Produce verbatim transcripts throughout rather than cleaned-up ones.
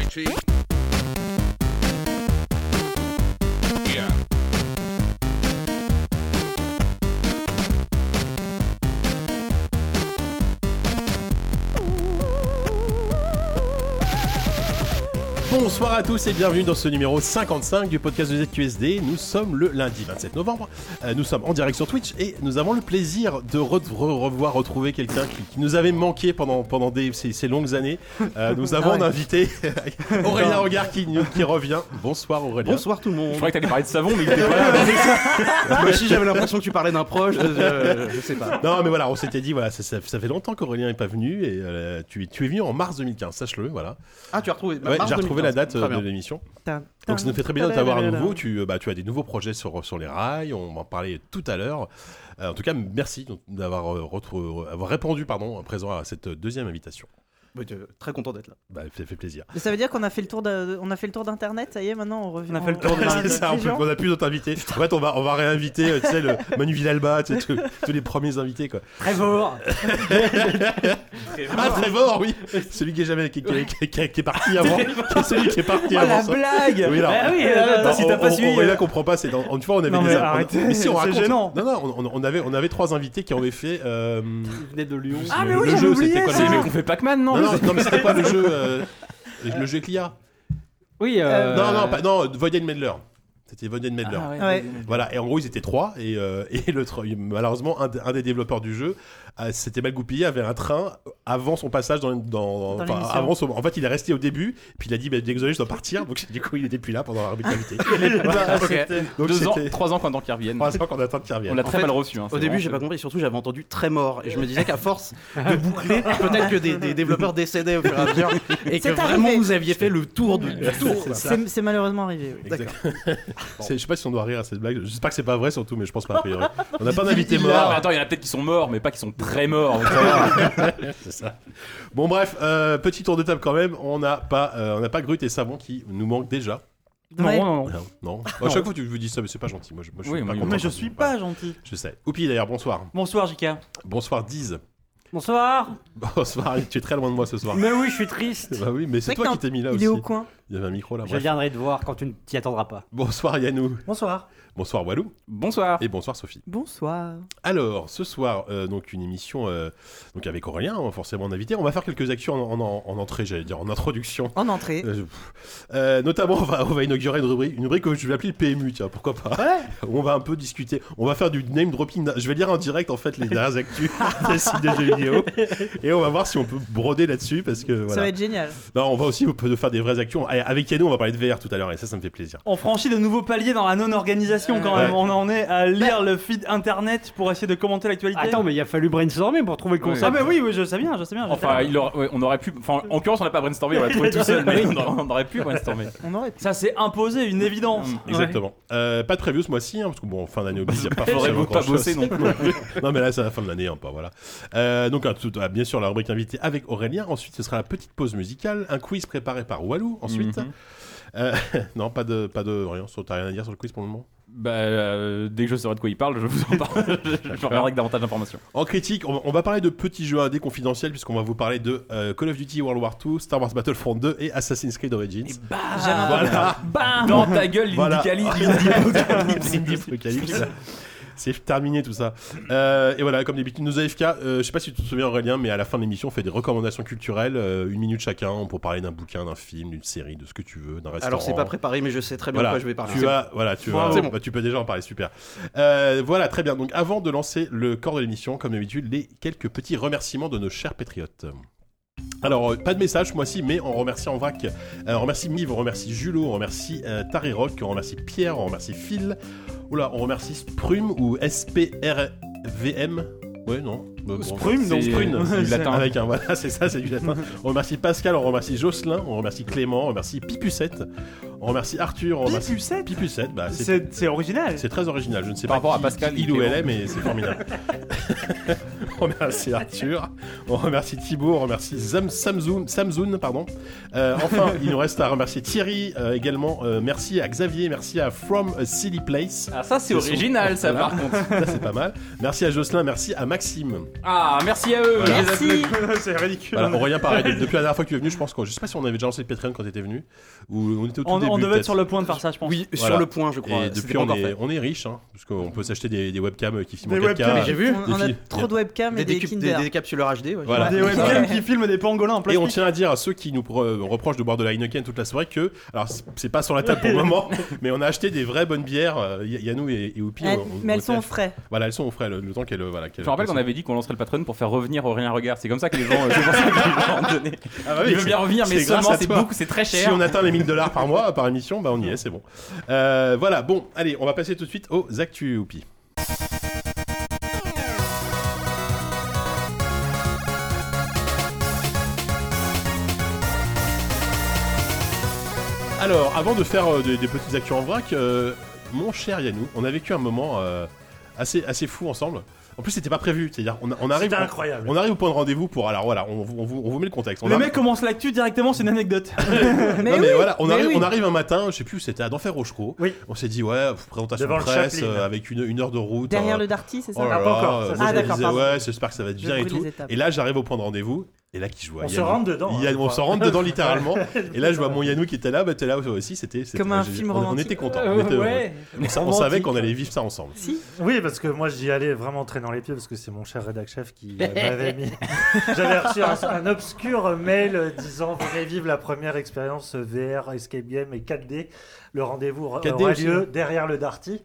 See? Yeah. Bonsoir à tous et bienvenue dans ce numéro cinquante-cinq du podcast de Z Q S D. Nous sommes le lundi vingt-sept novembre, euh, nous sommes en direct sur Twitch et nous avons le plaisir de re- re- revoir retrouver quelqu'un qui, qui nous avait manqué pendant, pendant des, ces, ces longues années. Euh, nous avons Ah ouais. un invité, Aurélien Regard qui, qui revient. Bonsoir Aurélien. Bonsoir tout le monde. Je croyais que t'allais parler de savon, mais il était pas là. Moi aussi j'avais l'impression que tu parlais d'un proche, je, je, je sais pas. Non mais voilà, on s'était dit, voilà, ça, ça, ça fait longtemps qu'Aurélien n'est pas venu et euh, tu, es- tu es venu en mars deux mille quinze, sache-le, voilà. Ah tu as retrouvé bah, Ouais, mars j'ai retrouvé la deux mille quinze. date Très euh, bien. de l'émission. Donc ça nous fait très bien de t'avoir à nouveau. Tu, euh, bah, tu as des nouveaux projets sur, sur les rails, on va en parler tout à l'heure. Euh, en tout cas, merci d'avoir euh, retrouvé, avoir répondu pardon, présent à cette deuxième invitation. Ouais, t'es très content d'être là. Bah, ça fait plaisir. Mais ça veut dire qu'on a fait le tour de, on a fait le tour d'internet, ça y est, maintenant on revient. On a fait le tour de on- C'est ça, on, peut, on a plus d'autres invités. En fait, on va, on va réinviter, euh, tu sais, le Manu Villalba, tu sais, tous, tous les premiers invités, quoi. Trevor. Ah, Trevor, oui. Celui qui est jamais, qui, qui- qui- qui- qui est parti avant, qui est celui qui est parti Oh avant. la ça. blague. Oui, alors, Ah oui, Non, euh, si t'as on- pas on- suivi. Aurélien euh, comprend pas. C'est dans, une fois on avait Non, des mais on- arrêtez, mais si on c'est raconte. gênant. Non non, on, on avait on avait trois invités qui avaient fait. Euh, venait de Lyon. Ah, mais oui, le jeu, c'était quoi C'est les le mecs jeu qu'on fait Pac-Man, non Non non, non mais c'était pas le jeu euh, le jeu avec l'I A. Oui, euh... Non non pas, non Voiden Medler. C'était Voiden Medler. Ah, ouais. Ouais. Voilà, et en gros ils étaient trois et, euh, et le tra- malheureusement un, un des développeurs du jeu euh, s'était mal goupillé, avait un train avant son passage dans, dans, Dans enfin, l'émission. avant son, en fait il est resté au début puis il a dit bah, désolé je dois partir donc du coup il était plus là pendant la rubrique invité. Ok. Donc Deux ans, c'était trois ans qu'on attend qu'ils reviennent. trois ans qu'on attend qu'il On revienne. l'a très En fait, mal reçu. Hein, Au c'est début vraiment- j'ai pas compris, surtout j'avais entendu très mort et je me disais qu'à force de boucler, peut-être que des, des développeurs décédaient au fur et à mesure et que C'est vraiment arrivé. vous aviez fait le tour du, du tour. quoi. C'est c'est malheureusement arrivé. Oui. D'accord. C'est- Je sais pas si on doit rire à cette blague. J'espère que c'est pas vrai surtout, mais je pense pas a priori. On n'a pas d'invité Il- il- mort. mais attends, il y en a peut-être qui sont morts, mais pas qui sont très morts. donc ça va. C'est ça. Bon bref, euh, petit tour de table quand même. On n'a pas, euh, on n'a pas Grut et Savon qui nous manquent déjà. Ouais. Non, non, non. Non. non. À chaque fois tu vous dis ça, mais c'est pas gentil. Moi, je, moi, je Oui, suis pas oui, content. Mais je suis pas gentil. Je sais. Oupi d'ailleurs. Bonsoir. Bonsoir J K. Bonsoir Diz. Bonsoir. Bonsoir. Tu es très loin de moi ce soir. Mais oui, je suis triste. Bah oui, mais c'est C'est toi vrai qui t'es mis là Il aussi. est au coin. Il y avait un micro là. Je Bref. viendrai te voir quand tu ne t'y attendras pas. Bonsoir Yannou. Bonsoir. Bonsoir Walou. Bonsoir. Et bonsoir Sophie. Bonsoir. Alors, ce soir, euh, donc une émission euh, donc avec Aurélien, hein, forcément en invité. On va faire quelques actions en, en- en entrée, j'allais dire, en introduction. En entrée. Euh, pff. Euh, notamment, on va, on va inaugurer une rubrique, une rubrique que je vais appeler le P M U, tiens, pourquoi pas. Où on va un peu discuter. On va faire du name dropping. Je vais lire en direct, en fait, les dernières actus des sites de jeux vidéo. Et on va voir si on peut broder là-dessus, parce que Ça voilà. va être génial. Non, on va aussi on peut faire des vraies actions. Allez, avec Yannou, on va parler de V R tout à l'heure, et ça, ça me fait plaisir. On franchit de nouveaux paliers dans la non-organisation quand même. Ouais. On en est à lire le feed internet pour essayer de commenter l'actualité. Attends, mais il a fallu brainstormer pour trouver le Ouais. concept. Ah, mais oui, oui, je sais bien, je sais bien. je sais Enfin, bien. il aurait- ouais, on aurait pu. Enfin, en l'occurrence, on n'a pas brainstormé, on l'a trouvé tout seul, mais on aurait, on aurait pu brainstormer. On aurait pu. Ça s'est imposé, une évidence. Mm. Exactement. Euh, pas de preview ce mois-ci, hein, parce que bon, fin d'année oblige, il n'y a pas Faudrait forcément pas grand-chose. bosser non plus. Non mais là c'est la fin de l'année, hein, pas voilà. Euh, donc un tout- ah, bien sûr la rubrique invitée avec Aurélien. Ensuite ce sera la petite pause musicale, un quiz préparé par Walou. Ensuite, Mhm. euh, non pas de pas de rien. T'as rien à dire sur le quiz pour le moment. Bah, euh, dès que je saurai de quoi il parle, je vous en parle. je je reviendrai avec davantage d'informations. En critique, on va, on va parler de petits jeux indés confidentiels puisqu'on va vous parler de euh, Call of Duty World War deux, Star Wars Battlefront deux et Assassin's Creed Origins. Bam Voilà. Bam. Dans ta gueule, Voilà. l'Indicalypse. Apocalypse. C'est terminé tout ça. Euh, et voilà, comme d'habitude, nos A F K, euh, je sais pas si tu te souviens Aurélien, mais à la fin de l'émission, on fait des recommandations culturelles, euh, une minute chacun, pour parler d'un bouquin, d'un film, d'une série, de ce que tu veux, d'un restaurant. Alors c'est pas préparé mais je sais très bien Voilà, de quoi je vais parler. tu vas, voilà, tu vas, Bravo. C'est bon. bah, tu peux déjà en parler, super. Euh, voilà, très bien. Donc, avant de lancer le corps de l'émission, comme d'habitude, les quelques petits remerciements de nos chers patriotes. Alors, euh, pas de message ce mois-ci, mais on remercie en vrac. Euh, on remercie Miv, on remercie Julo, on remercie euh, Tari Rock, on remercie Pierre, on remercie Phil. Oula, on remercie Sprum ou S P R V M. Ouais, non. Euh, bon, Sprum, donc c'est- Sprune. c'est du latin. Avec un, voilà, c'est ça, c'est du latin. On remercie Pascal, on remercie Jocelyn, on remercie Clément, on remercie Pipucette, on remercie Arthur, on remercie Pipucette Pipucette, bah, c'est C'est c'est original. c'est très original, je ne sais Par pas rapport à qui- Pascal, qui- il il ou est elle est, bon. mais c'est formidable. On remercie Arthur, on remercie Thibaut, on remercie Zam, Samzoun, Samzoun, pardon. Euh, enfin, il nous reste à remercier Thierry euh, également. Euh, merci à Xavier, merci à From a Silly Place. Ah, ça, c'est Ce sont- original, ça, Voilà. par contre. Ça, c'est pas mal. Merci à Jocelyn, merci à Maxime. Ah, merci à eux. Voilà. Merci. C'est ridicule. Voilà, Aurélien, pareil, de- depuis la dernière fois que tu es venu, je pense que je sais pas si on avait déjà lancé le Patreon quand tu étais venu ou on était au tout On, début. on devait peut-être. être sur le point de faire ça, je pense. Oui, Voilà. sur le point, je crois. Et C'était depuis, pas on encore est, fait. on est riche, hein, parce qu'on peut s'acheter des, des webcams qui filment Des en quatre K. webcams, J'ai vu, on a filles. trop de webcams et Des, des décup- Kinder. des, des décapsuleurs H D. Ouais, Voilà. Des webcams qui filment des pangolins en Et plastique. on tient à dire à ceux qui nous pro- reprochent de boire de la Heineken toute la soirée que, alors c'est- c'est pas sur la table pour le moment, mais on a acheté des vraies bonnes bières, euh, Y- Yannou et, et Oupi. Elles- on- on- mais elles on- sont au frais. Voilà, elles sont au frais le, le temps qu'elles. Voilà, qu'elles- Je me rappelle qu'on avait dit qu'on lancerait le Patreon pour faire revenir Aurélien Regard. C'est comme ça que les gens. C'est pour ça que les gens ont donné. Ah bah oui, Il veut c'est- bien revenir, mais c'est grâce seulement à c'est toi. beaucoup, c'est très Si cher. on atteint les mille dollars par mois, par émission, bah on y est, c'est bon. Euh, voilà, bon, allez, on va passer tout de suite aux actus Oupi. Alors, avant de faire euh, des, des petites actus en vrac, euh, mon cher Yannou, on a vécu un moment euh, assez, assez fou ensemble. En plus, c'était pas prévu, c'est-à-dire on, on arrive, C'était on, incroyable. on arrive au point de rendez-vous pour. Alors voilà, on, on vous, on vous met le contexte. On Le a- mec commence l'actu directement, c'est une anecdote. Mais non, mais oui, voilà, on mais arrive, oui. on arrive un matin, je sais plus, c'était à d'Enfer Rochereau. Oui. On s'est dit, ouais, présentation Devant de le presse Chaplin. euh, avec une, une heure de route. Derrière euh, le Darty, c'est ça Oh là Ah, pas là, encore, ça, euh, c'est moi, Ah, je me d'accord, disais, pardon. ouais, j'espère que ça va être Je bien et brûle tout. les étapes. Et là, j'arrive au point de rendez-vous. Et là, qui je vois On se Yannou. rentre dedans, Il y a- hein, je on crois. se rentre dedans littéralement. Et là, je vois mon Yannou qui était là, bah t'es là aussi. C'était c'était- Comme un j'ai- film on, on romantique. était contents. On, était heureux. ouais. on, sa- on savait qu'on allait vivre ça ensemble. Si. Oui, parce que moi j'y allais vraiment traînant les pieds parce que c'est mon cher rédac chef qui euh, m'avait mis. J'avais reçu un, un obscur mail euh, disant venez vivre la première expérience V R, Escape Game et quatre D. Le rendez-vous aura quatre D aussi, lieu hein. derrière le Darty,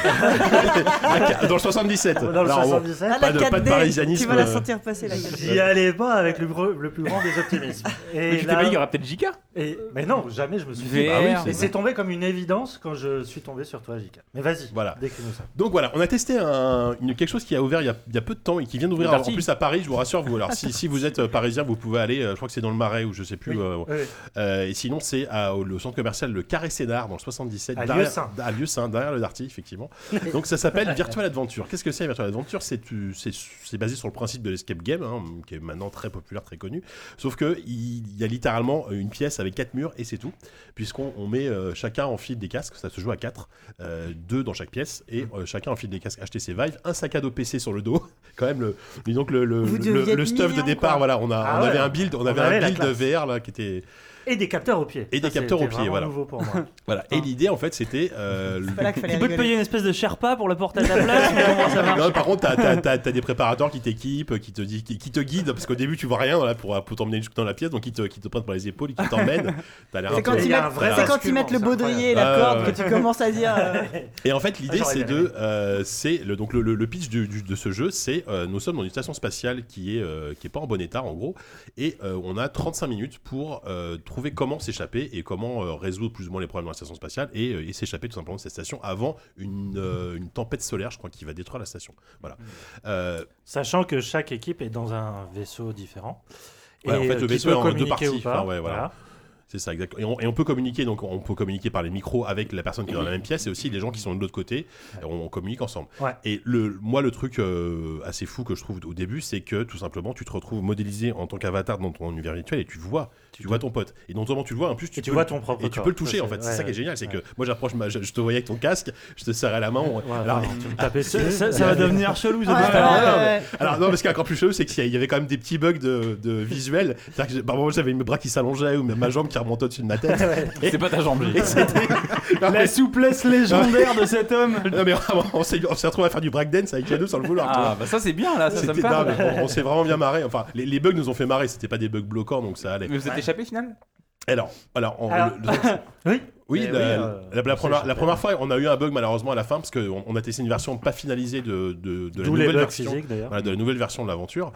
Dans le soixante-dix-sept. dans le Alors, bon, soixante-dix-sept. Ah, Pas la de- pas de quatre D, parisianisme, Tu vas la euh. sentir passer la quatre D. J'y allais pas avec le, gros- le plus grand des optimismes. Mais Et tu t'es là- pas dit qu'il y aurait peut-être J K. et- mais non, jamais je me suis dit. V R. Ah oui, Et c'est c'est tombé comme une évidence quand je suis tombé sur toi, J K. Mais vas-y, Voilà. décris-nous ça. Donc voilà, on a testé un, une- quelque chose qui a ouvert il y a, il y a peu de temps et qui vient d'ouvrir Le en Darty. plus à Paris, je vous rassure. Vous, alors si, si vous êtes euh, parisien, vous pouvez aller, euh, je crois que c'est dans le Marais ou je sais plus. Oui, euh, oui, oui. euh, et sinon, c'est à- au le centre commercial Le Carré Sénard dans le soixante-dix-sept. À derrière- Lieu-Saint. À Lieu-Saint, derrière le Darty, effectivement. Donc ça s'appelle Virtual Adventure. Qu'est-ce que c'est Virtual Adventure? C'est tu- c'est c'est basé sur le principe de l'escape game, hein, qui est maintenant très populaire, très connu. Sauf que il y a littéralement une pièce avec quatre murs et c'est tout. Puisqu'on on met euh, chacun enfile des casques, ça se joue à quatre, euh, deux dans chaque pièce, et euh, chacun enfile des casques H T C Vive, un sac à dos P C sur le dos. Quand même, le, dis donc le, le, Vous le, deviez le être stuff de millions, départ, quoi. voilà, on, a, Ah on ouais. avait un build, on, On avait avait un la build classe. V R là qui était. Et des capteurs au pied. Et des Ça, capteurs au c'était pied, vraiment voilà. nouveau pour moi. Voilà. Et l'idée en fait c'était. euh, le- C'est là qu'il fallait Tu peux te rigoler. payer une espèce de Sherpa pour le porter à ta place. mais comment ça marche Non, par contre, t'as, t'as, t'as, t'as des préparateurs qui t'équipent, qui te, dit, qui, qui te guident, parce qu'au début, tu vois rien là, pour, pour t'emmener jusque dans la pièce, donc ils te, qui te prennent par les épaules et qui t'emmènent. T'as l'air un C'est peu- quand, Il ils y a mettent, un vrai c'est quand ils basculement, mettent le c'est baudrier et incroyable. la Ah, corde ouais. que tu commences à dire. euh, Et en fait, l'idée, Ah, j'aurais c'est bien de. aimé. euh, c'est le, donc, le, le, le pitch du, du- de ce jeu, c'est euh, nous sommes dans une station spatiale qui est, euh, qui est pas en bon état, en gros, et euh, on a trente-cinq minutes pour euh, trouver comment s'échapper et comment euh, résoudre plus ou moins les problèmes dans la station spatiale et, euh, et s'échapper tout simplement de cette station avant une, euh, une tempête solaire, je crois, qui va détruire la station. Voilà. Euh, Sachant que chaque équipe est dans un vaisseau différent. Ouais, en fait, euh, le qui vaisseau peut est en deux communiquer parties. ou pas. Enfin, ouais, voilà. C'est ça, exactement. Et on, et on peut communiquer, donc on peut communiquer par les micros avec la personne qui est dans la même pièce et aussi les gens qui sont de l'autre côté. Et on, on communique ensemble. Ouais. Et le, moi, le truc euh, assez fou que je trouve au début, c'est que tout simplement, tu te retrouves modélisé en tant qu'avatar dans ton univers virtuel et tu vois, tu, vois ton pote. Et non seulement tu le vois, en plus tu, Et tu peux vois le- ton propre et tu corps. peux le toucher Ça, en fait. c'est- C'est ça qui est ouais, génial, c'est ouais. que moi j'approche, ma- je, je te voyais avec ton casque, je te serrais la main. on- Ouais, alors, enfin, tu me tapais Ça, dessus. ça- ça va devenir chelou. ça Ouais, doit ouais, faire- ouais, ouais. alors non, mais ce qui est encore plus chelou, c'est qu'il y avait quand même des petits bugs de, de visuel. C'est-à-dire que j'ai- par moments j'avais mes bras qui s'allongeaient ou ma jambe qui remontait au-dessus de ma tête. C'est pas ta jambe. Et c'était. Non, mais- La souplesse légendaire de cet homme. non, mais vraiment, on s'est, on s'est retrouvé à faire du breakdance avec Yannou sans le vouloir. tu vois. Ah, bah ça c'est bien là, ça, ça me C'était- non, parle. mais on, on s'est vraiment bien marré. Enfin, les, les bugs nous ont fait marrer. C'était pas des bugs bloquants, donc ça allait. Mais vous êtes échappé finalement Alors, alors, on- Alors- le- le- Oui. oui, Eh la, oui, euh, la- la on première, s'est la échappé. première fois, on a eu un bug malheureusement à la fin parce qu'on on a testé une version pas finalisée de, de, de la D'où les nouvelle bugs version. physiques d'ailleurs. Voilà, de la nouvelle version de l'aventure.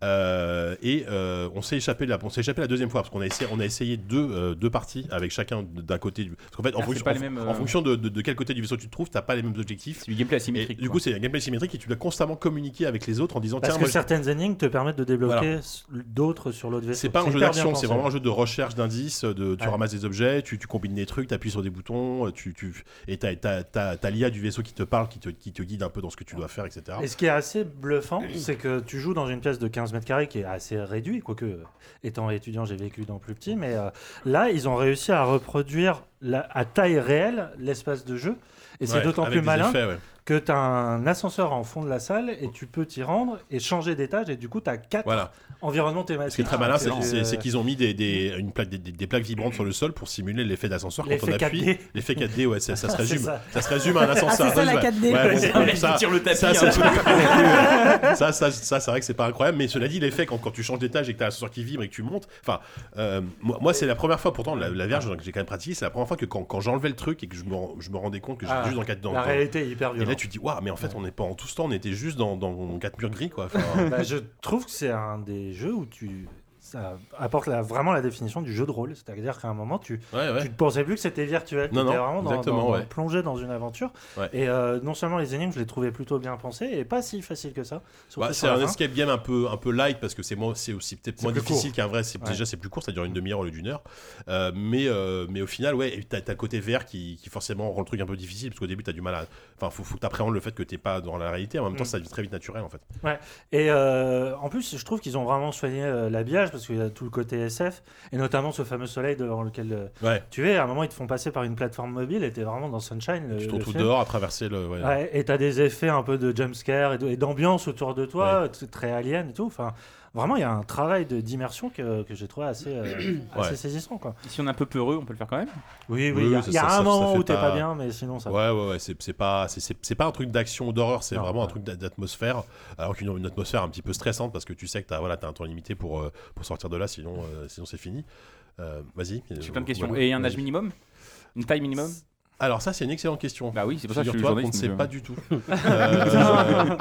Euh, et euh, on s'est échappé, la, on s'est échappé la deuxième fois parce qu'on a essayé, on a essayé deux, euh, deux parties avec chacun d'un côté. Du, parce qu'en fait, en, Ah, c'est fonction, pas en, les mêmes, en euh, fonction de, de, de quel côté du vaisseau tu te trouves, t'as pas les mêmes objectifs. C'est du gameplay Et asymétrique. du coup, c'est un gameplay symétrique et tu dois constamment communiquer avec les autres en disant Parce tiens, que moi, certaines énigmes te permettent de débloquer s- d'autres sur l'autre vaisseau. c'est pas un jeu hyper bien d'action, c'est pensé. vraiment un jeu de recherche d'indices, de, tu Ouais. ramasses des objets, tu, tu combines des trucs, tu appuies sur des boutons, tu, tu, et t'as, t'as, t'as, t'as l'I A du vaisseau qui te parle, qui te, qui te guide un peu dans ce que tu dois faire, et cetera. Et ce qui est assez bluffant, c'est que tu joues dans une pièce de quinze mètres carrés qui est assez réduite, quoique euh, étant étudiant, j'ai vécu dans plus petit, mais euh, là, ils ont réussi à reproduire la- à taille réelle l'espace de jeu. Et c'est Ouais, d'autant avec plus des malin effets, ouais. que tu as un ascenseur en fond de la salle et tu peux t'y rendre et changer d'étage. Et du coup, tu as quatre Voilà. environnements Ce qui est thématiques. très malin, c'est, Ah, c'est- euh, c'est qu'ils ont mis des, des, une plaque, des, des- des plaques vibrantes sur le sol pour simuler l'effet d'ascenseur quand on L'effet appuie. quatre D. L'effet quatre D, ouais, ça, ça se C'est résume. ça. Ça se résume à un ascenseur. Ah, c'est ça, la Ouais. quatre D. Ouais, bon, Le mec ça, qui tire le tapis. ça, un c'est- peu. ça, ça, ça, c'est vrai que c'est pas incroyable, mais cela dit, l'effet quand, quand tu changes d'étage et que t'as l'ascenseur qui vibre et que tu montes, enfin, euh, moi, moi, c'est la première fois, pourtant, la, la verge que j'ai quand même pratiqué, c'est la première fois que quand, quand j'enlevais le truc et que je me, je me rendais compte que j'étais Ah, juste dans quatre dans, La dans- réalité est hyper Et violente. là, tu te dis, waouh, mais en fait, on n'est pas en tout ce temps, on était juste dans, dans quatre murs gris, quoi. Enfin, Bah, je trouve que c'est un des jeux où tu ça apporte la- vraiment la définition du jeu de rôle. C'est-à-dire qu'à un moment, tu ouais, ouais. tu ne pensais plus que c'était virtuel. Tu Non, étais non, vraiment dans, exactement, dans- dans- ouais. plongé dans une aventure. Ouais. Et euh, non seulement les énigmes, je les trouvais plutôt bien pensées et pas si faciles que ça. surtout Bah, sur c'est la un fin. escape game un peu, un peu light parce que c'est, moins, c'est aussi peut-être C'est moins plus difficile court. qu'un vrai. C'est, Ouais. Déjà, c'est plus court, ça dure une demi-heure au lieu d'une heure. Euh, mais, euh, mais au final, ouais, t'as, t'as le côté V R qui, qui forcément rend le truc un peu difficile parce qu'au début, t'as du mal à. Enfin, faut, faut que t'appréhendes le fait que t'es pas dans la réalité. En même temps, Mm. ça devient très vite naturel en fait. Et euh, en plus, je trouve qu'ils ont vraiment soigné euh, l'habillage parce qu'il y a tout le côté S F et notamment ce fameux soleil devant lequel euh, Ouais. tu es. À un moment, ils te font passer par une plateforme mobile et t'es vraiment dans Sunshine. Le, tu te le retrouves film. dehors à traverser le. Ouais. Ouais, et t'as des effets un peu de jumpscare et, de- et d'ambiance autour de toi, t- très alien et tout. Enfin, vraiment, il y a un travail de, d'immersion que, que j'ai trouvé assez, euh, assez Ouais. saisissant. Quoi. Si on est un peu peureux, on peut le faire quand même. Oui, oui, Oui, il y a, oui, ça- il y a ça- un ça- ça moment fait où t'es pas- pas bien, mais sinon ça va. Ouais, ouais, ouais, c'est, c'est pas, c'est, c'est, c'est pas un truc d'action ou d'horreur, c'est Non, vraiment un ouais. truc d'a- d'atmosphère. Alors qu'une une atmosphère un petit peu stressante parce que tu sais que t'as, voilà, t'as un temps limité pour, euh, pour sortir de là, sinon, euh, sinon c'est fini. Euh, vas-y. J'ai plein de questions. Voilà. Et un âge Vas-y. minimum Une taille minimum Alors, ça, c'est une excellente question. Bah oui, c'est pour ça que je suis Figure-toi qu'on ne journaliste. sait mais pas je- du tout. Euh,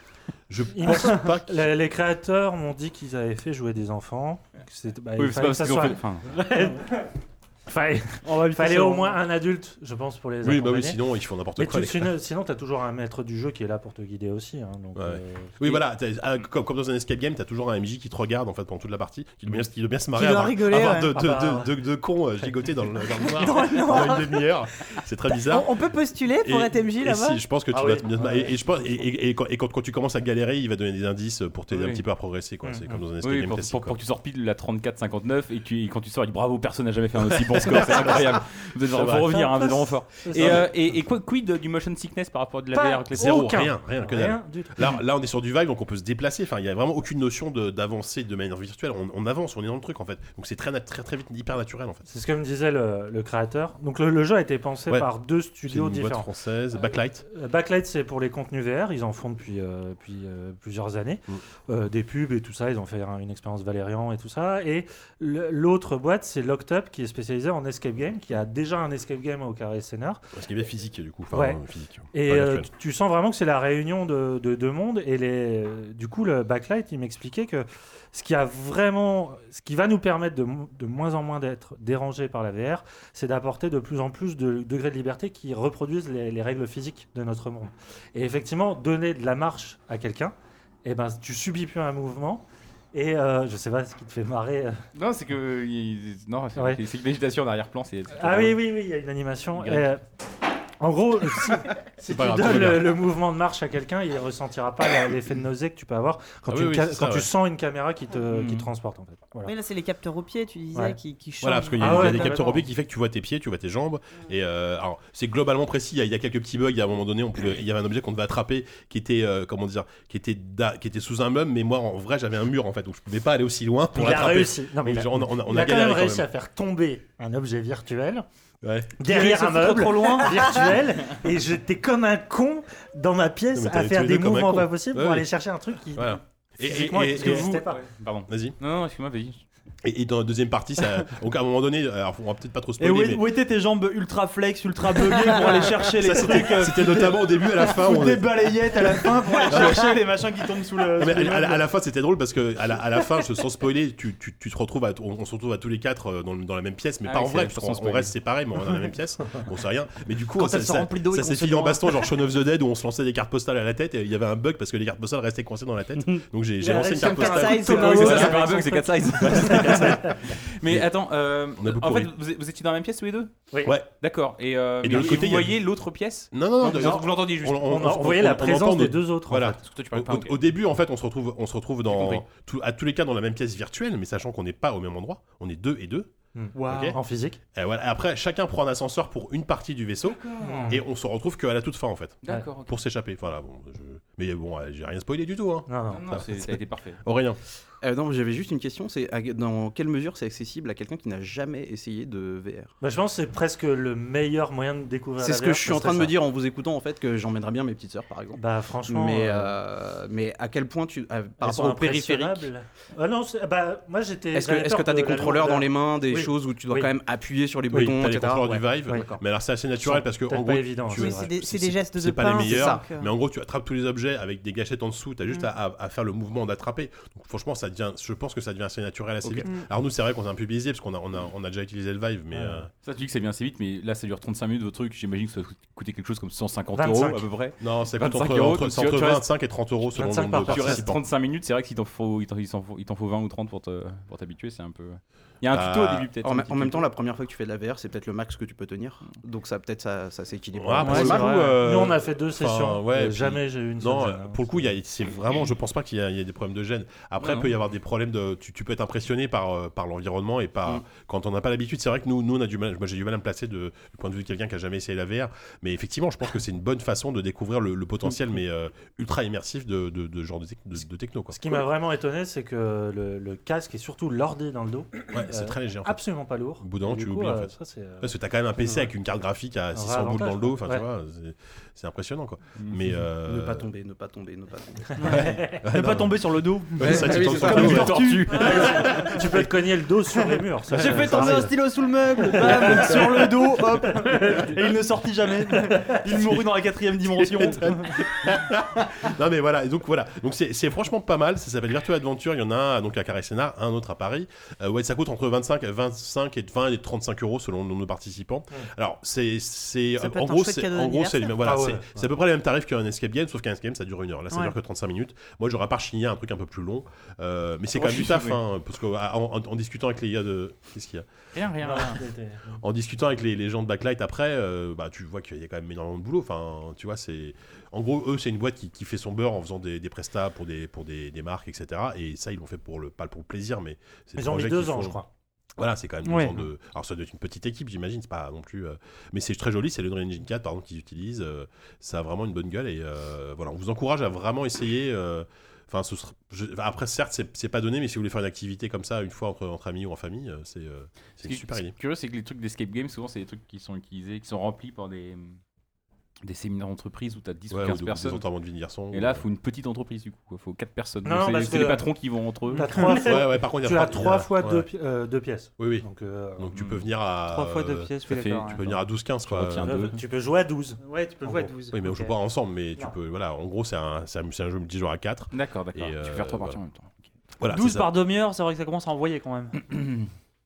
je Il pense pas que. Les, les créateurs m'ont dit qu'ils avaient fait jouer des enfants. que c'était- bah, Oui, il c'est pas fallait parce que ça qu'ils ont soit- fait. Enfin, fallait, On va lui fallait faire au ça. moins un adulte, je pense, pour les Oui, bah oui, accompagner. sinon ils font n'importe Mais quoi. tu- les gars. sinon, sinon tu as toujours un maître du jeu qui est là pour te guider aussi. Hein, donc, Ouais. euh, Oui, et- voilà, t'as- ah, comme, comme dans un escape game, t'as toujours un M J qui te regarde en fait pendant toute la partie, qui doit bien, qui doit bien se marrer, Qui doit avoir, rigoler, avoir ouais. de, de, Ah bah. de, de, de cons euh, gigotés dans le, dans le noir Dans le noir. pendant une demi-heure. C'est très bizarre. On, on peut postuler pour Et- être M J et là-bas si, je pense que tu Ah vas oui. te bien te marrer. Et, et je pense, et, et- et quand, et quand- quand tu commences à galérer, il va donner des indices pour t'aider Oui. un petit peu à progresser. Quoi. Mm, C'est mm. comme dans un escape oui, game pour, classique. pour, quoi. pour que tu sors pile la trente-quatre cinquante-neuf et, tu, et quand tu sors, il dit bravo, personne n'a jamais fait un aussi bon score, c'est incroyable. Vous êtes, C'est faut vrai. revenir, hein, vous êtes vraiment fort. c'est Et, ça. euh, et, et quoi, quid du motion sickness par rapport à de la Pas V R classique Zéro, aucun. rien, rien, que dalle. Rien du tout. Là, là, on est sur du Vive, donc on peut se déplacer. Enfin, il y a vraiment aucune notion de- d'avancer de manière virtuelle. On, on avance, on est dans le truc en fait. Donc c'est très, nat- très, très vite, hyper naturel en fait. C'est ce que me disait le, le créateur. Donc le, le jeu a été pensé Ouais. par deux C'est studios une boîte différents. française, Backlight. Euh, Backlight, c'est pour les contenus V R. Ils en font depuis, euh, depuis euh, plusieurs années. Mm. Euh, des pubs et tout ça. Ils ont fait un- une expérience Valérian et tout ça. Et le- l'autre boîte, c'est Locked Up, qui est spécialisée en escape game, qui a déjà un escape game au Carré Scénar. Parce qu'il y avait physique du coup. Enfin, Ouais. euh, physique. Et Pas euh, virtuel. tu sens vraiment que c'est la réunion de, de deux mondes. Et les, du coup, le Backlight, il m'expliquait que ce qui a vraiment, ce qui va nous permettre de, mo- de moins en moins d'être dérangé par la V R, c'est d'apporter de plus en plus de degrés de liberté qui reproduisent les, les règles physiques de notre monde. Et effectivement, donner de la marche à quelqu'un, eh ben, tu subis plus un mouvement. Et euh, je sais pas ce qui te fait marrer. euh. Non, c'est que. il- Non, c'est Ouais. c'est une végétation en arrière-plan. c'est- c'est Ah pas- oui, oui, oui, il y a une animation. Y. Et, euh, en gros, si, si pas tu grave, tout va donnes bien. le, le mouvement de marche à quelqu'un, il ressentira pas la- l'effet de nausée que tu peux avoir quand, Ah tu, oui, oui, ca- c'est quand ça, tu ouais. sens une caméra qui te, Mhm. qui te transporte en fait. Voilà. Oui, là c'est les capteurs au pied, tu disais, Ouais. qui, qui changent. Voilà, parce qu'il y a, Ah il y a ouais, des capteurs complètement. au pied qui fait que tu vois tes pieds, tu vois tes jambes. Et euh, alors, c'est globalement précis. Il y, a, il y a quelques petits bugs. Il y a un moment donné, on pouvait, il y avait un objet qu'on devait attraper qui était, euh, comment dire, qui était, da- qui était sous un meuble. Mais moi, en vrai, j'avais un mur en fait, donc je pouvais pas aller aussi loin pour Il a l'attraper. réussi. Non, mais il a, Donc, on, on a, on il a a quand galéré même quand réussi même. à faire tomber un objet virtuel Ouais. derrière un meuble trop loin. virtuel et j'étais comme un con dans ma pièce Non, mais à t'avais faire tué des deux comme un mouvements con. pas possibles Ouais, pour ouais. aller chercher un truc qui Voilà. Et, et, physiquement et- est- et- n'existait pas. Pardon. vas-y. Non, non, excuse-moi, vas-y. Et, et dans la deuxième partie, ça, donc à un moment donné, alors on va peut-être pas trop Et spoiler, où, mais où étaient tes jambes ultra flex, ultra buggées pour aller chercher les ça, c'était, trucs euh, c'était notamment au début, à la fin. ou on des est- balayettes à la fin pour aller chercher les machins qui tombent sous le. Non, mais sous les à, à la- meubles. à la fin, c'était drôle parce que à la, à la fin, je, sans spoiler, tu, tu, tu te retrouves, à, on, on se retrouve à tous les quatre euh, dans, le- dans la même pièce, mais Ah pas oui, en c'est vrai, vrai, sans puisqu'on on spoiler. reste séparés, mais on est dans la même pièce. Bon, c'est rien. Mais du coup, Quand ça, elle se ça, remplit d'eau et ça qu'on s'est se fini en noie. baston, genre Shaun of the Dead, où on se lançait des cartes postales à la tête et il y avait un bug parce que les cartes postales restaient coincées dans la tête. Donc j'ai, j'ai Il a lancé une réussi à carte me faire postale. size, c'est Oui, c'est ça, Ouais, c'est pas un avec bug, son c'est truc. quatre size. Mais attends, euh, On a beaucoup en fait, ri. vous, vous étiez dans la même pièce tous les deux Oui. Ouais. D'accord. Et, euh, Et de mais- l'autre côté, vous il y a- voyez l'autre pièce Non, non, non. de- Non, vous l'entendiez juste. on- On, on- on voyait la on présence entend des nos- deux autres. en Voilà. fait. Parce que toi, tu Au, parlais pas. au- ok. au début, en fait, on se retrouve, on se retrouve J'ai dans compris. tout- à tous les cas dans la même pièce virtuelle, mais sachant qu'on n'est pas au même endroit. On est deux et deux. Waouh. Ok. En physique. Et voilà. Après, chacun prend un ascenseur pour une partie du vaisseau et on se retrouve qu'à la toute fin en fait, D'accord. ok. pour s'échapper. Voilà, bon, je... mais bon, euh, j'ai rien spoilé du tout. Hein. Non, non. Non, non, c'est- ça a été parfait. Aurélien. Euh, non, j'avais juste une question, c'est à- dans quelle mesure c'est accessible à quelqu'un qui n'a jamais essayé de V R? Bah, je pense que c'est presque le meilleur moyen de découvrir C'est la ce V que R, je suis en ce train de serait me ça. dire en vous écoutant en fait, que j'emmènerais bien mes petites sœurs par exemple. Bah franchement. Mais, euh, euh, mais à quel point tu, à- par elles sont rapport au périphérique, impressionnables. Ah non, c'est- bah moi j'étais. est-ce que j'avais est-ce que peur tu as des de la contrôleurs dans lourdeur. les mains, des Oui. choses où tu dois Oui. quand même appuyer sur les Oui, boutons, t'as les et cetera. contrôleurs du Ouais. Vive, Ouais. D'accord. mais alors c'est assez naturel parce que Peut-être en pas gros, évident, tu- c'est Oui, vrai. c'est des, c'est c'est- des gestes de c'est pas pain, les meilleurs, ça, que- mais en gros tu attrapes tous les objets avec des gâchettes en dessous, t'as juste Mm. à, à- à faire le mouvement d'attraper. Donc franchement ça devient, je pense que ça devient assez naturel assez Ok. vite. Mm. Alors nous c'est vrai qu'on est un peu biaisé parce qu'on a, on a, on a déjà utilisé le Vive, mais Ouais. euh, Ça, tu dis que c'est bien assez vite, mais là, ça dure trente-cinq minutes, votre truc. J'imagine que ça va coûter quelque chose comme cent cinquante euros vingt-cinq. à peu près. non, ça coûte vingt-cinq entre, euros, entre, donc c'est tu- entre tu restes- vingt-cinq et trente euros selon le vingt-cinq nombre par de personne. Tu restes participants. trente-cinq minutes, c'est vrai qu'il t'en faut, il t'en, il t'en faut, il t'en faut vingt ou trente pour, te, pour t'habituer, c'est un peu. Il y a un Bah, tuto au début peut-être. En, un ma- petit en même tuto. temps, la première fois que tu fais de la V R, c'est peut-être le max que tu peux tenir. Donc ça, peut-être, ça, ça s'équilibre. Ouais, pour Ouais, le c'est coup, vrai. euh, Nous on a fait deux sessions. ouais, et puis- jamais j'ai eu une Non, seule euh, gêne, hein. pour le coup, il y a, c'est vraiment, je pense pas qu'il y, a- il y a des problèmes de gêne. Après, Non, il peut y non. avoir des problèmes de, tu, tu peux être impressionné par, euh, par l'environnement et par, Mm. quand on n'a pas l'habitude. C'est vrai que nous, nous, on a du mal, moi j'ai du mal à me placer de, du point de vue de quelqu'un qui a jamais essayé la V R. Mais effectivement, je pense que c'est une bonne façon de découvrir le, le potentiel, mais euh, ultra immersif de, de, de genre de, tec- de, de techno, quoi. Ce qui m'a vraiment étonné, c'est que le, le casque et surtout l'ordi dans le dos, Ouais, c'est euh, très léger en fait. absolument pas lourd. Au bout d'un moment, Et du tu coup, l'oublies, en euh, fait. ça, c'est, euh, Parce que t'as quand même un P C Ouais. avec une carte graphique à Un six vrai cents boules dans le avantage, dos, quoi. enfin tu Ouais. vois, c'est- c'est impressionnant quoi. Mhm. Mais euh... Ne pas tomber, ne pas tomber, ne pas tomber. Ouais, Ne non, pas tomber sur le dos. Ouais, ça, tu Oui, tombes c'est sur ça. le Comme dos, une ouais. tortue. tu peux te cogner le dos sur les murs. ça, J'ai ça- fait ça tomber un arrive. stylo sous le meuble, bam, sur le dos, hop, et il ne sortit jamais. Il mourut dans la quatrième dimension. Non mais voilà, et donc voilà, donc c'est c'est franchement pas mal. Ça s'appelle Virtua Adventure. Il y en a un donc à Carré Sénart, un autre à Paris. Euh, ouais, ça coûte entre vingt-cinq, vingt-cinq et vingt et trente-cinq euros selon le nombre de participants. Alors c'est c'est Ça peut en être un gros chouette c'est cadeau en gros c'est d'anniversaire. voilà, Ah ouais, c'est ouais. c'est à peu près le même tarif qu'un escape game, sauf qu'un escape game ça dure une heure. Là ça Ouais. dure que trente-cinq minutes. Moi j'aurais pas rechigné un truc un peu plus long, euh, mais c'est Moi, quand même je du suis taf, oui. hein, parce que en, en- en discutant avec les gars de qu'est-ce qu'il y a Rien, rien, Non, rien. c'était- en discutant avec les, les gens de Backlight après, euh, bah, tu vois qu'il y a quand même énormément de boulot. Enfin, tu vois, c'est en gros eux, c'est une boîte qui, qui fait son beurre en faisant des, des prestats pour des pour des, des marques, et cetera. Et ça, ils l'ont fait pour le pas pour le plaisir, mais c'est des Ils ont mis projets deux qu'ils ans, font- je crois. Voilà, c'est quand même deux Ouais. ans de. Alors ça doit être une petite équipe, j'imagine. C'est pas non plus. euh, Mais c'est très joli. C'est le Unreal Engine quatre, par exemple, qu'ils utilisent. euh, Ça a vraiment une bonne gueule et euh, voilà, on vous encourage à vraiment essayer. euh, Enfin, ce sera- je- enfin, après, certes, c'est c'est pas donné, mais si vous voulez faire une activité comme ça une fois entre, entre amis ou en famille, euh, c'est euh, c'est Ce une qui super ce qui idée. est curieux, c'est que les trucs d'escape game, souvent, c'est des trucs qui sont utilisés, qui sont remplis par des, des séminaires d'entreprise où tu as dix Ouais, ou ou quinze de- des personnes. enterrements de vie de garçon. Et là, il faut une petite entreprise du coup. Il faut quatre personnes. Non, Donc, non, c'est parce c'est que- les patrons qui vont entre eux. T'as trois fois, Ouais, ouais, par contre, il y a tu pas- as il y trois a- fois ouais. deux, pi- euh, deux pièces. Oui, oui. Donc, euh, Donc tu peux venir à. Trois fois deux euh, pièces, ça oui, fait- d'accord. Tu ouais. peux venir à douze quinze quoi. retiens Euh, deux. tu peux jouer à douze. Ouais, tu peux En jouer à gros. douze. Oui, mais on Ok. joue pas ensemble, mais tu Non. peux. Voilà, en gros, c'est un, c'est un, c'est un jeu multijoueur à quatre. D'accord, d'accord. Et, Tu euh, peux faire trois voilà. parties en même temps. Ok. Voilà, douze c'est par demi-heure, c'est vrai que ça commence à envoyer quand même. ça.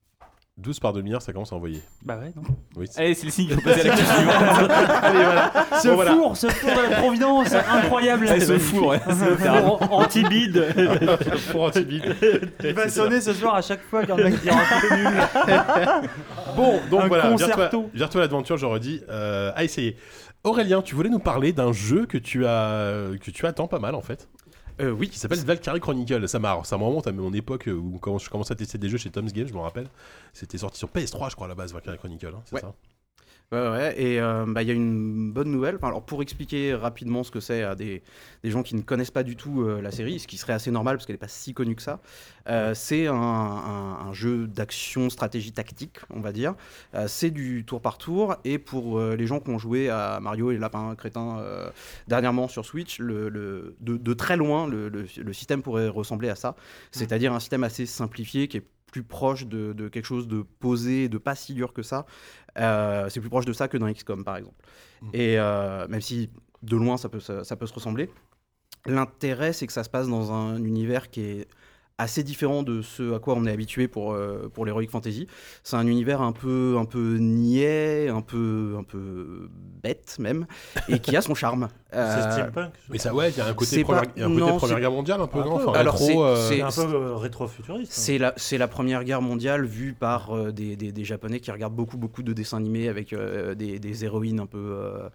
douze par demi-heure, ça commence à envoyer. Bah ouais, non. Oui, c'est- Allez, c'est le signe qu'il faut passer à l'actu suivante. Allez, voilà. Ce Bon, voilà. four, ce four de la Providence, incroyable. Allez, ce four, ouais. four anti-bide. Pour anti-bide. Il va sonner ce soir à chaque fois qu'un mec dira un peu nul. Bon, donc Un voilà, concerto. Virtua, Virtua Adventure, je redis, euh, à essayer. Aurélien, tu voulais nous parler d'un jeu que tu as que tu attends pas mal en fait, Euh, oui, qui s'appelle Valkyrie Chronicle. Ça m'a ça me remonte à mon époque où quand je commençais à tester des jeux chez Tom's Game, je me rappelle. C'était sorti sur P S trois, je crois à la base, Valkyrie Chronicle, hein, c'est Ouais. ça. Ouais, ouais, et euh, bah, il y a une bonne nouvelle. Enfin, alors, pour expliquer rapidement ce que c'est à des, des gens qui ne connaissent pas du tout euh, la série, ce qui serait assez normal parce qu'elle n'est pas si connue que ça, euh, c'est un, un- un jeu d'action, stratégie tactique, on va dire. Euh, c'est du tour par tour, et pour euh, les gens qui ont joué à Mario et les Lapins Crétins euh, dernièrement sur Switch, le, le- de, de très loin, le, le- le système pourrait ressembler à ça. C'est-à-dire un système assez simplifié qui est plus proche de, de quelque chose de posé, de pas si dur que ça. Euh, c'est plus proche de ça que dans X COM, par exemple. Mm. Et euh, même si de loin, ça peut, se- ça peut se ressembler, l'intérêt, c'est que ça se passe dans un univers qui est assez différent de ce à quoi on est habitué pour, euh, pour l'Heroic Fantasy. C'est un univers un peu, un peu niais, un peu, un peu bête même, et qui a son charme. C'est Euh, steampunk. Mais ça, ouais, il y a un côté c'est première, pas- il y a un côté non, Première c'est- Guerre mondiale un peu, Un non peu, enfin, alors, rétro, c'est- euh, c'est- C'est un peu euh, rétro-futuriste. hein. C'est la, c'est la Première Guerre mondiale vue par euh, des, des, des Japonais qui regardent beaucoup, beaucoup de dessins animés avec euh, des, des héroïnes un peu, euh,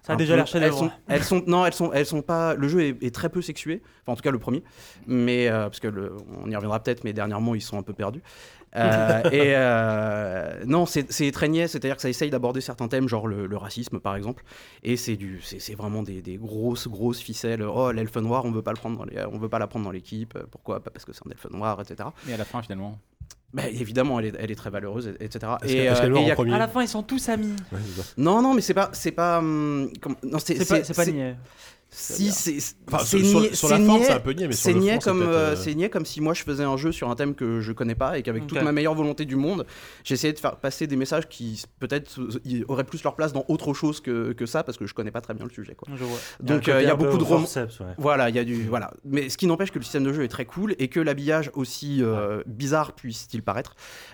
Ça a un déjà peu- l'air chef-d'œuvre. Elles sont, elles sont, non, elles sont, elles sont pas. Le jeu est, est très peu sexué. Enfin, en tout cas, le premier. Mais euh, parce que le, on y reviendra peut-être. Mais dernièrement, ils sont un peu perdus. Euh, et euh, non, c'est, c'est très niais. C'est-à-dire que ça essaye d'aborder certains thèmes, genre le, le racisme, par exemple. Et c'est du, c'est, c'est vraiment des, des grosses, grosses ficelles. Oh, l'elfe noir, on veut pas le prendre, dans les- on veut pas la prendre dans l'équipe. Pourquoi? Pas parce que c'est un elfe noir, et cetera. Et à la fin, finalement. Bah, évidemment, elle est, elle est très valeureuse, et cetera. Est-ce Et, qu'elle- est-ce euh, qu'elle meurt et il y en a- premier À la fin, ils sont tous amis. Ouais, c'est ça. Non, non, mais c'est pas, c'est pas. hum, comme- non, c'est, C'est pas, c'est pas niais. Si, c'est. Enfin, c'est sur, niais- sur la c'est forme, niais- c'est un peu niais, mais sur C'est le niais fond, c'est comme, peut-être, euh, euh, c'est niais comme si moi je faisais un jeu sur un thème que je connais pas et qu'avec toute Ok. ma meilleure volonté du monde, j'essayais de faire passer des messages qui peut-être euh, y- auraient plus leur place dans autre chose que, que ça parce que je connais pas très bien le sujet. Quoi. Je vois. Donc un euh, il y a côté un beaucoup peu de romans. forceps, ouais. Voilà, il y a du voilà. Mais ce qui n'empêche que le système de jeu est très cool et que l'habillage aussi euh, bizarre puisse-t-il paraître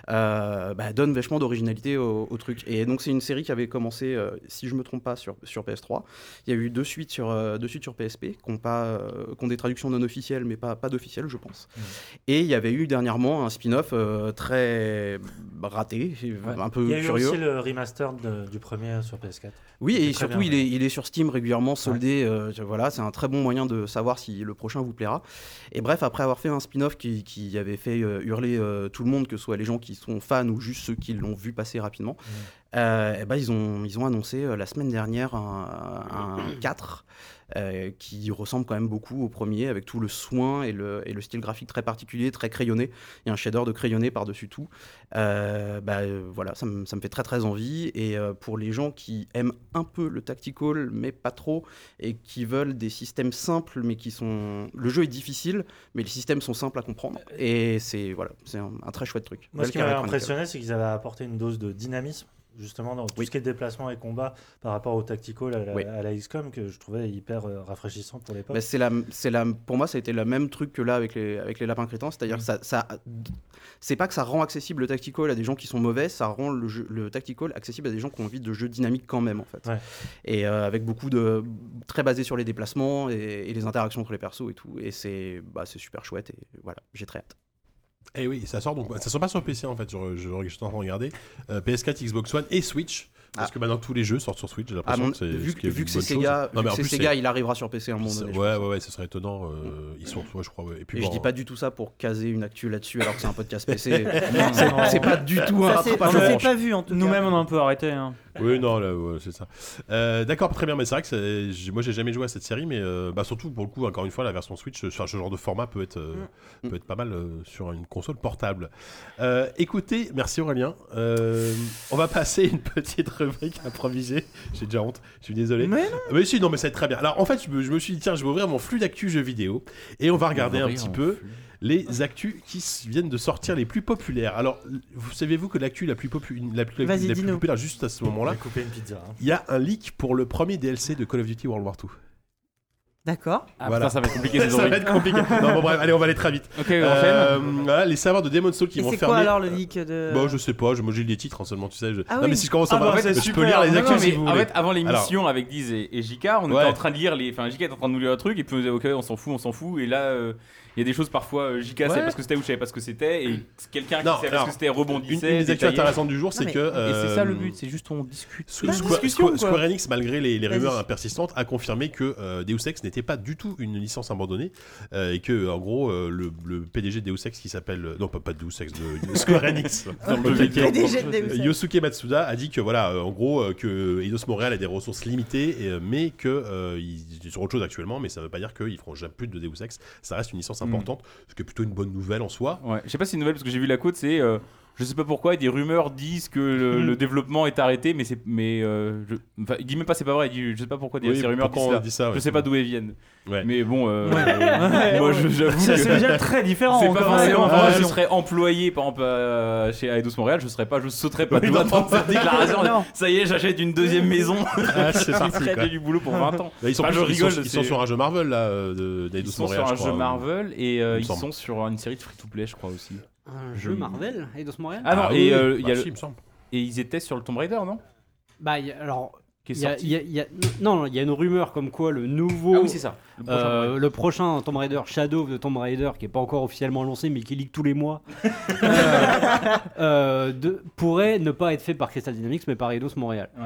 euh, bah, donne vachement d'originalité au, au truc. Et donc c'est une série qui avait commencé, euh, si je me trompe pas, sur sur P S trois. Il y a eu deux suites sur euh, deux suites sur P S P qui ont pas euh, qui ont des traductions non officielles mais pas pas d'officielles, je pense. Mmh. Et il y avait eu dernièrement un spin-off euh, très raté, un peu Il y a eu curieux. aussi le remaster de- du premier sur P S quatre. Oui, C'était et très surtout, bien, il est, il est sur Steam régulièrement soldé. euh, voilà, c'est un très bon moyen de savoir si le prochain vous plaira. Et bref, après avoir fait un spin-off qui, qui avait fait euh, hurler euh, tout le monde, que ce soit les gens qui sont fans ou juste ceux qui l'ont vu passer rapidement, euh, et ben, ils, ont, ils ont annoncé euh, la semaine dernière un, un quatre euh, qui ressemble quand même beaucoup au premier, avec tout le soin et le, et le style graphique très particulier, très crayonné. Il y a un shader de crayonné par-dessus tout. Euh, bah, euh, voilà, ça me, ça me fait très très envie. Et euh, pour les gens qui aiment un peu le tactical, mais pas trop, et qui veulent des systèmes simples, mais qui sont... Le jeu est difficile, mais les systèmes sont simples à comprendre. Et c'est voilà, c'est un, un très chouette truc. Moi, ce qui Valkyrie m'avait Chronicle. impressionné, c'est qu'ils avaient apporté une dose de dynamisme, justement, dans tout Oui. ce qui est déplacement et combat par rapport au tactical à la, Oui. à la X COM, que je trouvais hyper euh, rafraîchissant pour l'époque. Bah, c'est la, c'est la, pour moi, ça a été le même truc que là avec les, avec les lapins crétins, c'est-à-dire que ça, ça, c'est pas que ça rend accessible le tactical à des gens qui sont mauvais, ça rend le, jeu, le tactical accessible à des gens qui ont envie de jeux dynamiques quand même, en fait. Ouais. Et euh, avec beaucoup de très basé sur les déplacements et, et les interactions entre les persos et tout, et c'est, bah, c'est super chouette et voilà, j'ai très hâte. Et oui, ça sort donc, ça sort pas sur P C en fait, sur, je, je suis en train de regarder. Euh, P S quatre, Xbox One et Switch. Parce Ah. que maintenant tous les jeux sortent sur Switch, j'ai Ah, l'impression mon- que c'est vu, ce qui est vu une que bonne c'est chose. Sega, Non, vu mais que en c'est plus, Sega, c'est- il arrivera sur P C à un moment ça- donné. je ouais, pense. ouais, ouais, ce serait étonnant. euh, ils sont, ouais, je crois. Ouais. Et puis Et bon, je dis pas du tout ça pour caser une actu là-dessus alors que c'est un podcast P C. Non, c'est, non. c'est pas du tout un Ça, c'est- rattrapage ça en s'est revanche. pas vu en tout cas. Nous-mêmes, on a un peu arrêté. Hein. oui, non, là, ouais, c'est ça. Euh, D'accord, très bien, mais c'est vrai que c'est- j'ai- moi j'ai jamais joué à cette série, mais euh, bah, surtout pour le coup, encore une fois, la version Switch, enfin, ce genre de format peut être, euh, Mm. peut être pas mal euh, sur une console portable. Euh, écoutez, merci Aurélien. Euh, on va passer une petite rubrique improvisée. J'ai déjà honte, je suis désolé. Mais non. Mais si, non, mais ça va être très bien. Alors en fait, je me, je me suis dit, tiens, je vais ouvrir mon flux d'actu jeux vidéo et on va regarder un petit peu les actus qui s- viennent de sortir les plus populaires. Alors, vous savez-vous que l'actu la plus, popu- la plus, Vas-y, la plus dis-nous. populaire juste à ce moment-là, J'ai coupé une pizza. hein. il y a un leak pour le premier D L C de Call of Duty World War deux. D'accord. Ah Voilà. putain, ça va être compliqué ces Ça va oreilles. être compliqué. Non, bon, bref, allez, on va aller très vite. Ok, on Euh, enchaîne. voilà, les serveurs de Demon's Souls qui Et vont c'est fermer. quoi alors le leak de. Bon, je sais pas, je me j'ai les titres hein, seulement, tu sais. Je... Ah non, oui. mais si je commence à Ah bah, parler, c'est je peux super. lire les Non, actus Non, si mais vous en voulez. fait, avant l'émission avec Diz et, et J K, on Ouais. était en train de lire les. Enfin, J K était en train de nous lire un truc et puis on disait ok, on s'en fout, on s'en fout. Et là, euh, il y a des choses parfois, euh, J K savait Ouais. pas ce que c'était ou je savais pas ce que c'était. Et quelqu'un qui Non, savait alors, ce que c'était Une, rebondissait. une des actus détaillait. intéressantes du jour, c'est mais- que. Et c'est ça le euh, but, c'est juste on discute. Squ- Pas de Square, discussion, Square- quoi. Square Enix, malgré les, les Vas-y. rumeurs persistantes, a confirmé que euh, Deus Ex n'était pas du tout une licence abandonnée euh, et que, en gros, euh, le, le P D G de Deus Ex qui s'appelle. euh, Non, pas, pas Deus Ex, de, de Square Enix. Dans le jeu. jeu. P D G de Deus Ex. Yosuke Matsuda a dit que, voilà, euh, en gros, euh, que Eidos Montréal a des ressources limitées, et, euh, mais que euh, ils sont sur autre chose actuellement, mais ça ne veut pas dire qu'ils feront jamais plus de Deus Ex. Ça reste une licence Mm. importante, ce qui est plutôt une bonne nouvelle en soi. Ouais, je sais pas si c'est une nouvelle parce que j'ai vu la côte, c'est. euh, je sais pas pourquoi, des rumeurs disent que le, le développement est arrêté, mais c'est. Mais. euh, je, enfin, il dit même pas c'est pas vrai, il dit je sais pas pourquoi il y a Oui, ces rumeurs pourquoi disent on ça. dit ça, ouais, Je sais c'est pas vrai. d'où elles viennent. Ouais. Mais bon, euh, Ouais. euh, moi je- j'avoue C'est que. c'est déjà très différent. C'est pas encore, forcément. hein, Moi, je information. serais employé par exemple euh, chez Eidos Montréal, je serais pas, je sauterais pas Oui, de non, dans cette déclaration. Non. Ça y est, j'achète une deuxième maison. Ah, c'est Je parti, serais quoi. j'ai du boulot pour vingt ans. Là, ils sont, Enfin, plus- je ils sont- rigole, ils sont c'est- sur un jeu Marvel là, euh, de- d'Eidos Ils sont Montréal, sur un je jeu crois. Marvel et euh, Il me ils semble. sont sur une série de free-to-play, je crois aussi. Un Je- jeu Marvel, Eidos Montréal. Ah non, oui, et oui. euh, il y Bah, a si, le- il me semble. et ils étaient sur le Tomb Raider, non Bah, il y a- alors, Qui est il y a, sorti. il y a- il y a- non, non, il y a une rumeur comme quoi le nouveau, Ah oui, c'est ça. Le prochain euh, Tomb Raider. le prochain Tomb Raider, Shadow de Tomb Raider, qui est pas encore officiellement lancé, mais qui leak tous les mois, euh, euh, de- pourrait ne pas être fait par Crystal Dynamics, mais par Eidos Montréal. Ouais.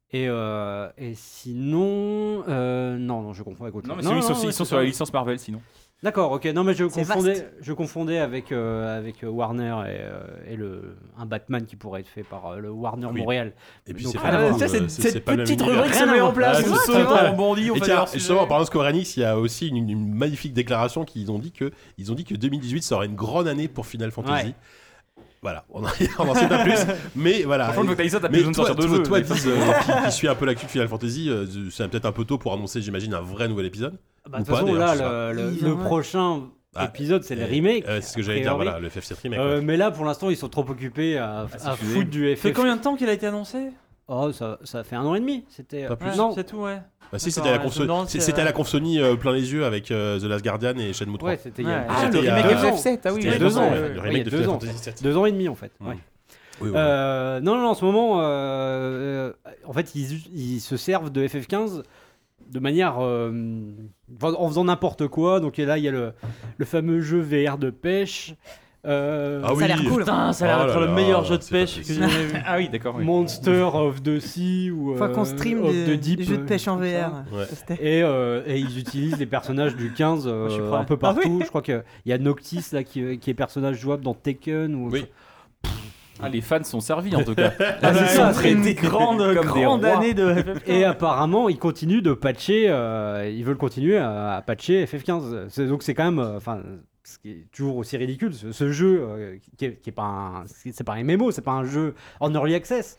Et, euh, et sinon, euh, non, non, je confonds avec autre chose. Non, mais sinon, ils sont, non, ils ouais, sont c'est sur ça. la licence Marvel, sinon. D'accord, ok. Non, mais je C'est confondais, vaste. je confondais avec, euh, avec Warner et, euh, et le, un Batman qui pourrait être fait par euh, le Warner Oui. Montréal. Et puis Donc, c'est rien pas à du voir. tout, Ça, euh, c'est- c'est- cette c'est pas le même petite univers. rubrique se Rien à met en voir. place. Ah, On c'est saute, vrai. on rebondit, on Et fait tiens, des justement, en parlant de Square Enix, il y a aussi une, une magnifique déclaration qu'ils ont dit que ils ont dit que deux mille dix-huit sera une grande année pour Final Fantasy. Ouais. Voilà, on n'en sait pas plus, mais voilà. Franchement, le Vocalizer, t'as Mais plus besoin de toi, sortir de toi, jeu. toi, mais- Diz, euh, qui, qui suis un peu l'actu de Final Fantasy, euh, c'est peut-être un peu tôt pour annoncer, j'imagine, un vrai nouvel épisode. Bah, Ou de toute pas, façon, d'ailleurs, là, je sais pas. le, le- Ils le ont- prochain Ah, épisode, c'est le euh, remake. euh, c'est ce que a j'allais dire, priori. voilà, le F F sept remake. Euh, ouais. mais là, pour l'instant, ils sont trop occupés à, c'est à fusé. foutre du F F. Ça fait combien de temps qu'il a été annoncé? Oh, ça, ça fait un an et demi. C'était. Pas plus. Ouais, Non. c'est tout, ouais. Bah, si, D'accord, c'était à la ouais, conf je me demande c'est- si, c'était à la euh, conf Sony euh, plein les yeux avec euh, The Last Guardian et Shenmue trois. Ouais, c'était il y a, Ouais. Ah, C'était le il y a remake deux de ans. F F sept, ah oui. C'était il y a ouais, deux deux ans, ans, ouais, ouais. le Ouais, remake il y a de deux Final ans. Fantasy sept. deux ans et demi en fait. Mm. Ouais. Oui, ouais. Euh, non, non, non, en ce moment, euh, euh, en fait, ils, ils se servent de F F quinze de manière. euh, enfin, en faisant n'importe quoi. Donc là, il y a le, le fameux jeu V R de pêche. euh, Ah oui. Ça a l'air cool. Putain, ça a l'air Oh d'être là le là, meilleur jeu de c'est pas pêche que possible. j'ai jamais vu. Ah oui, d'accord. oui. Monster of the Sea ou Faut qu'on euh, stream of des, the Deep, des jeux de euh, pêche en tout V ça. R. Ouais. Ça, c'était- Et, euh, et ils utilisent les personnages du quinze euh, je suis prêt. un peu Ah oui. partout. Je crois qu'il y a Noctis là, qui, qui est personnage jouable dans Tekken. Ou... Oui. Ah, les fans sont servis en tout cas. Ah, c'est ça, Après une c'est- grande, comme des grande rois. année de F F quinze. Et apparemment, ils continuent de patcher. euh, ils veulent continuer à, à patcher F F quinze. C'est- Donc c'est quand même, euh, enfin, ce qui est toujours aussi ridicule, ce, ce jeu euh, qui, est, qui est pas un, c'est pas un M M O, c'est pas un jeu en early access.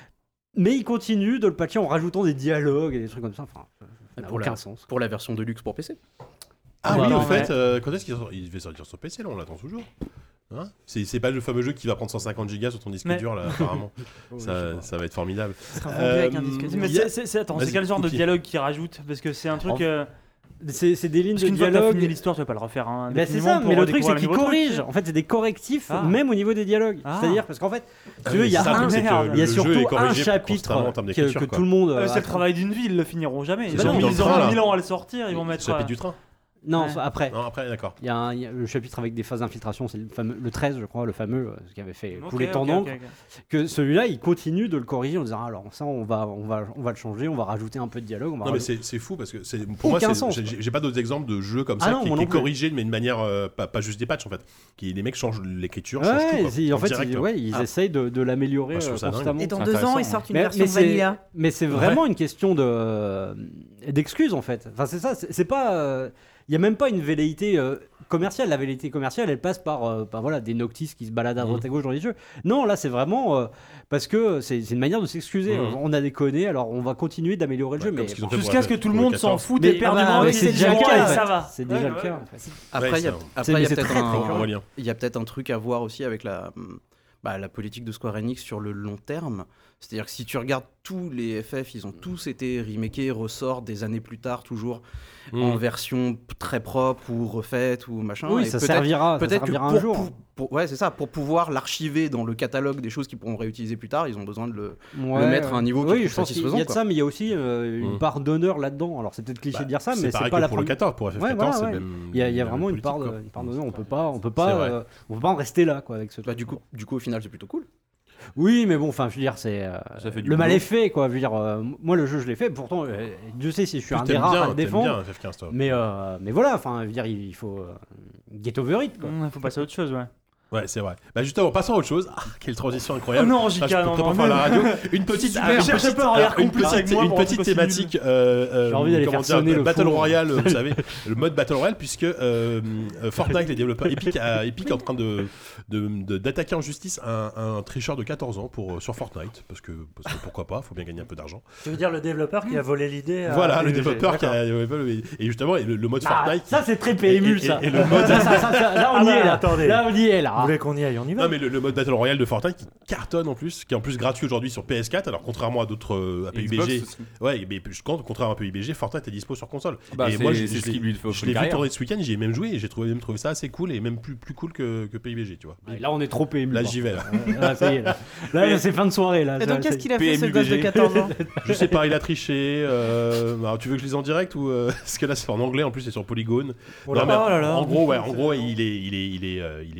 Mais ils continuent de le patcher en rajoutant des dialogues et des trucs comme ça. Enfin, ça n'a Pour aucun la- sens. Pour la version de luxe pour P C. Ah Voilà, oui, en ouais. fait, euh, quand est-ce qu'il sort- il devait sortir sur P C là, on l'attend toujours. Hein c'est c'est pas le fameux jeu qui va prendre cent cinquante gigas sur ton disque Mais- dur là, apparemment. ça, ça va être formidable. Ça sera vendu avec un Euh, disque dur. Mais il y a- c'est- c'est c'est- attends, Vas-y, c'est quel genre de Cookie. dialogue qu'ils rajoutent? Parce que c'est un truc. En- euh, C'est c'est des lignes Parce de qu'une fois que t'as dialogue. fini l'histoire, tu vas pas le refaire. Hein, Ben, c'est définitivement, ça, pour mais le truc redécouvrir c'est qu'ils un nouveau truc. corrigent. En fait, c'est des correctifs, Ah. même au niveau des dialogues. Ah. C'est-à-dire, parce qu'en fait, Ah tu veux, oui, il y a c'est ça, un le truc, c'est que il y a le jeu surtout est un corrigé chapitre constamment en termes que, d'écriture, que quoi. tout le monde. Euh, euh, c'est le travail d'une vie, ils le finiront jamais. C'est Bah le non, chapitre ils du train, auront là. mille ans à le sortir, ils vont mettre. Chapitre euh, du train. Non, Ouais. ça- après. Non, après, d'accord. Il y, a un- il y a le chapitre avec des phases d'infiltration, c'est le, fameux, le treize, je crois, le fameux, euh, ce qui avait fait ok, couler tant ok, d'encre. ok, ok. Que celui-là, il continue de le corriger en disant ah, alors ça, on va, on, va, on va le changer, on va rajouter un peu de dialogue. On va Non mais rajouter- c'est c'est fou parce que c'est pour moi Aucun c'est- sens, j'ai- quoi. j'ai pas d'autres exemples de jeux comme Ah ça non, qui, moi qui non est plus. corrigé mais de manière euh, pas, pas juste des patchs en fait qui les mecs changent l'écriture changent Ouais, tout quoi, c'est- en fait, direct, ils, quoi. ouais, ils Ah. essayent de, de l'améliorer Moi, je euh, trouve ça dingue. constamment. Et dans C'est deux ans, intéressant, ils sortent une Mais, version mais c'est, vanilla. mais c'est vraiment une question de d'excuses en fait. Enfin c'est ça, c'est, c'est pas, il y a même pas une velléité euh, commerciale. La velléité commerciale, elle passe par, euh, par, voilà, des Noctis qui se baladent à droite Mhm. à gauche dans les jeux. Non, là c'est vraiment euh, parce que c'est, c'est une manière de s'excuser. Mhm. On a déconné, alors on va continuer d'améliorer le Ouais, jeu. comme Mais ce qu'ils ont fait pour Jusqu'à ce la- que tout le pour monde s'en quatorze. foute Mais- et perde ah du bah, monde, oui, et c'est c'est déjà le déjà cas, le en cas, fait. ça va. c'est déjà Ouais, le ouais. cas. en fait. Après, Ouais, il y a, ça- après, c'est- il y mais a c'est peut-être très, un, très On voit bien. il y a peut-être un truc à voir aussi avec la, bah, la politique de Square Enix sur le long terme. C'est-à-dire que si tu regardes tous les F F, ils ont tous été remakés, ressortent des années plus tard, toujours en Mmh. version p- très propre ou refaite ou machin. Oui, Et ça peut-être- servira, ça Peut-être que servira pour, un jour. pour- pour- ouais, c'est ça, pour pouvoir l'archiver dans le catalogue des choses qu'ils pourront réutiliser plus tard, ils ont besoin de le. Ouais, mettre à un niveau qui oui, est je pense qu'il y satisfaisant, a de quoi. ça, mais il y a aussi euh, une Mm. part d'honneur là-dedans. Alors c'est peut-être cliché Bah, de dire ça, mais c'est c'est pareil pas que la pour le première- quatorze, pour F F Ouais, quatorze, voilà, c'est ouais. même Il y a, il y a la vraiment même une part, de, politique, une part d'honneur. On peut pas, on peut pas, C'est vrai. euh, on peut pas en rester là, quoi, avec ce Bah, truc. du coup, du coup, au final, c'est plutôt cool. Oui, mais bon, enfin, je veux dire, c'est euh, Ça fait du le mal boulot. est fait, quoi. Je veux dire, euh, moi, le jeu, je l'ai fait. Pourtant, euh, Dieu sait si je suis Puis un des t'aimes rares bien, à le t'aimes défendre. bien F F quinze toi. Mais, euh, mais voilà, enfin, je veux dire, il faut euh, get over it, quoi. Il faut passer à autre chose, ouais. Ouais, c'est vrai. Bah justement, passons à autre chose. Ah, quelle transition Oh incroyable. non, Ah, J K, je peux non, très non, pas faire la non. radio. Une petite, Super. ah, une Cherchez petite- pas un arrière alors, une complice avec petite, moi une pour un petite truc aussi thématique. euh, euh, J'ai envie d'aller comment faire dire, sonner le Battle four. Royale, vous savez, le mode Battle Royale, puisque euh, euh, Fortnite, les développeurs Epic, a- Epic est en train de de- de- d'attaquer en justice un, un tricheur de quatorze ans pour sur Fortnite, parce que, parce que pourquoi pas, faut bien gagner un peu d'argent. Tu veux dire le développeur qui a volé l'idée à Voilà, le P U B G, développeur qui d'accord. a et justement et le, le mode Ah, Fortnite. ça, c'est très P M U, et- et- ça. et le mode- Ça, ça, ça, ça, là, on Ah y bah, est, là. attendez. Là, on y est, là. Vous voulez qu'on y aille, on y va. Non mais le, le mode Battle Royale de Fortnite qui cartonne en plus, qui est en plus gratuit aujourd'hui sur P S quatre, alors contrairement à d'autres euh, à P U B Xbox G, aussi. ouais, mais je- quand- contrairement à P U B G, Fortnite est dispo sur console. Bah, et c'est- moi je, c'est je ce l'ai- qui lui fait je offrir l'ai une vu carrière. tourner ce week-end, j'y ai même joué et j'ai trouvé même trouvé ça assez cool et même plus plus cool que, que P U B G, tu vois. Ouais, Là, on est trop P M U. Là quoi. j'y vais là. Euh, Là, ça y est, là. Là, c'est fin de soirée, là. Et donc, Ça, qu'est-ce c'est- qu'il a fait, ce P M U B G. gosse de quatorze ans? Je sais pas, il a triché. euh, alors, tu veux que je lise en direct ou euh, parce que là c'est en anglais en plus c'est sur Polygone. Oh là Non, mais là. Oh là là. En gros ouais, en gros il est il est il est euh, il est attaqué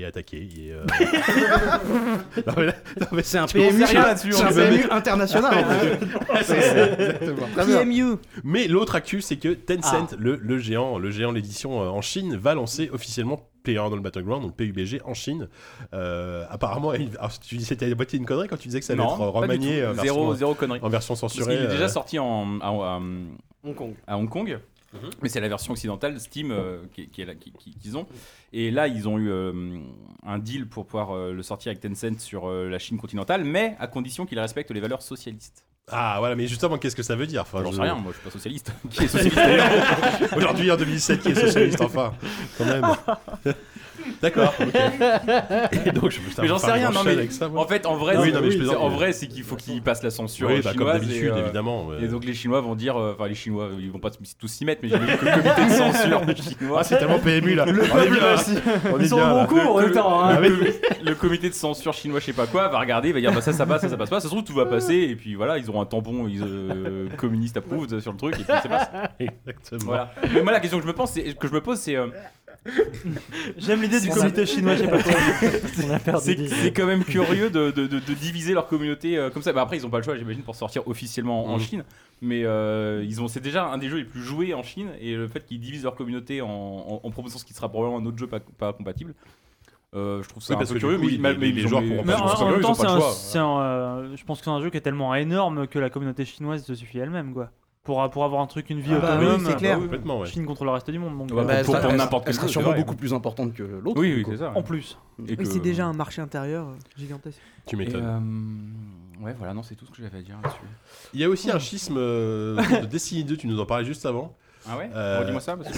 et, euh... non, mais là, non, mais C'est un tu P M U, sais rien là-dessus, c'est un P M U international. c'est ça, exactement. Très bien. P M U. Mais l'autre actu, c'est que Tencent, Ah. le, le géant, le géant de l'édition euh, en Chine, va lancer officiellement PlayerUnknown's Battleground, donc P U B G en Chine. Euh, apparemment, il- alors, tu dis c'était à moitié une connerie quand tu disais que ça allait Non, être euh, pas du remanié tout. euh, Zéro, version- zéro connerie. en version Parce censurée. qu'il est déjà euh, sorti en, à, à- Hong Kong. à Hong Kong. Mhm. Mais c'est la version occidentale Steam euh, qui, qui est là- qui- qui- qu'ils ont. Et là, ils ont eu euh, un deal pour pouvoir euh, le sortir avec Tencent sur euh, la Chine continentale, mais à condition qu'il respecte les valeurs socialistes. Ah voilà, mais justement, qu'est-ce que ça veut dire enfin, J'en je- sais rien, moi je suis pas socialiste. Qui est socialiste d'ailleurs? Aujourd'hui, en deux mille sept, qui est socialiste, enfin, quand même. D'accord, ok. Et donc, je Mais j'en sais rien, non, mais avec ça, moi. En fait, en vrai, Oui, c'est- non, mais je c'est- plaisante, en mais- vrai, c'est qu'il faut qu'ils passent la censure Oui, euh, bah, comme chinoise. d'habitude, et, euh, évidemment. ouais. Et donc les Chinois vont dire, euh, enfin les Chinois, ils vont pas tous s'y mettre, mais j'ai vu que le comité de censure chinois, Ah, c'est tellement P M U là. Le On est peuple bien, aussi. on est Ils sont bien, au bon là. cours, Le- le temps. hein. Ah, oui. le comité de censure chinois, je sais pas quoi, va regarder, va dire bah ça, ça passe, ça, ça passe pas. Ça se trouve tout va passer, et puis voilà, ils auront un tampon ils, euh, communiste approved sur le truc, et puis c'est passe. Exactement. Voilà. Mais moi la question que je me pense, c'est, que je me pose, c'est euh, J'aime l'idée du C'est comité chinois, j'ai pas quoi. On a perdu c'est, des- c'est quand même curieux de, de, de, de diviser leur communauté euh, comme ça. Bah après ils ont pas le choix, j'imagine, pour sortir officiellement en, en Mm. Chine, mais euh, ils ont, c'est déjà un des jeux les plus joués en Chine, et le fait qu'ils divisent leur communauté en, en, en proposant ce qui sera probablement un autre jeu pas, pas compatible. Euh, je trouve ça Oui, un parce peu que curieux, du coup, mais, les- mais- les- mais les ils ont- joueurs mais- pourront Mais pas en, jouer en sur même eux, ils temps, ont pas c'est le un, choix. c'est un, euh, je pense que c'est un jeu qui est tellement énorme que la communauté chinoise se suffit elle-même, quoi. Pour, pour avoir un truc, une vie Ah bah oui, autonome. c'est clair. bah oui, Complètement, ouais. Chine contre le reste du monde, donc. Ouais, euh, bah, pour- ça- pour elle- n'importe quel Elle sera jeu, sûrement c'est vrai. beaucoup plus importante que l'autre. Oui, du oui, coup. c'est ça. En plus. Et Oui, que- c'est déjà un marché intérieur euh, gigantesque. Tu Et, m'étonnes. euh, ouais, voilà, non, c'est tout ce que j'avais à dire là-dessus. Il y a aussi un schisme euh, de Destiny deux, tu nous en parlais juste avant. Ah ouais Euh, Redis-moi ça parce que...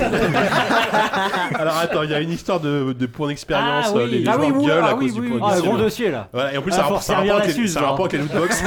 Alors attends, il y a une histoire de, de points d'expérience, Ah oui. euh, les, les Ah joueurs oui, oui, gueulent ah à oui, cause du oui, point oui. Ah, d'expérience. gros dossier là. Voilà, et en plus, Ah, ça a faut rapport- ça a servir rapport avec la les- suze, ça a genre. rapport avec les lootbox.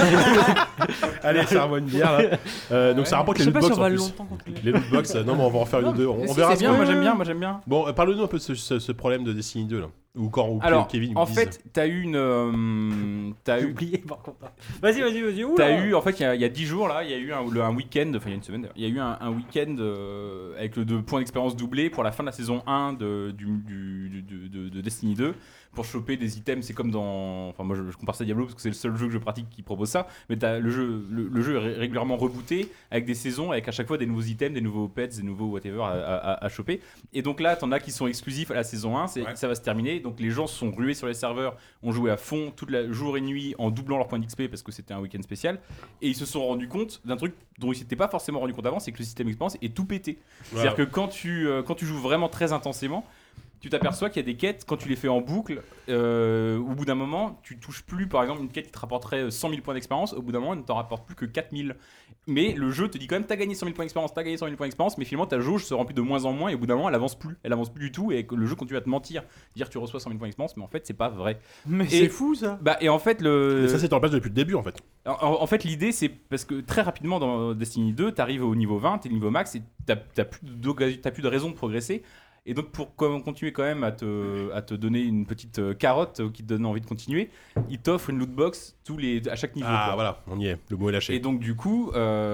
Allez, ça revoit une bière là. Euh, donc ça a rapport Je avec les sais pas si on lootbox en va plus. longtemps continuer. Les lootbox, euh, non mais on va en faire une ou deux. On, on Si, verra c'est ce bien, qu'on- moi j'aime bien, moi j'aime bien. Bon, euh, parle-nous un peu de ce, ce- ce problème de Destiny deux là. Ou quand ou Alors, Kevin en dise- fait, t'as eu une... euh, t'as J'ai eu... oublié par contre. Vas-y, vas-y, vas-y. Oula. T'as eu, en fait, il y a- il y a dix jours là, il y a eu un, le- un week-end, enfin il y a une semaine d'ailleurs, il y a eu un, un week-end euh, avec le de points d'expérience doublés pour la fin de la saison un de, du, du- du- du- de, de Destiny deux, pour choper des items. C'est comme dans, enfin moi je, je compare ça à Diablo parce que c'est le seul jeu que je pratique qui propose ça, mais t'as le jeu, le, le jeu est ré- régulièrement rebooté avec des saisons, avec à chaque fois des nouveaux items, des nouveaux pets, des nouveaux whatever à, à- à choper. Et donc là, t'en as qui sont exclusifs à la saison un, c'est, Ouais. ça va se terminer, donc les gens se sont rués sur les serveurs, ont joué à fond toute la jour et nuit en doublant leurs points d'X P parce que c'était un week-end spécial, et ils se sont rendus compte d'un truc dont ils s'étaient pas forcément rendu compte avant, c'est que le système d'expérience est tout pété. Voilà. C'est-à-dire que quand tu, euh, quand tu joues vraiment très intensément, tu t'aperçois qu'il y a des quêtes, quand tu les fais en boucle, euh, au bout d'un moment, tu touches plus, par exemple, une quête qui te rapporterait cent mille points d'expérience, au bout d'un moment, elle ne t'en rapporte plus que quatre mille. Mais le jeu te dit quand même, t'as gagné cent mille points d'expérience, t'as gagné cent mille points d'expérience, mais finalement, ta jauge se remplit de moins en moins, et au bout d'un moment, elle avance plus. Elle avance plus du tout, et que le jeu continue à te mentir. Dire tu reçois cent mille points d'expérience, mais en fait, c'est pas vrai. Mais Et- c'est fou ça. Bah, et en fait, le. Mais ça c'est en place depuis le début en fait. En, en fait, l'idée, c'est parce que très rapidement dans Destiny deux, t'arrives au niveau vingt, t'es niveau max, et t'as t'as plus, de- t'as plus de raison de progresser. Et donc, pour com- continuer quand même à te, à te donner une petite euh, carotte euh, qui te donne envie de continuer, il t'offre une loot box tous les, à chaque niveau. Ah quoi. voilà, on y est, le mot est lâché. Et donc, du coup,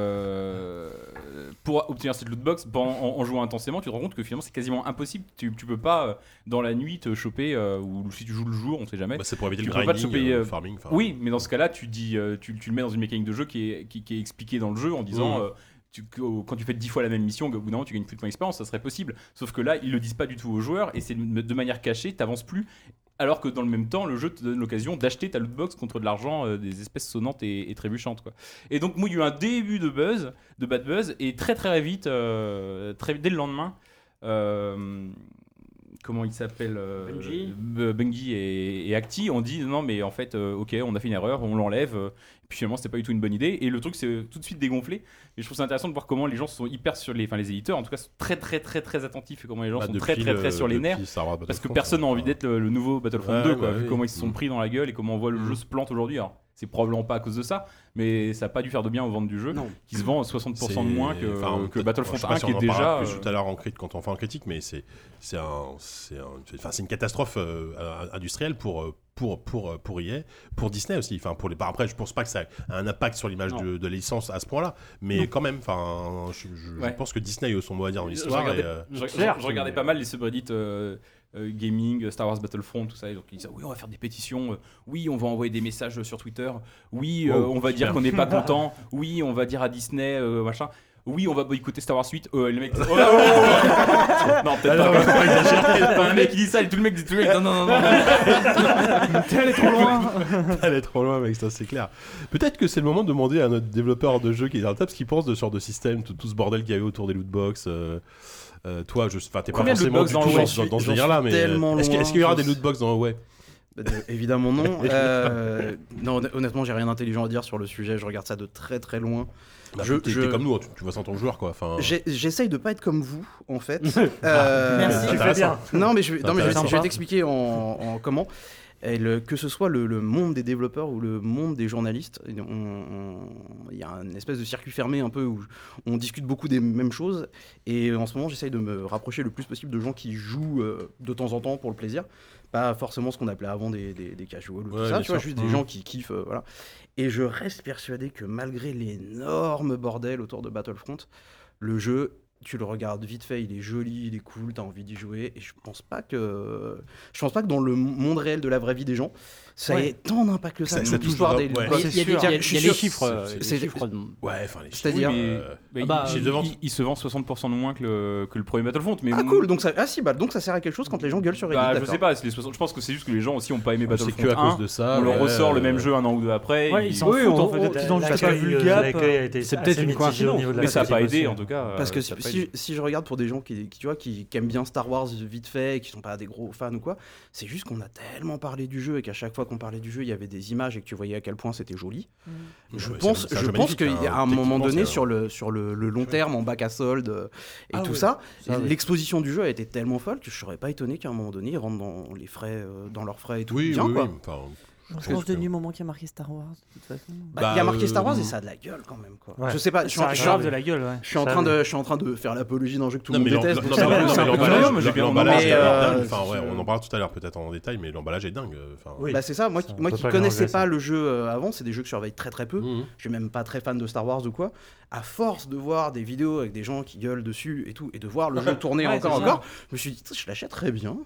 euh, pour obtenir cette loot box, en, en- en jouant intensément, tu te rends compte que finalement, c'est quasiment impossible. Tu, tu peux pas, euh, dans la nuit, te choper, euh, ou si tu joues le jour, on sait jamais. Bah, c'est pour éviter tu le peux pas te grinding, choper, euh, euh, le farming. enfin. Oui, mais dans ce cas-là, tu, dis, euh, tu, tu le mets dans une mécanique de jeu qui est, qui, qui est expliquée dans le jeu en disant Mhm. euh, tu- que- quand tu fais dix fois la même mission, au bout d'un moment tu gagnes plus de points d'expérience, ça serait possible. Sauf que là, ils le disent pas du tout aux joueurs et c'est de, de manière cachée, t'avances plus. Alors que dans le même temps, le jeu te donne l'occasion d'acheter ta lootbox contre de l'argent, euh, des espèces sonnantes et, et trébuchantes, quoi. Et donc, moi, il y a eu un début de buzz, de bad buzz, et très très vite, euh, très, dès le lendemain, euh, comment il s'appelle euh, Bungie. B- Bungie et, et Acti ont dit non, mais en fait, euh, ok, on a fait une erreur, on l'enlève. euh, et puis finalement, c'était pas du tout une bonne idée. Et le truc, c'est tout de suite dégonflé. Et je trouve ça intéressant de voir comment les gens sont hyper sur les, enfin les éditeurs, en tout cas, sont très très très très attentifs et comment les gens Bah, sont depuis très très le- très sur les depuis nerfs. Star Wars Parce que Battlefront, personne n'a ça, envie enfin. d'être le, le nouveau Battlefront Ouais, deux, bah quoi, oui. vu comment ils se sont Mm. pris dans la gueule et comment on voit le Mm. jeu se plante aujourd'hui. Alors, c'est probablement pas à cause de ça, mais ça n'a pas dû faire de bien aux ventes du jeu, Non. qui se vend soixante pour cent de C'est- moins que, enfin, que Battlefront je sais pas un, si qui on est en déjà. parlera plus euh, tout à l'heure en crit- quand on fait en critique, mais c'est c'est un c'est un, enfin, c'est une catastrophe euh, industrielle pour euh, pour pour pour E A, pour Disney aussi. Enfin pour les bah, après je pense pas que ça a un impact sur l'image Non. de, de la licence à ce point-là, mais Non. quand même. Enfin je, je- Ouais. je pense que Disney a son mot à dire dans Je l'histoire. regardais, et, euh, je- je- Claire. je regardais pas mal les subreddits euh, euh, gaming, Star Wars Battlefront, tout ça. Et donc ils disaient oui, on va faire des pétitions, euh, oui, on va envoyer des messages sur Twitter, oui, euh, Oh, on va dire super. qu'on n'est pas content, oui, on va dire à Disney, euh, machin. Oui, on va boycotter Star Wars huit. Euh, le mec. Oh, oh, oh, oh. Non, peut-être Alors, pas. faut pas exagérer. Enfin, un mec qui dit ça et tout le mec dit tout le mec. Non, non, non, non. T'es allé trop loin. Elle est trop loin, mec, ça c'est clair. Peut-être que c'est le moment de demander à notre développeur de jeu qui est dans la table ce qu'il pense de ce genre de système, tout, tout ce bordel qu'il y avait autour des lootbox. Euh, euh, toi, je, enfin, t'es pas Combien de forcément lootbox du dans tout le dans, web ce- dans ce J'en délire-là, suis mais tellement est-ce qu'il loin, est-ce qu'il y aura je- des lootbox dans ouais Euh, Évidemment non. Euh, non, honn- honnêtement, j'ai rien d'intelligent à dire sur le sujet. Je regarde ça de très très loin. bah, Je- t'es, je- t'es comme nous, tu, tu vois ça en tant que joueur, quoi. Enfin, J'ai- J'essaye de pas être comme vous, en fait. Euh, Merci. Tu fais bien. Non, mais je, vais- non, mais je vais, Intéressant. je vais t'expliquer en, en comment. Et le- que ce soit le, le monde des développeurs ou le monde des journalistes, on- on- il y a une espèce de circuit fermé un peu où on discute beaucoup des mêmes choses. Et en ce moment, j'essaye de me rapprocher le plus possible de gens qui jouent euh, de temps en temps pour le plaisir. Pas forcément ce qu'on appelait avant des, des, des casuals ou tout Ouais, ça, bien tu vois, sûr. juste des Mhm. gens qui kiffent. euh, voilà. Et je reste persuadé que malgré l'énorme bordel autour de Battlefront, le jeu, tu le regardes vite fait, il est joli, il est cool, t'as envie d'y jouer. Et je pense pas que, je pense pas que dans le monde réel de la vraie vie des gens, ça Ouais. ait tant d'impact que ça. Ça- donc ça touche l'histoire vraiment- des ouais. lootbox, Il y a, c'est des- il y a- sûr. il y a Je suis les sûr- chiffres. euh, c'est- les c'est- chiffres de- ouais, enfin, les C'est-à-dire- Oui, mais- euh, mais Ah bah, il, chez il- de vente. il- il se vend soixante pour cent de moins que le, que le premier Battlefront. Mais Ah cool, donc ça, ah si, bah donc ça sert à quelque chose quand les gens gueulent sur Reddit. bah, je d'accord. sais pas, c'est les soixante je pense que c'est juste que les gens aussi ont pas aimé c'est Battlefront que à un. cause de ça. On leur ouais, ressort le euh, même jeu un an ou deux après. Ouais, ils- ils s'en Oui, foutent on- en fait. on- Ils ont juste L'accueil, pas vu le euh, gap. l'accueil a été C'est assez peut-être une mitigé au coïncidence. niveau de la Mais ça a pas critique aidé aussi, en hein. tout cas. Parce euh, que ça a si, pas si- aidé. si je regarde pour des gens qui, qui, tu vois, qui, qui aiment bien Star Wars vite fait, et qui sont pas des gros fans ou quoi, c'est juste qu'on a tellement parlé du jeu et qu'à chaque fois qu'on parlait du jeu, il y avait des images et que tu voyais à quel point c'était joli. Je ouais, pense, c'est un je jeu pense magnifique, qu'il y a hein, un moment techniquement, donné c'est un- sur le, sur le, le long terme, en bac à solde euh, et Ah tout oui, ça, ça, oui. l'exposition du jeu a été tellement folle que je serais pas étonné qu'à un moment donné ils rentrent dans les frais, euh, dans leurs frais et tout. Oui, bien, oui, quoi. oui. Enfin, Je pense pense que- du moment qu'il y a marqué Star Wars, de toute façon. Bah, Bah, il y a marqué Star Wars euh, et ça a de la gueule quand même, quoi. Ouais. Je sais pas, je suis en- Ça je suis grave en- de la gueule, ouais. je suis en Ça, train oui. de, je suis en train de faire l'apologie d'un jeu que tout le Non, monde mais l'em- déteste. non, donc mais ça- l'em- ça- mais l'emballage, non, mais j'ai bien- l'emballage mais, est euh, dingue. Enfin, ouais, je- on en parlera tout à l'heure peut-être en détail, mais l'emballage est dingue. Enfin, Oui. Bah c'est ça, moi, Ça, qui, on moi peut qui pas connaissais lui enlever pas ça. le jeu euh, avant, c'est des jeux que je surveille très très peu. mhm. Je suis même pas très fan de Star Wars ou quoi. À force de voir des vidéos avec des gens qui gueulent dessus et tout, et de voir le jeu tourner Ouais, encore c'est ça. encore, je me suis dit, je l'achèterais bien.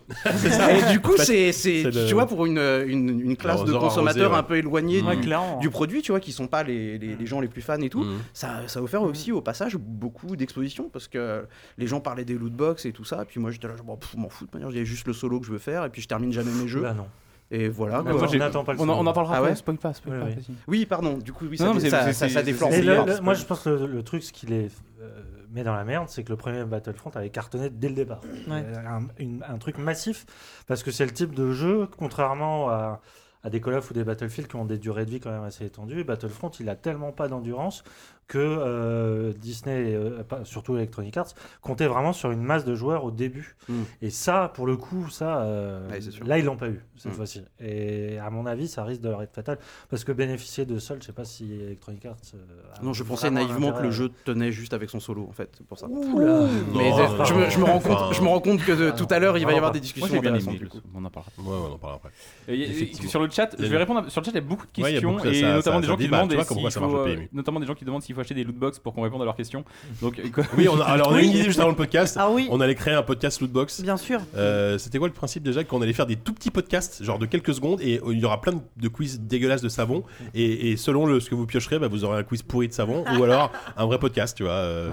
Et du coup, c'est, c'est, c'est tu le- vois, pour une, une, une classe Aux de heures consommateurs arrosées, ouais. un peu éloignés Ouais, du, clairement. du produit, tu vois, qui sont pas les, les, les gens les plus fans et tout, Mhm. ça, ça a offert aussi au passage beaucoup d'expositions parce que les gens parlaient des lootbox et tout ça, et puis moi j'étais là, je bon, pff, m'en fous de manière, il y a juste le solo que je veux faire, et puis je termine jamais mes jeux, Bah non. et voilà. Bah, quoi. moi, j'ai- On n'attend pas le On en, on en son. parlera Ah après, ouais spoil pas, spoil Oui, pas, oui. vas-y. Oui, pardon, du coup, oui, ça, Non, mais dé- c'est- ça, c'est- ça, ça c'est- déflore. Mais c'est- le- c'est- le- c'est- moi, je pense que le, le truc, ce qui les euh, met dans la merde, c'est que le premier Battlefront avait cartonné dès le départ. Ouais. Euh, Un, une- un truc massif, parce que c'est le type de jeu, contrairement à, à des Call of ou des Battlefield qui ont des durées de vie quand même assez étendues, Battlefront, il a tellement pas d'endurance que euh, Disney, et, euh, pas- surtout Electronic Arts, comptait vraiment sur une masse de joueurs au début. Mm. Et ça, pour le coup, ça, euh, Ouais, c'est sûr. là, ils l'ont pas eu cette Mm. fois-ci. Et à mon avis, ça risque de leur être fatal, parce que bénéficier de soldes, je sais pas si Electronic Arts... euh, a Non, je pensais vraiment naïvement que intérêt le à- jeu tenait juste avec son solo, en fait, c'est pour ça. Mais Non, euh, non, je, me, je me rends enfin, compte, je me rends compte que de- tout à l'heure, il va y avoir des Moi discussions j'ai bien intéressantes. aimé, du coup. on en parlera. Ouais, ouais, on en parlera après. Et il y a- Effectivement. sur le chat, Il y a je vais des- répondre. à- Sur le chat, il y a beaucoup de Ouais, il y a questions beaucoup- et ça- notamment ça- des ça gens qui débat, demandent tu vois, s'il comme quoi ça faut, marche au euh, P M U. notamment des gens qui demandent s'il faut acheter des lootbox pour qu'on réponde à leurs questions. Donc Oui, on a, alors on a eu une idée juste avant le podcast. Ah oui, On allait créer un podcast Lootbox. bien sûr. Euh, C'était quoi le principe déjà? Qu'on allait faire des tout petits podcasts, genre de quelques secondes, et il y aura plein de, de quiz dégueulasses de savon. Et, et selon le, ce que vous piocherez, bah, vous aurez un quiz pourri de savon ou alors un vrai podcast, tu vois. euh.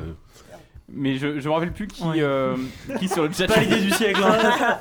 Mais je, je me rappelle plus qui, Ouais. euh, qui sur le chat. Pas l'idée du siècle. hein.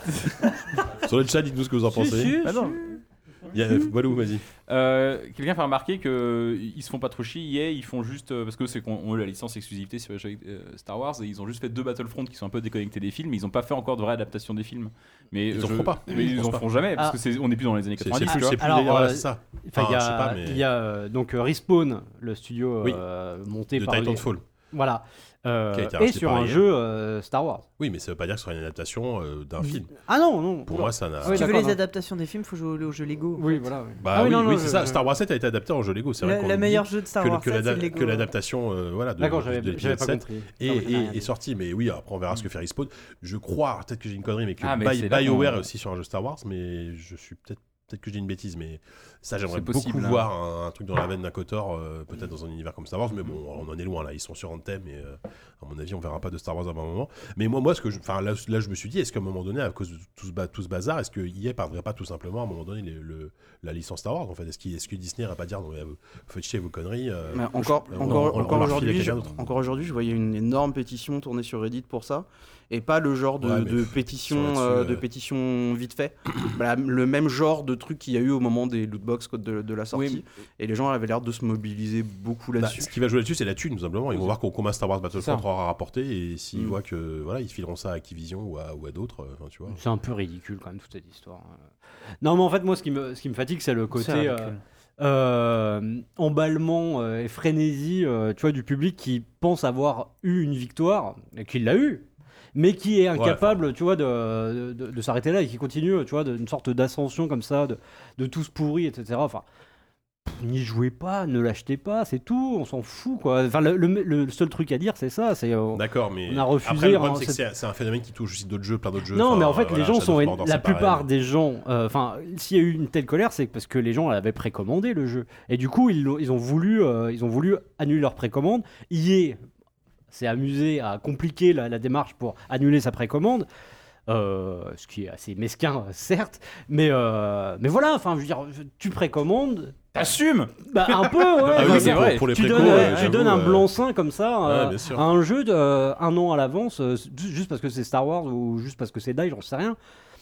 Sur le chat, dites-nous ce que vous en pensez. Ah non. Il y a- Walou, vas-y. Euh, Quelqu'un fait remarquer qu'ils se font pas trop chier, E A, ils font juste. euh, parce que c'est qu'on on a la licence exclusivité sur les jeux, euh, Star Wars et ils ont juste fait deux Battlefront qui sont un peu déconnectés des films, mais ils ont pas fait encore de vraie adaptation des films. Mais Ils je- en feront pas. Mais Je ils pense en pas. feront jamais parce Ah. que c'est on est plus dans les années C'est quatre-vingt-dix. c'est tu plus, vois. c'est plus Alors, les- voilà, euh, c'est ça. Enfin, il y Enfin, je sais a, pas, mais- il y a euh, donc euh, Respawn, le studio Oui. euh, monté De par les- Titanfall. Voilà. euh, Qui a été et racheté sur par un I A. jeu euh, Star Wars. Oui, mais ça veut pas dire que ce sera une adaptation euh, d'un film. Ah non, non. Pour oula. moi, ça n'a. Ah oui, Si tu veux d'accord, les non. adaptations des films, faut jouer au jeu Lego. Oui, voilà. oui. Bah Ah oui, non, oui, non, c'est je- ça. je- Star Wars sept a été adapté en jeu Lego. C'est vrai Le qu'on le oublie meilleur jeu de Star que, Wars, que sept, c'est l'ada- le Lego. que l'adaptation euh, voilà, de, D'accord, de, j'avais de j'avais l'épisode pas sept compris. est, Non, mais ça n'a est- rien à est dire. sorti. Mais oui, après on verra ce que fait Respawn. Je crois, peut-être que j'ai une connerie, mais que Ah, mais Bi- c'est là BioWare qu'on- est aussi sur un jeu Star Wars, mais je suis peut-être. Peut-être que je dis une bêtise, mais ça, j'aimerais C'est beaucoup possible, hein. voir un, un truc dans la veine d'un Kotor, euh, peut-être dans un univers comme Star Wars, mais bon, on en est loin là. Ils sont sur Anthem, et euh, à mon avis, on verra pas de Star Wars à un moment. Mais moi, moi, ce que je, enfin, là, là, je me suis dit, est-ce qu'à un moment donné, à cause de tout ce, ba- tout ce bazar, est-ce que E A perdrait pas tout simplement à un moment donné le, le- la licence Star Wars en fait? Est-ce, qu'il- est-ce que Disney va pas dire non, mais, vous, vous faites chier vos conneries euh, Mais encore, on- encore, on- on encore leur file à aujourd'hui, je, quelqu'un d'autre. encore aujourd'hui, je voyais une énorme pétition tournée sur Reddit pour ça, et pas le genre de, Ouais, mais de pff, pétition, ils sont euh, là-dessus, de euh. pétition vite fait. Bah, le même genre de truc qu'il y a eu au moment des lootbox de, de la sortie, Oui. et les gens avaient l'air de se mobiliser beaucoup Bah, là-dessus. ce qui va jouer là-dessus, c'est la thune, tout simplement. Ils vont voir combien Star Wars Battlefront ça. aura rapporté, et s'ils Mm. voient que voilà, ils fileront ça à Activision ou à, ou à d'autres, euh, enfin, tu vois. C'est un peu ridicule quand même toute cette histoire. Non, mais en fait, moi, ce qui me, ce qui me fatigue, c'est le côté C'est euh, ridicule. euh, emballement euh, et frénésie, euh, tu vois, du public qui pense avoir eu une victoire, et qui l'a eu, mais qui est incapable, tu vois, de, de, de s'arrêter là et qui continue, tu vois, d'une sorte d'ascension comme ça, de, de tous pourris, et cetera. Enfin, pff, n'y jouez pas, ne l'achetez pas, c'est tout, on s'en fout, quoi. Enfin, le, le, le seul truc à dire, c'est ça, c'est... euh, D'accord, mais on a refusé, après, le hein, problème, c'est que c'est- c'est c'est un phénomène qui touche aussi d'autres jeux, plein d'autres jeux. Non, Enfin, mais en fait, voilà, les gens Shadow sont. of Mordor, La c'est pareil. plupart des gens. euh, Enfin, s'il y a eu une telle colère, c'est parce que les gens avaient précommandé le jeu. Et du coup, ils, l'ont- ils, ont, voulu, euh, ils ont voulu annuler leur précommande. E A s'est amusé à compliquer la, la démarche pour annuler sa précommande. Euh, ce qui est assez mesquin, certes. Mais, euh, mais voilà, enfin, je veux dire, tu précommandes. T'assumes. Bah, un peu, ouais. Ah oui, Enfin, c'est pour- vrai. Pour les tu précos, donnes, euh, tu j'avoue, donnes un euh, blanc-seing comme ça ouais, euh, bien sûr. à un jeu de, euh, un an à l'avance, euh, juste parce que c'est Star Wars ou juste parce que c'est Die, j'en sais rien.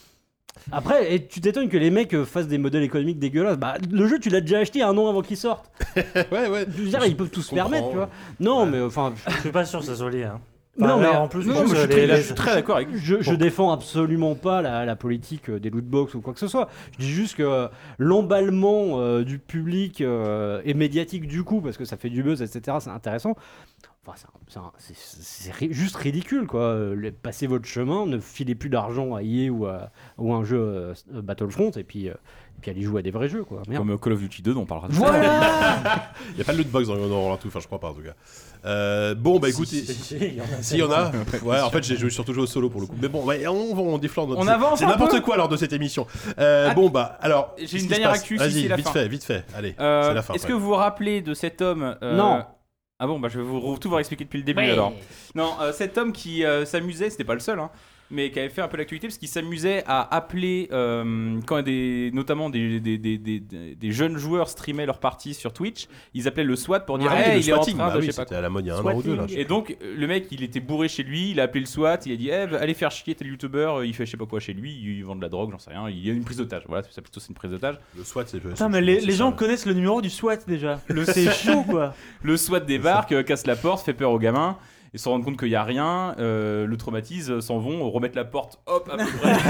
Après, et tu t'étonnes que les mecs euh, fassent des modèles économiques dégueulasses. Bah, le jeu, tu l'as déjà acheté un an avant qu'il sorte. Ouais, ouais. Je veux dire, ils peuvent tous se comprends. permettre, tu vois. Non, Ouais. mais enfin, Je suis pas sûr que ça soit lié. Hein. Non, Enfin, mais- là, en plus, non, je pense mais je que suis les- très- les- Je suis très d'accord avec je, je défends absolument pas la, la politique euh, des lootbox ou quoi que ce soit. Je dis juste que euh, l'emballement euh, du public euh, et médiatique du coup, parce que ça fait du buzz, et cetera, c'est intéressant. Enfin, c'est un- c'est un- c'est- c'est ri- juste ridicule, quoi. Euh, les- Passez votre chemin, ne filez plus d'argent à E A ou à, ou à un jeu euh, Battlefront, et puis, euh, et puis allez jouer à des vrais jeux, quoi. Merde. Comme euh, Call of Duty deux, dont on parlera. Voilà. Il n'y a pas de lootbox dans, dans Roland tout, enfin je crois pas en tout cas. Euh, bon bah écoutez, Si, si, si, il y en a si, il y en a. Ouais, en fait j'ai joué- surtout joué au solo pour le coup. Mais bon, ouais, on, on déflore notre On jeu. avance C'est un n'importe peu. quoi lors de cette émission. Euh, Ah, bon bah alors. j'ai qu'est-ce une qui se dernière passe actu, si, Vas-y, c'est la vite fin. fait, vite fait. Allez, Euh, c'est la fin. Est-ce ouais. que vous vous rappelez de cet homme euh, Non. Ah bon, bah je vais vous tout vous expliquer depuis le début alors. Non, euh, cet homme qui euh, s'amusait, c'était pas le seul, hein, mais qui avait fait un peu l'actualité parce qu'il s'amusait à appeler, euh, quand des, notamment des, des, des, des, des jeunes joueurs streamaient leur partie sur Twitch, ils appelaient le SWAT pour dire Ah oui, hey, le il est en swatting, train bah de oui, je sais pas c'était à la mode il y a un an ou deux là. Et donc, euh, le mec, il était bourré chez lui, il a appelé le SWAT, il a dit eh, allez faire chier tel youtubeur, il fait je sais pas quoi chez lui, il vend de la drogue, j'en sais rien, il y a une prise d'otage. Voilà, c'est plutôt c'est une prise d'otage. Le SWAT c'est. Putain, mais les, les gens connaissent le numéro du SWAT déjà. Le c'est chaud quoi. Le SWAT débarque, euh, casse la porte, fait peur aux gamins. Ils se rendent compte qu'il n'y a rien, euh, le traumatise, euh, s'en vont, remettre la porte, hop, à peu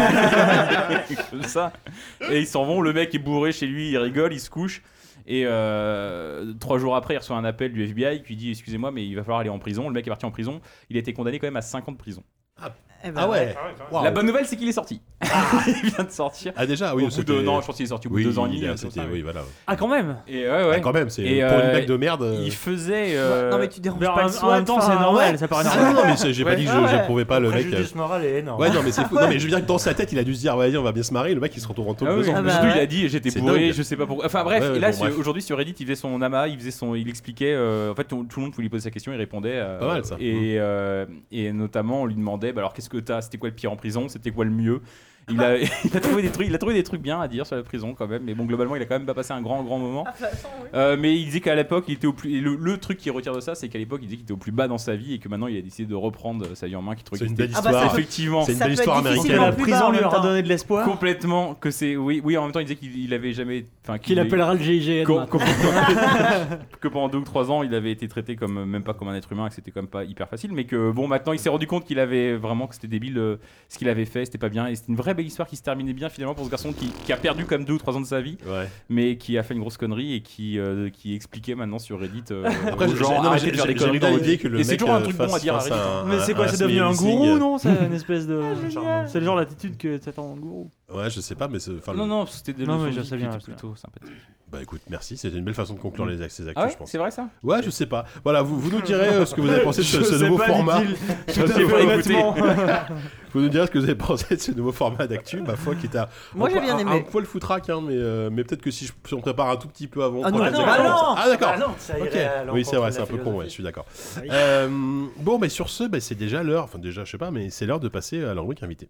près. Comme ça. Et ils s'en vont, le mec est bourré chez lui, il rigole, il se couche. Et euh, trois jours après, il reçoit un appel du F B I qui lui dit excusez-moi, mais il va falloir aller en prison. Le mec est parti en prison, il a été condamné quand même à cinq ans de prison. Eh ben, Ah ouais. Waouh. La bonne nouvelle, c'est qu'il est sorti. il vient de sortir. Ah déjà Au oui. bout c'était- de, non, je pense qu'il est sorti au bout Oui, de deux ans et demi. il a- un truc c'était- comme ça, oui voilà. Ah, quand même. Et ouais, ouais. Ah, quand même, c'est Et, pour une euh, blague de merde. euh, Il faisait. euh, Non, mais tu déranges Mais en, pas le en SWAT. même temps, c'est enfin, normal, ouais. ça paraît Ah normal. non, mais c'est- j'ai pas Ouais. dit que Ah ouais. je- j'approuvais pas le Le mec. euh, préjudice moral est énorme. Ouais, non, mais c'est fou. Non, mais je veux dire que dans sa tête, il a dû se dire, vas-y, on va bien se marrer. Le mec, il se retrouve en taule Ah oui, deux ans. Ah mais bah surtout, ouais. il a dit j'étais C'est bourré, dingue. je sais pas pourquoi. Enfin bref, Ouais, ouais, et là bon, sur- bref. aujourd'hui sur Reddit, il faisait son amas, il faisait son, il expliquait. euh, en fait, tout, tout le monde pouvait lui poser sa question, il répondait. euh, Pas mal, ça. Et, euh, et notamment, on lui demandait, bah, alors qu'est-ce que t'as, c'était quoi le pire en prison, c'était quoi le mieux. Il a, il a trouvé des trucs, il a trouvé des trucs bien à dire sur la prison quand même. Mais bon, globalement, il a quand même pas passé un grand grand moment. Ah, de toute façon, oui. Euh, mais il disait qu'à l'époque, il était au plus. Et le, le truc qui retire de ça, c'est qu'à l'époque, il disait qu'il était au plus bas dans sa vie et que maintenant, il a décidé de reprendre sa vie en main. Qui trouvait C'est une qu'il belle était- Ah bah, ça histoire. peut- effectivement. C'est une Ça belle peut histoire être américaine. Que difficilement la plus prison bas en lui même aura temps. donné de l'espoir. Complètement que c'est oui oui en même temps il disait qu'il il avait jamais Enfin, Qu'il appellera le G I G N. Qu'en- maintenant. qu'en- que pendant deux ou trois ans il avait été traité comme même pas comme un être humain et que c'était quand même pas hyper facile, mais que bon maintenant il s'est rendu compte qu'il avait vraiment que c'était débile euh, ce qu'il avait fait, c'était pas bien, et c'était une vraie belle histoire qui se terminait bien finalement pour ce garçon qui, qui a perdu comme deux ou trois ans de sa vie, Ouais. mais qui a fait une grosse connerie et qui euh, qui expliquait maintenant sur Reddit euh, Après, aux j'ai- gens non, mais arrêtez j'ai- de faire des j'ai- conneries j'ai dans bien votre l'idée vie. que le Et c'est mec, toujours un euh, truc bon à fasse- dire à fasse Reddit. un- Mais c'est quoi, un c'est devenu un Smith gourou, Singh. non? C'est une espèce de. C'est le genre d'attitude que t'attends d'un gourou. Ouais, je sais pas, mais c'est. enfin, Non le- non, c'était des Non, leçons mais de je vie sais qui bien, étaient je sais plutôt sympathiques. Bah écoute, merci, c'était une belle façon de conclure les ces actus, Ah ouais, je pense. c'est vrai ça. Ouais, je sais pas. Voilà, vous, vous nous direz euh, ce que vous avez pensé de ce, Je ce sais nouveau pas, format. dit-il. Je Tout à sais fait pas, écoutez. honnêtement. Vous nous direz ce que vous avez pensé de ce nouveau format d'actu, ma foi, qui est à Moi, un j'ai po- bien un- aimé. un poil foutraque, hein, mais, euh, mais peut-être que si, je, si on prépare un tout petit peu avant. Ah pour non, la non, direction- ah non Ah d'accord. Ah non, ça irait Ok. à Oui, l'encontre c'est vrai, de c'est la un peu con, ouais, je philosophie. suis d'accord. Ah oui. Euh, bon, mais sur ce, bah, c'est déjà l'heure, enfin déjà, je sais pas, mais c'est l'heure de passer à la rubrique invité.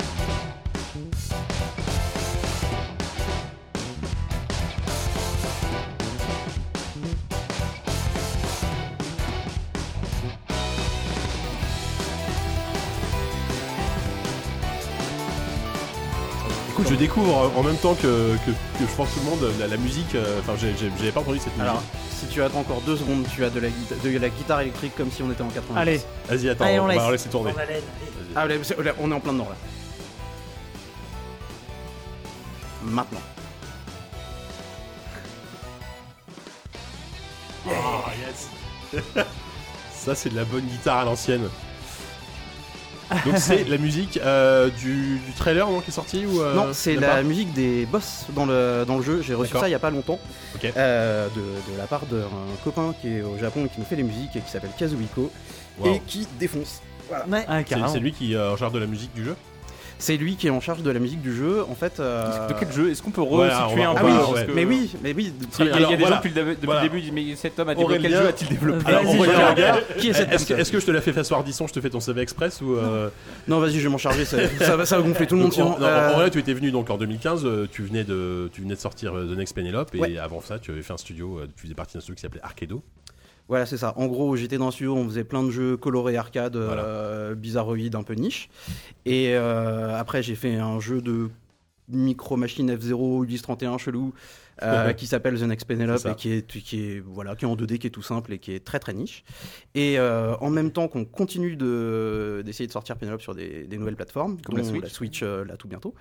Écoute, je découvre en même temps que, que, que je pense tout le monde la, la musique. euh, Enfin, j'ai- j'ai- j'avais pas entendu cette musique. Alors, si tu attends encore deux secondes, tu as de la, guita- de la guitare électrique comme si on était en quatre-vingt-dix. Allez, Vas-y, attends, Allez, on, on va laisse. laisser tourner. En haleine. Ah, là, c'est- là, on est en plein dedans là. Maintenant. Oh, yes. Ça, c'est de la bonne guitare à l'ancienne. Donc, c'est la musique euh, du, du trailer non, qui est sorti ou, euh, non, c'est même la pas musique des boss dans le, dans le jeu. J'ai reçu D'accord. ça il y a pas longtemps Ok. euh, de, de la part d'un copain qui est au Japon et qui nous fait les musiques et qui s'appelle Kazuhiko Wow. et qui défonce. Voilà. Ouais. ah, C'est carrément. c'est lui qui est en charge de la musique du jeu. C'est lui qui est en charge de la musique du jeu. En fait. euh, De quel jeu? Est-ce qu'on peut Voilà, resituer on va- un on Ah peu oui, va- parce ouais. que- mais oui, mais oui. Il y a, il y a Alors, des voilà. gens depuis le, depuis Voilà. le début qui disent mais cet homme a développé quel Aurélien- jeu a-t-il développé? Alors, Vas-y, Aurélien, je- regarde. Qui est cette Est-ce que, personne est-ce que je te l'ai fait faire Ardisson, je te fais ton C V Express ou euh, Non, vas-y, je vais m'en charger. Ça, ça va, ça va gonfler tout le monde. donc, sinon. en- non, Euh, en vrai, tu étais venu donc en deux mille quinze, euh, tu venais de, tu venais de sortir euh, The Next Penelope et Ouais. avant ça, tu avais fait un studio, euh, tu faisais partie d'un studio qui s'appelait Arcado. Voilà, c'est ça. En gros, j'étais dans un studio, on faisait plein de jeux colorés arcade, euh, bizarroïdes, un peu niche. Et euh, après, j'ai fait un jeu de micro machine F zéro Ulysse trente et un chelou euh, qui s'appelle The Next Penelope C'est ça. et qui est, qui, est, voilà, qui est en deux D, qui est tout simple et qui est très très niche. Et euh, en même temps qu'on continue de, d'essayer de sortir Penelope sur des, des nouvelles plateformes, Comme dont la Switch. la Switch euh, là tout bientôt,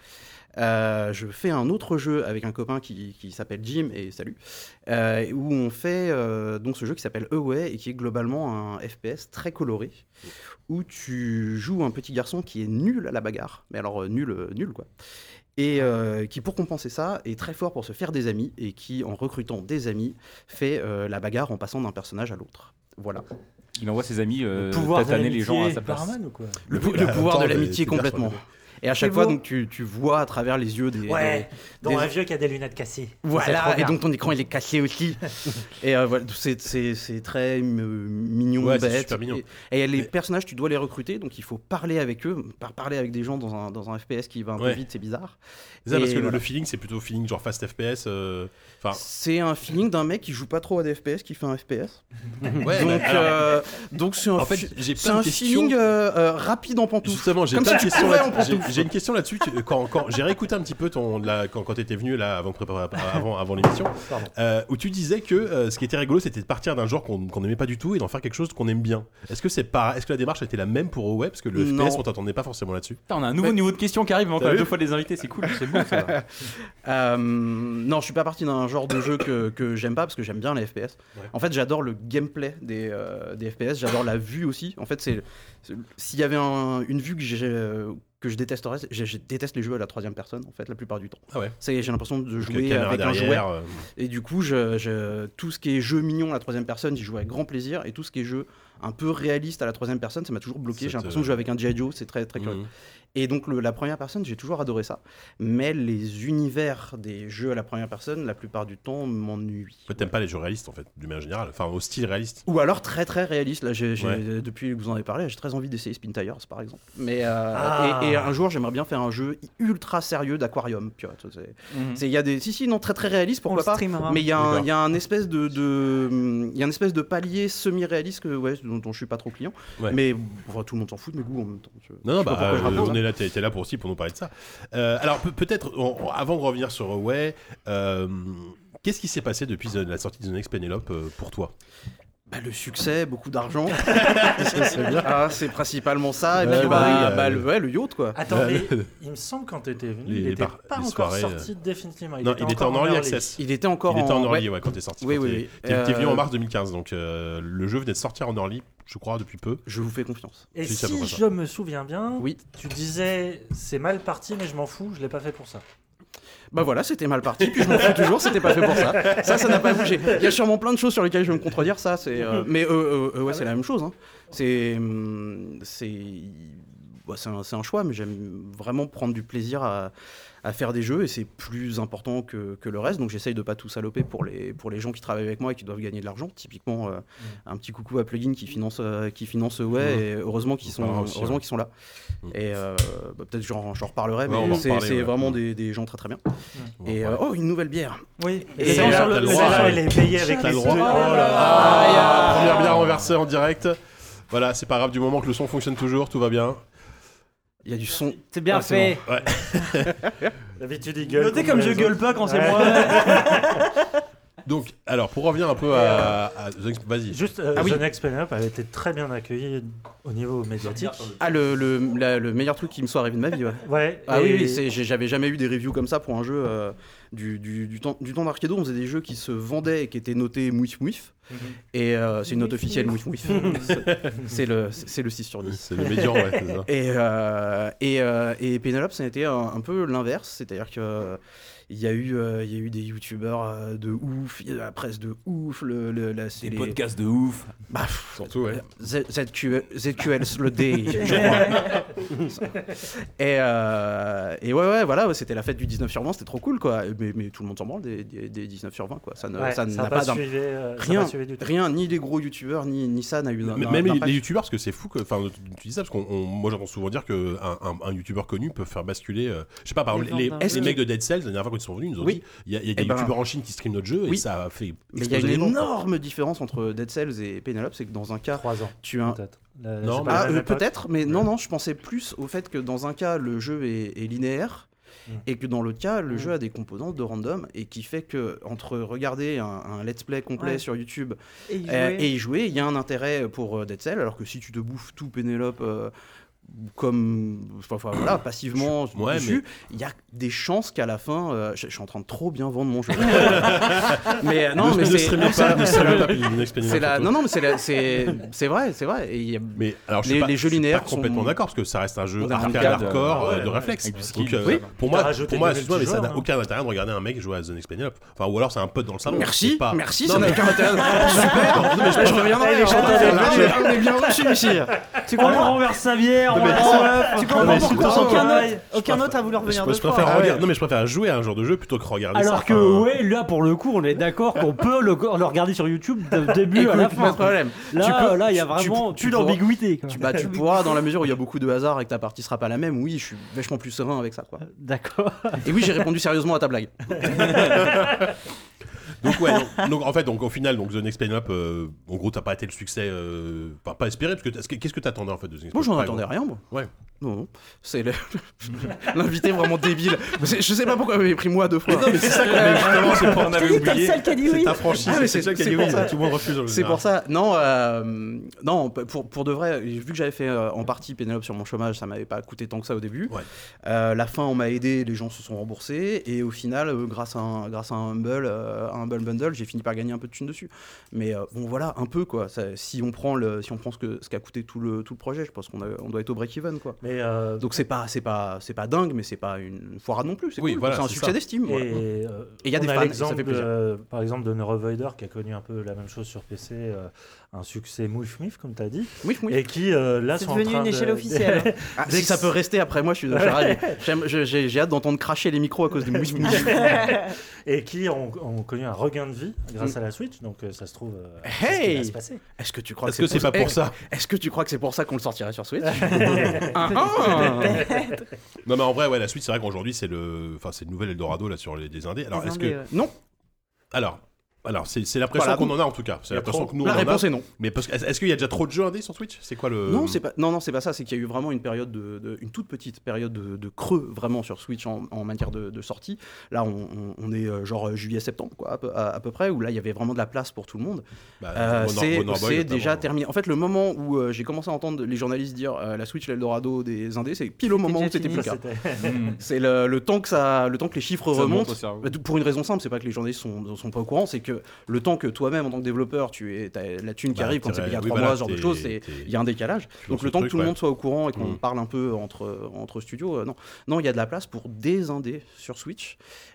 euh, je fais un autre jeu avec un copain qui, qui s'appelle Jim, et salut, euh, où on fait euh, donc ce jeu qui s'appelle Away et qui est globalement un F P S très coloré, où tu joues un petit garçon qui est nul à la bagarre, mais alors euh, nul, euh, nul quoi. Et euh, qui, pour compenser ça, est très fort pour se faire des amis et qui, en recrutant des amis, fait euh, la bagarre en passant d'un personnage à l'autre. Voilà. Il envoie ses amis euh, Le pouvoir de tataner les gens à l'amitié sa place. Barman ou quoi? Le, Oui, pou- bah, le en pouvoir même de temps, l'amitié t'es- t'es complètement. persuadé. Et à chaque C'est fois, beau. donc, tu, tu vois à travers les yeux des... Ouais, des- dont des- un vieux qui a des lunettes cassées. C'est trop Voilà, et bien. donc ton écran il est cassé aussi. Et euh, voilà, c'est, c'est, c'est très euh, mignon, Ouais, c'est bête. super mignon. Et, et les Mais- personnages, tu dois les recruter, donc il faut parler avec eux. Par parler avec des gens dans un, dans un F P S qui va un Ouais. peu vite, c'est bizarre. C'est ça, parce Et que le- voilà. le feeling, c'est plutôt feeling genre fast F P S. euh, Enfin, C'est un feeling d'un mec qui joue pas trop à des F P S, qui fait un F P S. ouais, donc, bah, alors, euh, donc c'est un, en fait, fi- j'ai c'est plein de un questions. feeling euh, euh, rapide en pantoufle. Justement, j'ai Comme plein de si tu questions courais là- en j'ai- pantoufles. J'ai une question là-dessus. Tu- Quand, quand j'ai réécouté un petit peu ton, là, quand, quand tu étais venu là avant, de préparer- avant, avant l'émission, Pardon. euh, où tu disais que euh, ce qui était rigolo, c'était de partir d'un genre qu'on qu'on aimait pas du tout et d'en faire quelque chose qu'on aime bien. Est-ce que c'est pas, est-ce que la démarche a été la même pour O W parce que le Non. F P S, on t'attendait pas forcément là-dessus. Putain, on a un nouveau Ouais. niveau de questions qui arrive, mais T'as encore vu deux fois des invités, c'est cool, c'est bon ça. va. Euh, non, je suis pas parti d'un genre de jeu que, que j'aime pas parce que j'aime bien les F P S. Ouais. En fait, j'adore le gameplay des, euh, des F P S, j'adore la vue aussi. En fait, c'est, c'est- s'il y avait un- une vue que, j'ai, euh, que je détesterais, je, je déteste les jeux à la troisième personne en fait la plupart du temps. Ah ouais. C'est, j'ai l'impression de Donc, jouer caméra avec un jouet. derrière, euh, Et du coup, je, je- tout ce qui est jeu mignon à la troisième personne, j'y joue avec grand plaisir. Et tout ce qui est jeu un peu réaliste à la troisième personne, ça m'a toujours bloqué. Ça J'ai te- l'impression de jouer avec un G I Joe, c'est très très curieux. mhm. Et donc le- la première personne, j'ai toujours adoré ça. Mais les univers des jeux à la première personne, la plupart du temps, m'ennuient. En fait, t'aimes pas les jeux réalistes en fait, d'une manière générale. Enfin, au style réaliste. Ou alors très très réaliste. Là, j'ai, j'ai- Ouais. depuis que vous en avez parlé, j'ai très envie d'essayer Spin Tires par exemple. Mais euh, Ah. et, et un jour, j'aimerais bien faire un jeu ultra sérieux d'aquarium. Tu vois, c'est, Mhm. c'est- il y a des, si si non très très réaliste, On pourquoi le pas. streamera. Mais il y, a un- D'accord. il y a un espèce de, de- il y a un espèce de palier semi-réaliste que, ouais, dont, dont je suis pas trop client. Ouais. Mais enfin, tout le monde s'en fout de mes goûts en même temps. Je- Non, non, je sais pas bah, pourquoi je euh, raconte on ça. est là, t'es t'es là pour aussi pour nous parler de ça. Euh, alors pe- peut-être, on- on- avant de revenir sur Away, euh, qu'est-ce qui s'est passé depuis The- la sortie de The Next Penelope euh, pour toi? Bah, le succès, beaucoup d'argent. Ah, c'est principalement ça. Et Ouais, puis, bah bah, oui, euh, bah, le, ouais, le yacht, quoi. Attends, Euh, mais il me semble quand tu étais venu, les- il les n'était bar- pas les encore soirées, sorti définitivement. Non, il était en early access. Il était encore Il était en ouais. early, ouais, quand t'es sorti. Oui, quand oui, t'es- oui. T'es t'es venu Euh, en mars deux mille quinze, donc euh, le jeu venait de sortir en early, je crois, depuis peu. Je vous fais confiance. Et Si, c'est à peu si près ça. je me souviens bien, Oui. tu disais c'est mal parti, mais je m'en fous, je l'ai pas fait pour ça. Bah voilà, c'était mal parti, puis je m'en fous toujours, c'était pas fait pour ça. Ça, ça n'a pas bougé. Il y a sûrement plein de choses sur lesquelles je vais me contredire, ça, c'est. euh, Mais euh, euh, euh, ouais, c'est la même chose. Hein. C'est. hum, C'est. Bah, c'est un, c'est un choix, mais j'aime vraiment prendre du plaisir à, à faire des jeux et c'est plus important que, que le reste. Donc j'essaye de pas tout saloper pour les, pour les gens qui travaillent avec moi et qui doivent gagner de l'argent. Typiquement, euh, un petit coucou à Plugin qui finance, euh, qui finance ouais, Ouais. et heureusement qu'ils On parlera sont, aussi, heureusement ouais. qu'ils sont là. Mm. Et euh, bah, peut-être j'en, j'en reparlerai, Ouais, on va mais en c'est, reparler, c'est ouais. vraiment Mm. des, des gens très très bien. On va Et en euh, parler. oh, une nouvelle bière. Oui, Et c'est là, sur t'as le, le le droit, mélange, ouais. elle est payée avec T'as les le droit. studios. Oh là là. Ah, y a- Première bière renversée en direct. Voilà, c'est pas grave du moment que le son fonctionne toujours, tout va bien. Il y a du son. C'est bien Ah, c'est fait. D'habitude, il gueule. Notez comme je les gueule autres. pas quand c'est Ouais. moi. Donc, alors, pour revenir un peu à... à- Vas-y. Juste, euh, Ah oui. The Next Penelope avait été très bien accueilli au niveau médiatique. Ah, le, le, la- le meilleur truc qui me soit arrivé de ma vie, ouais. Ouais. Ah et- oui, oui c'est- j'ai- j'avais jamais eu des reviews comme ça pour un jeu euh, du, du, du temps, du temps d'Arcado. On faisait des jeux qui se vendaient et qui étaient notés mouif mouif. Mhm. Et euh, c'est une note officielle mouif mouif. C'est- c'est le, c'est le six sur dix. C'est le médian, ouais, c'est ça. Et, euh, et, euh, et Penelope, ça a été un, un peu l'inverse, c'est-à-dire que euh, il y a eu, euh, il y a eu des youtubeurs euh, de ouf, il y a la presse de ouf, le, le, la, c'est Des les- podcasts de ouf. Bah, pff, Surtout, ouais. Z- ZQ, ZQL le day, je crois. et, euh, et ouais, ouais, voilà, ouais, c'était la fête du dix-neuf sur vingt, c'était trop cool, quoi. Mais, mais tout le monde s'en branle des, des, des dix-neuf sur vingt, quoi. Ça ne- Ouais, ça ça n'a a pas, pas d'im- suivi, euh, ça a Rien, pas suivi du tout. rien, ni les gros youtubeurs, ni, ni ça n'a eu d'un- M- d'un- Même les, d'impact. les youtubeurs, parce que c'est fou que. Enfin, tu dis ça parce qu'on. on- Moi, j'entends souvent dire qu'un un, un youtubeur connu peut faire basculer. euh, je sais pas, par Les exemple, les, ventes les, d'un jeu. mecs de Dead Cells, la dernière fois quand ils sont venus, ils nous ont Oui. dit il y a, il y a des Eh ben, youtubeurs en Chine qui streament notre jeu et oui. ça a fait. Mais il y a exploser une les ventes. énorme différence entre Dead Cells et Penelope, c'est que dans un cas, Trois ans, tu as un, peut-être. La- Non, c'est mais- pas la Ah, même euh, époque. peut-être, mais non, non, je pensais plus au fait que dans un cas, le jeu est, est linéaire. Mm. Et que dans l'autre cas, le Mm. jeu a des composantes de random et qui fait que entre regarder un, un let's play complet Ouais. sur YouTube Et y euh, jouer. et y jouer, il y a un intérêt pour euh, Dead Cell, alors que si tu te bouffes tout Pénélope euh, comme enfin, enfin, voilà passivement Ouais, dessus, il y a des chances qu'à la fin, euh, je, je suis en train de trop bien vendre mon jeu. mais euh, non, ne, mais ne c'est streamez pas, ne streamez pas Pillin Next Penelope, c'est la surtout. non non mais c'est la- c'est c'est vrai c'est vrai et il y a Mais alors, je suis Les- pas, les jeux je suis linéaires pas complètement sont- d'accord parce que ça reste un jeu On est arcade arcade, hardcore euh, euh, ouais, de ouais. réflexe. Avec du Donc, skill, euh, oui. pour T'as moi, rajouté pour moi, des excuse-moi, mais ça n'a multijoueurs, hein. aucun intérêt de regarder un mec jouer à The Next Penelope. Enfin, ou alors c'est un pote dans le salon. Merci, c'est pas- merci, Non, ça n'a mais- aucun intérêt. Super, Non, mais je- je reviendrai. Elle est on contente, est- elle est on est bien reçus ici. Tu On comprends, renverse sa bière, on mais- la tu Non, comprends mais pourquoi surtout, aucun ouais. autre, aucun autre a voulu Je, revenir je deux fois. préfère Ah ouais. regarder- non mais je préfère jouer à un genre de jeu plutôt que regarder Alors ça. que, Enfin, ouais, là pour le coup, on est d'accord qu'on peut le, le regarder sur YouTube du début à la Écoute, pas fin. de problème. Là, Tu peux- là, il y a tu- tu- vraiment tu plus pourras- d'ambiguïté. quoi. Tu, bah, tu pourras, dans la mesure où il y a beaucoup de hasard et que ta partie sera pas la même, oui, je suis vachement plus serein avec ça. Quoi. D'accord. Et oui, j'ai répondu sérieusement à ta blague. Donc ouais, donc, donc, en fait, donc au final, donc The Next Penelope, euh, en gros, t'as pas été le succès, euh, enfin pas espéré, parce que est-ce que- qu'est-ce que t'attendais en fait de The Next Moi, j'en Penelope? attendais rien, moi. Ouais. Non, non. C'est le- l'invité vraiment débile. C'est- Je sais pas pourquoi vous m'avez pris moi deux fois. Non mais c'est ça qu'on a justement, c'est pour On avait Oui, t'es le oublié. seul qui a dit oui. c'est affranchi, Ah, mais c'est c'est- ça qui a c'est dit pour oui, ça. tout le monde refuse. en C'est général. pour ça. Non, euh, non, pour, pour de vrai, vu que j'avais fait euh, en partie Pénélope sur mon chômage, ça m'avait pas coûté tant que ça au début. Ouais. Euh, la fin, on m'a aidé, les gens se sont remboursés, et au final, euh, grâce à un, grâce à un Humble, euh, un Humble Bundle, j'ai fini par gagner un peu de thunes dessus. Mais euh, bon, voilà, un peu quoi. Ça, si on prend le, si on prend ce que ce qu'a coûté tout le tout le projet, je pense qu'on a- on doit être au break-even quoi. Mais euh, Donc c'est pas c'est pas c'est pas dingue, mais c'est pas une foirade non plus. C'est Oui, cool. voilà, c'est un c'est succès ça. d'estime. Voilà. Et euh, Et il y a on des a fans, et ça l'exemple fait plaisir. de- par exemple de Neurovoider qui a connu un peu la même chose sur P C, euh, un succès mouf-mif comme tu as dit, Oui, oui. et qui euh, là C'est sont en devenu train une de- échelle officielle. Ah, dès que ça peut rester après moi, je suis, je suis ravi. J'aime- je- J'ai j'ai hâte d'entendre cracher les micros à cause du mousse mousse. et qui ont, ont connu un regain de vie grâce Mm. à la Switch, donc euh, ça se trouve, euh, Hey c'est ce qui va se passer. Est-ce que tu crois Est-ce que c'est pas pour ça? Eh, Est-ce que tu crois que c'est pour ça qu'on le sortirait sur Switch Ah, ah. Non mais en vrai, ouais, la suite, c'est vrai qu'aujourd'hui, c'est le, enfin, c'est le nouvel Eldorado là sur les des indés. Alors Les est-ce indés, que, ouais. Non. alors, Alors, c'est, c'est l'impression Voilà, qu'on donc- en a en tout cas. C'est Il y a l'impression trop. que nous, La on en a. réponse est non. Mais parce que, est-ce qu'il y a déjà trop de jeux indés sur Switch? C'est quoi le. Non, c'est pas, non, non, c'est pas ça. C'est qu'il y a eu vraiment une période, de, de- une toute petite période de, de creux vraiment sur Switch en, en matière de, de sortie. Là, on, on- on est euh, genre juillet-septembre, quoi, à peu, à- à peu près, où là, il y avait vraiment de la place pour tout le monde. Bah, Euh, Wonder- c'est Wonder Boy, c'est notamment. déjà terminé. En fait, le moment où euh, j'ai commencé à entendre les journalistes dire euh, la Switch, l'Eldorado des indés, c'est pile au moment où déjà c'était plus fini. le cas. C'était- Mm. C'est le, le temps que ça, le temps que les chiffres Ça monte remontent. au cerveau. Bah, pour une raison simple, c'est pas que les journalistes sont, sont pas au courant, c'est que le temps que toi-même en tant que développeur, tu es, t'as la thune qui Bah, arrive quand t'es- c'est payé à oui, trois voilà, mois, ce genre de t'es- choses, c'est t'es- il y a un décalage. dans Donc ce le temps truc, que tout le ouais. monde soit au courant et qu'on Mm. parle un peu entre, entre studios, euh, non. Non, il y a de la place pour des indés sur Switch.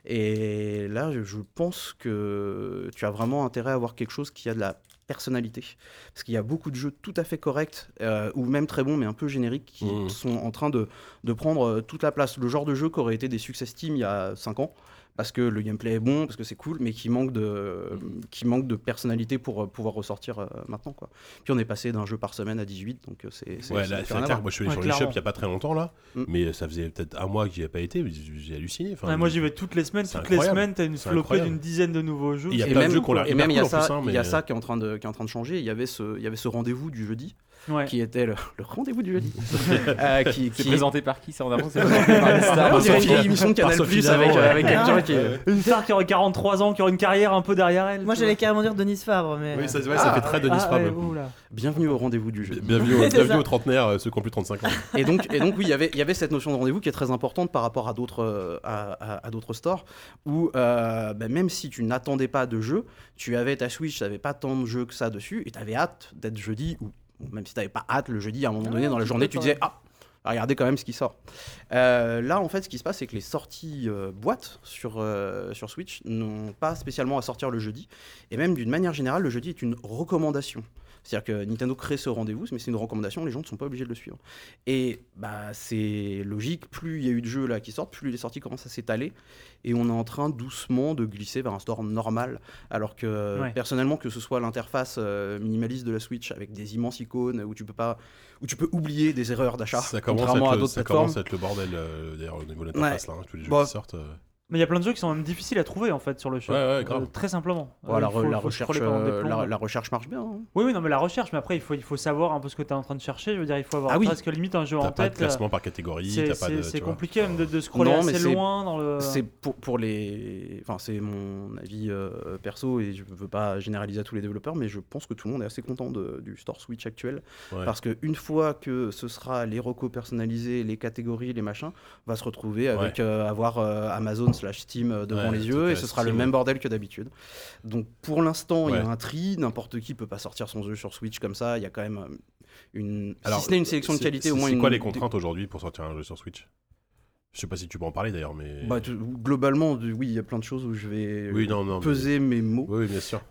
Et là, je, je pense que tu as vraiment intérêt à avoir quelque chose qui a de la personnalité. Parce qu'il y a beaucoup de jeux tout à fait corrects, euh, ou même très bons, mais un peu génériques, qui Mm. sont en train de, de prendre euh, toute la place. Le genre de jeu qui aurait été des succès Steam il y a cinq ans, parce que le gameplay est bon, parce que c'est cool, mais qui manque de, qui manque de personnalité pour euh, pouvoir ressortir euh, maintenant, quoi. Puis on est passé d'un jeu par semaine à dix-huit, donc euh, c'est c'est- Ouais, ça là, n'a c'est rien à clair. voir. Moi, je suis allé Ouais, sur clairement. l'eShop il y a pas très longtemps là, Mm. mais ça faisait peut-être un mois que j'y ai pas été. mais J'ai j'ai halluciné. Enfin, Ouais, moi j'y vais toutes les semaines, c'est toutes les incroyable. semaines t'as une C'est flopée incroyable. d'une dizaine de nouveaux jeux. Il y a Et plein de même, jeux qui ont l'air et hyper même il y a cool en ça, plus, hein, il y a mais- ça qui est en train de, qui est en train de changer. Il y avait ce, il y avait ce rendez-vous du jeudi, Ouais. qui était le, le rendez-vous du jeudi, euh, qui, C'est qui- présenté par qui ça en avance? C'est présenté par une Ah, star. on dirait une Sophie- vieille émission de par Canal Sophie Plus avec, Davant, euh, ouais. avec quelqu'un qui est... Une star qui aurait quarante-trois ans, qui aurait une carrière un peu derrière elle. Moi, tu j'allais vois. carrément dire Denise Fabre, mais. Oui, ça, ouais, ça fait très Denis Ah, Fabre. ouais, oula. Bienvenue au rendez-vous du jeudi. Bienvenue, au- C'est bienvenue ça. aux trentenaires, euh, ceux qui ont plus de trente-cinq ans. Et donc, et donc oui, il y avait- il y avait cette notion de rendez-vous qui est très importante par rapport à d'autres, euh, à, à- à d'autres stores, où euh, bah, même si tu n'attendais pas de jeu, tu avais ta Switch, tu n'avais pas tant de jeux que ça dessus, et tu avais hâte d'être jeudi, ou ou même si tu n'avais pas hâte le jeudi, à un moment donné dans la journée, tu disais « Ah, regardez quand même ce qui sort ». Euh, là, en fait, ce qui se passe, c'est que les sorties euh, boîtes sur, euh, sur Switch n'ont pas spécialement à sortir le jeudi, et même d'une manière générale, le jeudi est une recommandation. C'est-à-dire que Nintendo crée ce rendez-vous, mais c'est une recommandation, les gens ne sont pas obligés de le suivre. Et bah, c'est logique, plus il y a eu de jeux là qui sortent, plus les sorties commencent à s'étaler, et on est en train doucement de glisser vers un store normal. Alors que Ouais. personnellement, que ce soit l'interface euh, minimaliste de la Switch avec des immenses icônes où tu peux pas, où tu peux oublier des erreurs d'achat, Ça commence, à contrairement être, à le- d'autres ça plateformes. commence à être le bordel euh, d'ailleurs au niveau de l'interface là, hein, tous les jeux Bon. qui sortent. euh. Mais il y a plein de jeux qui sont même difficiles à trouver en fait sur le shop. Ouais, ouais, grave. Euh, très simplement. Ouais, Euh, la, il faut- re- la faut recherche, scroller pendant des euh, plombs. la, la recherche marche bien. hein. Oui, oui, non, mais la recherche, mais après il faut, il faut savoir un peu ce que tu es en train de chercher. Je veux dire, il faut avoir Ah oui. presque limite un jeu T'as en pas de tête. classement par catégorie, C'est t'as pas de. c'est- tu c'est vois. compliqué même de, de scroller Non, mais assez c'est- loin dans le. C'est pour, pour les. Enfin, c'est mon avis euh, perso et je veux pas généraliser à tous les développeurs, mais je pense que tout le monde est assez content de- du store Switch actuel. Ouais. Parce qu'une fois que ce sera les recos personnalisés, les catégories, les machins, on va se retrouver avec euh, avoir euh, Amazon slash Steam euh, devant Ouais, les tout yeux à et ce sera le Steam. même bordel que d'habitude. Donc pour l'instant, il y Ouais. a un tri, n'importe qui peut pas sortir son jeu sur Switch comme ça. Il y a quand même euh, une. Alors, si ce n'est une sélection de c'est- qualité, c'est- au moins C'est une. quoi les contraintes aujourd'hui pour sortir un jeu sur Switch? Je sais pas si tu peux en parler d'ailleurs, mais. Bah, tu- globalement, du- oui, il y a plein de choses où je vais Oui, non, non. mais- peser mes mots. Oui, oui, bien sûr.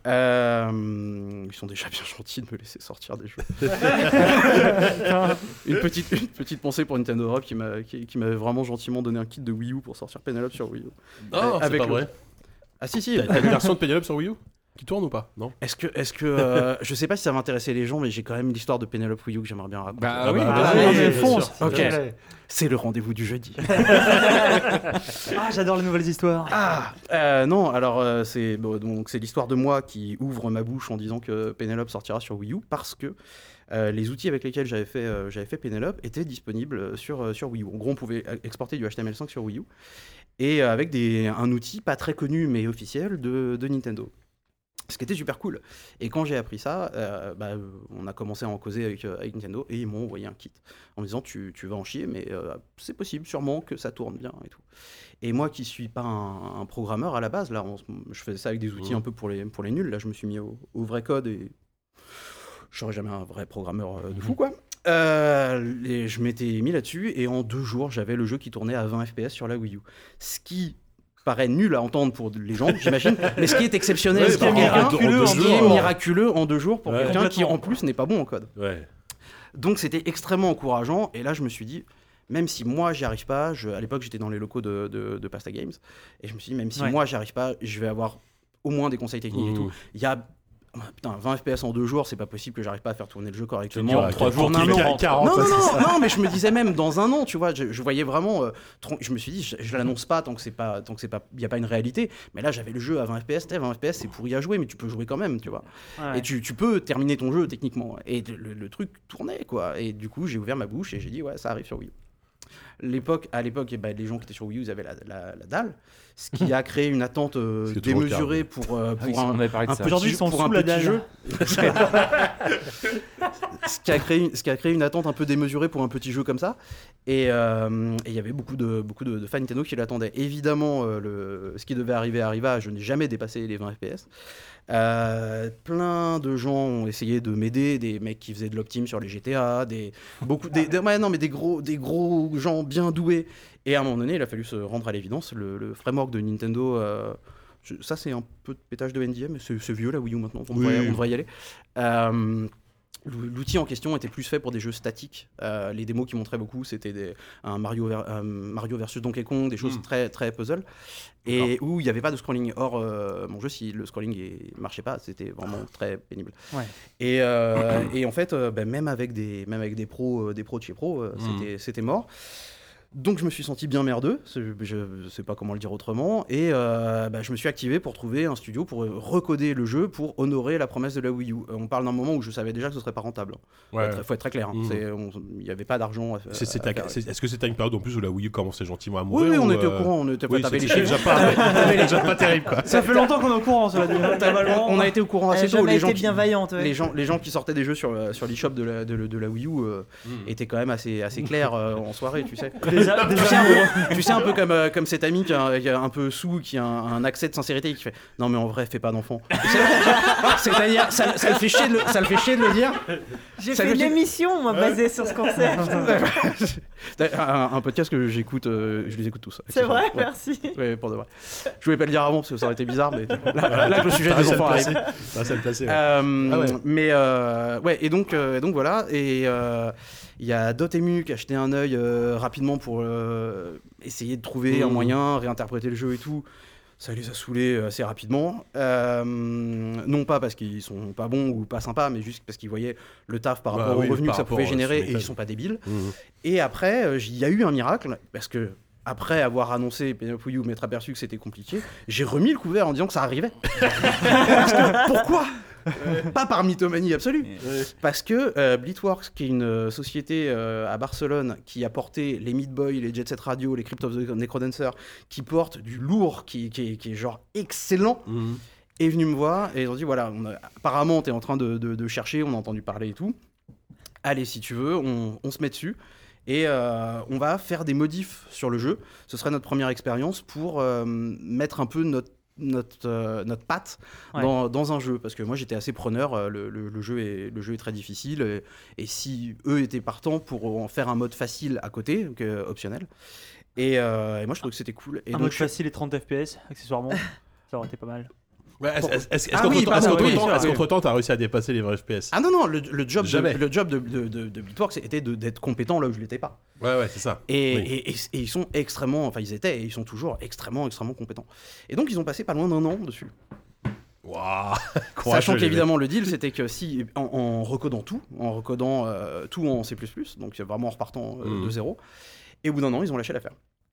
Euh, ils sont déjà bien gentils de me laisser sortir des jeux. une, petite, une petite pensée pour Nintendo Europe qui m'a- qui, qui m'avait vraiment gentiment donné un kit de Wii U pour sortir Penelope sur Wii U. Non, c'est avec pas le- vrai. Ah si si. T'as t'as une version de Penelope sur Wii U qui tourne ou pas? Non. Est-ce que, est-ce que, euh, je sais pas si ça va intéresser les gens, mais j'ai quand même l'histoire de Penelope Wii U que j'aimerais bien raconter. Bah oui, bah, Ah, vas-y, non, mais bien fonce. sûr. Ok. Jamais. C'est le rendez-vous du jeudi. Ah, j'adore les nouvelles histoires. Ah euh, non, alors euh, c'est bon, donc c'est l'histoire de moi qui ouvre ma bouche en disant que Penelope sortira sur Wii U parce que euh, les outils avec lesquels j'avais fait euh, j'avais fait Penelope étaient disponibles sur euh, sur Wii U. En gros, on pouvait exporter du H T M L cinq sur Wii U et euh, avec des un outil pas très connu mais officiel de, de Nintendo. Ce qui était super cool. Et quand j'ai appris ça, euh, bah, on a commencé à en causer avec, euh, avec Nintendo et ils m'ont envoyé un kit en me disant tu, tu vas en chier, mais euh, c'est possible sûrement que ça tourne bien et tout. Et moi qui suis pas un, un programmeur à la base, là, on se- je faisais ça avec des outils Mmh. un peu pour les, pour les nuls. Là, je me suis mis au, au vrai code et je serais jamais un vrai programmeur euh, de fou, quoi. Euh, et je m'étais mis là-dessus et en deux jours, j'avais le jeu qui tournait à vingt F P S sur la Wii U. Ce qui paraît nul à entendre pour les gens, j'imagine, mais ce qui est exceptionnel, Ouais, ce qui bah, est en miraculeux, deux- en deux ce qui est jours. miraculeux en deux jours pour Ouais. quelqu'un qui Complètement. en plus n'est pas bon en code. Ouais. Donc c'était extrêmement encourageant et là je me suis dit, même si moi j'y arrive pas, je, à l'époque j'étais dans les locaux de, de, de Pasta Games et je me suis dit, même si Ouais. moi j'y arrive pas, je vais avoir au moins des conseils techniques et Mmh. tout. Il y a putain, vingt F P S en deux jours, c'est pas possible que j'arrive pas à faire tourner le jeu correctement. dur, en trois jours, jours, en un tu an. mets quarante, Non, non, ouais, c'est non, ça. non, mais je me disais même dans un an, tu vois, je, je voyais vraiment. euh, tron- je me suis dit, je, je l'annonce pas tant que c'est pas, tant que c'est pas, il y a pas une réalité. Mais là, j'avais le jeu à vingt F P S, t'sais, vingt F P S, c'est pourri à jouer, mais tu peux jouer quand même, tu vois. Ouais. Et tu, tu peux terminer ton jeu techniquement. Et le, le- le truc tournait, quoi. Et du coup, j'ai ouvert ma bouche et j'ai dit, ouais, ça arrive sur Wii U. L'époque, à l'époque, eh ben, les gens qui étaient sur Wii U, ils avaient la, la- la dalle, ce qui a créé une attente euh, Ce qui est toujours le cas, démesurée pour, euh, Ah pour oui, un, on avait parlé de un ça. petit Aujourd'hui, jeu- ils sont pour sous un la petit dalle. jeu. ce, qui a créé, une- ce qui a créé une attente un peu démesurée pour un petit jeu comme ça. Et euh, et il y avait beaucoup de, beaucoup de, de fans Nintendo qui l'attendaient. Évidemment, euh, le, ce qui devait arriver arriva. Je n'ai jamais dépassé les vingt F P S. Euh, plein de gens ont essayé de m'aider, des mecs qui faisaient de l'optim sur les G T A, des beaucoup, des, des- ouais, non mais des gros, des gros gens bien doués. Et à un moment donné, il a fallu se rendre à l'évidence. Le, le framework de Nintendo, euh, je- ça c'est un peu de pétage de N D A, mais c'est c'est vieux la Wii U maintenant. On, Oui. devrait, on devrait y aller. Euh, L'outil en question était plus fait pour des jeux statiques. Euh, les démos qui montraient beaucoup, c'était des- un Mario, ver- euh, Mario versus Donkey Kong, des choses Mm. très, très puzzle, et où il n'y avait pas de scrolling. Or, euh, mon jeu, si le scrolling ne marchait pas, c'était vraiment très pénible. Ouais. Et, euh, et en fait, euh, ben, même avec des, même avec des pros, euh, des pros de chez pro, euh, Mm. c'était, c'était mort. Donc je me suis senti bien merdeux, c'est- je ne sais pas comment le dire autrement, et euh, bah, je me suis activé pour trouver un studio pour euh, recoder le jeu pour honorer la promesse de la Wii U. Euh, on parle d'un moment où je savais déjà que ce serait pas rentable. Il Ouais. faut être très clair, hein. Mhm. C'est- on- il n'y avait pas d'argent à, C'est- c'est à à- faire. c'est- Est-ce que c'était une période en plus où la Wii U commençait gentiment à Oui, mourir oui, on ou, était euh, au courant, on était Oui, t'avais c'est les c'est chiffres. déjà pas, c'est déjà pas terrible quoi. Ça fait longtemps qu'on est au courant, cela dit. On, on a été au courant Elle a assez tôt. jamais Les été gens, qui, bienveillante. ouais. les, gens, les gens qui sortaient des jeux sur, euh, sur l'eShop de la, de, de la Wii U euh, Mm. étaient quand même assez, assez clairs euh, en soirée, tu sais. Déjà, Tu sais, déjà, un peu, tu sais, un peu comme, euh, comme cet ami qui, a- qui est un peu sous, qui a un, un accès de sincérité et qui fait non mais en vrai fais pas d'enfant. C'est-à-dire ça, ça le fait chier de le, ça le fait chier de le dire. J'ai ça fait veut une dire- émission, moi, basée sur ce concept. un, un podcast que j'écoute, euh, je les écoute tous. C'est vrai, Ouais. merci. Ouais, pour de vrai. Je voulais pas le dire avant parce que ça aurait été bizarre, mais là, là que le sujet Ah, des ça le enfants arrive. plaçait. Ah, ça le plaçait, ouais. Euh, Ah ouais. Mais euh, ouais, et donc, euh, donc voilà. Et euh, il y a Dotemu qui a jeté un œil euh, rapidement pour euh, essayer de trouver un Mhm. moyen, réinterpréter le jeu et tout. Ça les a saoulés assez rapidement. Euh, non pas parce qu'ils sont pas bons ou pas sympas, mais juste parce qu'ils voyaient le taf par Bah rapport oui, aux revenus par que ça rapport, pouvait euh, générer tu et ils m'étonnes. sont pas débiles. Mhm. Et après, euh, il y a eu un miracle parce que après avoir annoncé Penelope Wii U, m'être aperçu que c'était compliqué, j'ai remis le couvert en disant que ça arrivait. Parce que, pourquoi Pas par mythomanie absolue. Parce que euh, Bleedworks, qui est une euh, société euh, à Barcelone qui a porté les Meat Boy, les Jet Set Radio, les Crypt of the Necrodancer, qui porte du lourd, qui, qui, est- qui est genre excellent, Mhm. est venu me voir et ils ont dit voilà, on a- apparemment t'es en train de, de- de chercher, on a entendu parler et tout. Allez, si tu veux, on, on se met dessus et euh, on va faire des modifs sur le jeu. Ce serait notre première expérience pour euh, mettre un peu notre notre, euh, notre patte Ouais. dans, dans un jeu parce que moi j'étais assez preneur, euh, le, le- le jeu est, le jeu est très difficile et, et si eux étaient partants pour en faire un mode facile à côté, donc, euh, optionnel, et, euh, et moi je trouvais que c'était cool. Et un donc, mode je- facile et trente F P S, accessoirement. Ça aurait été pas mal. Ouais, est-ce est-ce- est-ce Ah qu'entre oui, temps- pardon, est-ce qu'entre oui, temps- oui. est-ce qu'entre temps t'as réussi à dépasser les vrais F P S? Ah non, non, le, le job, Jamais. de, le job de, de, de, de Beatworks était de- d'être compétent là où je l'étais pas. Ouais, ouais, c'est ça. Et, Oui. et, et- et ils sont extrêmement, enfin ils étaient et ils sont toujours extrêmement, extrêmement compétents. Et donc ils ont passé pas loin d'un an dessus. Waouh. Sachant qu'évidemment le deal c'était que si, en, en recodant tout, en recodant euh, tout en C plus plus, donc vraiment en repartant euh, Mhm. de zéro, et au bout d'un an ils ont lâché l'affaire.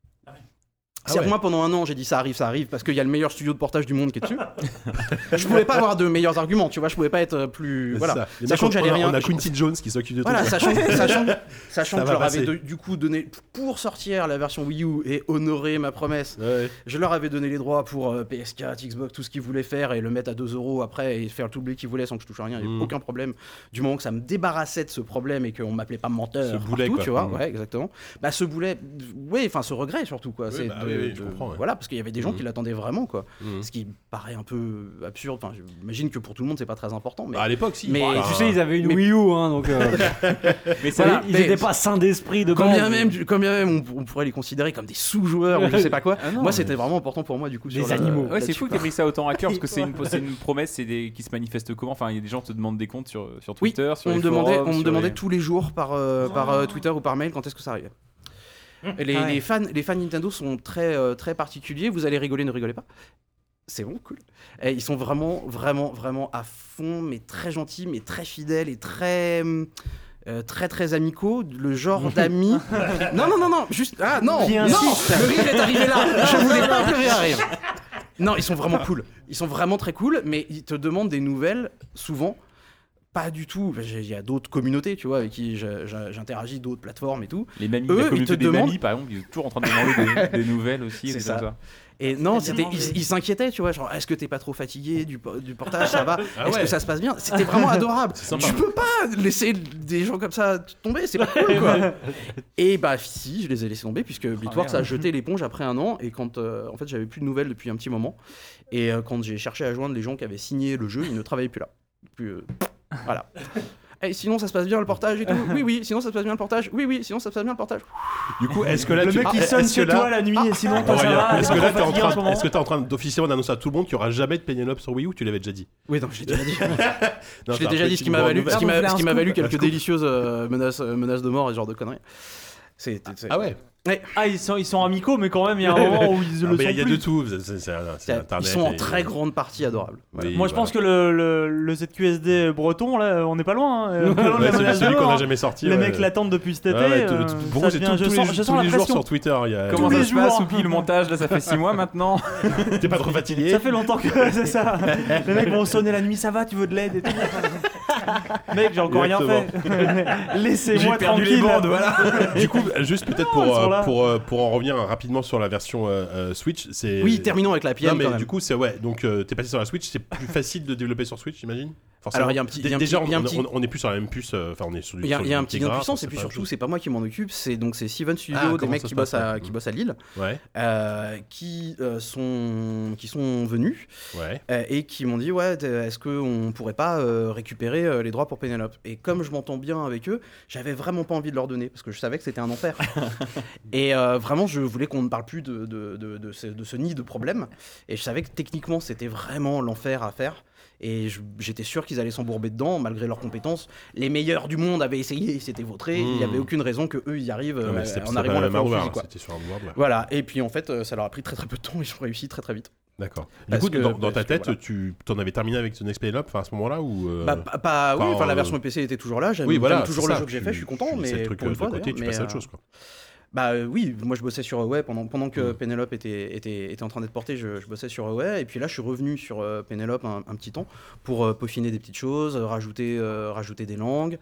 Ah C'est-à-dire ouais. que moi pendant un an j'ai dit ça arrive, ça arrive parce qu'il y a le meilleur studio de portage du monde qui est dessus. Je pouvais pas avoir de meilleurs arguments, tu vois, je pouvais pas être plus. C'est Voilà. ça. Les Sachant mecs, que j'allais on a- rien- On a Quincy Jones qui s'occupe de tout. Voilà, sachant, sachant, sachant Ça que va je leur passer. avais de- du coup donné, pour sortir la version Wii U et honorer ma promesse, Ouais. je leur avais donné les droits pour euh, P S quatre, Xbox, tout ce qu'ils voulaient faire et le mettre à deux euros après et faire tout le blé qu'ils voulaient sans que je touche à rien, il n'y avait Mm. aucun problème. Du moment que ça me débarrassait de ce problème et qu'on m'appelait pas menteur, Ce boulet, partout, quoi. tu vois, Mm. ouais, exactement. Bah ce boulet, ouais, enfin ce regret surtout, quoi. Oui, c'est bah de- oui, oui, je de- comprends, ouais. Voilà, parce qu'il y avait des gens Mm. qui l'attendaient vraiment, quoi. Mhm. Ce qui paraît un peu absurde, enfin, j'imagine que pour tout le monde, c'est pas très important, mais. Bah, à l'époque, si. Mais- Enfin, Tu sais, ils avaient une Mais- Wii U, hein, donc euh, Mais ça, voilà, ils mais- étaient pas sains d'esprit de Quand base. bien même, du- quand bien même on, on pourrait les considérer comme des sous-joueurs ou je sais pas quoi. Ah non, moi, mais- c'était vraiment important pour moi du coup. Des sur la- animaux. Ouais, c'est là-dessus, fou que quoi. t'aies pris ça autant à cœur parce que c'est une, c'est une promesse c'est des, qui se manifeste comment. Enfin, il y a des gens qui te demandent des comptes sur, sur Oui, Twitter, sur on les me demandait, forums, on me sur demandait les- tous les jours par, euh, par euh, Twitter ou par mail quand est-ce que ça arrivait. Et Les, Ah ouais. les fans, les fans Nintendo sont très, euh, très particuliers. Vous allez rigoler, ne rigolez pas. C'est bon, cool. Et ils sont vraiment, vraiment, vraiment à fond, mais très gentils, mais très fidèles et très... Euh, très très amicaux, le genre d'amis. Non non non non, juste ah non, Qui non, insiste. le rire est arrivé là. Je voulais pas que le rire arrive. Non, ils sont vraiment cool. Ils sont vraiment très cool, mais ils te demandent des nouvelles souvent. Pas du tout. Il y a d'autres communautés, tu vois, avec qui je- je- j'interagis, d'autres plateformes et tout. Les mamies, Eux, la ils communauté te des demandent- mamies, par exemple, ils sont toujours en train de demander des, des nouvelles aussi. C'est des ça. comme ça. Et non, Très c'était, demandé. ils ils s'inquiétaient, tu vois, genre, est-ce que t'es pas trop fatigué du, po- du portage, ça va Ah Est-ce ouais. que ça se passe bien C'était vraiment adorable. C'est sympa. Tu peux pas laisser des gens comme ça tomber, c'est pas cool, quoi. Et bah si, je les ai laissés tomber puisque Bitworks a jeté l'éponge après un an et quand, euh, en fait, j'avais plus de nouvelles depuis un petit moment. Et euh, quand j'ai cherché à joindre les gens qui avaient signé le jeu, ils ne travaillaient plus là. Plus, euh, voilà. Et sinon ça se passe bien le portage et tout. Oui oui, sinon ça se passe bien le portage. Oui oui, sinon ça se passe bien le portage. Du coup, est-ce que là, Le tu... mec qui Ah, sonne est-ce chez que là- toi la nuit et sinon toi ça Aurélien, va. est-ce t'es que pas là, t'es en fatigué en ce train, moment est-ce que t'es en train d'officiellement d'annoncer à tout le monde qu'il n'y aura jamais de Penelope sur Wii U ou tu l'avais déjà dit? Oui non, j'ai déjà dit. Non, Je c'est l'ai un déjà peu dit, ce qui une m'a grande valu, nouvelle. ce qui Ah, vous m'a, voulez ce qui un m'a scoop valu Un quelques scoop. délicieuses euh, menaces, euh, menaces de mort et ce genre de conneries. C'est, c'est- Ah ouais. Ah ils sont ils sont amicaux mais quand même il y a un moment où ils Ah, le bah, sont Il y a plus. de tout. C'est- c'est- c'est- c'est c'est- Internet ils sont en et- très grande partie adorables. Voilà. Oui, Moi je voilà. pense que le, le, le Z Q S D breton là on n'est pas loin. Hein. On est pas loin de Ouais, la c'est menace de celui qu'on mort, n'a hein. jamais sorti. Les ouais. mecs l'attendent depuis cet été. Ouais, ouais, tout- euh, tout- ça Pour eux, c'est devient- tout- je tous les sens- jours- je tous sens la les jours pression. sur Twitter. il y a- Comment Tous ça les se passe, jours. Oupi, le montage, là, ça fait six mois maintenant. T'es pas trop fatigué? Ça fait longtemps que c'est ça. Les mecs vont sonner la nuit, ça va, tu veux de l'aide et tout. Mec, j'ai encore rien fait. Laissez-moi J'ai perdu tranquille. les bandes, voilà. Du coup, juste peut-être Oh, ils pour, sont euh, là. pour, euh, pour en revenir rapidement sur la version euh, euh, Switch, c'est. Oui, terminons avec la P M Non, mais quand même. du coup, c'est ouais. Donc, euh, t'es passé sur la Switch, c'est plus facile de développer sur Switch, j'imagine. Forcément. Alors, il y a un petit- Dé- il y a un Déjà, petit- il y a un on- petit- on- on est plus sur la même puce. euh, Enfin, on est sur du. Il y a, sur il y a du un petit Tegra, gain de puissance c'est et puis pas la même surtout chose. c'est pas moi qui m'en occupe, c'est donc c'est Seven Studio, Ah, des comment mecs ça qui se bossent, passe, à, ouais. qui bossent à Lille, Ouais, euh, qui euh, sont qui sont venus ouais. euh, et qui m'ont dit ouais t- est-ce qu'on pourrait pas euh, récupérer euh, les droits pour Penelope. Et comme je m'entends bien avec eux, j'avais vraiment pas envie de leur donner parce que je savais que c'était un enfer. Et euh, vraiment je voulais qu'on ne parle plus de, de, de, de ce, de ce nid de problème. Et je savais que techniquement c'était vraiment l'enfer à faire. Et je- j'étais sûr qu'ils allaient s'embourber dedans, malgré leurs compétences. Les meilleurs du monde avaient essayé, ils s'étaient vautrés. Il n'y avait Mmh. aucune raison qu'eux y arrivent Non, mais euh, c'était en c'était arrivant pas à la la fois au même fusil, hardware, quoi. c'était sur un hardware, ouais. Voilà, et puis en fait, euh, ça leur a pris très très peu de temps, ils ont réussi très très vite. D'accord. Du Parce coup, que- dans, dans ta parce que, tête, voilà. tu t'en avais terminé avec The Next Penelope, enfin à ce moment-là ou euh, Bah, pas, pas- oui, enfin, enfin la euh, version P C était toujours là, j'aime Oui, voilà, j'aime toujours c'est le ça, jeu que j'ai tu- fait, je suis content, tu laissais mais le truc pour une de fois, côté, d'ailleurs, tu mais, passes à autre euh, chose, quoi. Bah euh, oui, moi je bossais sur Away pendant, pendant que Mm. Penelope était, était, était en train d'être portée, je, je bossais sur Away, et puis là je suis revenu sur euh, Penelope un, un petit temps pour euh, peaufiner des petites choses, euh, rajouter, euh, rajouter des langues.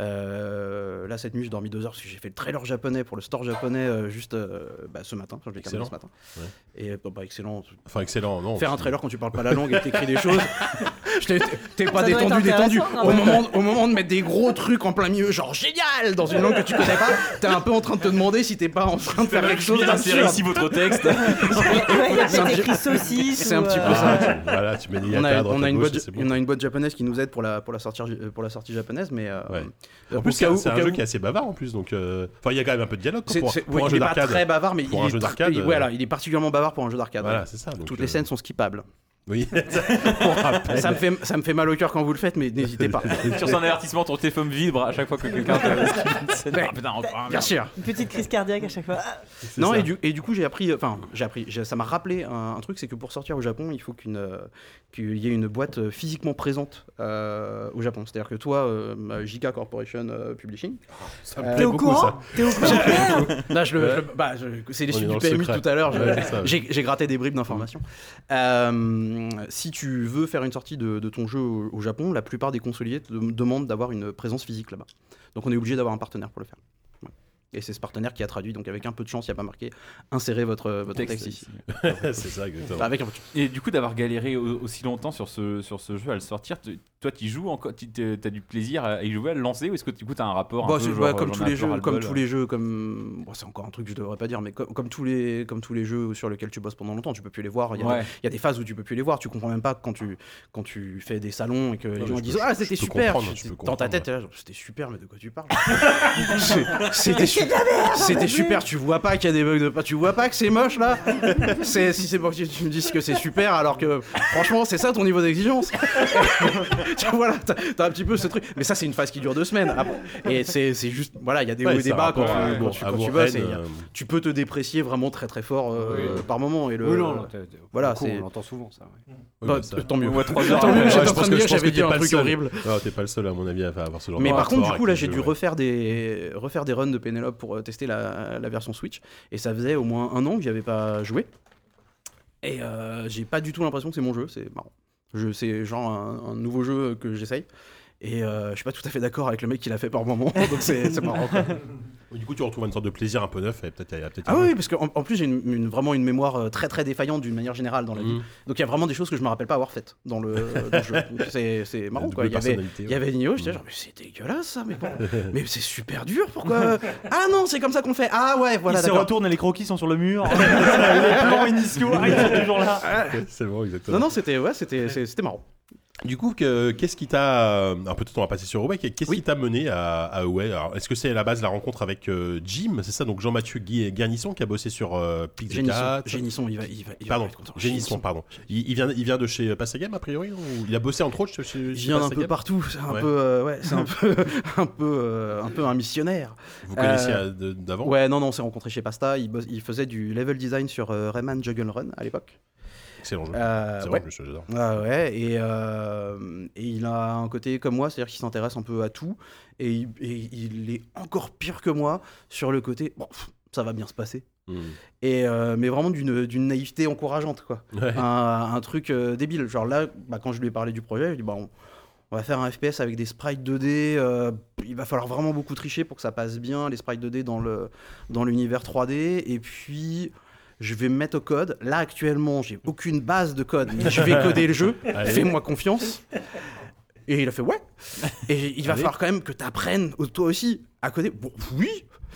Euh, là cette nuit j'ai dormi deux heures parce que j'ai fait le trailer japonais pour le store japonais euh, juste euh, bah, ce matin, enfin, je l'ai terminé Excellent. ce matin. Et bah, bah, excellent. Enfin, excellent, non. Faire un trailer quand tu parles pas la langue et que t'écris des choses. Je t'ai- T'es pas Ça doit être détendu, détendu. intéressant, quand Au même. moment, au moment de mettre des gros trucs en plein milieu, genre génial, dans une langue que tu connais pas, t'es un peu en train de te demander si t'es pas en train de faire quelque chose Insérez d'absurde. ici votre texte. Ouais, il y a C'est un peut-être petit- écrit saucisse. c'est un ou, petit peu euh, ça. Ah, tu- voilà, tu mets des On a, yakas à droite on, a à une gauche, boîte, et c'est bon. on a une boîte japonaise qui nous aide pour la, pour la, sortie, pour la sortie japonaise, mais euh, Ouais. au En plus, cas où- c'est au un cas jeu où- qui est assez bavard en plus, donc. euh, Enfin, il y a quand même un peu de dialogue quoi, c'est- pour, c'est- pour ouais, un il jeu est pas d'arcade. très bavard, mais Pour il un est jeu tr- d'arcade, il- euh, voilà, il est particulièrement bavard pour un jeu d'arcade. Voilà, ouais. c'est ça. donc, Toutes euh, les scènes sont skippables. Oui, on rappelle. Ça me, fait, ça me fait mal au cœur quand vous le faites, mais n'hésitez pas. Sur son avertissement, ton téléphone vibre à chaque fois que quelqu'un te une scène. Ouais. Ah, putain, encore un, Bien merde. sûr. Une petite crise cardiaque à chaque fois. Ah, C'est Non, ça. et du, et du coup, j'ai appris, enfin, j'ai appris, j'ai- ça m'a rappelé un, un truc, c'est que pour sortir au Japon, il faut qu'une, euh, qu'il y ait une boîte euh, physiquement présente euh, au Japon. C'est-à-dire que toi, euh, J K Corporation euh, Publishing, Ça me Euh, plaît T'es au beaucoup, ça. courant T'es au courant Claire là, je le, Ouais. je le- bah, je- c'est les On est suites dans du le P M U secret. tout à l'heure. je- Ouais, c'est ça. j'ai, j'ai gratté des bribes d'informations. Euh, si tu veux faire une sortie de, de ton jeu au, au Japon, la plupart des consoliers te dem- demandent d'avoir une présence physique là-bas. Donc, on est obligé d'avoir un partenaire pour le faire. Ouais. Et c'est ce partenaire qui a traduit. Donc, avec un peu de chance, il n'y a pas marqué insérez votre, votre texte, Texte ici. C'est ça, exactement. Enfin, avec un peu de chance. Et du coup, d'avoir galéré au- aussi longtemps sur ce, sur ce jeu à le sortir, tu- toi, tu joues encore, tu as du plaisir à y jouer, à le lancer, ou est-ce que du coup, tu as un rapport un Bah, peu c'est- genre, bah, comme j'en ai tous un les peu jeux, ras-le-bol, comme tous les jeux, comme bon, c'est encore un truc que je devrais pas dire, mais comme, comme tous les, comme tous les jeux sur lesquels tu bosses pendant longtemps, tu peux plus les voir. Il y a, Ouais. des, il y a des phases où tu peux plus les voir. Tu comprends même pas quand tu, quand tu fais des salons et que les mais gens je disent peux- ah je c'était peux super. comprendre, Tu- je peux dans ta comprendre, tête, t'es là, genre, c'était super, mais de quoi tu parles C'est- C'était Quel, C'était super, tu vois pas qu'il y a des bugs de... Tu vois pas que c'est moche là c'est... Si c'est pour que tu me dises que c'est super alors que franchement c'est ça ton niveau d'exigence. Tu vois, voilà, t'as, t'as un petit peu ce truc. Mais ça c'est une phase qui dure deux semaines. Et c'est, c'est juste... Voilà, il y a des hauts Ouais, et des ça bas quand, rapport à- tu, quand, à tu, quand vos tu bosses. raids, Et, euh, tu peux te déprécier vraiment très très fort euh, Oui. par moment. Et le... Oui, non, non, t'es- t'es- Voilà, pour le coup, c'est- on l'entend souvent ça. ouais. oui, Bah, bah, ça- tant mieux. Ouais, trois Tant heures. mieux, Ouais, j'étais je en pense train de que- me dire, je pense j'avais que dit t'es un pas le truc seul. horrible. Non, t'es pas le seul à mon avis à avoir ce genre Mais de par contre, rapport du coup, là, avec j'ai le dû jeu, ouais. refaire des, refaire des runs de Penelope pour euh, tester la, la version Switch. Et ça faisait au moins un an que j'y avais pas joué. Et euh, j'ai pas du tout l'impression que c'est mon jeu, c'est marrant. Je, c'est genre un, un nouveau jeu que j'essaye. Et euh, je suis pas tout à fait d'accord avec le mec qui l'a fait par moment, donc c'est, c'est marrant quoi. Du coup, tu retrouves une sorte de plaisir un peu neuf et peut-être il y a peut-être Ah oui, parce qu'en en plus j'ai une, une- vraiment une mémoire euh, très très défaillante d'une manière générale dans la vie. Mhm. Donc il y a vraiment des choses que je me rappelle pas avoir faites dans le, dans le jeu. Donc c'est, c'est marrant Double quoi. Il y avait, personnalité, il y avait Nioh, j'étais genre mais c'est dégueulasse ça, mais bon, mais c'est super dur, pourquoi Ah non, c'est comme ça qu'on le fait. Ah ouais, voilà. il se d'accord. retourne et les croquis sont sur le mur. Les plans initiaux, ah, ils sont toujours là. C'est bon, exactement. Non non, c'était ouais, c'était c'est- c'était marrant. Du coup, que- qu'est-ce qui t'a. Un peu de temps à passer sur Away, qu'est-ce Oui. qui t'a mené à, à Away Alors, est-ce que c'est à la base la rencontre avec euh, Jim C'est ça, donc Jean-Mathieu Gui- Garnisson qui a bossé sur euh, Pixel Génisson, quatre. Génisson, il va, il va, il va Pardon, pas être content. Génisson, pardon. Il, il vient, il vient de chez Passagame, a priori non Ou il a bossé entre autres chez, chez Il chez vient d'un Passagame peu partout, c'est un Ouais. peu, euh, ouais, c'est un peu, un peu, euh, un peu un missionnaire. Vous connaissiez Euh, à- de- d'avant Ouais, non, non, on s'est rencontrés chez Pasta. Il, bosse- il faisait du level design sur euh, Rayman Juggle Run à l'époque. Excellent jeu. Euh, C'est ouais. vrai, je j'adore. Ah ouais, et, euh, et il a un côté comme moi, c'est-à-dire qu'il s'intéresse un peu à tout, et, il- et il est encore pire que moi sur le côté, bon, pff, ça va bien se passer. Hmm. Et euh, mais vraiment d'une, d'une naïveté encourageante, quoi. Ouais. Un, un truc euh, débile. Genre là, bah, quand je lui ai parlé du projet, je lui ai dit, bah, on, on va faire un F P S avec des sprites deux D, euh, il va falloir vraiment beaucoup tricher pour que ça passe bien, les sprites deux D dans, le, dans l'univers trois D, et puis... Je vais me mettre au code. Là, actuellement, j'ai aucune base de code, mais je vais coder le jeu. Allez. Fais-moi confiance. Et il a fait ouais. Et il va Allez. falloir quand même que tu apprennes toi aussi à coder. Bon, oui.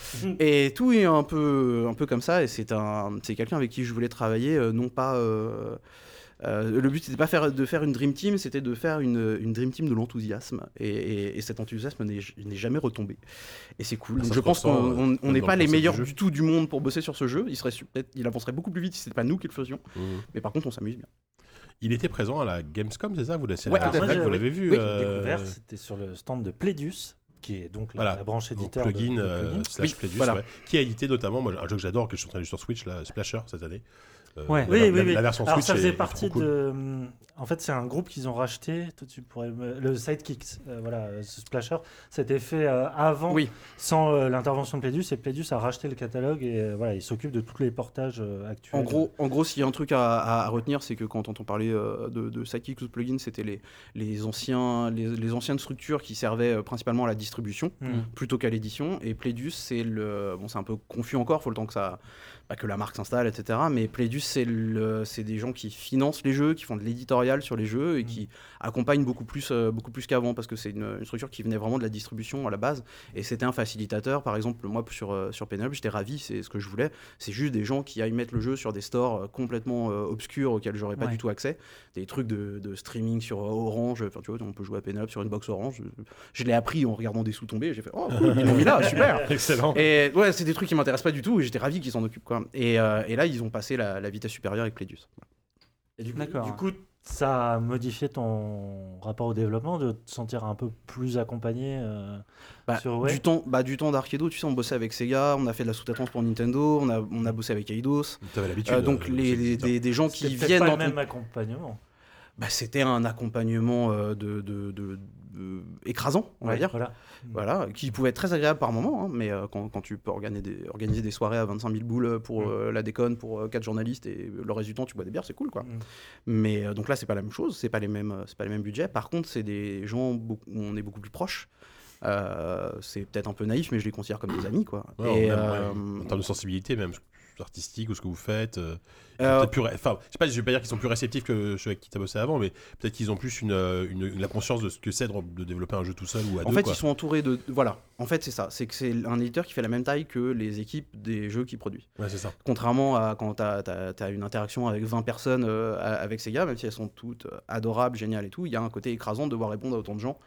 Et tout est un peu, un peu comme ça. Et c'est un, c'est quelqu'un avec qui je voulais travailler, euh, non pas. euh, euh, le but c'était pas faire, de faire une dream team, c'était de faire une, une dream team de l'enthousiasme. Et, et- et cet enthousiasme n'est, n'est jamais retombé. Et c'est cool. Ça Donc se je pense ressent, qu'on euh, on- on même n'est dans pas le les concept meilleurs du jeu. du tout du monde pour bosser sur ce jeu. Il serait su- peut-être, il avancerait beaucoup plus vite si c'était pas nous qui le faisions. Hmm. Mais par contre, on s'amuse bien. Il était présent à la Gamescom, c'est ça Vous, l'avez- Ouais, la- tout à c'est fait. là que vous l'avez vu Oui, euh, Découvert, c'était sur le stand de Playdius, qui est donc la, Voilà. la branche donc éditeur plugin, de, de euh, plugins. slash Oui, Playdius, voilà. ouais, qui a édité notamment moi, un jeu que j'adore, que je suis en train de jouer sur Switch, là, Splasher, cette année. Euh, Ouais. la- Oui, la, oui, oui. la version Alors Switch ça est- faisait est partie trop cool. de. hum, En fait, c'est un groupe qu'ils ont racheté. Toi, tu pourrais me- le Sidekicks, euh, voilà, euh, ce Splasher, c'était fait euh, avant, Oui. sans euh, l'intervention de Playdius. Et Playdius a racheté le catalogue et euh, voilà, il s'occupe de tous les portages euh, actuels. En gros, en gros, s'il y a un truc à, à- à retenir, c'est que quand on entend parler euh, de, de Sidekicks ou de plugins, c'était les, les, anciens, les, les anciennes structures qui servaient euh, principalement à la distribution Hmm. plutôt qu'à l'édition. Et Playdius, c'est le, bon, c'est un peu confus encore, faut le temps que ça, bah, que la marque s'installe, et cetera. Mais Playdius, c'est le, c'est des gens qui financent les jeux, qui font de l'éditorial sur les jeux et qui accompagnent beaucoup plus, euh, beaucoup plus qu'avant parce que c'est une, une structure qui venait vraiment de la distribution à la base et c'était un facilitateur. Par exemple, moi sur euh, sur Penelope, j'étais ravi, c'est ce que je voulais. C'est juste des gens qui aillent mettre le jeu sur des stores euh, complètement euh, obscurs auxquels j'aurais pas Ouais. du tout accès. Des trucs de, de streaming sur euh, Orange. Enfin, tu vois, on peut jouer à Penelope sur une box Orange. Je, je l'ai appris en regardant des sous tomber. J'ai fait oh cool, ils l'ont mis là, super. Excellent. Et ouais, c'est des trucs qui m'intéressent pas du tout et j'étais ravi qu'ils s'en occupent quoi. Et, euh, et là, ils ont passé la, la vitesse supérieure avec Playdius. Et du coup, D'accord. du coup, ça a modifié ton rapport au développement, de te sentir un peu plus accompagné euh, Bah, sur ouais. du temps, bah, du temps d'Arcado, tu sais, on bossait avec Sega, on a fait de la sous-traitance pour Nintendo, on a, on a bossé avec Eidos. T'avais l'habitude. Euh, donc euh, les, c'est- les- des, des gens qui C'était peut-être viennent pas dans le ton- même accompagnement. bah, c'était un accompagnement euh, de, de, de- de- écrasant, on va Ouais, dire. Voilà. Voilà, qui pouvait être très agréable par moment, hein, mais euh, quand, quand tu peux organiser des, organiser des soirées à vingt-cinq mille boules pour Mm. euh, la déconne, pour quatre journalistes et le reste du temps tu bois des bières, c'est cool quoi. Mm. Mais euh, donc là c'est pas la même chose, c'est pas les mêmes, euh, c'est pas les mêmes budgets. Par contre c'est des gens beaucoup, où on est beaucoup plus proches. Euh, c'est peut-être un peu naïf, mais je les considère comme des amis quoi. Ouais, et, même, euh, ouais, en termes de sensibilité, même artistique ou ce que vous faites. euh, ils sont Euh, peut-être plus ré- enfin, je sais pas, je vais pas dire qu'ils sont plus réceptifs que ceux avec qui tu as bossé avant, mais peut-être qu'ils ont plus une, euh, une, une- la conscience de ce que c'est de, de développer un jeu tout seul ou à En deux. fait, quoi. ils sont entourés de. Voilà. En fait, c'est ça. C'est que c'est un éditeur qui fait la même taille que les équipes des jeux qu'il produit. Ouais, c'est ça. Contrairement à quand tu as, une interaction avec vingt personnes euh, avec Sega, même si elles sont toutes euh, adorables, géniales et tout, il y a un côté écrasant de devoir répondre à autant de gens.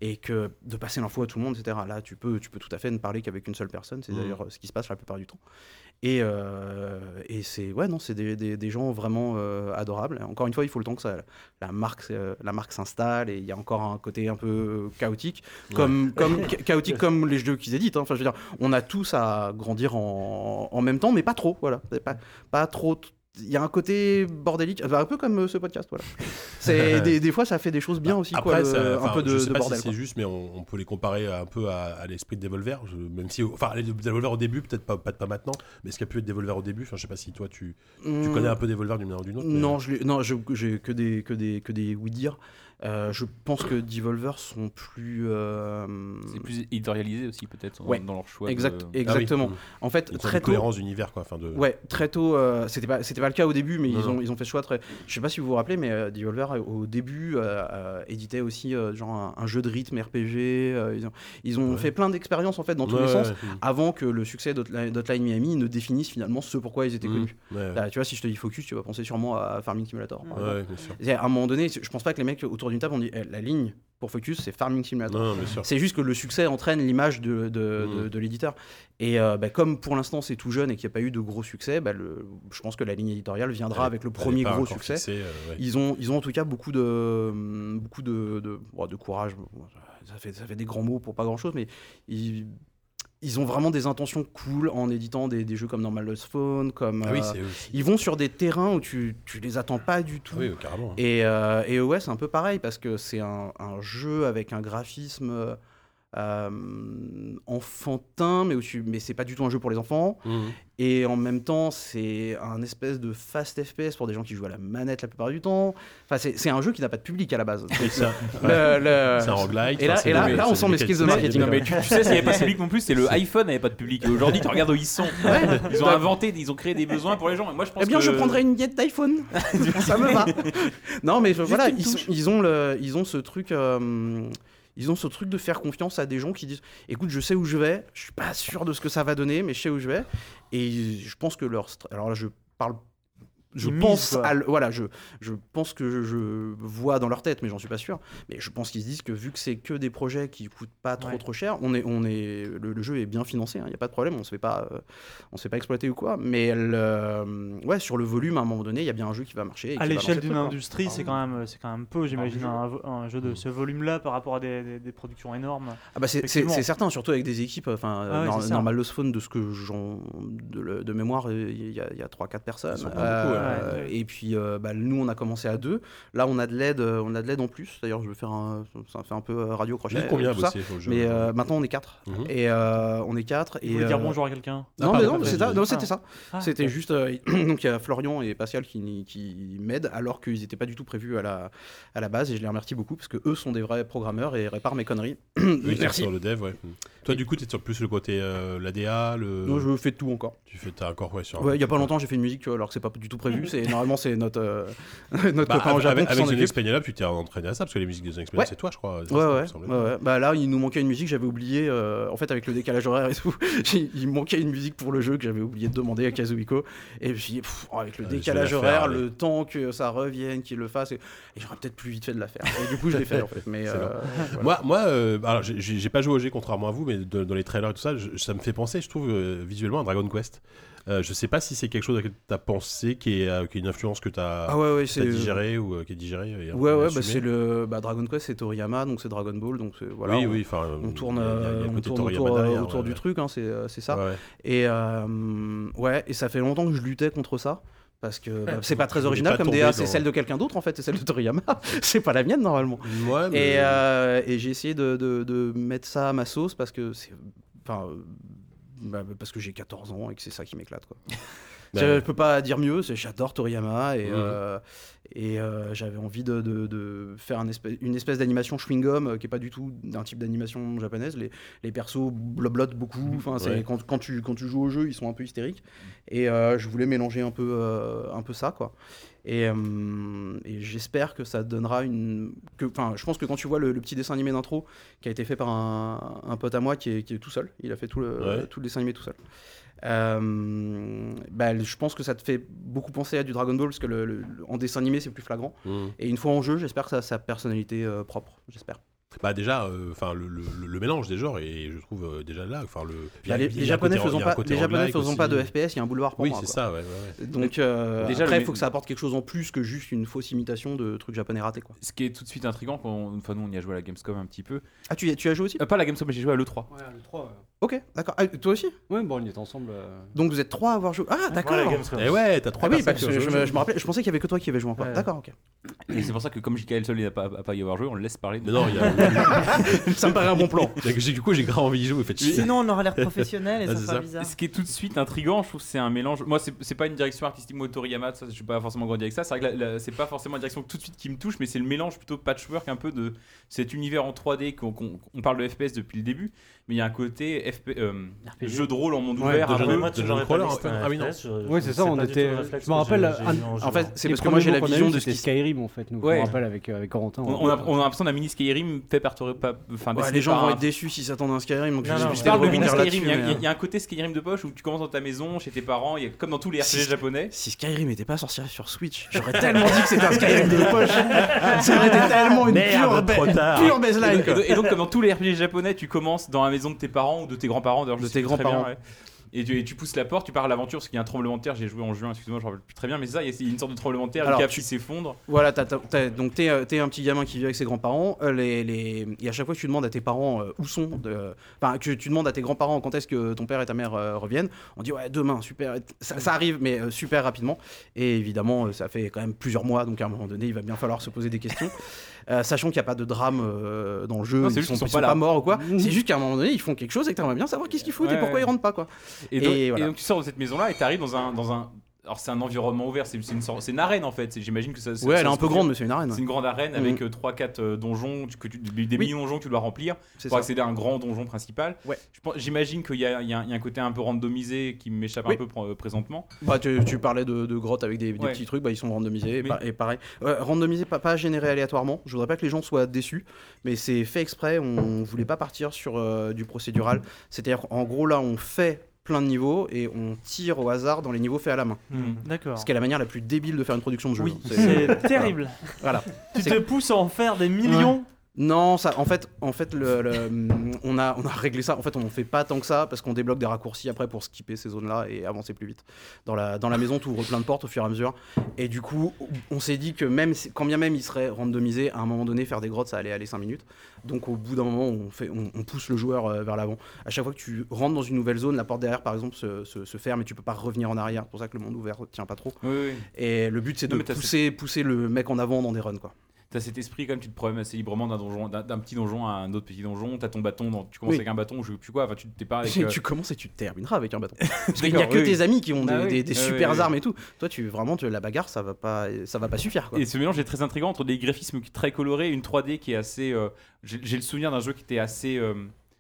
et que de passer l'info à tout le monde, et cetera. Là, tu peux, tu peux tout à fait ne parler qu'avec une seule personne. C'est Mmh. d'ailleurs ce qui se passe la plupart du temps. Et, euh, et c'est ouais non c'est des, des, des gens vraiment euh, adorables. Encore une fois, il faut le temps que ça, la marque euh, la marque s'installe, et il y a encore un côté un peu chaotique comme comme cha- chaotique comme les jeux qu'ils éditent, hein. Enfin je veux dire, on a tous à grandir en, en même temps, mais pas trop, voilà. C'est pas pas trop. Il y a un côté bordélique, enfin, un peu comme euh, ce podcast, voilà. C'est des, des fois ça fait des choses bien aussi, Après, quoi, le- ça- un enfin, peu de, je sais de pas bordel. si quoi. c'est juste, mais on, on peut les comparer un peu à, à l'esprit de Devolver. Je- même si, enfin, les Devolver au début, peut-être pas, pas, pas maintenant, mais ce qui a pu être Devolver au début. Enfin, je sais pas si toi tu, tu Hum, connais un peu Devolver d'une manière ou d'une autre. mais- Non, je l'ai- non, je- j'ai que des que des que des oui dire. Euh, je pense que Devolver sont plus. euh, C'est plus éditorialisé aussi, peut-être, Ouais. dans leur choix. Exact, de- Ah oui. exactement. Mmh. En fait, Ils ont très une tôt. cohérence d'univers, quoi. Enfin, de... Ouais, très tôt, euh, c'était pas, c'était pas le cas au début, mais Non, ils ont, non. ils ont fait ce choix très. Je sais pas si vous vous rappelez, mais euh, Devolver euh, au début euh, euh, éditait aussi euh, genre un, un jeu de rythme R P G. euh, ils ont, ils ont Ouais. fait plein d'expériences en fait dans tous Ouais, les ouais, sens, ouais. avant que le succès d'Hotline d'Hotline Miami ne définisse finalement ce pourquoi ils étaient Mmh. connus. Ouais, ouais. Là, tu vois, si je te dis Focus, tu vas penser sûrement à Farming Simulator. par exemple. Ouais, bien sûr. Et à un moment donné, je pense pas que les mecs autour d'une table ont dit eh, la ligne pour Focus, c'est Farming Simulator. Non, bien sûr. C'est juste que le succès entraîne l'image de, de, Mm. de, de l'éditeur. Et euh, bah, comme pour l'instant c'est tout jeune et qu'il n'y a pas eu de gros succès, bah, le, je pense que la ligne éditoriale viendra Elle- avec le elle est premier pas gros encore succès. fixée, euh, ouais. Ils ont, ils ont en tout cas beaucoup de, beaucoup de, de, bon, de courage. Ça fait, ça fait des grands mots pour pas grand chose, mais ils, ils ont vraiment des intentions cool en éditant des, des jeux comme Normal Lost Phone, comme Ah oui, euh, c'est eux aussi. ils vont sur des terrains où tu, tu les attends pas du tout. Ah oui, carrément. hein. Et, euh, et ouais, c'est un peu pareil parce que c'est un, un jeu avec un graphisme euh, euh, enfantin, mais, où tu- mais c'est pas du tout un jeu pour les enfants. Mmh. Et en même temps, c'est un espèce de fast F P S pour des gens qui jouent à la manette la plupart du temps. Enfin, c'est c'est un jeu qui n'a pas de public à la base. Et ça, Le- le- c'est un roguelike. Et là- enfin, c'est et là- des- là, on c'est sent des mes skills de mécaniques- marketing. Non, mais tu, tu sais, s'il n'y avait pas de public non plus, c'est le iPhone n'avait pas de public. Et aujourd'hui, tu regardes où ils sont. Ils ont inventé, ils ont créé des besoins pour les gens. Et moi, je pense Eh bien, que... je prendrais une diète d'iPhone. Ça me va. Non, mais voilà, une ils, sont- touche. ils ont le, ils ont ce truc. euh, Ils ont ce truc de faire confiance à des gens qui disent écoute, je sais où je vais, je suis pas sûr de ce que ça va donner, mais je sais où je vais. Et je pense que leur. stra- Alors là, je parle. Je Ils pense misent, quoi. à le- voilà, je, je pense que je, je vois dans leur tête, mais j'en suis pas sûr. Mais je pense qu'ils se disent que vu que c'est que des projets qui coûtent pas trop Ouais. trop cher, on est, on est, le, le jeu est bien financé, il y a pas de problème, on se fait pas, euh, on se fait pas exploiter ou quoi. Mais le, euh, ouais, sur le volume, à un moment donné, il y a bien un jeu qui va marcher. et À qui va l'échelle marcher d'une peu, quoi. industrie, c'est quand même, c'est quand même peu, j'imagine, un, un jeu de ce volume-là par rapport à des, des- des productions énormes. Ah bah c'est, c'est, Effectivement. c'est certain, surtout avec des équipes. Enfin, Ah ouais, Nor- c'est ça. Normal Lost Phone, de ce que j'en, de, le- de mémoire, euh, il y a, il y a trois quatre personnes. Ils sont pas Euh, beaucoup, ouais. Ouais. Et puis, euh, bah, nous, on a commencé à deux. Là, on a de l'aide, euh, on a de l'aide en plus. D'ailleurs, je vais faire un, ça fait un peu euh, radio crochet. Vous êtes combien tout ça. bossé sur le jeu Mais euh, aujourd'hui maintenant, on est quatre. Mhm. Et euh, on est quatre. Vous Et voulez dire euh, bonjour à quelqu'un Ah, Non, pardon, mais non, pardon, c'est ça. vas-y. Non, c'était Ah. ça. Ah, C'était ok. juste. euh, donc, il y a Florian et Pascal qui, qui m'aident alors qu'ils n'étaient pas du tout prévus à la, à la base. Et je les remercie beaucoup parce que eux sont des vrais programmeurs et réparent mes conneries. Oui, t'es Merci. sur le dev, ouais. Toi, du coup, t'es sur plus le côté euh, l'A D A, le. Non, je fais tout encore. Tu fais t'as encore ouais sur. Ouais, il y a pas longtemps, j'ai fait une musique, tu vois, alors que c'est pas du tout prévu. C'est normalement c'est notre euh, notre Bah, copain au avec Japon avec, qui avec s'en The occupe. Next Penelope, tu t'es entraîné à ça parce que les musiques des The Next Penelope, Ouais. c'est toi, je crois. c'est Ouais, ça, il ouais, me semble. ouais, ouais. Bah là, il nous manquait une musique, j'avais oublié. euh, en fait, avec le décalage horaire et tout, j'ai- il me manquait une musique pour le jeu que j'avais oublié de demander à Kazuhiko. Et puis, pff, avec le Ouais, je vais décalage la faire, horaire, allez. le temps que ça revienne, qu'il le fasse, et, et j'aurais peut-être plus vite fait de la faire. Et du coup, je l'ai fait en fait. Mais C'est euh, voilà. Moi, moi euh, alors j'ai- j'ai j'ai pas joué au jeu contrairement à vous, mais de- dans les trailers et tout ça, je- ça me fait penser, je trouve, euh, visuellement à Dragon Quest. Euh, je sais pas si c'est quelque chose à laquelle t'as pensé, qui est, euh, qui est une influence que t'as Ah ouais, ouais, t'as c'est. digéré ou euh, qui est digérée. et un Ouais, peu ouais, assumée. bah c'est le. Bah, Dragon Quest, c'est Toriyama, donc c'est Dragon Ball, donc c'est. Voilà, oui, on, oui, enfin. On tourne, il y a- il y a le euh, on côté tourne Toriyama autour, euh, derrière, autour ouais, du ouais. truc, hein, c'est euh, c'est ça. Ouais, ouais. Et euh, ouais, et ça fait longtemps que je luttais contre ça. Parce que bah, c'est pas très voulais original pas comme tomber D A, c'est dans- celle de quelqu'un d'autre en fait, c'est celle de Toriyama. C'est pas la mienne normalement. Ouais, mais- Et, euh, et j'ai essayé de, de, de mettre ça à ma sauce parce que c'est. Enfin. euh, bah, parce que j'ai quatorze ans et que c'est ça qui m'éclate quoi. Bah, Je, je peux pas dire mieux, c'est- j'adore Toriyama et, Mhm. euh, et euh, j'avais envie de, de, de faire un espèce, une espèce d'animation chewing-gum euh, qui est pas du tout d'un type d'animation japonaise. Les, les persos bloblotent beaucoup, enfin, c'est- Ouais. quand, quand, tu, quand tu joues au jeu, ils sont un peu hystériques. Et euh, je voulais mélanger un peu, euh, un peu ça, quoi. Et, euh, et j'espère que ça donnera une. que- Enfin, je pense que quand tu vois le, le petit dessin animé d'intro qui a été fait par un, un pote à moi qui est, qui est tout seul, il a fait tout le, Ouais. tout le dessin animé tout seul. Euh, bah, je pense que ça te fait beaucoup penser à du Dragon Ball parce que le, le- en dessin animé c'est plus flagrant. Mhm. Et une fois en jeu, j'espère que ça a sa personnalité euh, propre. J'espère. Bah déjà, enfin euh, le, le, le mélange des genres et je trouve euh, déjà là, enfin le. Bah, les, les Japonais faisant pas, les Japonais faisant pas de F P S, il y a un boulevard pour oui, moi. Oui, c'est quoi. ça. Ouais, ouais, ouais. Donc euh, déjà, après, il le... faut que ça apporte quelque chose en plus que juste une fausse imitation de trucs japonais ratés, quoi. Ce qui est tout de suite intriguant, quand enfin nous on y a joué à la Gamescom un petit peu. Ah, tu, tu as joué aussi euh, Pas à la Gamescom, mais j'ai joué à l'E trois. Ouais, le trois. Ouais. Ok, d'accord. Ah, toi aussi? Ouais, bon, on y est ensemble. Euh... Donc vous êtes trois à avoir joué. Ah, d'accord. Et ouais, t'as trois ah, oui, personnes. Parce que je, me, je me rappelais, je pensais qu'il y avait que toi qui avais joué encore. Ouais. D'accord, ok. Et c'est pour ça que comme J K L seul il n'a pas, pas y avoir joué, on le laisse parler. Mais non, il y a. Ça me paraît un bon plan. Du coup, j'ai grave envie d'y jouer. Fait Sinon, on aura l'air professionnel et Ah, ça c'est sera ça. bizarre. Ce qui est tout de suite intriguant, je trouve que c'est un mélange. Moi, c'est, c'est pas une direction artistique Motoriyama, ça, je suis pas forcément grandi avec ça. C'est vrai que la, la, c'est pas forcément une direction tout de suite qui me touche, mais c'est le mélange plutôt patchwork un peu de cet univers en trois D qu'on, qu'on on parle de F P S depuis le début, mais il y a un côté F P, euh, R P G. jeu de rôle en monde Ouais, ouvert. de un jeu peu. de- Moi, tu de l'aurais jeu pas de dit, crawler, c'était un ah oui, non. F P S, je- Ouais, c'est je ça, sais on pas du était- tout le réflexe je me que rappelle, j'ai- j'ai un- eu en En jouant. fait, c'est Les parce que moi j'ai la premiers mots qu'on a vision eu, de ce c'était qui se Skyrim en fait, nous. Ouais. Je me rappelle avec, euh, avec Corentin. On, on a, on a l'impression d'un mini Skyrim fait par Tori- pas- enfin, Ouais, dessiné les gens par vont un- être déçus s'ils s'attendent à un Skyrim. Donc Non, je non, je Je vais parle de rebondir mini là-dessus, Skyrim, il y, a- mais, il y a- il y a un côté Skyrim de poche où tu commences dans ta maison, chez tes parents, il y a, comme dans tous les R P G Si- japonais. Si Skyrim n'était pas sorti sur Switch, j'aurais tellement dit que c'était un Skyrim de poche. Ça aurait été tellement une Merde, pure, ba- trop tard. pure Et, baseline. donc- quoi. et donc, comme dans tous les R P G japonais, tu commences dans la maison de tes parents ou de tes grands-parents, d'ailleurs, je De sais tes plus très grands-parents. bien, ouais. Et tu, et tu pousses la porte, tu pars à l'aventure parce qu'il y a un tremblement de terre. J'ai joué en juin, excuse-moi, je me rappelle plus très bien, mais c'est ça, il y a une sorte de tremblement de terre, Alors, le cap tu- qui s'effondre. Voilà, t'as- t'as- t'as- donc t'es, euh, t'es un petit gamin qui vit avec ses grands-parents. euh, les, les... Et à chaque fois que tu demandes à tes parents euh, où sont, de... enfin que tu demandes à tes grands-parents quand est-ce que ton père et ta mère euh, reviennent, on dit ouais demain, super. Ça, ça arrive, mais euh, super rapidement. Et évidemment, euh, ça fait quand même plusieurs mois, donc à un moment donné, il va bien falloir se poser des questions. Euh, sachant qu'il n'y a pas de drame euh, dans le jeu, Non, ils c'est juste sont, qu'ils sont ils pas sont là. pas morts ou quoi. C'est juste qu'à un moment donné, ils font quelque chose et que t'aimerais bien savoir qu'est-ce qu'ils foutent Ouais, et pourquoi ouais. ils rentrent pas quoi. Et donc, Et voilà. et donc tu sors de cette maison-là et t'arrives dans un, dans un. Alors c'est un environnement ouvert, c'est, c'est une sorte, c'est une arène en fait. C'est- J'imagine que ça. ça- Ouais, ça elle est se un peu trouve- grande, mais c'est une arène. C'est une grande arène Mhm. avec trois quatre donjons, tu- que tu- des des Oui. mini-donjons que tu dois remplir C'est pour ça. accéder à un grand donjon principal. Ouais. Je pense- J'imagine qu'il y a, il y a un il y a un côté un peu randomisé qui m'échappe Oui. un peu pr- présentement. Bah, tu, tu parlais de, de grottes avec des, des Ouais. petits trucs, bah, ils sont randomisés. Et, Mais- pa- et pareil, Ouais, randomisés, pas, pas générés aléatoirement. Je voudrais pas que les gens soient déçus, mais c'est fait exprès. On voulait pas partir sur euh, du procédural. C'est-à-dire qu'en gros, là, on fait plein de niveaux et on tire au hasard dans les niveaux faits à la main. Hmm, D'accord. Ce qui est la manière la plus débile de faire une production de jeu. Oui, hein. c'est terrible. Voilà. Tu C'est- te pousses à en faire des millions. Non, ça, en fait, en fait le, le- on, a, on a réglé ça. En fait, on ne fait pas tant que ça parce qu'on débloque des raccourcis après pour skipper ces zones-là et avancer plus vite. Dans la, dans la maison, tu ouvres plein de portes au fur et à mesure. Et du coup, on s'est dit que même si- quand bien même il serait randomisé, à un moment donné, faire des grottes, ça allait aller cinq minutes. Donc, au bout d'un moment, on, fait, on, on pousse le joueur euh, vers l'avant. À chaque fois que tu rentres dans une nouvelle zone, la porte derrière, par exemple, se, se, se ferme et tu peux pas revenir en arrière. C'est pour ça que le monde ouvert tient pas trop. Oui, oui. Et le but, c'est Non, de mais t'as- pousser, pousser le mec en avant dans des runs, quoi. T'as cet esprit comme tu te promènes assez librement d'un donjon, d'un, d'un petit donjon à un autre petit donjon. T'as ton bâton, dans- tu commences Oui. avec un bâton, je sais plus quoi. Enfin, tu t'es pas avec. Et euh, tu commences et tu termineras avec un bâton. Parce qu'il n'y a D'accord, que oui, tes oui. amis qui ont des, Ah oui. des- des Ouais, super ouais, ouais. armes et tout. Toi, tu vraiment tu, la bagarre, ça va pas, ça va pas suffire. Quoi. Et ce mélange est très intriguant entre des graphismes qui- très colorés, une trois D qui est assez. euh, j'ai, j'ai le souvenir d'un jeu qui était assez euh,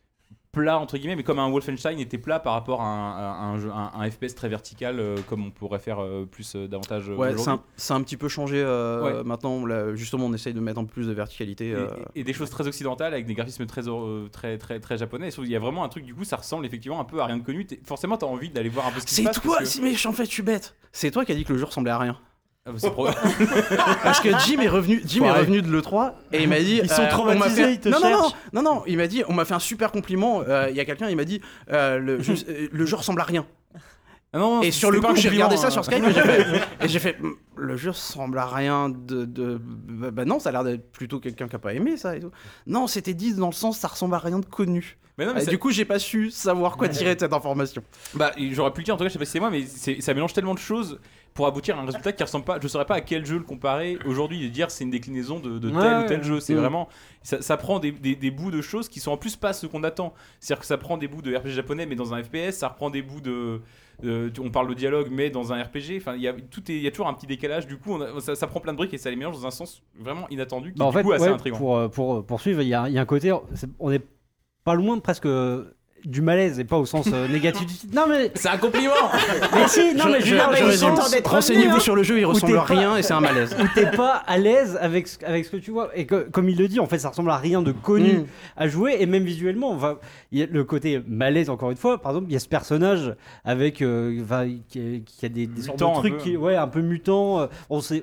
plat entre guillemets, mais comme un Wolfenstein était plat par rapport à un, à un, jeu, un, un F P S très vertical, euh, comme on pourrait faire euh, plus euh, davantage. euh, Ouais, aujourd'hui. c'est un, c'est un petit peu changé euh, Ouais. maintenant. Là, justement, on essaye de mettre un peu plus de verticalité. Et, euh. et- et des choses très occidentales avec des graphismes très euh, très très très japonais. Et je trouve qu'il y a vraiment un truc du coup, ça ressemble effectivement un peu à rien de connu. T'es- forcément, t'as envie d'aller voir un peu ce qui se C'est passe. toi, parce que- si, mais en fait, je suis bête. C'est toi qui as dit que le jeu ressemblait à rien. Ah, bah, c'est pro- Parce que Jim est revenu, Jim est Ouais. revenu de l'E trois et il m'a dit. Ils sont euh, on m'a traumatisés, fait- ils te non, non, non, cherchent. non, non, il m'a dit, on m'a fait un super compliment. euh, Il y a quelqu'un, il m'a dit, euh, le, jeu, euh, le jeu ressemble à rien. Ah non, non, Et c'était sur le pas un coup, j'ai compliment, regardé ça hein. sur Skype et j'ai fait, et j'ai fait, Hm, le jeu ressemble à rien de, de... Bah, bah non, ça a l'air d'être plutôt quelqu'un qui a pas aimé ça et tout. Non, c'était dit dans le sens, ça ressemble à rien de connu. Mais non, mais Et ça- du coup, j'ai pas su savoir quoi tirer de cette information. Bah, j'aurais pu le dire, en tout cas, je sais pas si c'est moi, mais c'est- ça mélange tellement de choses pour aboutir à un résultat qui ressemble pas. Je saurais pas à quel jeu le comparer aujourd'hui et dire c'est une déclinaison de, de tel Ouais, ou tel ouais. jeu. C'est Mm. vraiment. Ça, ça prend des, des, des bouts de choses qui sont en plus pas ce qu'on attend. C'est-à-dire que ça prend des bouts de R P G japonais, mais dans un F P S, ça reprend des bouts de. de- on parle de dialogue, mais dans un R P G. Enfin, il y a tout est- il y a toujours un petit décalage. Du coup, on a- ça, ça prend plein de briques et ça les mélange dans un sens vraiment inattendu qui Bah, est en du fait, coup assez ouais, intriguant. pour, euh, pour poursuivre, il y, a il y a un côté, c'est- on est pas loin de presque euh, du malaise et pas au sens euh, négatif du titre. Non mais, C'est un compliment. mais si, non mais je veux dire, mais au ils sont sens en d'être Renseignez-vous revenu, hein. sur le jeu, il ressemble t'es à pas- rien et c'est un malaise. où t'es pas à l'aise avec ce, avec ce que tu vois et que, comme il le dit, en fait, ça ressemble à rien de connu Mm. à jouer et même visuellement, enfin, il y a le côté malaise encore une fois. Par exemple, il y a ce personnage avec, euh, enfin, qui, qui a des, des sortes de Mutant, un trucs, peu. qui, ouais, un peu mutant. euh, on sait.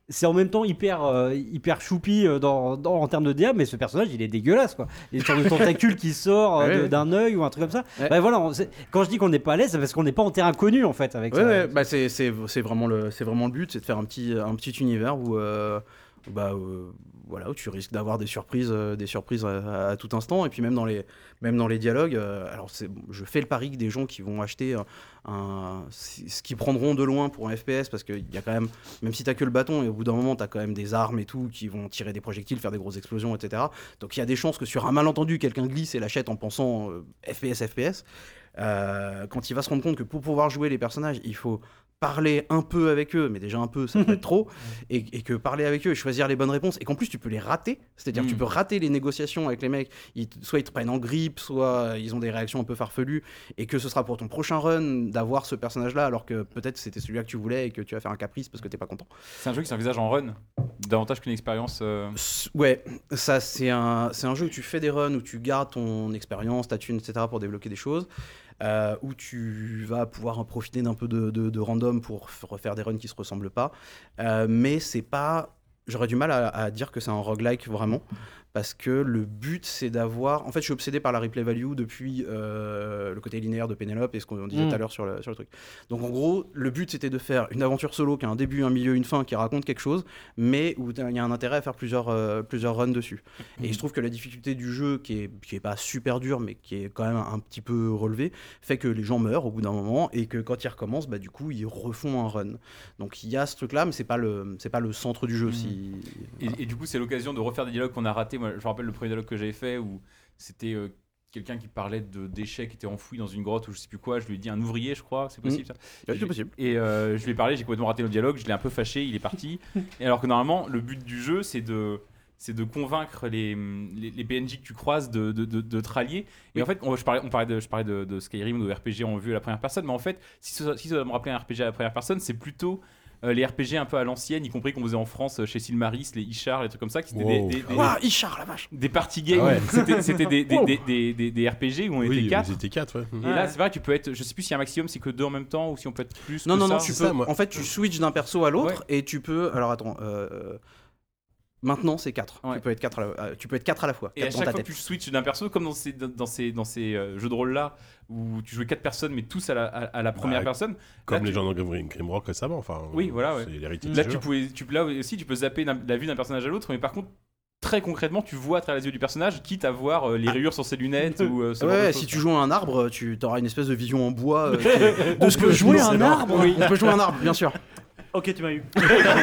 c'est en même temps hyper, euh, hyper choupi euh, dans, dans- en termes de D A, mais ce personnage il est dégueulasse quoi. Il y a une sorte de tentacule qui sort euh, Ouais, de- ouais. d'un œil ou un truc comme ça. Ouais. Bah, voilà, on- c'est- quand je dis qu'on n'est pas à l'aise, c'est parce qu'on n'est pas en terrain connu en fait avec Ouais, ça. ouais, bah c'est, c'est, c'est vraiment le c'est vraiment le but, c'est de faire un petit un petit univers où euh, bah euh, voilà où tu risques d'avoir des surprises euh, des surprises à, à tout instant et puis même dans les même dans les dialogues. euh, alors c'est bon, je fais le pari que des gens qui vont acheter un, un- ce qu'ils prendront de loin pour un F P S parce qu'il y a quand même même si t'as que le bâton et au bout d'un moment t'as quand même des armes et tout qui vont tirer des projectiles, faire des grosses explosions, et cetera. Donc il y a des chances que sur un malentendu quelqu'un glisse et l'achète en pensant euh, F P S F P S. Euh, quand il va se rendre compte que pour pouvoir jouer les personnages, il faut parler un peu avec eux, mais déjà un peu, ça peut être trop, et, et que parler avec eux et choisir les bonnes réponses, et qu'en plus tu peux les rater, c'est-à-dire que tu Mm. peux rater les négociations avec les mecs, ils, t- soit ils te prennent en grippe, soit ils ont des réactions un peu farfelues, et que ce sera pour ton prochain run d'avoir ce personnage-là, alors que peut-être c'était celui-là que tu voulais et que tu vas faire un caprice parce que t'es pas content. C'est un jeu qui s'envisage en run, davantage qu'une expérience. euh, S- Ouais, ça c'est un, c'est un jeu où tu fais des runs, où tu gardes ton expérience, ta thune, et cetera pour débloquer des choses, euh, où tu vas pouvoir en profiter d'un peu de, de- de random pour f- refaire des runs qui se ressemblent pas. Euh, mais c'est pas... J'aurais du mal à, à dire que c'est un roguelike vraiment, parce que le but c'est d'avoir... En fait je suis obsédé par la replay value depuis euh, le côté linéaire de Pénélope et ce qu'on disait Mm. tout à l'heure sur le, sur le truc. Donc en gros, le but c'était de faire une aventure solo qui a un début, un milieu, une fin, qui raconte quelque chose, mais où il y a un intérêt à faire plusieurs, euh, plusieurs runs dessus. Et je trouve que la difficulté du jeu, qui est, qui est pas super dure, mais qui est quand même un petit peu relevée, fait que les gens meurent au bout d'un moment et que quand ils recommencent, bah, du coup, ils refont un run. Donc il y a ce truc-là, mais c'est pas le, c'est pas le centre du jeu. Mhm. Si... Et, et du coup, c'est l'occasion de refaire des dialogues qu'on a ratés. Moi, je me rappelle le premier dialogue que j'avais fait où c'était euh, quelqu'un qui parlait de déchets qui étaient enfouis dans une grotte ou je sais plus quoi. Je lui ai dit un ouvrier, je crois, c'est possible ça. Ouais, Je- c'est possible. Et euh, je lui ai parlé, j'ai complètement raté le dialogue, je l'ai un peu fâché, il est parti. Et alors que normalement, le but du jeu, c'est de c'est de convaincre les, les, les P N J que tu croises de, de, de, de te rallier. Et en fait, on, je parlais, on parlait de, je parlais de, de Skyrim, de R P G en vue à la première personne, mais en fait, si ça, si ça doit me rappeler un R P G à la première personne, c'est plutôt euh, les R P G un peu à l'ancienne, y compris qu'on faisait en France euh, chez Silmaris, les Ishar, les trucs comme ça, qui étaient Wow. des, des, des, Ouah, Ishar, la vache. des party games. Ah ouais. C'était, c'était des, des, des, des, des, des R P G où on Oui, était quatre. ils étaient quatre, ouais. Et là, c'est vrai que tu peux être, je sais plus s'il y a un maximum, c'est que deux en même temps ou si on peut être plus. Non, que non, non, ça. tu c'est peux. ça, moi. En fait, tu switches d'un perso à l'autre et tu peux. Alors attends. Euh... Maintenant, c'est quatre. Ouais. Tu peux être quatre à la, euh, tu peux être quatre à la fois. Et à quatre dans chaque ta fois tête. que tu switches d'un perso, comme dans ces, dans dans ces, dans ces euh, jeux de rôle là, où tu jouais quatre personnes mais tous à la, à, à la première Bah, personne, Comme là, les tu- gens dans Grim Grimrock récemment, enfin. Oui, voilà, ouais. C'est l'héritage là du tu jeu. pouvais, tu, là aussi tu peux zapper d'un- la vue d'un personnage à l'autre, mais par contre, très concrètement, tu vois à travers les yeux du personnage, quitte à voir euh, les rayures sur ses lunettes ou euh, ce Ouais, genre de ouais, choses. si tu joues à un arbre, tu auras une espèce de vision en bois euh, qui- de ce que jouer je un arbre. Oui, on peut jouer un arbre, bien sûr. Ok, tu m'as eu.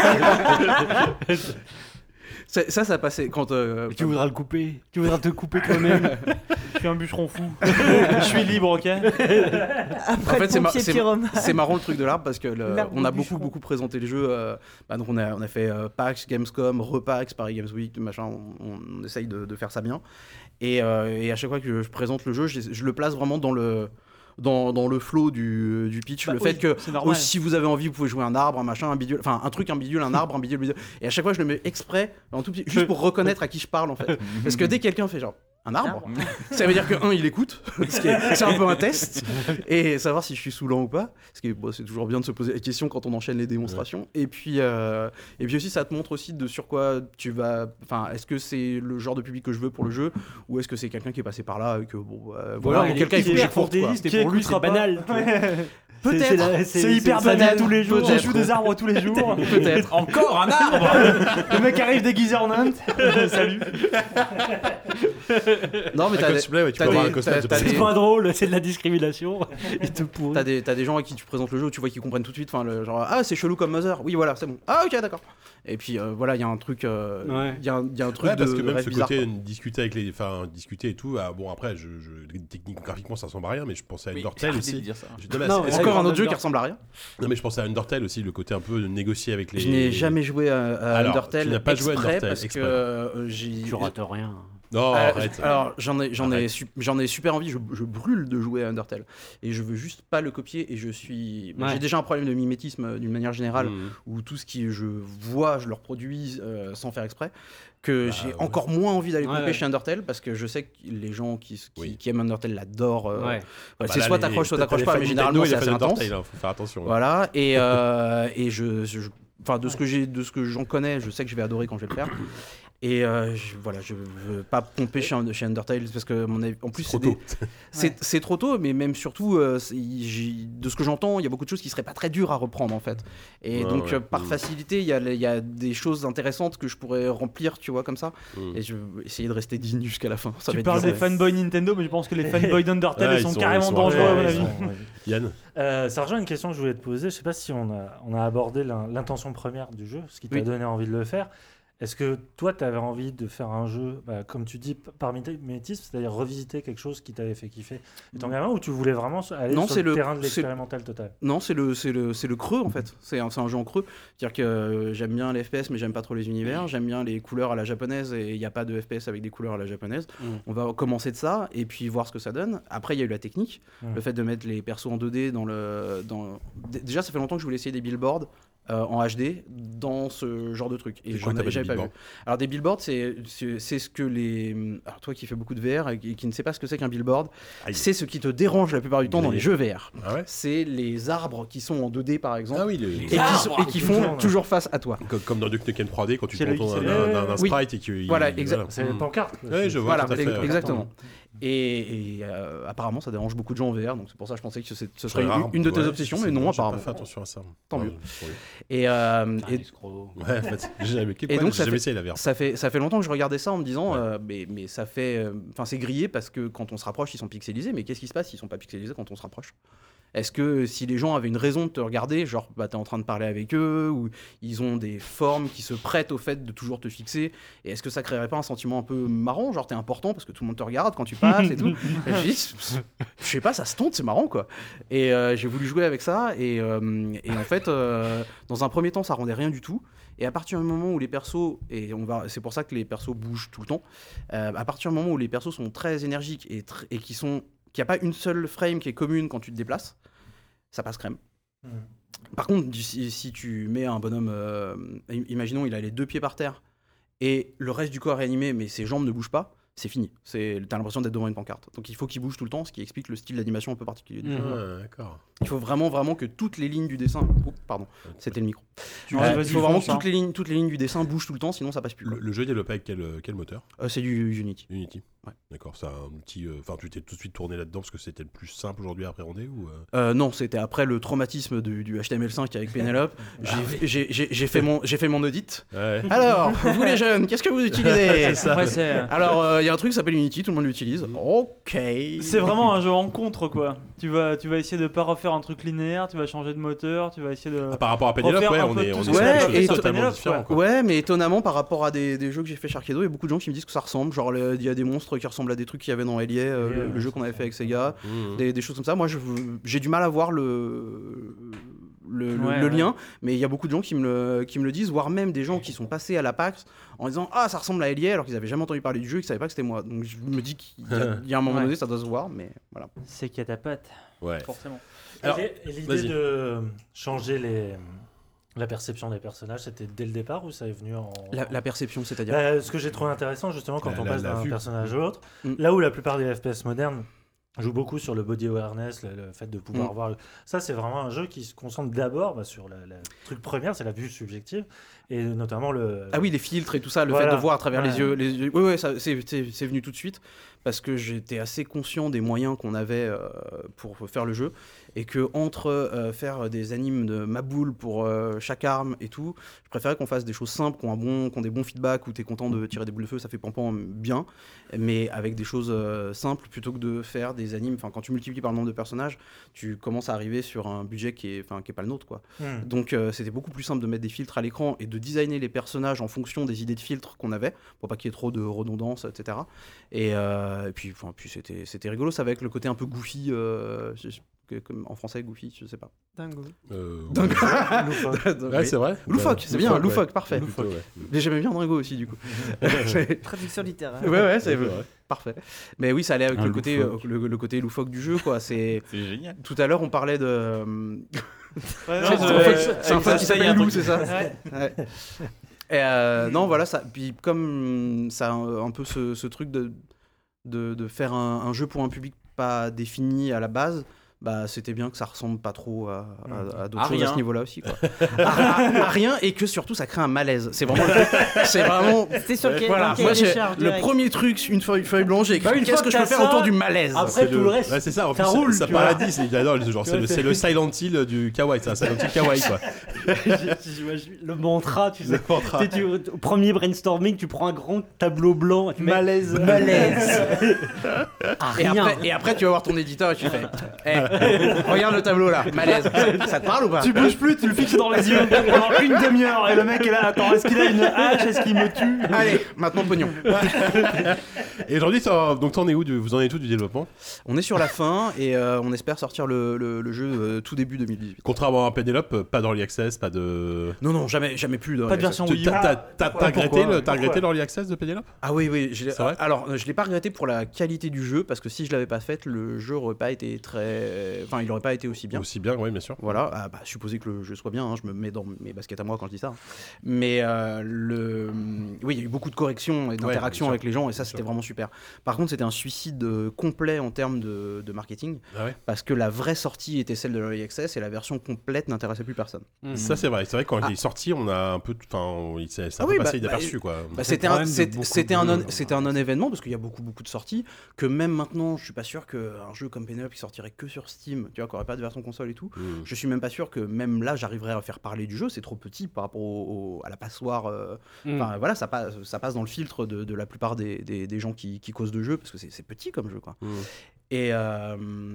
C'est- Ça, ça a passé quand. euh, Tu voudras le couper. Tu voudras te couper toi-même. Je suis un bûcheron fou. Je suis libre, ok. Après En fait, le c'est ma- pompier c'est- pyromane. C'est marrant le truc de l'arbre parce que le- L'arbre on a du beaucoup bûcheron. beaucoup présenté le jeu. euh, bah, donc on a on a fait euh, PAX, Gamescom, Repax, Paris Games Week, machin. On, on essaye de, de faire ça bien. Et, euh, et à chaque fois que je présente le jeu, je, je le place vraiment dans le dans, dans le flow du, du pitch. Bah le oui, fait que c'est normal. oh, si vous avez envie, vous pouvez jouer un arbre, un machin, un bidule, enfin un truc, un bidule, un arbre, un bidule, bidule. Et à chaque fois, je le mets exprès, en tout petit, juste pour reconnaître à qui je parle en fait. Parce que dès que quelqu'un fait genre un arbre, ça veut dire que un, il écoute, ce qui est- c'est un peu un test, et savoir si je suis saoulant ou pas. Parce que bon, c'est toujours bien de se poser la question quand on enchaîne les démonstrations. Et puis, euh, et puis aussi, ça te montre aussi de sur quoi tu vas. Enfin, est-ce que c'est le genre de public que je veux pour le jeu, ou est-ce que c'est quelqu'un qui est passé par là et que bon, euh, voilà, il est quelqu'un il faut que hyper j'écoute, quoi. fantaisiste et Qui pour lui c'est écoutera pas. banal. tu vois. Peut-être. C'est- c'est la- C'est hyper sa vie banal tous les jours. On joue des arbres tous les jours. Peut-être. Encore un arbre. Le mec arrive déguisé en Inde. Salut. Non, mais Un t'as des, cosplay, ouais, tu t'as peux avoir des- un cosplay t'as- de t'as C'est des- pas drôle, c'est de la discrimination. Il te pourrit. T'as des, t'as des gens à qui tu présentes le jeu, tu vois qu'ils comprennent tout de suite, enfin le genre ah c'est chelou comme Mother, oui voilà c'est bon, ah ok d'accord. Et puis euh, voilà il y a un truc, euh, il Ouais. y, a un- il y a un truc Ouais, parce de, que de même rêve ce bizarre, côté quoi. discuter avec les, enfin discuter et tout. Ah, bon après, je, je, techniquement graphiquement ça ressemble à rien, mais je pensais à Mais Undertale arrêtez de aussi. dire ça. Je- non, mais Non, c'est- mais c'est- Encore un Under- autre jeu qui ressemble à rien. non, mais je pensais à Undertale aussi, le côté un peu de négocier avec les. Je n'ai jamais joué à, à Alors, Undertale. tu n'as pas joué à exprès Undertale, parce exprès. que euh, j'ai. Tu rates rien. Non, Euh, arrête. alors j'en ai j'en ai Arrête. su- j'en ai super envie, je, je brûle de jouer à Undertale et je veux juste pas le copier et je suis Ouais. j'ai déjà un problème de mimétisme euh, d'une manière générale Mmh. où tout ce qui je vois je le reproduis euh, sans faire exprès, que Bah, j'ai ouais. encore moins envie d'aller Ouais, couper ouais. chez Undertale parce que je sais que les gens qui, qui, Oui. qui aiment Undertale l'adorent. euh, Ouais. ouais, Bah c'est là, soit les- t'accroches soit t'as t'accroches les pas, fans mais Nintendo généralement et les c'est fans assez intense. d'Undertale, hein, faut faire attention. hein. Voilà, et, euh, et je, je- enfin de ce Ouais. que j'ai, de ce que j'en connais, je sais que je vais adorer quand je vais le faire. Et euh, je, voilà, je veux pas pomper chez, chez Undertale parce que mon avis, en plus Trop c'est, des- tôt. c'est, c'est trop tôt, mais même surtout euh, c'est- j'ai- de ce que j'entends, il y a beaucoup de choses qui seraient pas très dures à reprendre en fait. Et Ouais, donc ouais. euh, par Mm. facilité, il y, a les- il y a des choses intéressantes que je pourrais remplir, tu vois, comme ça. Mm. Et je vais essayer de rester digne jusqu'à la fin. Ça va Tu être parles dur, des ouais. fanboys Nintendo, mais je pense que les fanboys d'Undertale Ouais, ils ils sont, sont- carrément ils sont dangereux à mon Ouais, avis. ils sont- ouais. Yann. Euh, ça rejoint une question que je voulais te poser. Je sais pas si on a, on a abordé l'in- l'intention première du jeu, ce qui t'a Oui. donné envie de le faire. Est-ce que toi, tu avais envie de faire un jeu, bah, comme tu dis, p- par mimétisme, c'est-à-dire revisiter quelque chose qui t'avait fait kiffer étant gamin, ou tu voulais vraiment aller Non, sur c'est le, le- terrain de c'est- l'expérimental total? Non, c'est le, c'est le, c'est le creux en fait. C'est un, c'est un jeu en creux. C'est-à-dire que euh, j'aime bien les F P S, mais j'aime pas trop les univers. J'aime bien les couleurs à la japonaise et il n'y a pas de F P S avec des couleurs à la japonaise. Mm. On va commencer de ça et puis voir ce que ça donne. Après, il y a eu la technique, Mm. le fait de mettre les persos en deux D dans le. Dans... D- Déjà, ça fait longtemps que je voulais essayer des billboards. euh, en H D dans ce genre de truc et C'est j'en quoi que avais t'appelles j'avais des pas vu. billboards Alors des billboards, c'est c'est c'est ce que les alors toi qui fais beaucoup de V R et qui qui ne sais pas ce que c'est qu'un billboard, Aïe. c'est ce qui te dérange la plupart du temps dans les Grillé. jeux V R. Ah ouais. C'est les arbres qui sont en deux D par exemple Ah oui, les- et qui, sont- et qui font toujours face à toi. comme, comme dans Duke Nukem trois D quand tu C'est te le- contournes c'est d'un le- d'un- d'un Oui. sprite et que Voilà, il- exact. C'est les Mm. pancartes. quoi. Ouais, je vois. Voilà, tout à fait, ex- ouais. exactement. Et, et, euh, apparemment, ça dérange beaucoup de gens en V R, donc c'est pour ça que je pensais que c'est- ce serait Très une, rare. une de tes Ouais, obsessions, c'est mais non, bon, j'ai pas apparemment. fait attention à ça. Tant Ouais, mieux. c'est trop Et, euh, Ah, et l'escroc. bien. Ouais, en fait, j'ai jamais, Et donc, ça j'ai jamais fait- essayé la V R. ça fait ça fait longtemps que je regardais ça en me disant, Ouais. euh, mais, mais ça fait, euh, enfin c'est grillé parce que quand on se rapproche, ils sont pixelisés. Mais qu'est-ce qui se passe s'ils sont pas pixelisés quand on se rapproche? Est-ce que si les gens avaient une raison de te regarder, genre bah, t'es en train de parler avec eux, ou ils ont des formes qui se prêtent au fait de toujours te fixer, et est-ce que ça créerait pas un sentiment un peu marrant, genre t'es important parce que tout le monde te regarde quand tu passes et tout? Et je dis, je sais pas, ça se tente, c'est marrant quoi. Et euh, j'ai voulu jouer avec ça, et, euh, et en fait, euh, dans un premier temps, ça rendait rien du tout. Et à partir du moment où les persos, et on va, c'est pour ça que les persos bougent tout le temps, euh, à partir du moment où les persos sont très énergiques et, tr- et qui sont, qu'il n'y a pas une seule frame qui est commune quand tu te déplaces, ça passe crème. Mm. Par contre, du- si, si tu mets un bonhomme, euh, im- imaginons il a les deux pieds par terre et le reste du corps est animé, mais ses jambes ne bougent pas, c'est fini. C'est, t'as l'impression d'être devant une pancarte. Donc il faut qu'il bouge tout le temps, ce qui explique le style d'animation un peu particulier. du jeu. Ah, d'accord. Il faut vraiment, vraiment que toutes les lignes du dessin. Oh, pardon, c'était le micro. Tu Euh, vas- il vas-y, faut vraiment fonce, que hein. toutes les lignes, toutes les lignes du dessin bougent tout le temps, sinon ça passe plus. Le, quoi. le jeu est développé avec quel, euh, quel moteur? Euh, c'est du Unity. Unity. Ouais. D'accord, c'est un outil. euh, Enfin, tu t'es tout de suite tourné là-dedans parce que c'était le plus simple aujourd'hui à appréhender ou euh, Euh, non, c'était après le traumatisme du, du H T M L cinq avec Penelope. J'ai- j'ai- J'ai j'ai fait mon, j'ai fait mon audit. Ouais. Alors, vous les jeunes, qu'est-ce que vous utilisez? Ouais, c'est Alors, il y a un truc qui s'appelle Unity, tout le monde l'utilise. Ok. c'est vraiment un jeu en contre quoi. Tu vas, tu vas essayer de pas refaire un truc linéaire, tu vas changer de moteur, tu vas essayer de. Ah, par rapport à Penelope, Refaire ouais, un on peu est, tout on ce est que sur ça des fait choses et totalement Penelope, différentes, quoi. Ouais, mais étonnamment, par rapport à des, des jeux que j'ai fait chez Arcado, il y a beaucoup de gens qui me disent que ça ressemble. Genre, le- il y a des monstres qui ressemblent à des trucs qu'il y avait dans Elie, euh, Ouais, le, ouais, le jeu ça qu'on avait fait- fait avec Sega, Mmh. des, des choses comme ça. Moi, je- j'ai du mal à voir le, le, le- Ouais, le ouais. lien, mais il y a beaucoup de gens qui me, le, qui me le disent, voire même des gens qui sont passés à la PAX en disant ah ça ressemble à Elie alors qu'ils avaient jamais entendu parler du jeu et qu'ils savaient pas que c'était moi. Donc je me dis qu'il y a, il y a un moment Ouais. donné ça doit se voir, mais voilà. C'est qu'il y a ta patte, Ouais. forcément. Alors, Et et l'idée vas-y. de changer les, la perception des personnages, c'était dès le départ ou ça est venu en... La, la perception, c'est-à-dire. Euh, ce que j'ai trouvé intéressant justement quand La- on la- passe la d'un vue. personnage à l'autre, Mm. là où la plupart des F P S modernes jouent beaucoup sur le body awareness, le, le fait de pouvoir Mm. voir. le- Ça, c'est vraiment un jeu qui se concentre d'abord bah, sur la, la truc première, c'est la vue subjective et notamment le. Ah oui, les filtres et tout ça, le Voilà. fait de voir à travers Ouais. les yeux. Les yeux. Oui, ouais, ça, c'est, c'est, c'est venu tout de suite parce que j'étais assez conscient des moyens qu'on avait euh, pour faire le jeu et que entre euh, faire des animes de ma boule pour euh, chaque arme et tout, je préférais qu'on fasse des choses simples, qu'on a bon, qu'on ait des bons feedbacks où t'es content de tirer des boules de feu, ça fait pampan bien, mais avec des choses euh, simples plutôt que de faire des animes. Enfin, quand tu multiplies par le nombre de personnages, tu commences à arriver sur un budget qui est, enfin, qui est pas le nôtre, quoi. Mm. Donc euh, c'était beaucoup plus simple de mettre des filtres à l'écran et de designer les personnages en fonction des idées de filtres qu'on avait pour pas qu'il y ait trop de redondance, et cetera. Et, euh, et puis, enfin, puis c'était, c'était rigolo, ça avec le côté un peu goofy, euh, je- je- que- comme en français goofy, je sais pas. Dingo. Euh, Donc- Loufoque. ouais, Oui. c'est vrai. Loufoque, Bah, c'est bien, ouais. loufoque, parfait. Plutôt, ouais. Mais j'aimais bien Dringo aussi du coup. C'est- Traduction littéraire. ouais ouais, c'est Ouais, c'est vrai. parfait. Mais oui, ça allait avec Un le côté, loufoque. euh, le, le côté loufoque du jeu, quoi. C'est C'est génial. tout à l'heure on parlait de. euh, Ouais, c'est, non, en je- fait, c'est un avec fan ça, qui ça y est, un s'appelle Lou, truc. c'est ça. Ouais. Ouais. Et euh, non, voilà, ça. Puis comme ça a un, un peu ce, ce truc de, de, de faire un, un jeu pour un public pas défini à la base, bah c'était bien que ça ressemble pas trop à, à, à d'autres À choses rien. à ce niveau-là aussi, quoi. à, à- à rien, et que surtout ça crée un malaise. C'est vraiment, c'est vraiment. C'est sur quel Voilà, dans quel moi j'ai décharge le direct. premier truc, une feuille, feuille blanche, j'ai écrit Bah, une qu'est-ce fois que que je peux t'as faire ça, autour du malaise. Après, C'est tout le reste, Ouais, c'est ça, en ça plus, roule, ça tu vois. paradis, c'est, j'adore, le- genre, c'est, le, c'est le Silent Hill du kawaii, c'est un Silent Hill kawaii quoi. J'imagine le mantra, tu sais. Le mantra. Tu sais, tu- au premier brainstorming, tu prends un grand tableau blanc. Et tu mets Malaise. malaise. Ah, Et rien. après, et après, tu vas voir ton éditeur et tu fais hey, regarde le tableau là, malaise. Ça te parle ou pas? Tu bouges plus, tu le fixes dans les yeux pendant une demi-heure et le mec est là, attends, est-ce qu'il a une hache, est-ce qu'il me tue? Allez, maintenant pognon. Et aujourd'hui, t'en- donc t'en es où du- vous en êtes où du développement? On est sur la fin et euh, on espère sortir le, le- le jeu euh, tout début deux mille dix-huit. Contrairement à Penelope, pas d'Early Access, pas de. Non, non, jamais, jamais plus. dans Pas de les- version Tu- Wii U. T'as, t'as, t'as, t'as regretté, pourquoi le, t'as regretté Pourquoi l'Early Access de Penelope? Ah oui, oui. Je l'ai- C'est vrai alors, euh, je l'ai pas regretté pour la qualité du jeu parce que si je l'avais pas fait, le jeu aurait pas été très. Enfin, il aurait pas été aussi bien. Aussi bien, oui, bien sûr. Voilà, ah, bah, supposer que le jeu soit bien, hein, je me mets dans mes baskets à moi quand je dis ça. hein. Mais euh, le... oui, il y a eu beaucoup de corrections et d'interactions bien sûr, avec les gens et ça bien c'était sûr. vraiment super. Par contre, c'était un suicide euh, complet en termes de, de marketing Ah ouais. parce que la vraie sortie était celle de l'Early Access et la version complète n'intéressait plus personne. Ça, c'est vrai. C'est vrai, quand Ah. il est sorti, on a un peu. Enfin, il s'est, c'est un Ah peu oui, passé bah, inaperçu, quoi. Bah, C'est c'était le un, problème de c'est- beaucoup c'était de un, non- jeux, c'était un non-événement parce qu'il y a beaucoup beaucoup de sorties que même maintenant je suis pas sûr qu'un jeu comme Penelope qui sortirait que sur Steam, tu vois, qui aurait pas de version console et tout, Mm. je suis même pas sûr que même là j'arriverais à faire parler du jeu, c'est trop petit par rapport au- au- à la passoire. euh, Mm. Enfin voilà, ça passe, ça passe dans le filtre de, de la plupart des, des, des gens qui, qui causent de jeu parce que c'est c'est petit comme jeu quoi. Mm. Et, euh,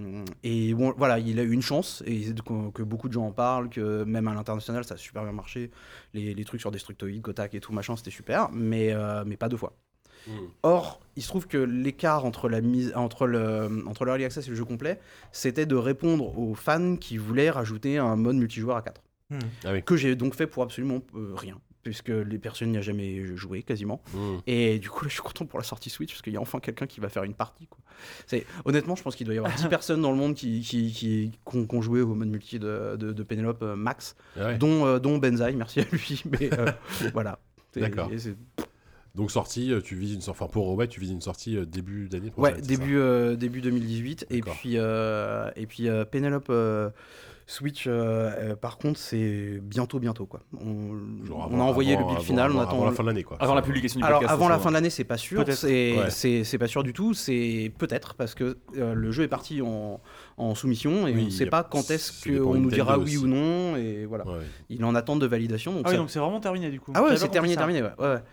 et bon, voilà, il a eu une chance et que, que beaucoup de gens en parlent, que même à l'international ça a super bien marché. Les, les trucs sur Destructoid, Kotak et tout machin, c'était super, mais, euh, mais pas deux fois. Mm. Or, il se trouve que l'écart entre, la mise, entre, le, entre l'Early Access et le jeu complet, c'était de répondre aux fans qui voulaient rajouter un mode multijoueur à quatre. Hmm. Ah oui. Que j'ai donc fait pour absolument euh, rien, puisque les personnes n'y a jamais joué quasiment. Mm. Et du coup, là, je suis content pour la sortie Switch, parce qu'il y a enfin quelqu'un qui va faire une partie. Quoi. C'est, honnêtement, je pense qu'il doit y avoir dix personnes dans le monde qui, qui, qui, qui ont, qui ont joué au mode multi de, de, de Penelope euh, Max, Ah ouais. dont, euh, dont Benzaï, merci à lui. Mais euh, voilà. C'est- D'accord. et c'est- Donc, sortie, euh, tu vises une sortie. Enfin, pour ouais, tu vises une sortie euh, début d'année Ouais, prochaine. c'est début, euh, début deux mille dix-huit. Et D'accord. puis, euh, et puis euh, Penelope euh, Switch, euh, euh, par contre, c'est bientôt, bientôt. Quoi. On, ça Genre on avant- a envoyé avant- le build avant- final, on avant- attend. Avant la fin de l'année, quoi. Avant la publication du Alors, podcast. avant on la se fin de voit. l'année, c'est pas sûr. Peut-être. C'est, Ouais. c'est, c'est pas sûr du tout. C'est peut-être parce que euh, le jeu est parti en, en soumission et Oui, on ne sait y a- pas quand est-ce ça dépend qu'on nous Nintendo dira oui aussi. ou non. Et voilà. Ouais. Il est en attente de validation. Donc Ah oui, ça- donc c'est vraiment terminé du coup. Ah ouais, J'avais c'est pas terminé, compris ça. terminé, ouais. ouais, ouais.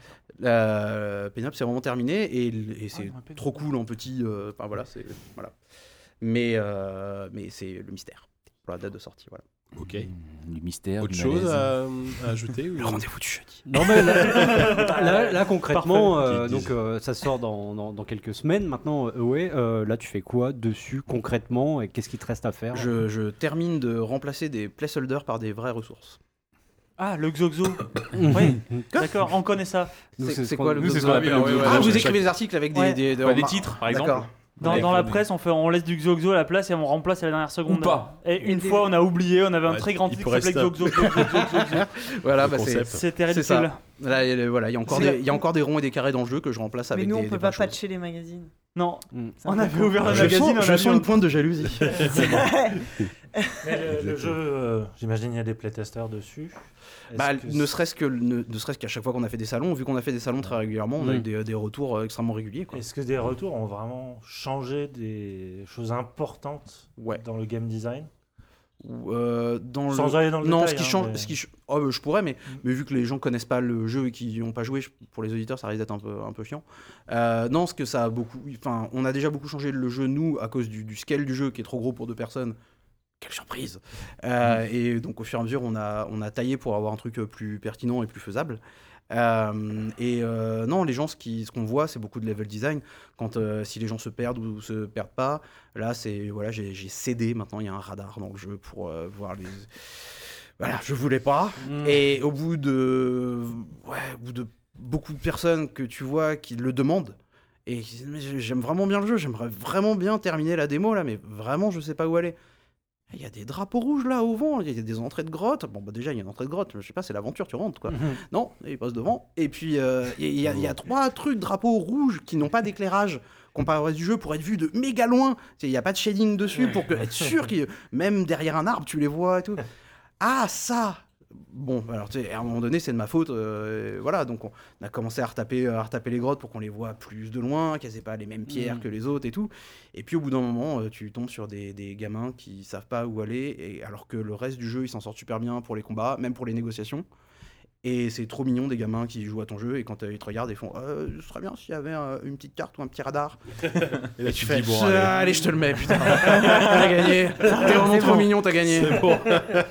Euh, Penelope, c'est vraiment terminé et, et c'est j'aurais pas trop cool en petit. euh, Enfin voilà, c'est voilà. Mais euh, mais c'est le mystère pour la date de sortie, voilà. Ok. Du mystère. Autre du chose malaise. à, à ajouter ou... Le rendez-vous du jeudi. Non mais là, là, là, concrètement, Parfait. euh, Qu'ils donc disent. euh, ça sort dans, dans, dans quelques semaines. Maintenant, euh, ouais, euh, là tu fais quoi dessus concrètement et qu'est-ce qu'il te reste à faire? Je, je termine de remplacer des placeholders par des vraies ressources. Ah, le Xoxo. Oui, d'accord, on connaît ça. Nous, C'est c'est c'est ce quoi qu'on- le nous, c'est ce Xoxo qu'on appelle le Xoxo. Ah, vous Chaque- écrivez des articles avec des, Ouais. des, Bah, des titres, par exemple. D'accord. Dans, Ouais, dans la faut- presse, on, fait, on laisse du Xoxo à la place et on remplace à la dernière seconde. Ou pas. Et une des- fois, on a oublié, on avait un Ouais, très grand il titre qui pourrait s'appelait rester- Xoxo, Xoxo, Xoxo, Xoxo. Voilà, Le bah, c'est concept. C'était C'est ça. ridicule. là, il y a- voilà, il y a encore C'est des, la- il y a encore des ronds et des carrés dans le jeu que je remplace Mais avec nous, des on peut des pas vraies choses. patcher les magazines. Non, Mm. C'est on un avait peu ouvert le Je magazine, sens, on je a sens vu une un- pointe de jalousie. Mais le, le jeu, euh, j'imagine il y a des playtesters dessus. Est-ce Bah, que ne serait-ce que ne, ne serait-ce qu'à chaque fois qu'on a fait des salons, vu qu'on a fait des salons très régulièrement, on a Mm. eu des, des retours euh, extrêmement réguliers. Quoi. Est-ce que des retours ont vraiment changé des choses importantes Ouais. dans le game design Ou, euh, dans Sans le... aller dans le non, détail, ce qui hein, change, mais- ce qui ch- oh, bah, je pourrais, mais, mais vu que les gens connaissent pas le jeu et qui n'ont pas joué, je- pour les auditeurs, ça risque d'être un peu, un peu chiant. Euh, non, ce que ça a beaucoup, enfin, on a déjà beaucoup changé le jeu nous à cause du, du scale du jeu qui est trop gros pour deux personnes. Quelle surprise! Euh, Et donc au fur et à mesure, on a, on a taillé pour avoir un truc plus pertinent et plus faisable. Euh, et euh, non, les gens, ce qui- ce qu'on voit, c'est beaucoup de level design. Quand euh, si les gens se perdent ou se perdent pas, là, c'est voilà, j'ai j'ai cédé. Maintenant, il y a un radar dans le jeu pour euh, voir les. Voilà, je voulais pas. Mm. Et au bout de, ouais, au bout de beaucoup de personnes que tu vois qui le demandent. Et qui disent, mais j'aime vraiment bien le jeu, j'aimerais vraiment bien terminer la démo là, mais vraiment je sais pas où aller. il y a des drapeaux rouges là au vent, il y a des entrées de grotte. Bon, bah déjà, il y a une entrée de grotte, je sais pas, c'est l'aventure, tu rentres quoi. Non, il passe devant. Et puis, euh, il y, a- il y a trois trucs, drapeaux rouges, qui n'ont pas d'éclairage comparé au reste du jeu pour être vu de méga loin. Il n'y a pas de shading dessus pour que, être sûr que même derrière un arbre, tu les vois et tout. Ah, ça! Bon, alors tu sais, à un moment donné, c'est de ma faute. euh, voilà, donc on a commencé à retaper, à retaper les grottes pour qu'on les voit plus de loin, qu'elles aient pas les mêmes pierres Mhm. que les autres et tout. Et puis au bout d'un moment, euh, tu tombes sur des, des gamins qui savent pas où aller, et alors que le reste du jeu, ils s'en sortent super bien pour les combats, même pour les négociations. Et c'est trop mignon des gamins qui jouent à ton jeu et quand euh, ils te regardent, ils font euh, ce serait bien s'il y avait euh, une petite carte ou un petit radar. Et là, Et tu tu te fais dis, bon, allez. allez. allez, je te le mets, putain. T'as gagné. T'es vraiment trop mignon, t'as gagné. C'est bon.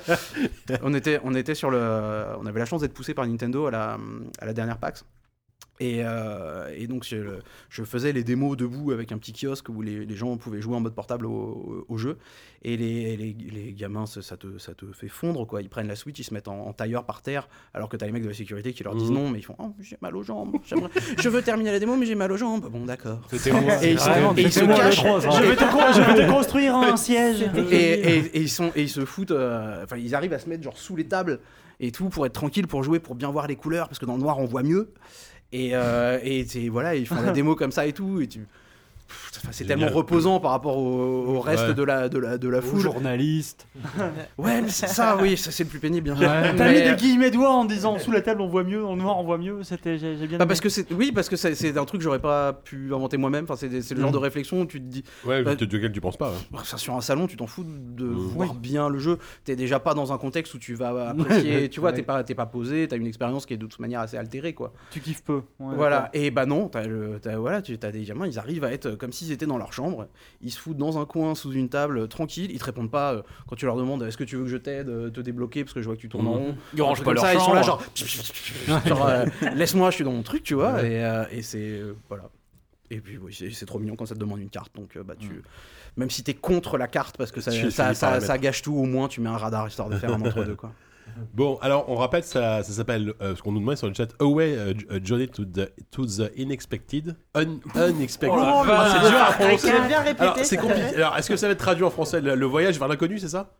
on était, on était sur le, on avait la chance d'être poussé par Nintendo à la, à la dernière PAX. Et, euh, et donc je, je faisais les démos debout avec un petit kiosque où les, les gens pouvaient jouer en mode portable au, au- au jeu. Et les, les, les gamins, ça, ça te, ça te fait fondre, quoi. Ils prennent la Switch, ils se mettent en, en tailleur par terre, alors que t'as les mecs de la sécurité qui leur disent Mhm. non, mais ils font oh, j'ai mal aux jambes. j'aimerais- Je veux terminer la démo, mais j'ai mal aux jambes. Bon, d'accord. C'était Et ils se, Vraiment, et ils se c'était moi, le cachent. trois, ça. Je vais te con- je vais te construire un siège. Et, et- et ils sont, et ils se foutent. euh, Enfin, ils arrivent à se mettre genre sous les tables et tout pour être tranquille, pour jouer, pour bien voir les couleurs, parce que dans le noir on voit mieux. Et, euh, et c'est- voilà, ils font la démo comme ça et tout. Et tu... Pff, enfin, c'est Génial. tellement reposant par rapport au, au reste Ouais. de la, de la, de la Aux foule. journalistes. Ouais, mais c'est ça, oui, ça c'est le plus pénible, bien sûr. T'as Mais- mis des guillemets doigts en disant sous la table on voit mieux, en noir on voit mieux. C'était, j'ai, j'ai bien. Bah, aimé. parce que c'est, oui, parce que c'est, c'est un truc que j'aurais pas pu inventer moi-même. Enfin, c'est, des- c'est le genre Mm. de réflexion où tu te dis, Ouais, Bah, de duquel tu penses pas. hein. bah, ça, sur un salon, tu t'en fous de Mm. voir bien le jeu. T'es déjà pas dans un contexte où tu vas apprécier. Tu vois, Ouais. t'es pas, t'es pas posé. T'as une expérience qui est de toute manière assez altérée, quoi. Tu kiffes peu. Ouais, Voilà. Et bah non, t'as le, t'as, voilà, tu as des gamins, ils arrivent à être comme s'ils étaient dans leur chambre. Ils se foutent dans un coin sous une table, euh, tranquille. Ils te répondent pas euh, quand tu leur demandes est-ce que tu veux que je t'aide, euh, te débloquer parce que je vois que tu tournes en rond. Ils rangent Un truc pas comme leur ça, ils sont là chambre. genre, genre, euh, laisse-moi, je suis dans mon truc, tu vois. Et, euh, et c'est euh, voilà. Et puis oui, c'est, c'est trop mignon quand ça te demande une carte. Donc euh, bah tu, même si t'es contre la carte parce que ça, Tu finis ça, par ça, la ça mettre. gâche tout, au moins tu mets un radar histoire de faire un entre deux, quoi. Bon, alors on rappelle, ça, ça s'appelle, euh, ce qu'on nous demande sur le chat, Away uh, J- uh, Journey to the, to the Unexpected. Un, unexpected. Oh la vache. c'est dur à prononcer. Tu veux bien répéter Alors, c'est s'il te compliqué. plaît Alors, est-ce que ça va être traduit en français, le, le voyage vers l'inconnu, c'est ça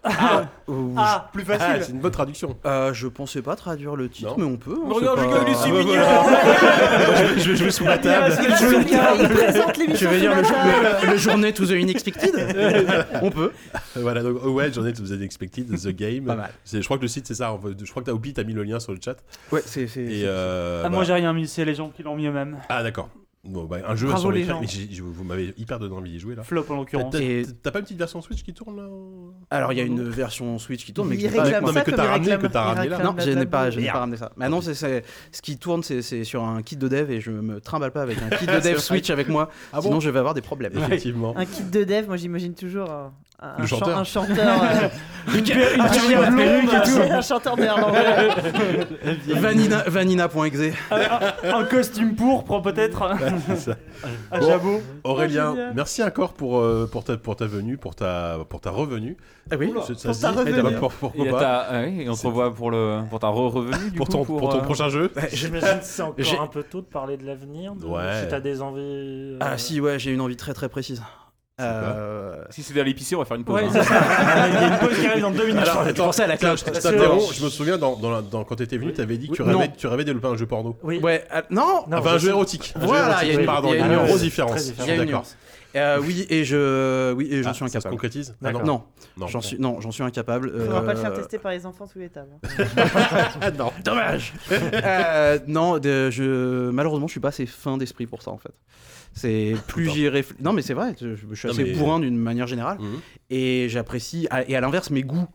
Ou- Ah, plus Ah, facile. c'est une bonne traduction. Euh, je pensais pas traduire le titre, Non. mais on peut. hein, Regarde, c'est je pas- gagne, c'est Ah, bah, mignon. voilà. je, vais, je vais jouer sous la table. Il présente l'émission Je vais sous dire la le, table. le, le journée to the unexpected. On peut. Voilà, donc Away Journey to the Unexpected, The Game. Pas mal. C'est, je crois que le site c'est ça. Enfin, je crois que t'as Oupi, t'as mis le lien sur le chat. Ouais, c'est. c'est, Et c'est- euh, Ah, bah- moi j'ai rien mis, c'est les gens qui l'ont mis eux-mêmes. Ah d'accord. Bon, bah, un jeu Bravo sur les lequel- gens. mais j'ai- j'ai- vous m'avez hyper donné envie d'y jouer là. Flop en l'occurrence. T'as, Et- t'as pas une petite version Switch qui tourne là Alors il y a une version Switch qui tourne, mais que Il je l'ai pas avec réclame moi. non, mais ça que comme t'as il ramené, réclame- que t'as il ramené là. réclame Non, la je n'ai blague pas, de- je n'ai pas ramené ça. Mais non, c'est, c'est- ce qui tourne, c'est, c'est sur un kit de dev et je me trimballe pas avec un kit de dev Switch avec moi, Ah bon sinon je vais avoir des problèmes. Effectivement. Un kit de dev, moi j'imagine toujours un, un, Le chan- chanteur. un chanteur. euh, Une, Une un perruque chanteur blonde et tout. un chanteur néerlandais. Vanina, vanina.exe. Un costume pourpre peut-être. C'est ça. Un Bon. jabot. Aurélien, génial. merci encore pour, euh, pour, ta, pour ta venue, pour ta, pour ta revenue. Ah oui. Ça- ça Pour se ta dit revenue. Eh ben, pour- Pourquoi Et, pas ta- ah oui, et on te C'est- revoit pour, le, pour ta re-revenu du pour coup, ton, pour ton euh, prochain jeu. J'imagine que c'est encore J'ai- un peu tôt de parler de l'avenir. de- Ouais. Si t'as des envies. euh, Ah si, ouais, j'ai une envie très très précise. Euh... Si c'est d'aller pisser, on va faire une pause. Ouais, hein. c'est ça. Il y a une pause qui arrive dans deux minutes. Alors, attends, pensais à la cloche. je Parce t'interromps, que- je me souviens dans, dans, la- dans- quand t'étais venu, t'avais dit que tu Oui, rêvais, non. tu rêvais de développer un jeu porno. Oui. Ouais, euh, non. Non, enfin, un je jeu sais- érotique. Un jeu Voilà, érotique, il y a une- pardon, il y a il y a une une nuance. grosse Très différence. différente. Je Il y a suis une d'accord. nuance. Euh, oui, et je, oui, et j'en Ah, suis ça se incapable. concrétise Ah, D'accord. Non, non. j'en suis, non, j'en suis incapable. Faudra pas le euh, faire tester par les enfants sous les tables. Ah, non. Dommage. Euh, non, de- je, malheureusement, je suis pas assez fin d'esprit pour ça en fait. C'est plus j'y réfléchis. Non, mais c'est vrai. Je, je suis Non, assez mais- bourrin d'une manière générale, Mhm. et j'apprécie. à- Et à l'inverse, mes goûts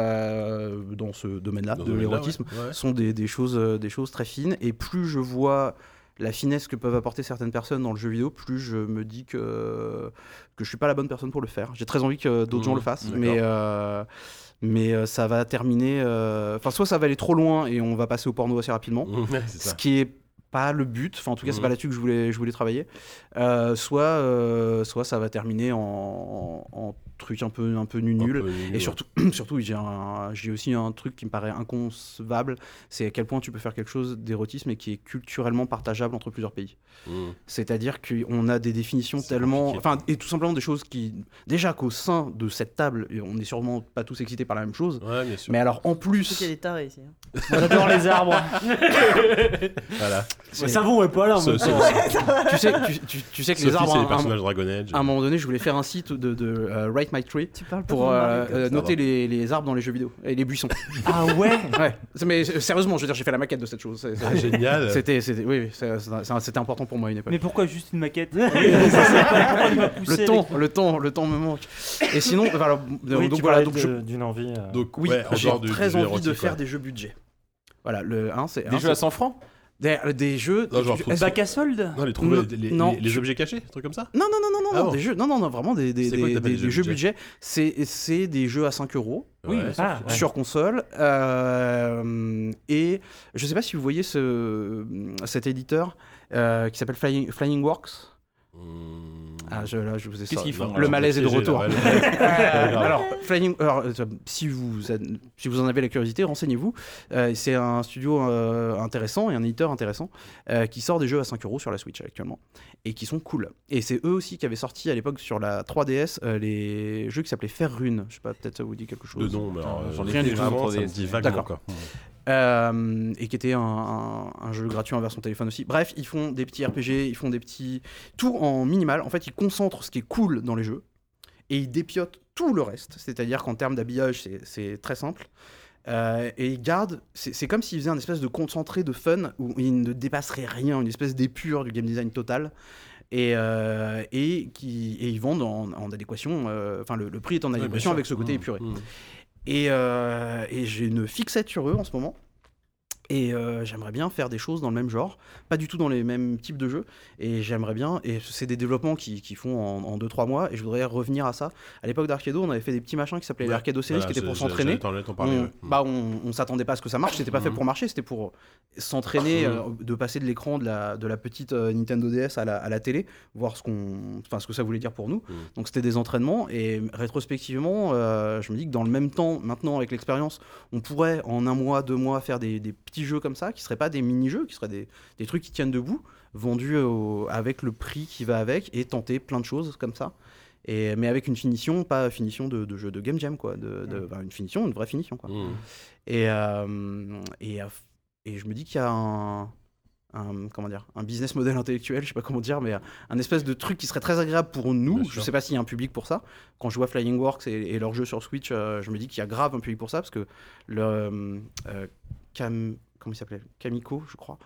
euh, dans ce domaine-là Dans de ce domaine-là, l'érotisme ouais. Ouais. sont des, des choses, euh, des choses très fines. Et plus je vois la finesse que peuvent apporter certaines personnes dans le jeu vidéo, plus je me dis que que je suis pas la bonne personne pour le faire. J'ai très envie que d'autres Mhm, gens le fassent, d'accord. mais euh, mais euh, ça va terminer. euh, Enfin, soit ça va aller trop loin et on va passer au porno assez rapidement, Ouais, c'est ce ça. qui est pas le but. Enfin, en tout cas, c'est Mhm. pas là-dessus que je voulais je voulais travailler. Euh, soit euh, soit ça va terminer en, en trucs un peu, un peu nuls. Un peu nul, Et ouais. surtout, surtout j'ai, un- j'ai aussi un truc qui me paraît inconcevable, c'est à quel point tu peux faire quelque chose d'érotisme et qui est culturellement partageable entre plusieurs pays. Mmh. C'est-à-dire qu'on a des définitions C'est tellement... compliqué. Enfin, et tout simplement des choses qui... Déjà qu'au sein de cette table, et on n'est sûrement pas tous excités par la même chose, Ouais, bien sûr. mais alors en Surtout qu'il y a plus... des tarés ici. hein. J'adore les arbres. Voilà. c'est- Le savon est pas là. Ce- moi. ce- tu, sais, tu, tu- tu sais que Sophie, les arbres... c'est à les un- personnages Dragon Age. à un moment donné, je voulais faire un site de, de euh, Write My Tree Tu parles pas pour de euh, Mario, comme euh, ça. noter les, les arbres dans les jeux vidéo et les buissons. Ah ouais. Ouais. C'est- Mais euh, sérieusement, je veux dire, j'ai fait la maquette de cette chose. C'est- c'est- Ah, génial. C'était, c'était, oui, oui, c'est- c'est- c'était important pour moi à une époque. Mais pourquoi juste une maquette? Oui, Pourquoi ne pas pousser le temps, le temps, le temps me manque. Et sinon, enfin, alors, Oui, donc tu voilà, parlais donc de- je, d'une envie. euh, Donc, oui, ouais, en j'ai dehors du- très du envie érotique, de ouais. faire des jeux budget. Voilà, le un, c'est Des un, jeux à c'est- cent francs des, des jeux. Non, genre, tu- faut- est-ce- Bac à solde. Non, les, trouver, Non, les, les- non, les tu- objets cachés, des trucs comme ça. Non, non, non, non, non, Ah non, bon. des jeux, non, non, non, vraiment des, des, C'est quoi que des, t'appelles des- des des jeux jeux budget. C'est, c'est des jeux à cinq euros. Oui, euh, Ah, ouais. sur console. Euh, et je sais pas si vous voyez ce, cet éditeur euh, qui s'appelle Flying, Flying Works. Mmh. Ah, je, là, je vous ai Qu'est-ce ça. qu'ils font, Le alors, malaise est de piégé, retour. là, ouais. Euh, alors, Flying, alors, euh, si, vous, si vous en avez la curiosité, renseignez-vous. Euh, c'est un studio euh, intéressant et un éditeur intéressant euh, qui sort des jeux à cinq euros sur la Switch actuellement et qui sont cool. Et c'est eux aussi qui avaient sorti à l'époque sur la trois D S euh, les jeux qui s'appelaient Faire Rune. Je sais pas, peut-être ça vous dit quelque chose. De nom, mais alors, Ah, euh, j'en ai rien fait du tout vraiment, sur ça me trois D S. dit vaguement, D'accord. quoi. Euh, et qui était un, un- un jeu gratuit en version téléphone aussi. Bref, ils font des petits R P G, ils font des petits... Tout en minimal. En fait, ils concentrent ce qui est cool dans les jeux et ils dépiotent tout le reste. C'est-à-dire qu'en termes d'habillage, c'est- c'est très simple. Euh, et ils gardent... C'est c'est comme s'ils faisaient un espèce de concentré de fun où ils ne dépasseraient rien, une espèce d'épure du game design total. Et, euh, et, qui, et ils vendent en, en adéquation... euh, Enfin, le, le prix est en Ouais, bien adéquation sûr. avec ce côté Mmh, épuré. mmh. Et, euh, et j'ai une fixette sur eux en ce moment. Et euh, j'aimerais bien faire des choses dans le même genre, pas du tout dans les mêmes types de jeux. Et j'aimerais bien, et c'est des développements qui, qui font en deux trois mois, et je voudrais revenir à ça. À l'époque d'Arcado, on avait fait des petits machins qui s'appelaient Ouais, les Arcado Series, voilà, qui étaient pour je- s'entraîner. j'allais t'en- j'allais t'en parler, On, ouais. bah, on, on s'attendait pas à ce que ça marche, c'était pas fait Mhm. pour marcher, c'était pour s'entraîner, Mhm. euh, de passer de l'écran de la, de la petite euh, Nintendo D S à la, à la télé, voir ce, qu'on, enfin, ce que ça voulait dire pour nous. Mhm. Donc c'était des entraînements, et rétrospectivement, euh, je me dis que dans le même temps, maintenant avec l'expérience, on pourrait en un mois, deux mois faire des, des petits jeux comme ça, qui seraient pas des mini-jeux, qui seraient des, des trucs qui tiennent debout, vendus au- avec le prix qui va avec, et tenter plein de choses comme ça. Et, mais avec une finition, pas finition de, de jeu de Game Jam, quoi, de, de- enfin, une finition, une vraie finition, quoi. Mmh. Et, euh, et, euh, et je me dis qu'il y a un, un- comment dire, un business model intellectuel, je sais pas comment dire, mais un espèce de truc qui serait très agréable pour nous. Bien Je sûr. sais pas s'il y a un public pour ça. Quand je vois Flying Works et, et leurs jeux sur Switch, euh, je me dis qu'il y a grave un public pour ça, parce que le euh, euh, Cam... Comment il s'appelait Kamiko, je crois.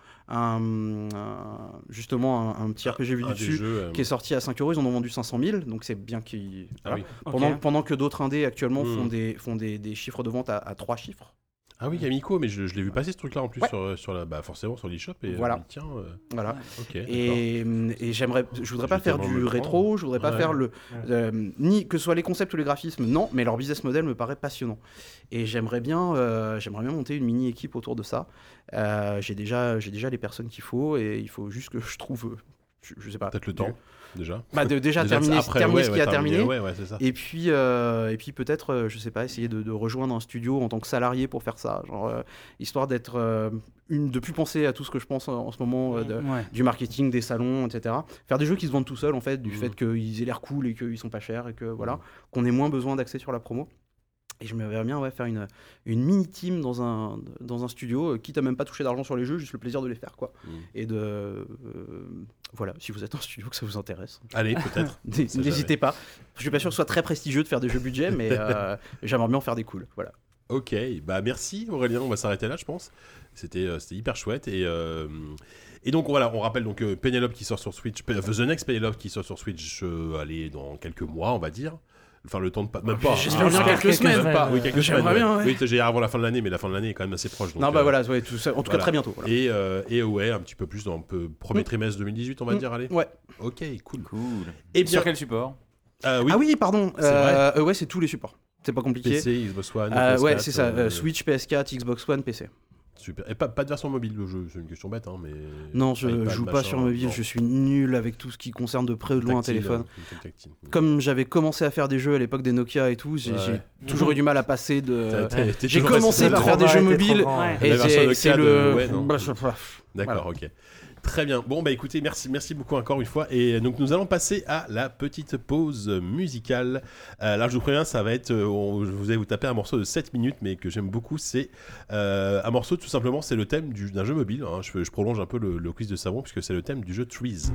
Un, un- justement, un, un petit R P G vu Un du des dessus jeux, euh, qui est sorti à cinq euros. Ils en ont vendu cinq cent mille, donc c'est bien qu'ils. Ah voilà. oui. Pendant, Ok. pendant que d'autres indés actuellement Mm. font, des, font des, des chiffres de vente à, à trois chiffres. Ah oui, Kamiko, mais je, je l'ai vu passer ce truc-là en plus Ouais. sur, sur la, bah forcément sur l'eShop et Voilà. euh, tiens, euh, Voilà. ok. d'accord. Et, et j'aimerais, je voudrais pas Je vais faire tellement du le rétro, prendre. je voudrais pas Ouais. faire le, euh, ni que ce soit les concepts ou les graphismes, non, mais leur business model me paraît passionnant. Et j'aimerais bien, euh, j'aimerais bien monter une mini équipe autour de ça. Euh, j'ai déjà, j'ai déjà les personnes qu'il faut et il faut juste que je trouve, euh, je, je sais pas, Peut-être le temps déjà. bah, de, déjà, Déjà, terminer, après, terminer ouais, ce qui ouais, a terminer, terminé. Ouais, ouais, c'est ça. Et puis, euh, et puis peut-être, euh, je sais pas, essayer de, de rejoindre un studio en tant que salarié pour faire ça, genre euh, histoire d'être euh, une, de plus penser à tout ce que je pense en, en ce moment, euh, de- Ouais. du marketing, des salons, et cetera. Faire des jeux qui se vendent tout seuls en fait, du Mhm. fait qu'ils aient l'air cool et qu'ils sont pas chers et que voilà, qu'on ait moins besoin d'accès sur la promo. Et je me verrais bien ouais, faire une, une mini team dans un, dans un studio, euh, quitte à même pas toucher d'argent sur les jeux, juste le plaisir de les faire quoi. Mhm. Et de euh, voilà, si vous êtes un studio que ça vous intéresse. Allez, peut-être. N'hé- sait N'hésitez pas. Je suis pas sûr que ce soit très prestigieux de faire des jeux budget, mais euh, j'aimerais bien en faire des cools. Voilà. Ok, bah merci Aurélien, on va s'arrêter là je pense. C'était euh, c'était hyper chouette et euh, et donc voilà, on rappelle donc euh, Penelope qui sort sur Switch, Pe- The Next Penelope qui sort sur Switch, euh, allez dans quelques mois on va dire. Enfin le temps de pas même pas. J'espère hein. bien Ah, quelques même semaines. pas, oui quelques J'aimerais semaines. bien, ouais. ouais. Oui, j'ai avant la fin de l'année, mais la fin de l'année est quand même assez proche. Donc, non bah euh, voilà, ouais, tout ça, en tout voilà. cas très bientôt. Voilà. Et, euh, et ouais, un petit peu plus dans un peu premier Mm. trimestre deux mille dix-huit, on va Mm. dire, allez. Ouais. Ok, cool. Cool. Et bien, Sur quel support euh, oui, Ah oui, pardon. C'est euh, euh, ouais, c'est tous les supports. C'est pas compliqué. P C, Xbox One, Euh, P S ouais, quatre, c'est ça. euh, euh, Switch, P S quatre, Xbox One, P C. Super. Et pas, pas de version mobile le jeu, c'est une question bête, hein, mais. Non, je iPad, joue pas machin, sur mobile, non. je suis nul avec tout ce qui concerne de près ou de loin un Tactile, téléphone. euh, tactile. Comme j'avais commencé à faire des jeux à l'époque des Nokia et tout, j'ai Ouais. j'ai toujours eu du mal à passer de. T'as- t'as- t'es J'ai toujours commencé resté par là. faire des jeux mobiles Ouais. et La version c'est Nokia c'est de- le. ouais, non. Bah, je- D'accord, ok. Très bien. Bon, bah écoutez, merci, merci beaucoup encore une fois. Et donc, nous allons passer à la petite pause musicale. Euh, là, je vous préviens, ça va être. euh, on- vous allez vous taper un morceau de sept minutes, mais que j'aime beaucoup. C'est euh, un morceau, tout simplement, c'est le thème du- d'un jeu mobile. Hein. Je, je prolonge un peu le, le quiz de savon, puisque c'est le thème du jeu Trees.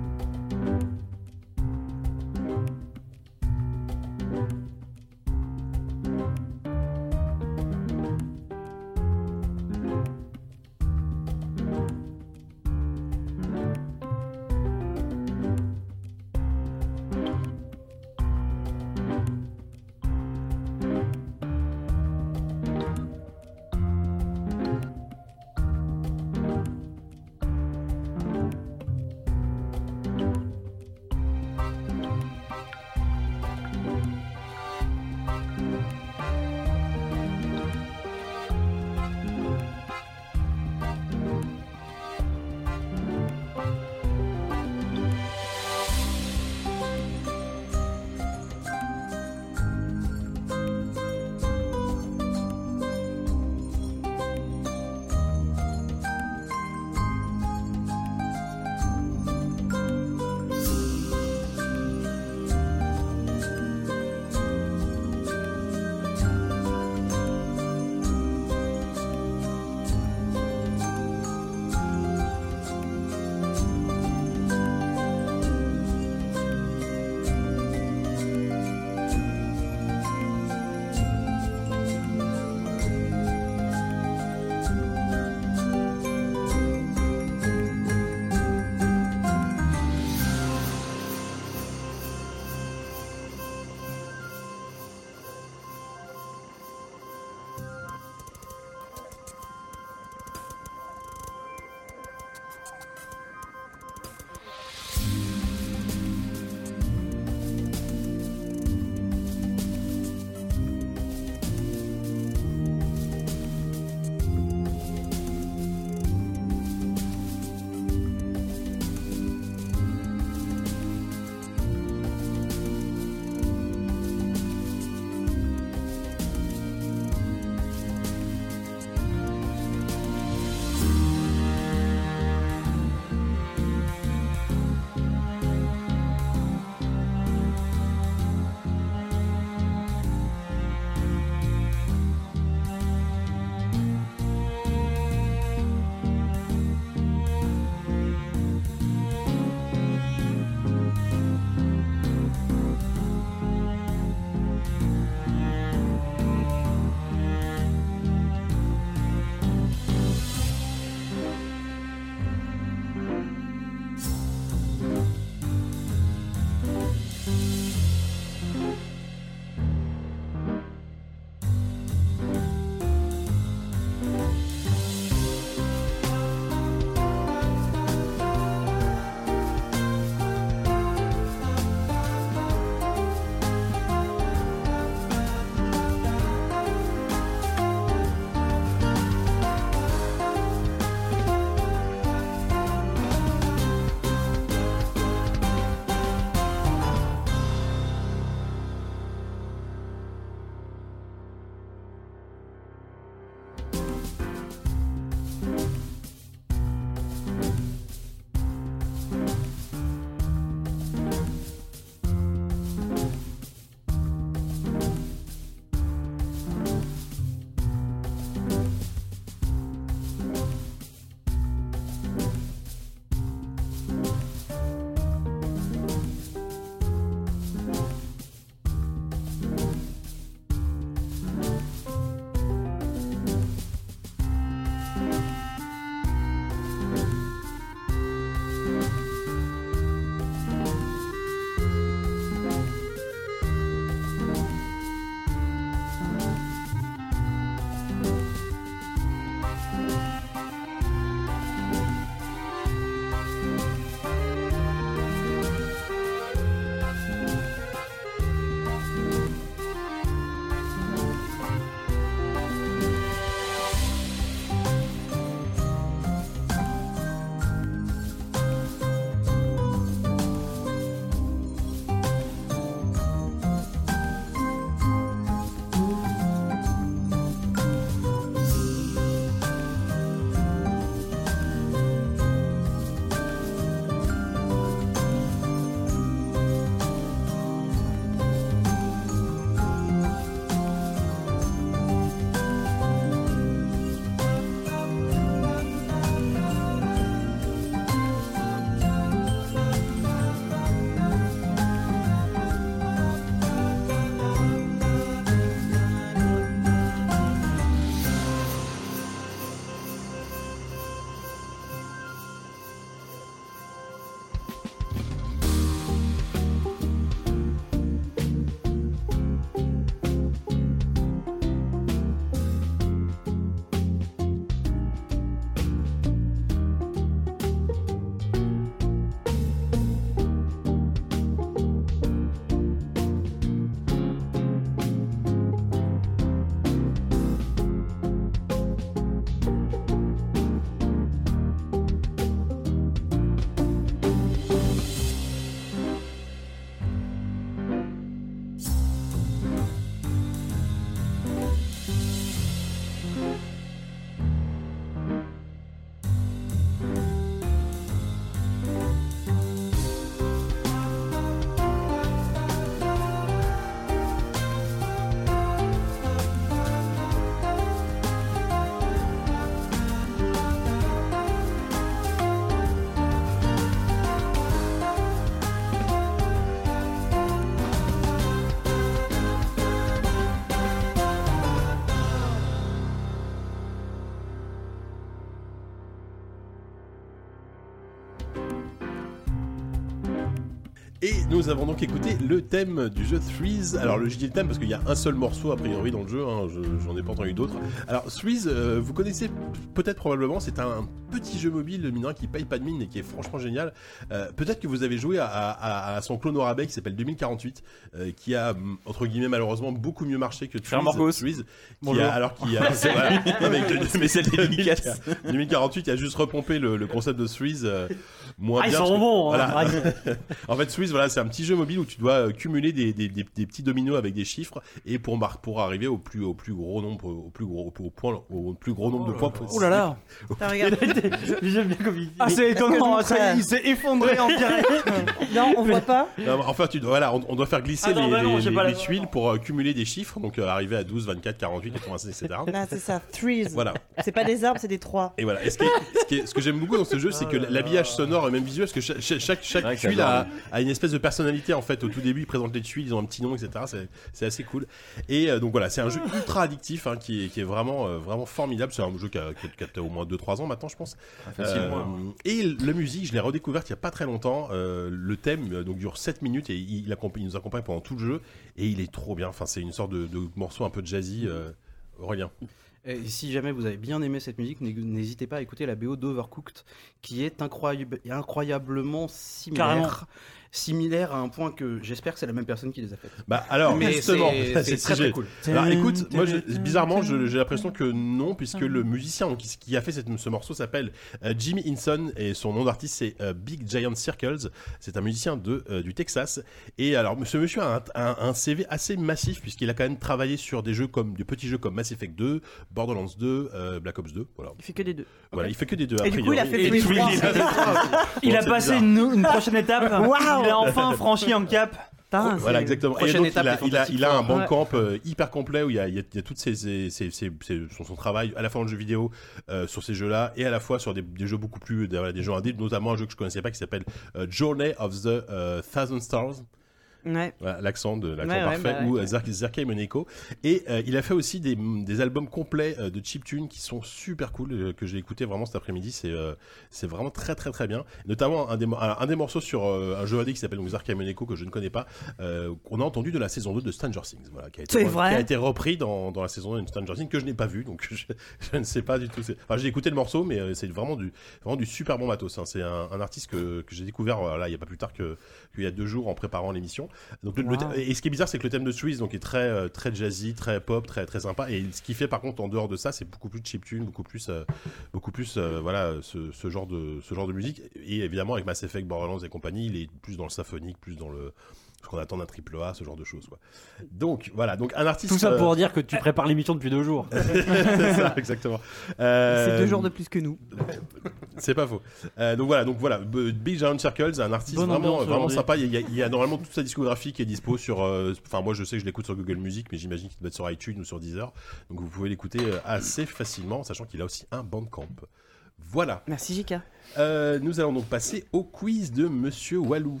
Et nous avons donc écouté le thème du jeu Threes. Alors le, je dis le thème parce qu'il y a un seul morceau a priori dans le jeu, hein, je, j'en ai pas entendu d'autres. Alors Threes, euh, vous connaissez peut-être probablement, c'est un petit jeu mobile de mineur qui paye pas de mine et qui est franchement génial. Euh, peut-être que vous avez joué à, à, à son clone au rabais qui s'appelle deux mille quarante-huit, euh, qui a entre guillemets malheureusement beaucoup mieux marché que Threes. Threes qui a, alors qu'il a, c'est, voilà, non, mais, mais c'est dédicace. deux mille quarante-huit, il a juste repompé le, le concept de Threes euh, moins ah, bien. Ils sont bons. Voilà. En fait, Threes, voilà, c'est un petit jeu mobile où tu dois cumuler des, des, des, des petits dominos avec des chiffres et pour mar- pour arriver au plus au plus gros nombre au plus gros au, point au plus gros nombre de points possible. Oh là là. T'as regardé J'aime bien comme il Ah, c'est étonnant, ça- ça, il s'est effondré en direct. Non, on voit pas. Non, enfin, tu dois, voilà, on, on doit faire glisser Ah non, les, bah non, les, j'ai les, pas la- les tuiles pour euh, cumuler des chiffres, donc euh, arriver à douze, vingt-quatre, quarante-huit, quatre-vingt-seize, et cetera. Là, c'est ça. Threes. Voilà. C'est pas des arbres, c'est des trois. Et voilà. Et ce, qui est- ce, qui est- ce que j'aime beaucoup dans ce jeu, c'est que l'habillage sonore et même visuel, parce que chaque, chaque, chaque, chaque Ouais, tuile j'adore. a, a une espèce de personnalité en fait. Au tout début, ils présentent les tuiles, ils ont un petit nom, et cetera. C'est, c'est assez cool. Et euh, donc voilà, c'est un jeu ultra addictif hein, qui, est, qui est vraiment, euh, vraiment formidable. C'est un jeu qui a, qui a, qui a peut-être au moins deux trois ans maintenant, je pense. Facilement. Euh, et la musique, je l'ai redécouverte il y a pas très longtemps. Euh, le thème euh, donc dure sept minutes et il, il, accompagne, il nous accompagne pendant tout le jeu et il est trop bien. Enfin, c'est une sorte de, de morceau un peu jazzy. Euh, Aurélien. Et si jamais vous avez bien aimé cette musique, n'hé- n'hésitez pas à écouter la B O d'Overcooked, qui est incroyable, incroyablement similaire. Carrément. Similaire à un point que j'espère que c'est la même personne qui les a faites. Bah alors Mais justement, c'est- c'est c'est si très, j'ai- très cool. Alors écoute, moi je, bizarrement, je- j'ai l'impression que non, puisque le musicien donc, qui, qui a fait cette, ce morceau s'appelle euh, Jimmy Hinson et son nom d'artiste c'est euh, Big Giant Circles. C'est un musicien de euh, du Texas. Et alors ce monsieur a un, un, un C V assez massif puisqu'il a quand même travaillé sur des jeux comme des petits jeux comme Mass Effect deux, Borderlands deux, euh, Black Ops deux. Voilà, Il fait que des deux. voilà, il fait que des deux. Et du coup, il a fait Et Threes Threes, trois. il a fait trois. Il Bon, a c'est passé bizarre. une, une prochaine étape. Waouh. Il a enfin franchi un cap. Putain, Voilà c'est- exactement. Et Prochaine donc, étape, il, a, les il, a, il a un Fantastic bandcamp euh, hyper complet où il y a, il y a, il y a toutes ses, ses, ses, ses- ses- son, son travail à la fois en jeu vidéo euh, sur ces jeux-là et à la fois sur des, des jeux beaucoup plus des, voilà, des jeux indés, notamment un jeu que je connaissais pas qui s'appelle euh, Journey of the euh, Thousand Stars. Ouais. Voilà, l'accent de l'accent Ouais, ouais, parfait bah ouais. ou euh, Zerk- Zerkay Moneko et euh, il a fait aussi des, des albums complets euh, de chiptunes qui sont super cool euh, que j'ai écouté vraiment cet après-midi. C'est euh, c'est vraiment très très très bien, notamment un des, mo- un, un des morceaux sur euh, un jeu indé qui s'appelle donc Zerkay Moneko que je ne connais pas, euh, qu'on a entendu de la saison deux de Stranger Things, voilà, qui a été, C'est re- vrai qui a été repris dans, dans la saison deux de Stranger Things que je n'ai pas vu, donc je, je ne sais pas du tout. C'est- Enfin, j'ai écouté le morceau mais euh, c'est vraiment du vraiment du super bon matos hein. C'est un, un artiste que, que j'ai découvert euh, là il y a pas plus tard que qu'il y a deux jours en préparant l'émission. Donc le- le, Wow. et ce qui est bizarre, c'est que le thème de Threes donc est très euh, très jazzy, très pop, très très sympa. Et ce qui fait par contre en dehors de ça, c'est beaucoup plus de chiptune, beaucoup plus euh, beaucoup plus euh, voilà ce, ce genre de ce genre de musique. Et évidemment avec Mass Effect, Borderlands et compagnie, il est plus dans le symphonique, plus dans le ce qu'on attend d'un triple A, ce genre de choses quoi. Donc voilà, donc un artiste. Tout ça euh, pour dire que tu prépares l'émission depuis deux jours. c'est ça, exactement. Euh, C'est deux jours de plus que nous. C'est pas faux. Euh, donc voilà, donc voilà, B- Big Giant Circles, un artiste Bonne vraiment, ambiance vraiment aujourd'hui. sympa. Il y, a, il y a normalement toute sa discographie qui est dispo sur. euh, Enfin, moi je sais que je l'écoute sur Google Music, mais j'imagine qu'il doit être sur iTunes ou sur Deezer. Donc vous pouvez l'écouter euh, assez facilement, sachant qu'il a aussi un Bandcamp. Voilà. Merci J K. Euh, nous allons donc passer au quiz de Monsieur Walou.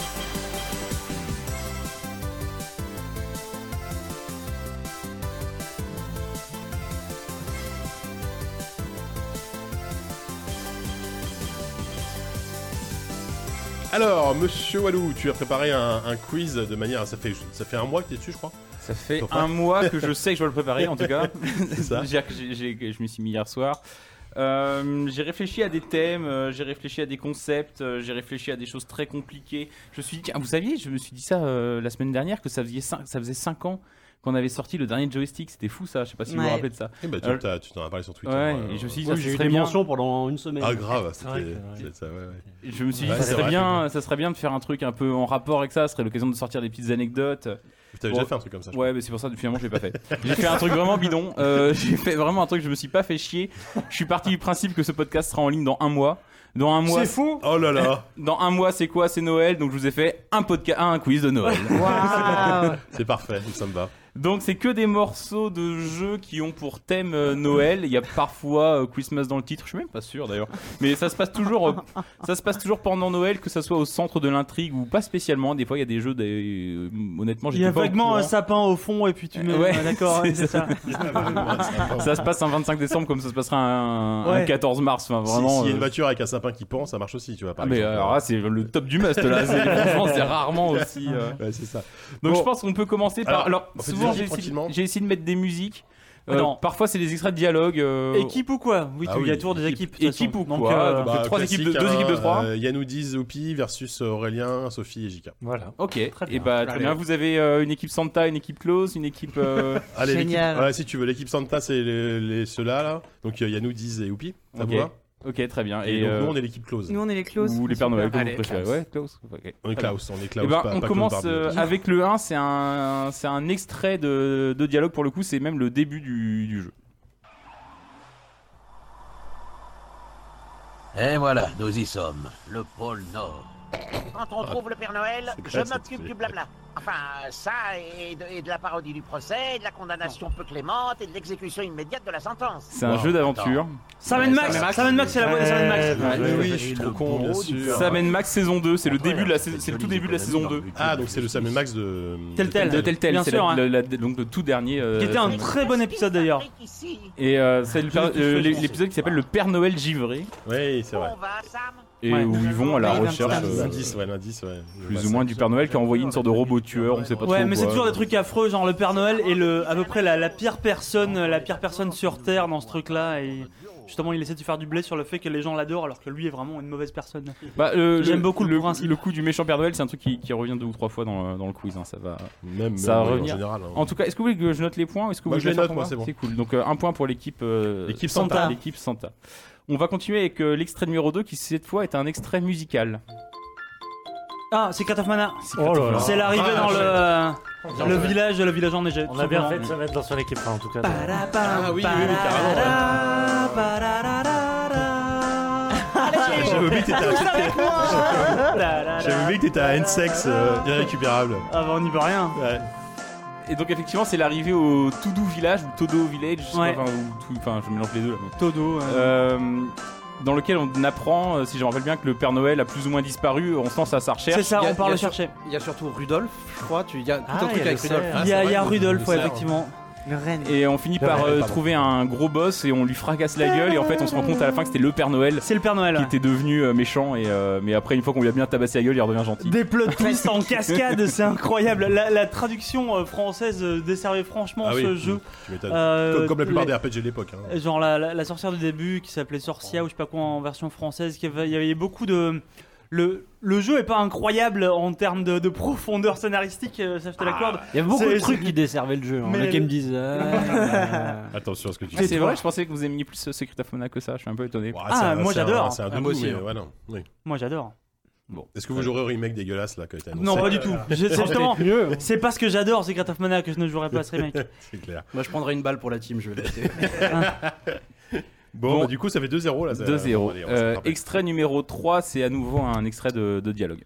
Alors, Monsieur Walou, tu as préparé un, un quiz de manière. Ça fait, ça fait un mois que tu es dessus, je crois. Ça fait Ton un mois que je sais que je dois le préparer en tout cas. C'est ça. J'ai- j'ai- j'ai- je me suis mis hier soir. Euh, j'ai réfléchi à des thèmes, euh, j'ai réfléchi à des concepts, euh, j'ai réfléchi à des choses très compliquées. Je me suis dit, tiens, vous saviez, je me suis dit ça euh, la semaine dernière, que ça faisait cinq, ça faisait cinq ans qu'on avait sorti le dernier joystick. C'était fou ça, je sais pas si vous vous Ouais. rappelez de ça. Eh ben, tu, Euh, t'as- tu t'en as parlé sur Twitter. Ouais, euh, et je me suis dit, Oui, ça, j'ai ce eu serait des bien. mentions pendant une semaine. Ah, grave, C'est vrai c'était. que- c'est ça, ouais, ouais. Je me suis dit, Ouais, ça c'est serait vrai bien, ça serait bien de faire un truc un peu en rapport avec ça. Ce serait l'occasion de sortir des petites anecdotes. Tu avais Bon. déjà fait un truc comme ça, je Ouais, mais c'est pour ça que finalement je l'ai pas fait. J'ai fait un truc vraiment bidon. Euh, j'ai fait vraiment un truc, je me suis pas fait chier. Je suis parti du principe que ce podcast sera en ligne dans un mois. Dans un mois, C'est fou. crois. Oh là là. dans un mois, c'est quoi? C'est Noël, donc je vous ai fait un podcast, un quiz de Noël. Waouh. C'est parfait, ça me va. Donc c'est que des morceaux de jeux qui ont pour thème euh, Noël. Il y a parfois euh, Christmas dans le titre, je suis même pas sûr d'ailleurs. Mais ça se passe toujours, euh, ça se passe toujours pendant Noël, que ça soit au centre de l'intrigue ou pas spécialement. Des fois il y a des jeux, des... euh, honnêtement, Il y a j'étais pas au vaguement courant. un sapin au fond et puis tu mets. Ouais, Ah, d'accord, ouais, c'est c'est ça. Ça se passe un vingt-cinq décembre comme ça se passera un, un Ouais. quatorze mars. Enfin, Si- vraiment. S'il y a euh, une voiture avec un sapin qui pend, ça marche aussi, tu vois. Par Ah mais exemple. alors là c'est le top du must là. C'est, franchement c'est rarement aussi. euh. Ouais, c'est ça. Donc Bon. je pense qu'on peut commencer par. Alors, Alors, on fait souvent des j'ai musiques essayé, tranquillement. j'ai essayé de mettre des musiques. Euh, Non. Parfois c'est des extraits de dialogue. euh, Équipe ou quoi? Oui, Ah tu- il y a oui, toujours des équipe- équipes. de toute équipe façon. ou Donc, quoi, euh, donc, Bah, trois classique, équipes de- deux hein, équipes de trois. euh, Yanoudi, Zoupi versus Aurélien, Sophie et Jika. Voilà. Ok. Et Très bien. bah très Allez. bien. Vous avez euh, une équipe Santa, une équipe Close, une équipe. euh, Allez, l'équipe- Génial. voilà, si tu veux, l'équipe Santa, c'est les, les- ceux-là, là. Donc, euh, Yanou, Diz et Oupi. Ça Ok. vous va Ok, très bien. Et, Et, donc, euh, nous, on est l'équipe Close. Nous, on est les close. ou les Pères Noël, comme Allez, vous préférez. Klaus. Ouais, Klaus. Ok. On est Klaus, on est Klaus. Eh ben, pas- on pas commence Klaus euh, Barbier. avec le un, c'est un, c'est un extrait de, de dialogue pour le coup, c'est même le début du, du jeu. Et voilà, nous y sommes, le pôle Nord. Quand on trouve le Père Noël, C'est je clair, m'occupe c'est- du blabla. Enfin, ça et de, et de la parodie du procès, de la condamnation peu clémente et de l'exécution immédiate de la sentence. C'est un Wow. jeu d'aventure. Sam and Max, Sam and Max, c'est la voix de Sam and Max. Ouais, Oui, ouais, oui, ouais. je suis trop con, bien sûr. Sam and Max saison deux, c'est le début de la, sais- c'est le tout début de la saison deux. Ah, donc c'est le Sam et Max de. Telltale. De Telltale, Bien c'est sûr, la- hein. la- la- donc le tout dernier. euh, Qui était un très bon épisode d'ailleurs. Ici. Et euh, c'est le père- Je l'ai euh, kiffé, l'é- je l'épisode qui s'appelle le Père Noël givré. Oui, c'est Où vrai. on va, Sam? Et Ouais. où ils vont à la Ouais, il y a un recherche, petit euh, L'indice, ouais, l'indice, ouais. plus ou moins, du Père Noël qui a envoyé une sorte de robot tueur, on sait pas trop. Ouais, mais c'est quoi. toujours des trucs affreux, genre le Père Noël est le, à peu près la, la pire personne, la pire personne sur Terre dans ce truc-là. Et justement, il essaie de se faire du blé sur le fait que les gens l'adorent alors que lui est vraiment une mauvaise personne. Bah, euh, J'aime le- beaucoup le le, principe. le coup du méchant Père Noël, c'est un truc qui, qui revient deux ou trois fois dans, le- dans le quiz. Hein, ça va. Même, Ça va même, ouais, revenir. en général. hein. En tout cas, est-ce que vous voulez que je note les points ou est-ce que Moi, vous je les voulez note, faire pour moi, c'est bon. C'est cool. Donc euh, un point pour l'équipe. euh, L'équipe Santa. L'équipe Santa. On va continuer avec euh, l'extrait numéro deux qui cette fois est un extrait musical. Ah, c'est Cat of Mana. Oh là là. C'est l'arrivée Ah, dans le, euh, Bien le fait. village, le village enneigé. On a bien fait de se mettre dans son équipe, en tout cas. Ah oui, oui, oui, carrément. ouais. J'avais oublié que t'étais à- J'avais oublié que t'étais à N-Sex euh, irrécupérable. Ah bah on n'y peut rien. Ouais. Et donc effectivement, c'est l'arrivée au Todo Village ou Todo Village, je sais Ouais. pas, enfin, ou tout- enfin, je mélange les deux. Là, mais- Todo. euh, Euh, dans lequel on apprend, euh, si je me rappelle bien, que le Père Noël a plus ou moins disparu. On se lance à sa recherche. C'est ça, Il y a- on part il y le a sur- chercher. Il y a surtout Rudolf, je crois. Tu, il y a tout Ah, un il y truc a avec le Rudolf. cerf. Ah, Il y a, c'est il y a vrai, Rudolf, le ouais, cerf. effectivement. Le renne. Et on finit par euh, Pardon. trouver un gros boss et on lui fracasse la gueule. Et en fait, on se rend compte à la fin que c'était le Père Noël C'est le Père Noël. qui était devenu euh, méchant. Et, euh, mais après, une fois qu'on lui a bien tabassé la gueule, il redevient gentil. Des plot twists en cascade, c'est incroyable. La, la traduction euh, française euh, desservait franchement Ah oui, ce jeu. tu m'étonnes. Euh, Comme, comme la plupart les- des R P G de l'époque. hein. Genre la, la, la sorcière du début qui s'appelait Sorcia ou je sais pas quoi en version française. Qui avait- Il y avait beaucoup de. Le, le jeu est pas incroyable en termes de, de profondeur scénaristique, euh, ça je te l'accorde. Il y avait beaucoup C'est- de trucs qui desservaient le jeu. Hein. Mais Le le- game design. euh, Attention à ce que tu Ah, dis. c'est vrai, je pensais que vous aimiez plus euh, Secret of Mana que ça. Je suis un peu étonné. Ouah, Ah, c'est un- moi, c'est un- j'adore. C'est un Ah, doudou, moi aussi, mais hein. voilà. Oui. Moi j'adore. Est-ce que vous jouerez au remake dégueulasse là qui a été annoncé Non, pas du tout. Je- C'est justement. peut-être mieux. C'est parce que j'adore Secret of Mana que je ne jouerai pas à ce remake. C'est clair. Moi, je prendrais une balle pour la team, je vais l'acheter. Bon, Bon. bah, du coup, ça fait deux zéro là. ça- deux zéro. Allez, on se Euh, rappelle. extrait numéro trois, c'est à nouveau un extrait de, de dialogue.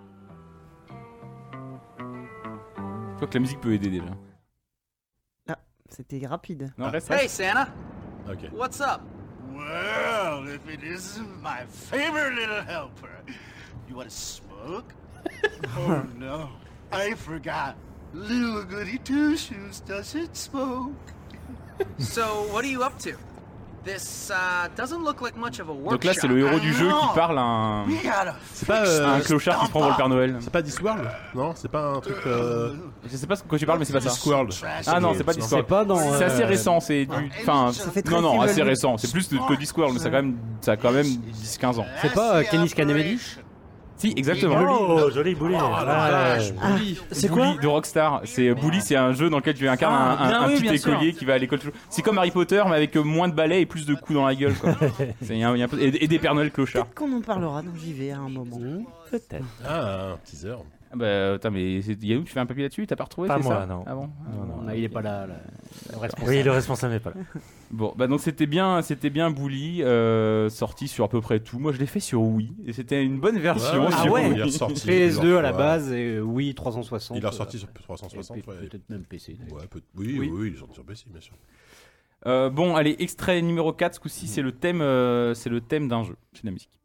Je crois que la musique peut aider déjà. C'était rapide. Non, reste, Hey reste. Santa, Ok. what's up? Well, if it isn't my favorite little helper. You want to smoke? Oh no, I forgot. Little goody two shoes doesn't smoke. So, what are you up to? This uh, doesn't look like much of a workshop. Donc là, c'est le héros du jeu qui parle à un, We gotta C'est pas, fix euh, à un this clochard qui se prend pour le Père Noël. C'est pas Discworld? Non, c'est pas un truc. Euh... Je sais pas de quoi tu parles, mais c'est pas ça. Discworld. Ah non, c'est pas C'est Discworld. pas dans. C'est assez euh, récent, c'est du. Enfin, Ça fait très non, non, Steven assez Lee. récent. C'est plus de- que Discworld, mais ça a quand même, ça a quand même dix quinze ans. C'est pas euh, Kenny Scanemedy. Si, exactement. Oh, joli boulet. Ouais. C'est Bully quoi de Rockstar. C'est Bully, c'est un jeu dans lequel tu incarnes Ah, un, un- bien un oui, petit bien sûr. écolier qui va à l'école. toujours. C'est comme Harry Potter, mais avec euh, moins de balais et plus de coups dans la gueule. Quoi. C'est- y a un- y a un peu- et, et des Père Noël clochards. Peut-être qu'on en parlera dans J V à un moment. Peut-être. Ah, un teaser. Ah bah, attends, mais c'est- Yannou, tu fais un papier là-dessus? T'as pas retrouvé? Pas c'est moi, ça non. Ah bon Non, non, Non, il est pas là, là, le responsable. Oui, le responsable n'est pas là. Bon, bah donc c'était bien, c'était bien Bully, euh, sorti sur à peu près tout. Moi, je l'ai fait sur Wii et c'était une bonne version. Ouais, ouais, sur ah ouais. Wii. Il est ressorti P S deux à la ouais. base et euh, Wii trois cent soixante. Il est ressorti sur trois cent soixante, et ouais. peut-être même P C. Ouais, peut- oui, Oui. oui, oui, il est sorti sur P C, bien sûr. Euh, bon, allez, extrait numéro quatre, ce coup-ci, c'est le thème, euh, c'est le thème d'un jeu. C'est de la musique.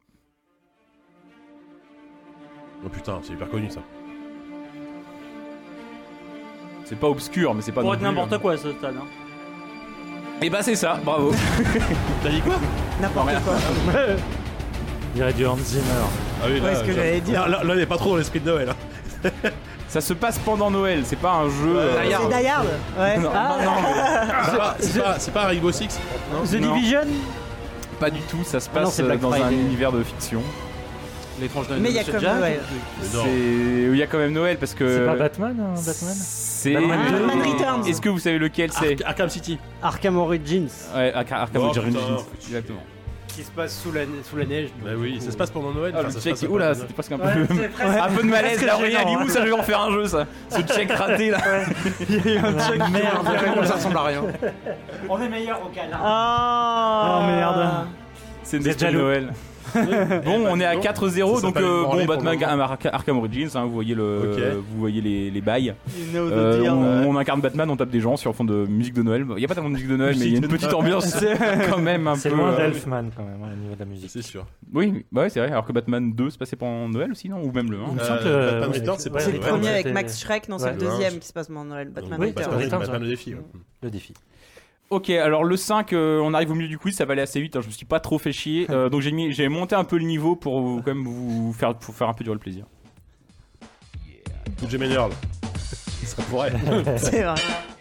Oh putain, c'est hyper connu ça. C'est pas obscur, mais c'est pas Pour non être plus, n'importe hein. quoi à ce stade. Hein. Et bah c'est ça, bravo. T'as dit quoi? N'importe Non, quoi. Il y aurait du Hans Zimmer. Ah oui, Ouais, ce que j'allais dire. Là, là, là, il est pas trop dans l'esprit de Noël. Hein. Ça se passe pendant Noël, c'est pas un jeu. euh, C'est Die Hard. Ouais. Non, Ah. non, non, C'est pas, c'est pas, c'est pas Rainbow Six? Non. The Non. Division. pas du tout. Ça se Ah non, passe c'est euh, Black dans un Friday. univers de fiction. L'étrange Noël Mais de il y a Monsieur comme Jack. Noël. Non. C'est, il y a quand même Noël parce que. C'est pas Batman, hein, Batman C'est. Batman Ah, Batman Returns. Est-ce que vous savez lequel c'est? Ark- Arkham City. Arkham Origins. Ouais, Ark- Arkham Oh, Origins. putain. Exactement. Qui se passe sous la, sous la neige. Bah oui, ça se passe pendant Noël. Ah, enfin, le ça se check, passe après oula, Noël. c'était presque un peu, Ouais, c'est presque- un peu de malaise presque là. Aurélien gênant, dit hein. où ça, je vais en faire un jeu ça. Ce check raté là. Il y a eu un check merde, ça ressemble à rien. On est meilleur au canard. Oh, Oh, merde. C'est une Vous êtes spéciale jaloux. Noël. Bon, on est à quatre zéro, Ça donc s'appelle euh, branler bon, Batman pendant le Arkham Arkham Origins, hein, vous voyez le, Ok. vous voyez les, les bails. You know the Euh, deal. on, on incarne Batman, on tape des gens sur fond de musique de Noël. Il y a pas tellement de musique de Noël, mais il y a une Musique de petite Noël. ambiance quand même un C'est peu. loin euh, d'Elfman quand même, hein, au niveau de la musique. C'est sûr. Oui, bah ouais, c'est vrai. Alors que Batman deux se passait pendant Noël aussi, non? Ou même le un. Il me Euh, semble que- Batman ouais, Returns, c'est pas ouais, C'est le Ouais, premier ouais, avec c'était- Max Schreck, non, c'est Ouais. le deuxième qui se passe pendant Noël. Batman Oui, Returns. Batman Returns, Batman ouais. le défi. ouais. Le défi. Ok, alors le cinq, euh, on arrive au milieu du quiz, ça va aller assez vite, hein, je me suis pas trop fait chier. Euh, donc j'ai mis, j'ai monté un peu le niveau pour vous, quand même vous faire, pour faire un peu durer le plaisir. Tout Jimmy Earl. Ça pourrait. C'est vrai.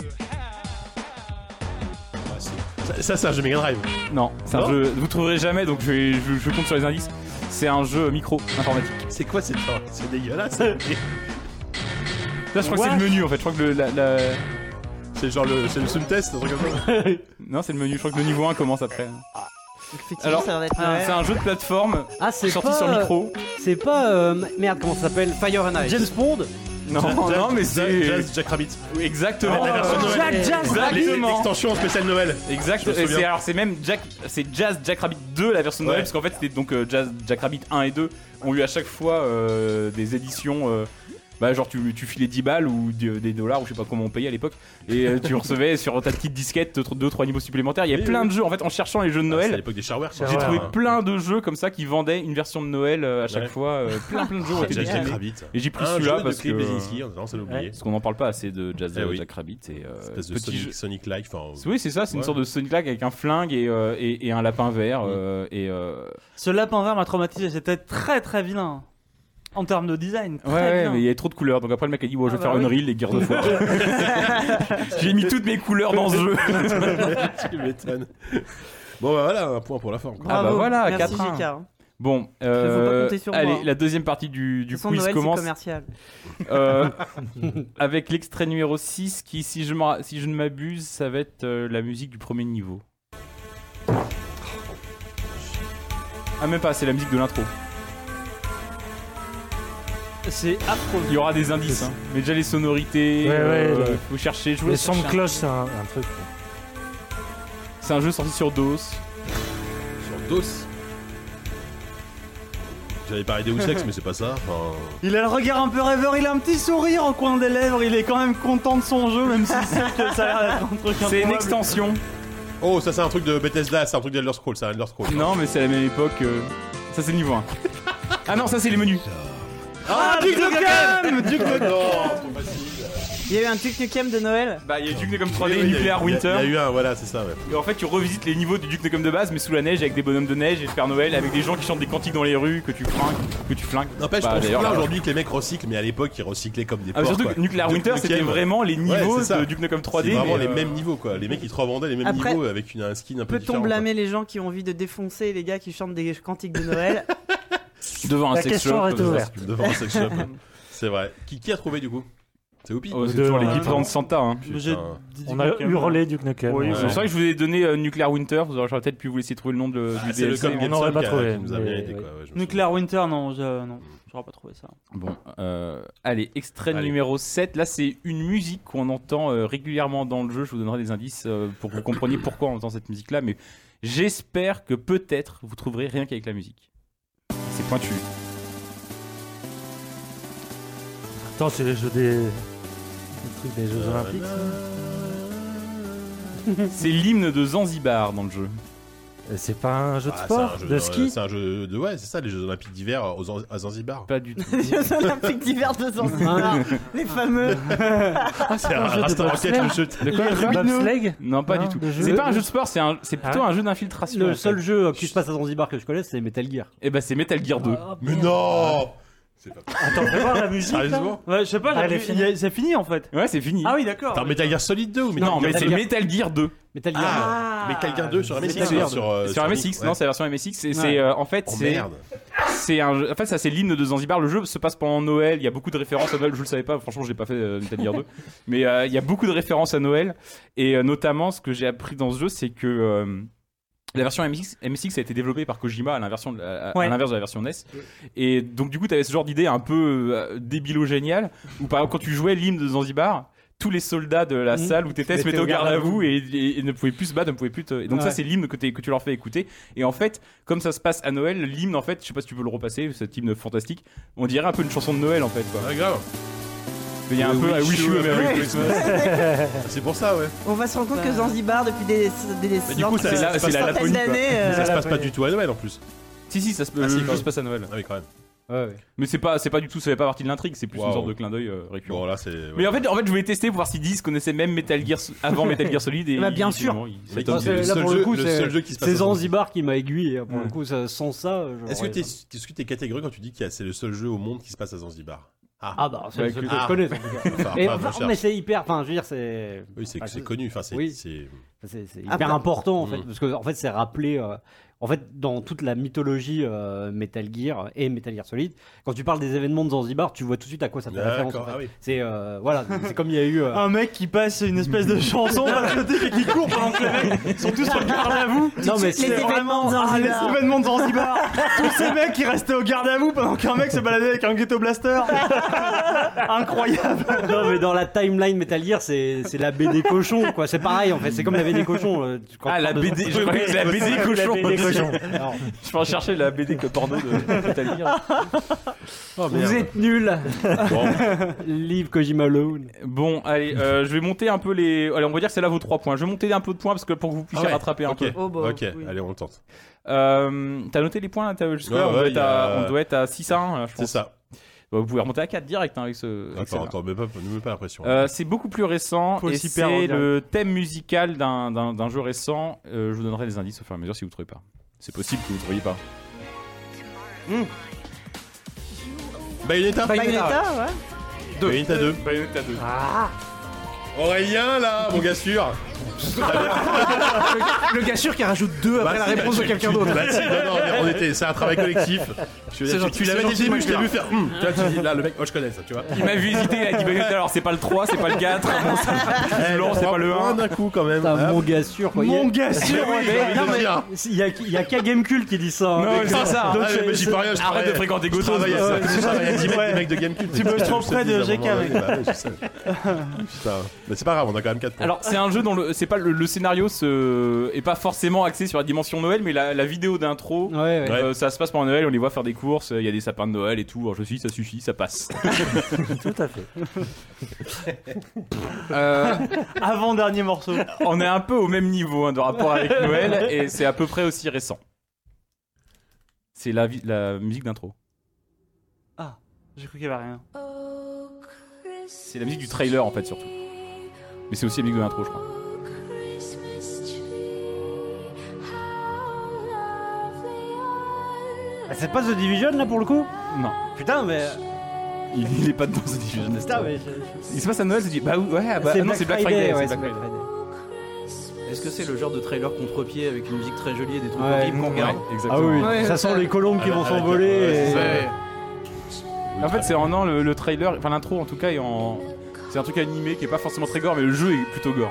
Ah, c'est- ça, ça, c'est un jeu Mega Drive. Non, c'est un Non jeu, vous trouverez jamais, donc je, vais- je, je compte sur les indices. C'est un jeu micro informatique. C'est quoi cette fin? C'est dégueulasse. Là, je crois que c'est le menu en fait, je crois que le, la, la- C'est genre le, c'est le Sun Test, un truc comme ça. Non, c'est le menu, je crois que le niveau un commence après. Effectivement, Alors, ça a l'air d'être ah, Noël. C'est un jeu de plateforme Ah, c'est sorti pas, sur euh, micro. C'est pas. euh, merde, comment ça s'appelle Fire and Ice. James Bond. Non, non, mais c'est. Jazz Jack Rabbit. Oui, exactement. Oh, la version Noël. Jack Jazz Exactement. L'extension spéciale Noël. Exact. Je me Et souviens. c'est, alors c'est même Jack, c'est Jazz Jack Rabbit deux la version de Noël Ouais. parce qu'en fait c'était donc euh, Jazz Jack Rabbit un et deux ont eu à chaque fois euh, des éditions. euh, bah genre tu, tu filais dix balles ou des, des dollars ou je sais pas comment on payait à l'époque et euh, tu recevais sur ta petite disquette deux trois niveaux supplémentaires. Il y a Oui, plein oui. de jeux en fait en cherchant les jeux de Ah, c'est à Noël. l'époque des shareware. J'ai J'ai Ouais, trouvé ouais. plein de jeux comme ça qui vendaient une version de Noël euh, à chaque Ouais. fois. euh, plein plein de jeux ont été Jazz Jack dessinés. Rabbit. Et j'ai pris Un celui-là jeu parce de Cliff que Bleszinski, on a tendance à l'oublier. parce qu'on n'en parle pas assez de Jazz Eh oui. Jack Rabbit. Et, euh, Espèce de petit Sonic, jeu- Sonic Life. enfin, Oui, c'est ça, c'est une Ouais. sorte de Sonic Lag avec un flingue et, euh, et, et un lapin vert. Mm. euh, et, euh, Ce lapin vert m'a traumatisé, c'était très très vilain. En termes de design, très Ouais, ouais, bien. mais il y avait trop de couleurs. Donc après, le mec a dit bon, je vais Ah faire bah une oui. reel et Gears of War. J'ai mis toutes mes couleurs dans ce jeu. Tu m'étonnes. Bon, bah voilà, un point pour la forme. quoi. Ah bah Bravo. voilà, Merci quatre un. J K. hein. Bon, faut euh, pas compter sur allez, moi, hein. la deuxième partie du, De du toute façon, quiz Noël, c'est commence commercial. euh, avec l'extrait numéro six qui, si je, me- si je ne m'abuse, ça va être euh, la musique du premier niveau. Ah, même pas, c'est la musique de l'intro. C'est affreux. Il y aura des indices, hein. Mais déjà les sonorités, Ouais, ouais, euh, le- faut chercher. Je vous Les laisse sons de chercher. cloche, c'est un, un truc. C'est un jeu sorti sur DOS. Sur DOS. J'allais parler des Ex, mais c'est pas ça. Enfin, Il a le regard un peu rêveur, il a un petit sourire en coin des lèvres, il est quand même content de son jeu, même si c'est que ça a l'air d'être un truc C'est une improbable. extension. Oh, ça c'est un truc de Bethesda, c'est un truc d'Elder Scrolls, c'est un Elder Scrolls. Non, mais c'est à la même époque. euh, Ça, c'est le niveau un. Ah non, ça, c'est les menus. Ah, Duke Nukem Duke Oh Nukem non, trop facile. Il y a eu un Duke Nukem de Noël. Bah, il y a Duke Nukem trois D Oui, et oui, il y a eu- Nuclear il y a- Winter. Il y a eu un, voilà, c'est ça, ouais. Et en fait, tu revisites les niveaux du Duke Nukem de base, mais sous la neige, avec des bonhommes de neige et le Père Noël, avec des gens qui chantent des cantiques dans les rues, que tu flingues, que tu flingues. N'empêche, Bah, je pense d'ailleurs, pas là- aujourd'hui que les mecs recyclent, mais à l'époque ils recyclaient comme des Ah, mais porcs. surtout quoi. que Nuclear Duke Winter, c'était Nukem, vraiment les ouais, niveaux c'est ça. de Duke Nukem trois D. C'est vraiment mais, les euh, mêmes niveaux quoi. Les mecs ils te revendaient les mêmes Après, niveaux avec une, un skin un peu Peut-on différent. quoi. blâmer les gens qui ont envie de défoncer les gars qui chantent des cantiques de Noël? Devant un La sex question shop. reste euh, ouverte. Devant un sex shop. C'est vrai. Qui, qui a trouvé du coup? C'est Oupi. Oh, c'est Deux, toujours ouais. l'équipe de Santa. Hein. J'ai Putain. dit On Duke a Nukem. hurlé Duke Nukem. Oui, ouais. C'est vrai que je vous ai donné euh, Nuclear Winter, vous aurez j'aurais peut-être pu vous laisser trouver le nom de, Ah, du c'est le D L C. Code on Game n'aurait Son pas qui a- trouvé, qui nous a mais- bien aidé ouais. quoi. Ouais, je me Nuclear Winter, non, je- non. J'aurais pas trouvé ça. Bon, euh, allez, extrait Allez. numéro sept. Là, c'est une musique qu'on entend euh, régulièrement dans le jeu. Je vous donnerai des indices euh, pour que vous compreniez pourquoi on entend cette musique-là. Mais j'espère que peut-être vous trouverez rien qu'avec la musique. C'est pointu. Attends, c'est les jeux des. Les trucs des Jeux Olympiques. ça C'est l'hymne de Zanzibar dans le jeu. Euh, C'est pas un jeu de Ah, sport, c'est un jeu de ski. C'est un jeu de ouais, c'est ça, les Jeux Olympiques d'hiver aux Zan- à Zanzibar. Pas du tout. Les Jeux Olympiques d'hiver de Zanzibar, les fameux. Ah, c'est un jeu de restaurant bobsleigh. quête, le jeu. De quoi, quoi Bobsleigh. Non, pas Non, du tout. le jeu- C'est pas un jeu de sport, c'est un- c'est plutôt Ah. un jeu d'infiltration. en Le fait. seul jeu qui se passe à Zanzibar que je connais, c'est Metal Gear. Eh ben, c'est Metal Gear deux. Mais non. C'est pas Attends, fais voir la musique. là. Sérieusement. Ouais, je sais pas, Ah, j'ai elle est vu- finie. il y a- c'est fini en fait. Ouais, c'est fini. Ah oui, d'accord. T'as Metal Gear Solid deux ou Metal Non, mais Gear c'est Metal Gear deux. Metal Gear. Ah, Metal Gear deux sur M S X Metal Gear sur euh, Sur M S X, ouais. non, c'est la version M S X. C'est, Ouais. c'est, euh, en fait, Oh c'est, merde. c'est un jeu- en fait, ça, c'est l'hymne de Zanzibar. Le jeu se passe pendant Noël. Il y a beaucoup de références à Noël. Je le savais pas. Franchement, j'ai pas fait euh, Metal Gear deux. Mais euh, il y a beaucoup de références à Noël. Et euh, notamment, ce que j'ai appris dans ce jeu, c'est que euh, la version M S X, M S X a été développée par Kojima à l'inversion de la- à, Ouais. à l'inverse de la version N E S. Et donc, du coup, tu avais ce genre d'idée un peu euh, débilo-géniale où, par exemple, quand tu jouais l'hymne de Zanzibar, tous les soldats de la Mmh. salle où t'étais se mettaient au garde à vous et, et- et ne pouvaient plus se battre, ne pouvaient plus te... Et donc, Ouais. ça, c'est l'hymne que, t'es- que tu leur fais écouter. Et en fait, comme ça se passe à Noël, l'hymne, en fait, je sais pas si tu peux le repasser, cet hymne fantastique, on dirait un peu une chanson de Noël, en fait. Quoi. Ah, grave. Il y a un peu I Wish You a Merry Christmas. C'est pour ça, ouais. On va se rendre compte que Zanzibar, depuis des, des, des Mais du coup, ça- C'est la- ça c'est passe la pas- Laponie, quoi. d'années. euh, Ça se passe pas du tout à Noël en plus. Si, si, ça se, Ah, si, le quand jeu même. se passe à Noël. Ah oui, quand même. Ouais, ouais. Mais c'est pas, c'est pas du tout, ça fait pas partie de l'intrigue, c'est plus Wow. une sorte de clin d'œil euh, récurrent. Bon, là, c'est. Mais en fait, en fait, je voulais tester pour voir si Diz connaissait même Metal Gear avant Metal Gear Solid. Et Bah, bien il- sûr. non, il- Mais ça c'est tombe- le là, seul pour le jeu- coup, le c'est- seul jeu qui se passe C'est à Zanzibar. Zanzibar qui m'a aiguillé. Pour Ouais. le coup, ça- sans ça. je- Est-ce que ouais, t'es ça- est-ce que t'es catégorique quand tu dis que c'est le seul jeu au monde qui se passe à Zanzibar? Ah bah, c'est Ouais, le seul que- que je Ah. connais. en tout cas. Enfin, Et pas, enfin, je cherche. mais c'est hyper. Enfin, je veux dire, c'est. Oui, c'est enfin, c'est connu. Enfin, c'est. Oui. c'est- C'est c'est Ah, hyper bah. important en fait, Mm. parce que en fait c'est rappelé, euh, en fait dans toute la mythologie euh, Metal Gear et Metal Gear Solid, quand tu parles des événements de Zanzibar, tu vois tout de suite à quoi ça fait référence. D'accord, en fait. ah oui. C'est euh, voilà, c'est comme il y a eu. euh, Un mec qui passe une espèce de chanson patriotique et qui court pendant que les mecs sont tous sur le garde à vous. Non mais Les c'est événements de Ah, les Zanzibar. événements de Zanzibar. Tous ces mecs qui restaient au garde à vous pendant qu'un mec se baladait avec un ghetto blaster. Incroyable. non mais dans la timeline Metal Gear, c'est c'est la B D cochon quoi. C'est pareil en fait, c'est comme la B D cochon. euh, quand Ah, tu la parles de- B D, je croyais que c'était la B D cochon. La B D cochon. Alors, Je vais en chercher la B D que porno de Metal Gear. Oh, vous merde. êtes nuls. Bon, Leave Kojima alone. Bon, allez, euh, je vais monter un peu les. Allez, on va dire que c'est là vos trois points. Je vais monter un peu de points parce que pour que vous puissiez Ah ouais, rattraper un ok. peu. Oh, bah, Ok, oui. allez, on le tente. Euh, T'as noté les points là, t'as- jusque-là, Ouais, on, doit ouais, être y a- à, on doit être à six à un, là, je C'est pense. ça. Bah, vous pouvez remonter à quatre direct hein, avec ce. avec Attends, celle-là. attends, mais pas, ne mets pas la pression. Euh, c'est beaucoup plus récent Faut et s'y perdre, c'est on dirait. le thème musical d'un, d'un, d'un jeu récent. Euh, je vous donnerai des indices au fur et à mesure si vous ne trouvez pas. C'est possible que vous ne trouviez pas. Bayonetta Bayonetta, ouais. deux. Bayonetta deux. Bayonetta deux. Aurélien, là, mon gars sûr. Le gars sûr qui rajoute deux après la Bah, si, réponse bah, de tu- quelqu'un tu- d'autre. bah, si, non, non, mais on était, c'est un travail collectif. Je veux dire, C'est tu- gentil, tu l'avais c'est dit gentil, le début, je t'ai Mike. vu faire. hum. Tu vois, tu dis là, le mec, oh, je connais ça, tu vois. Il m'a vu hésiter, il a dit Bayonetta, alors c'est pas le trois, c'est pas le quatre, bon, c'est non, c'est pas le un un. d'un coup quand même. Putain, Hein. mon gars sûr quoi. Mon Il y a- gars sûr. Oui, j'ai envie Non, de mais dire. il y a, il y a qu'à Gamecult qui dit ça. hein. Non, Donc, c'est ça. donc, Ah, c'est- mais j'y peux rien, je Arrête travaille- de fréquenter je Gotos. travaille à Ouais, ça. Je travaille à dix ouais. des mecs de Gamecube. Tu bosses trop près de G K, mec. Bah ouais, je sais. Putain. Mais c'est pas grave, on a quand même quatre points. Alors c'est un jeu dont le, c'est pas le, le scénario se, est pas forcément axé sur la dimension Noël, mais la, la vidéo d'intro, Ouais, ouais. euh, ça se passe pendant Noël, on les voit faire des courses, il y a des sapins de Noël et tout. Alors je suis, ça suffit, ça passe. Tout à fait. Euh, Avant dernier morceau. on est un peu au même niveau hein, de rapport avec Noël et c'est à peu près aussi récent. C'est la, vi- la musique d'intro. J'ai cru qu'il y avait rien. C'est la musique du trailer en fait surtout. Mais c'est aussi la musique de l'intro je crois. Ah, c'est pas The Division là pour le coup. Non, Putain mais. il, il est pas dedans ce Division. Putain mais. je- Il se passe à Noël, tu dis bah ouais, ah, bah, c'est ah non Black c'est Black Friday. ouais, c'est c'est Black Black Friday. Friday. Est-ce que c'est le genre de trailer contre-pied avec une musique très jolie et des trucs Ouais, horribles qu'on regarde Ouais, Ah exactement. oui, Ouais, ça sent ouais. les colombes qui Ah, vont ah, s'envoler. ouais, et- c'est Ouais. En fait, c'est en non, le, le trailer, enfin l'intro en tout cas est en. C'est un truc animé qui est pas forcément très gore, mais le jeu est plutôt gore.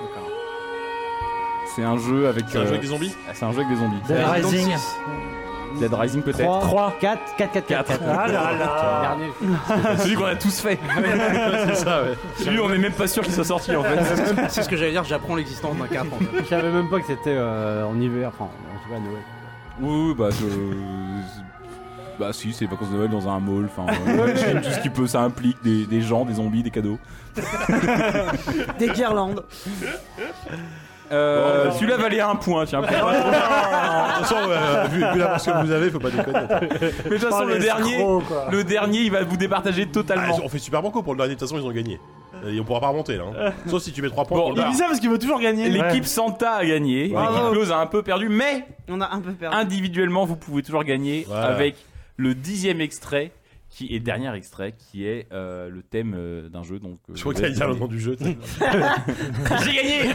C'est un jeu avec. C'est un euh, jeu avec des zombies. C'est un jeu avec des zombies. The Rising. Dead Rising peut-être. trois, quatre, quatre, quatre, quatre. Ah là là. Celui qu'on a tous fait. C'est ça, ouais. Celui on est même pas sûr qu'il soit sorti en fait. C'est ce que j'allais dire, j'apprends l'existence d'un quatre en fait. Je savais même pas que c'était euh, en hiver, enfin en tout cas à Noël. Oui, bah je... Bah si, c'est les vacances de Noël dans un mall, enfin euh, j'imagine tout ce qui peut, ça implique des, des gens, des zombies, des cadeaux. Des guirlandes. Euh, Bon, celui-là valait un point, tiens. De toute façon, euh, vu, vu l'avance que vous avez, faut pas déconner. Mais de toute façon, Oh, le les dernier, escrocs, quoi. le dernier, il va vous départager Ah, totalement. ils ont- on fait super banco pour le dernier, de toute façon, ils ont gagné. Et on pourra pas remonter là. Hein. Sauf si tu mets trois points Bon, pour le Il bar. dit ça parce qu'il veut toujours gagner. L'équipe Santa a gagné, Bravo. l'équipe Close a un peu perdu, mais On a un peu perdu. individuellement, vous pouvez toujours gagner Voilà. avec le dixième extrait. Qui est dernier extrait, qui est euh, le thème euh, d'un jeu. Donc, euh, Je crois que t'allais dire le nom du jeu. J'ai gagné.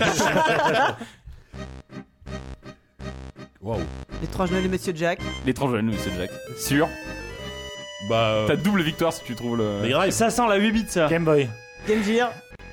Waouh. Les trois jeunes et Monsieur Jack. L'étrange jeune Monsieur Jack. Sûr. Bah. euh, T'as double victoire si tu trouves le. Mega Drive. Ça sent la huit bits ça. Game Boy. Game Gear.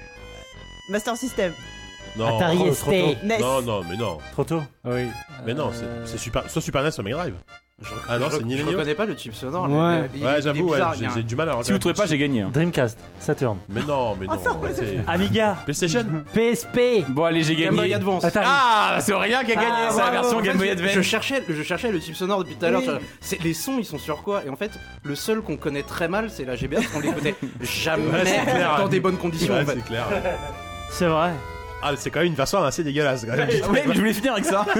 Master System. Non. Atari trop- S trop T. tôt. N E S. Non, non, mais non. Trop tôt. Oui. Mais non, c'est- c'est super. Soit Super N E S, soit Mega Drive. Je, Ah non, je- c'est ni je l'un ni reconnais pas le chip sonore. Ouais. le- le- il- Ouais, il est j'avoue, ouais, bizarre, il y j'ai a un- j'ai du mal à Si vous trouvez pas, j'ai gagné. hein. Dreamcast. Saturn. Mais non, mais non. c'est- Amiga. PlayStation. P S P. Bon, allez, j'ai Game Boy gagné. Advance. Ah, c'est rien qui a gagné, Ah, c'est la bravo. version En Game fait, Boy je- Advance. Je cherchais, je cherchais le chip sonore depuis tout à l'heure. Oui. sur- c'est- Les sons, ils sont sur quoi? Et en fait, le seul qu'on connaît très mal, c'est la G B A, parce qu'on l'écoutait jamais Ouais, c'est clair. dans des bonnes conditions. Ouais, en fait. c'est clair. C'est vrai. Ah, c'est quand même une version assez dégueulasse. Quand même. Ah ouais, mais je voulais finir avec ça.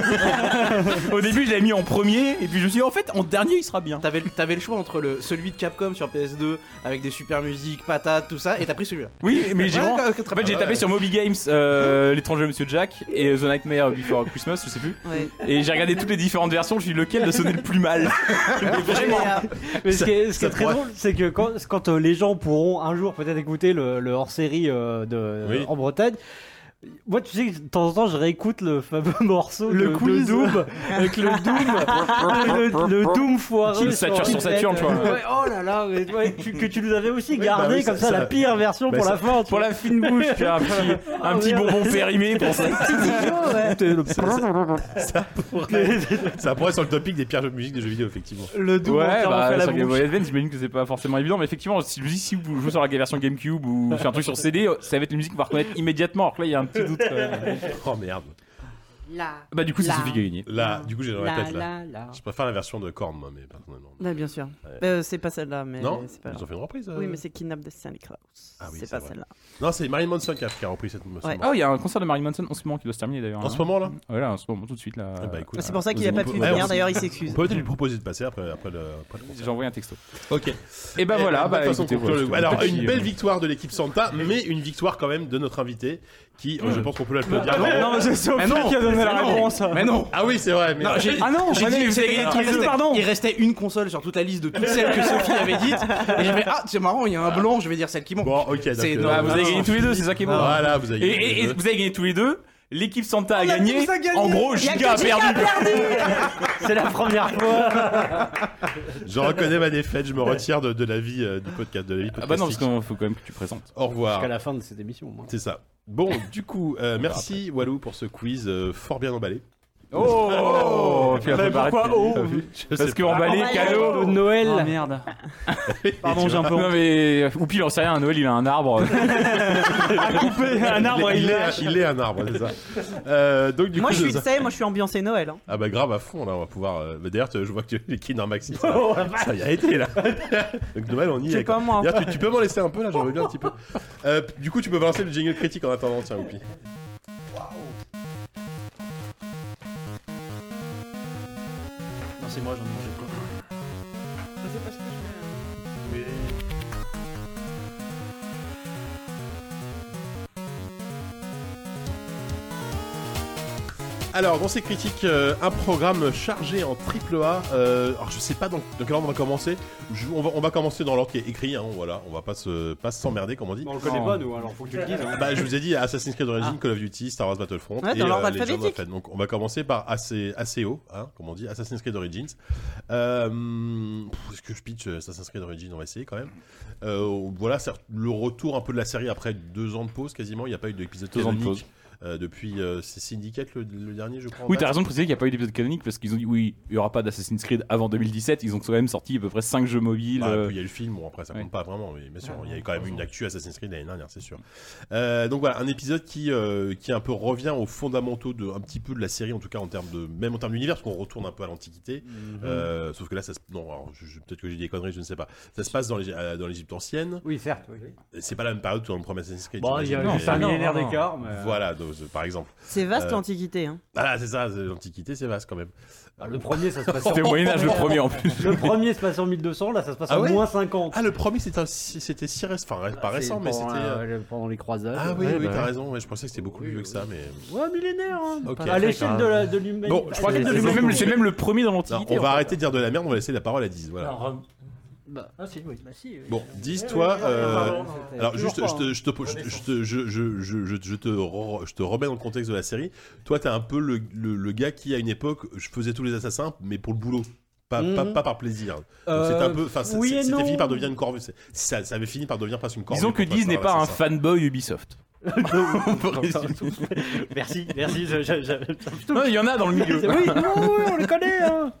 Au début, je l'avais mis en premier, et puis je me suis dit, en fait, en dernier, il sera bien. T'avais, t'avais le choix entre le, celui de Capcom sur P S deux avec des super musiques, patates, tout ça, et t'as pris celui-là. Oui, mais j'ai Ouais, vraiment- ouais, En fait, j'ai tapé sur Moby Games, euh, l'étranger Monsieur Jack et The Nightmare Before Christmas, je sais plus. Ouais. Et j'ai regardé toutes les différentes versions, je me suis dit lequel de sonnait le plus mal. Mais vraiment. Mais ce qui est, ce qui ça est très pourrait- drôle, c'est que quand, quand euh, les gens pourront un jour peut-être écouter le, le hors-série euh, de Oui. en Bretagne. Moi, tu sais, que de temps en temps, je réécoute le fameux morceau Le de, quiz. de Doom avec le Doom, le, le Doom foireux Le Saturn sur Saturn, tu vois. Ouais, oh là là, ouais, ouais, tu- que tu nous avais aussi bah gardé oui, comme ça- ça, ça- la pire version bah pour ça- la fin. tu Pour vois. la fine bouche, tu as un petit, un petit merde. bonbon périmé pour ça. C'était le- Ça pourrait, ça pourrait être sur le topic des pires jeux de musique des jeux vidéo, effectivement. Le Doom Ouais, entièrement bah, fait la sur Game Boy bouche. Advance, j'imagine que c'est pas forcément évident, mais effectivement, si, je me dis, si vous jouez sur la version GameCube ou sur un truc sur C D, ça va être une musique qu'on va reconnaître immédiatement, alors que là, il y a un petit doute. euh. Oh merde. Bah, du coup, c'est Là. Sophie qui a gagné. Là, du coup, j'ai dans la La, tête là. la, la. Je préfère la version de Korn, moi, mais personnellement. Ouais, bien sûr. Ouais. Euh, c'est pas celle-là, mais Non, c'est pas ils grave. ont fait une reprise. euh. Oui, mais c'est Kidnap de Santa Claus. Ah oui, c'est c'est pas vrai. celle-là. Non, c'est Marilyn Manson qui a, qui a repris cette ce Ouais. morceau. Oh, il y a un concert de Marilyn Manson en ce moment qui doit se terminer d'ailleurs. En hein. ce moment là. Ouais, là, en ce moment, tout de suite là. Eh bah, écoute, C'est pour ça qu'il vous a pas avez- pu Ouais, venir, on- d'ailleurs, il On s'excuse. peut peut-être lui proposer de passer après, après, le, après le concert. J'ai envoyé un texto. Ok. Et bah Eh, voilà, bonne bah façon de écoutez, conclure le- voilà, Alors, petit, une euh, belle victoire de l'équipe Santa, mais une victoire quand même de notre invité, qui, euh, je pense qu'on peut l'applaudir. Non, mais c'est Sophie Mais non, qui a donné la mais non. réponse. Mais non! Ah oui, c'est vrai. Mais... Non, j'ai- Ah non, J'ai René, dit, vous vous avez avez- gagné il, tous les deux. restait, Pardon. il restait une console sur toute la liste de toutes celles que Sophie avait dites. Et j'ai fait, ah, c'est marrant, il y a un blanc, je vais dire celle qui manque. Bon, ok, donc, C'est- euh, non, Bah, vous avez non. gagné tous les deux, c'est ça qui est beau. Voilà, vous avez Et, gagné. et- les et deux. vous avez gagné tous les deux. L'équipe Santa a On a gagné. tous à gagner. En gros, Il y a Giga a que Giga a perdu. C'est la première fois. Je reconnais ma défaite, je me retire de, de la vie euh, du podcast, de la vie Ah bah non, parce podcastique. qu'il faut quand même que tu présentes. Au revoir. Jusqu'à la fin de cette émission. Moi. C'est ça. Bon, du coup, euh, merci Walou pour ce quiz euh, fort bien emballé. Oh, tu as Mais préparé pourquoi depuis- oh t'as vu Je Parce sais que pas. emballé, cadeau. De Noël. Oh merde. Pardon, j'ai un peu Non honte. mais Oupi, il en sait rien, à Noël il a un arbre. À couper un arbre, il, il est, lâche. il est un arbre, c'est ça. Euh, donc du Moi, coup, je suis, je- tu sais, moi, je suis ambiancé Noël. hein. Ah bah grave à fond là, on va pouvoir. euh, bah, D'ailleurs, tu- je vois que tu les Kinder Maxi, ça, Oh, ça y a été là. Donc Noël, on y C'est est. pas quoi. moi. D'ailleurs, tu, tu peux m'en laisser un peu là, j'en veux bien un petit peu. Euh, du coup, tu peux balancer le jingle critique en attendant, tiens, Oupi. Non, c'est moi, j'en ai mangé quoi. Alors, dans ces critiques, euh, un programme chargé en triple A. Euh, alors, je sais pas dans, dans quel ordre on va commencer. Je- on, va, on va commencer dans l'ordre qui est écrit. Hein, voilà, on va pas se pas s'emmerder, comme on dit. On le connaît pas, nous, alors faut que tu le dises. hein. Bah, je vous ai dit Assassin's Creed Origins, Call of Duty, Star Wars Battlefront Ouais, et dans l'ordre euh, Legend of alphabétique. Fate. Donc, on va commencer par assez, assez haut, hein, comme on dit, Assassin's Creed Origins. Euh, pff, Est-ce que je pitch euh, Assassin's Creed Origins? On va essayer quand même. Euh, voilà, c'est le retour un peu de la série après deux ans de pause quasiment. Il n'y a pas eu d'épisode Deux ans de canonique. pause. euh, depuis euh, c'est Syndicate le, le dernier, je crois. Oui, t'as raison de préciser qu'il n'y a pas eu d'épisode canonique parce qu'ils ont dit oui, il n'y aura pas d'Assassin's Creed avant deux mille dix-sept. Ils ont quand même sorti à peu près cinq jeux mobiles. Bah, euh... puis il y a le film, bon après ça compte ouais. pas vraiment, mais bien sûr, il y a eu quand même une actu Assassin's Creed l'année dernière, c'est sûr. Euh, donc voilà, un épisode qui, euh, qui un peu revient aux fondamentaux de un petit peu de la série, en tout cas en termes de, même en termes d'univers, parce qu'on retourne un peu à l'Antiquité. Mm-hmm. Euh, sauf que là, ça se... non, alors, je, je, peut-être que j'ai dit des conneries, je ne sais pas. Ça se passe dans les, euh, dans l'Égypte ancienne. Oui, certes. Oui. C'est pas la même période que dans le premier Assassin's Creed. Bon, il y a juste un millénaire d'écart. Mais... Voilà, donc, par exemple. C'est vaste euh... l'Antiquité. Hein. Voilà, c'est ça, c'est l'Antiquité, c'est vaste quand même. Le premier, ça se passe C'était au Moyen-Âge, le premier en plus. Le premier se passe en mille deux cents, là ça se passe ah en ouais moins cinquante. Ah, le premier c'était, c'était si récent, enfin pas récent, mais c'était. Euh, pendant les croisades. Ah oui, ouais, oui, bah, t'as raison, ouais, je pensais que c'était beaucoup oui, plus vieux oui. que ça, mais. Ouais, millénaire, hein. Okay. À l'échelle de, la, de l'humanité. Bon, je crois que c'est, c'est, même, c'est même le premier dans l'Antiquité. On va arrêter de dire de la merde, on va laisser la parole à Diz. Voilà. Alors, Bah, ah si, oui. Bah, si, oui. Bon, Diz, toi, euh, alors juste, pas, je te, je te, je te, je te, je, je, je, je, je te, re, je te remets dans le contexte de la série. Toi, t'es un peu le, le, le gars qui, à une époque, je faisais tous les assassins, mais pour le boulot. Pas, mm-hmm. pas, pas par plaisir. Donc euh, c'était un peu, enfin, oui c'était non. fini par devenir une corvée. Ça, ça avait fini par devenir presque une corvée. Disons que Diz n'est pas un fanboy Ubisoft. Merci, merci. Je, je, je... Non, il y en a dans le milieu. Oui, non, oui, on les connaît. Hein.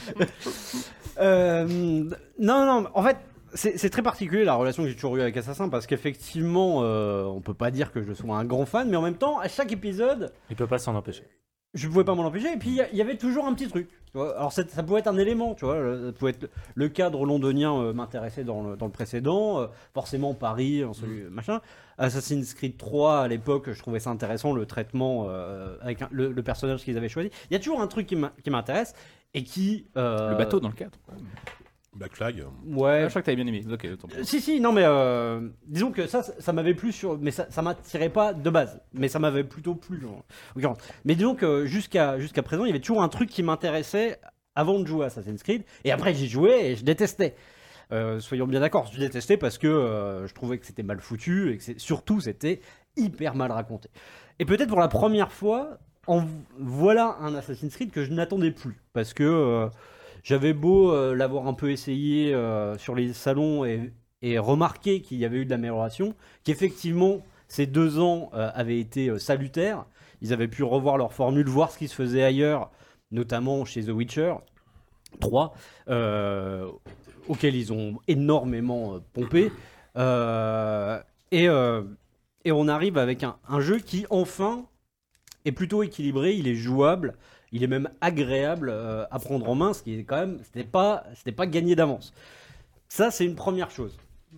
euh, non, non, en fait, c'est, c'est très particulier la relation que j'ai toujours eue avec Assassin parce qu'effectivement, euh, on peut pas dire que je sois un grand fan, mais en même temps, à chaque épisode, il peut pas s'en empêcher. Je pouvais pas m'en empêcher, et puis il y, y avait toujours un petit truc. Tu vois. Alors ça, ça pouvait être un élément, tu vois. Ça pouvait être le cadre londonien euh, m'intéressait dans le, dans le précédent, euh, forcément Paris, en celui, mmh. machin. Assassin's Creed trois à l'époque, je trouvais ça intéressant le traitement euh, avec un, le, le personnage qu'ils avaient choisi. Il y a toujours un truc qui, qui m'intéresse et qui euh... le bateau dans le cadre. Black Flag. Ouais. Ah, je crois que t'avais bien aimé. Ok. Euh, si si, non mais euh, disons que ça, ça, ça m'avait plu sur, mais ça, ça m'attirait pas de base, mais ça m'avait plutôt plu. En... Mais disons que jusqu'à jusqu'à présent, il y avait toujours un truc qui m'intéressait avant de jouer à Assassin's Creed, et après j'y jouais et je détestais. Euh, soyons bien d'accord, je détestais parce que euh, je trouvais que c'était mal foutu et que c'est, surtout c'était hyper mal raconté. Et peut-être pour la première fois, en voilà un Assassin's Creed que je n'attendais plus parce que euh, j'avais beau euh, l'avoir un peu essayé euh, sur les salons et, et remarquer qu'il y avait eu de l'amélioration, qu'effectivement ces deux ans euh, avaient été euh, salutaires, ils avaient pu revoir leur formule, voir ce qui se faisait ailleurs, notamment chez The Witcher trois, euh, auquel ils ont énormément euh, pompé, euh, et, euh, et on arrive avec un, un jeu qui enfin est plutôt équilibré, il est jouable, il est même agréable euh, à prendre en main, ce qui est quand même, c'était pas, c'était pas gagné d'avance. Ça, c'est une première chose.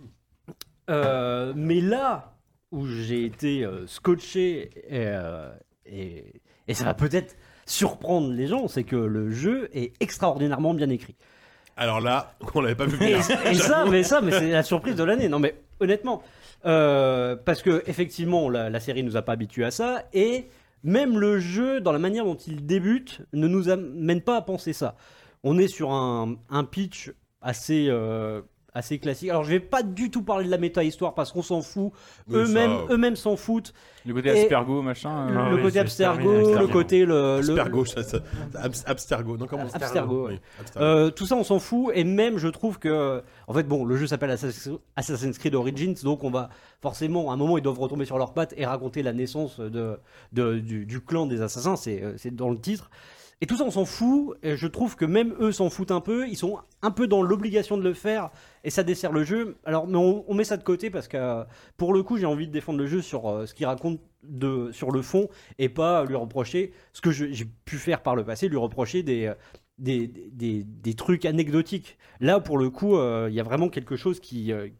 Euh, mais là où j'ai été euh, scotché, et, euh, et, et ça va peut-être surprendre les gens, c'est que le jeu est extraordinairement bien écrit. Alors là, on l'avait pas vu venir. Et, et ça, mais ça, mais c'est la surprise de l'année. Non, mais honnêtement, euh, parce que effectivement, la, la série nous a pas habitués à ça, et même le jeu, dans la manière dont il débute, ne nous amène pas à penser ça. On est sur un, un pitch assez, euh, assez classique. Alors, je vais pas du tout parler de la méta-histoire parce qu'on s'en fout. Oui, eux-mêmes, ça... eux-mêmes s'en foutent. Le côté Aspergo, machin. Le, euh... le oui, côté Abstergo, terminé, le côté le. Aspergo, le... ça, ça, Abstergo, non comment Abstergo, oui, ouais. Abstergo. Euh, tout ça, on s'en fout. Et même, je trouve que, en fait, bon, le jeu s'appelle Assassin's Creed Origins, donc on va forcément, à un moment, ils doivent retomber sur leurs pattes et raconter la naissance de, de du, du clan des assassins. C'est, c'est dans le titre. Et tout ça, on s'en fout. Et je trouve que même eux s'en foutent un peu. Ils sont un peu dans l'obligation de le faire. Et ça dessert le jeu. Alors, mais on, on met ça de côté parce que, euh, pour le coup, j'ai envie de défendre le jeu sur euh, ce qu'il raconte de, sur le fond et pas lui reprocher ce que je, j'ai pu faire par le passé, lui reprocher des, des, des, des, des trucs anecdotiques. Là, pour le coup, il euh, y a vraiment quelque chose qui... Euh,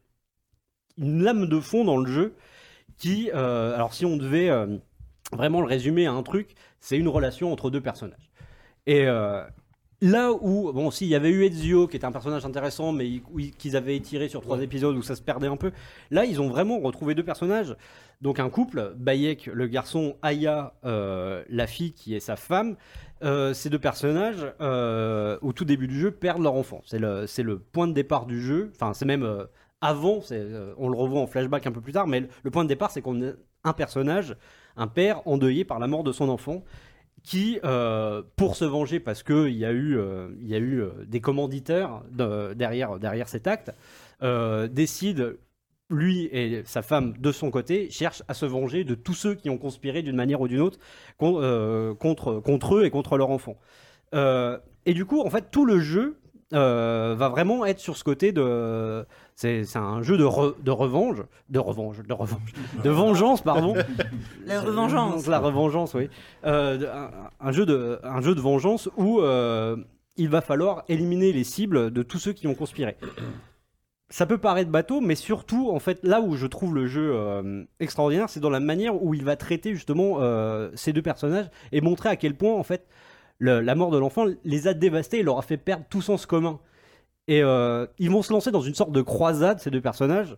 une lame de fond dans le jeu qui... Euh, alors, si on devait euh, vraiment le résumer à un truc, c'est une relation entre deux personnages. Et euh, là où, bon, s'il y avait eu Ezio, qui était un personnage intéressant, mais oui, qu'ils avaient étiré sur trois ouais. épisodes où ça se perdait un peu, là, ils ont vraiment retrouvé deux personnages. Donc un couple, Bayek, le garçon, Aya, euh, la fille qui est sa femme. Euh, ces deux personnages, euh, au tout début du jeu, perdent leur enfant. C'est le, c'est le point de départ du jeu. Enfin, c'est même euh, avant, c'est, euh, on le revoit en flashback un peu plus tard, mais le, le point de départ, c'est qu'on a un personnage, un père endeuillé par la mort de son enfant, qui, euh, pour se venger, parce qu'il y a eu, euh, il y a eu euh, des commanditaires de, derrière, derrière cet acte, euh, décide lui et sa femme, de son côté, cherchent à se venger de tous ceux qui ont conspiré d'une manière ou d'une autre con- euh, contre, contre eux et contre leur enfant. Euh, et du coup, en fait, tout le jeu euh, va vraiment être sur ce côté de... C'est, c'est un jeu de, re- de revanche, de revanche, de revanche, de vengeance, pardon. La revengeance. La revengeance, oui. Euh, de- un, un jeu de, un jeu de vengeance où euh, il va falloir éliminer les cibles de tous ceux qui ont conspiré. Ça peut paraître bateau, mais surtout, en fait, là où je trouve le jeu euh, extraordinaire, c'est dans la manière où il va traiter justement euh, ces deux personnages et montrer à quel point, en fait, le- la mort de l'enfant les a dévastés et leur a fait perdre tout sens commun. Et euh, ils vont se lancer dans une sorte de croisade, ces deux personnages,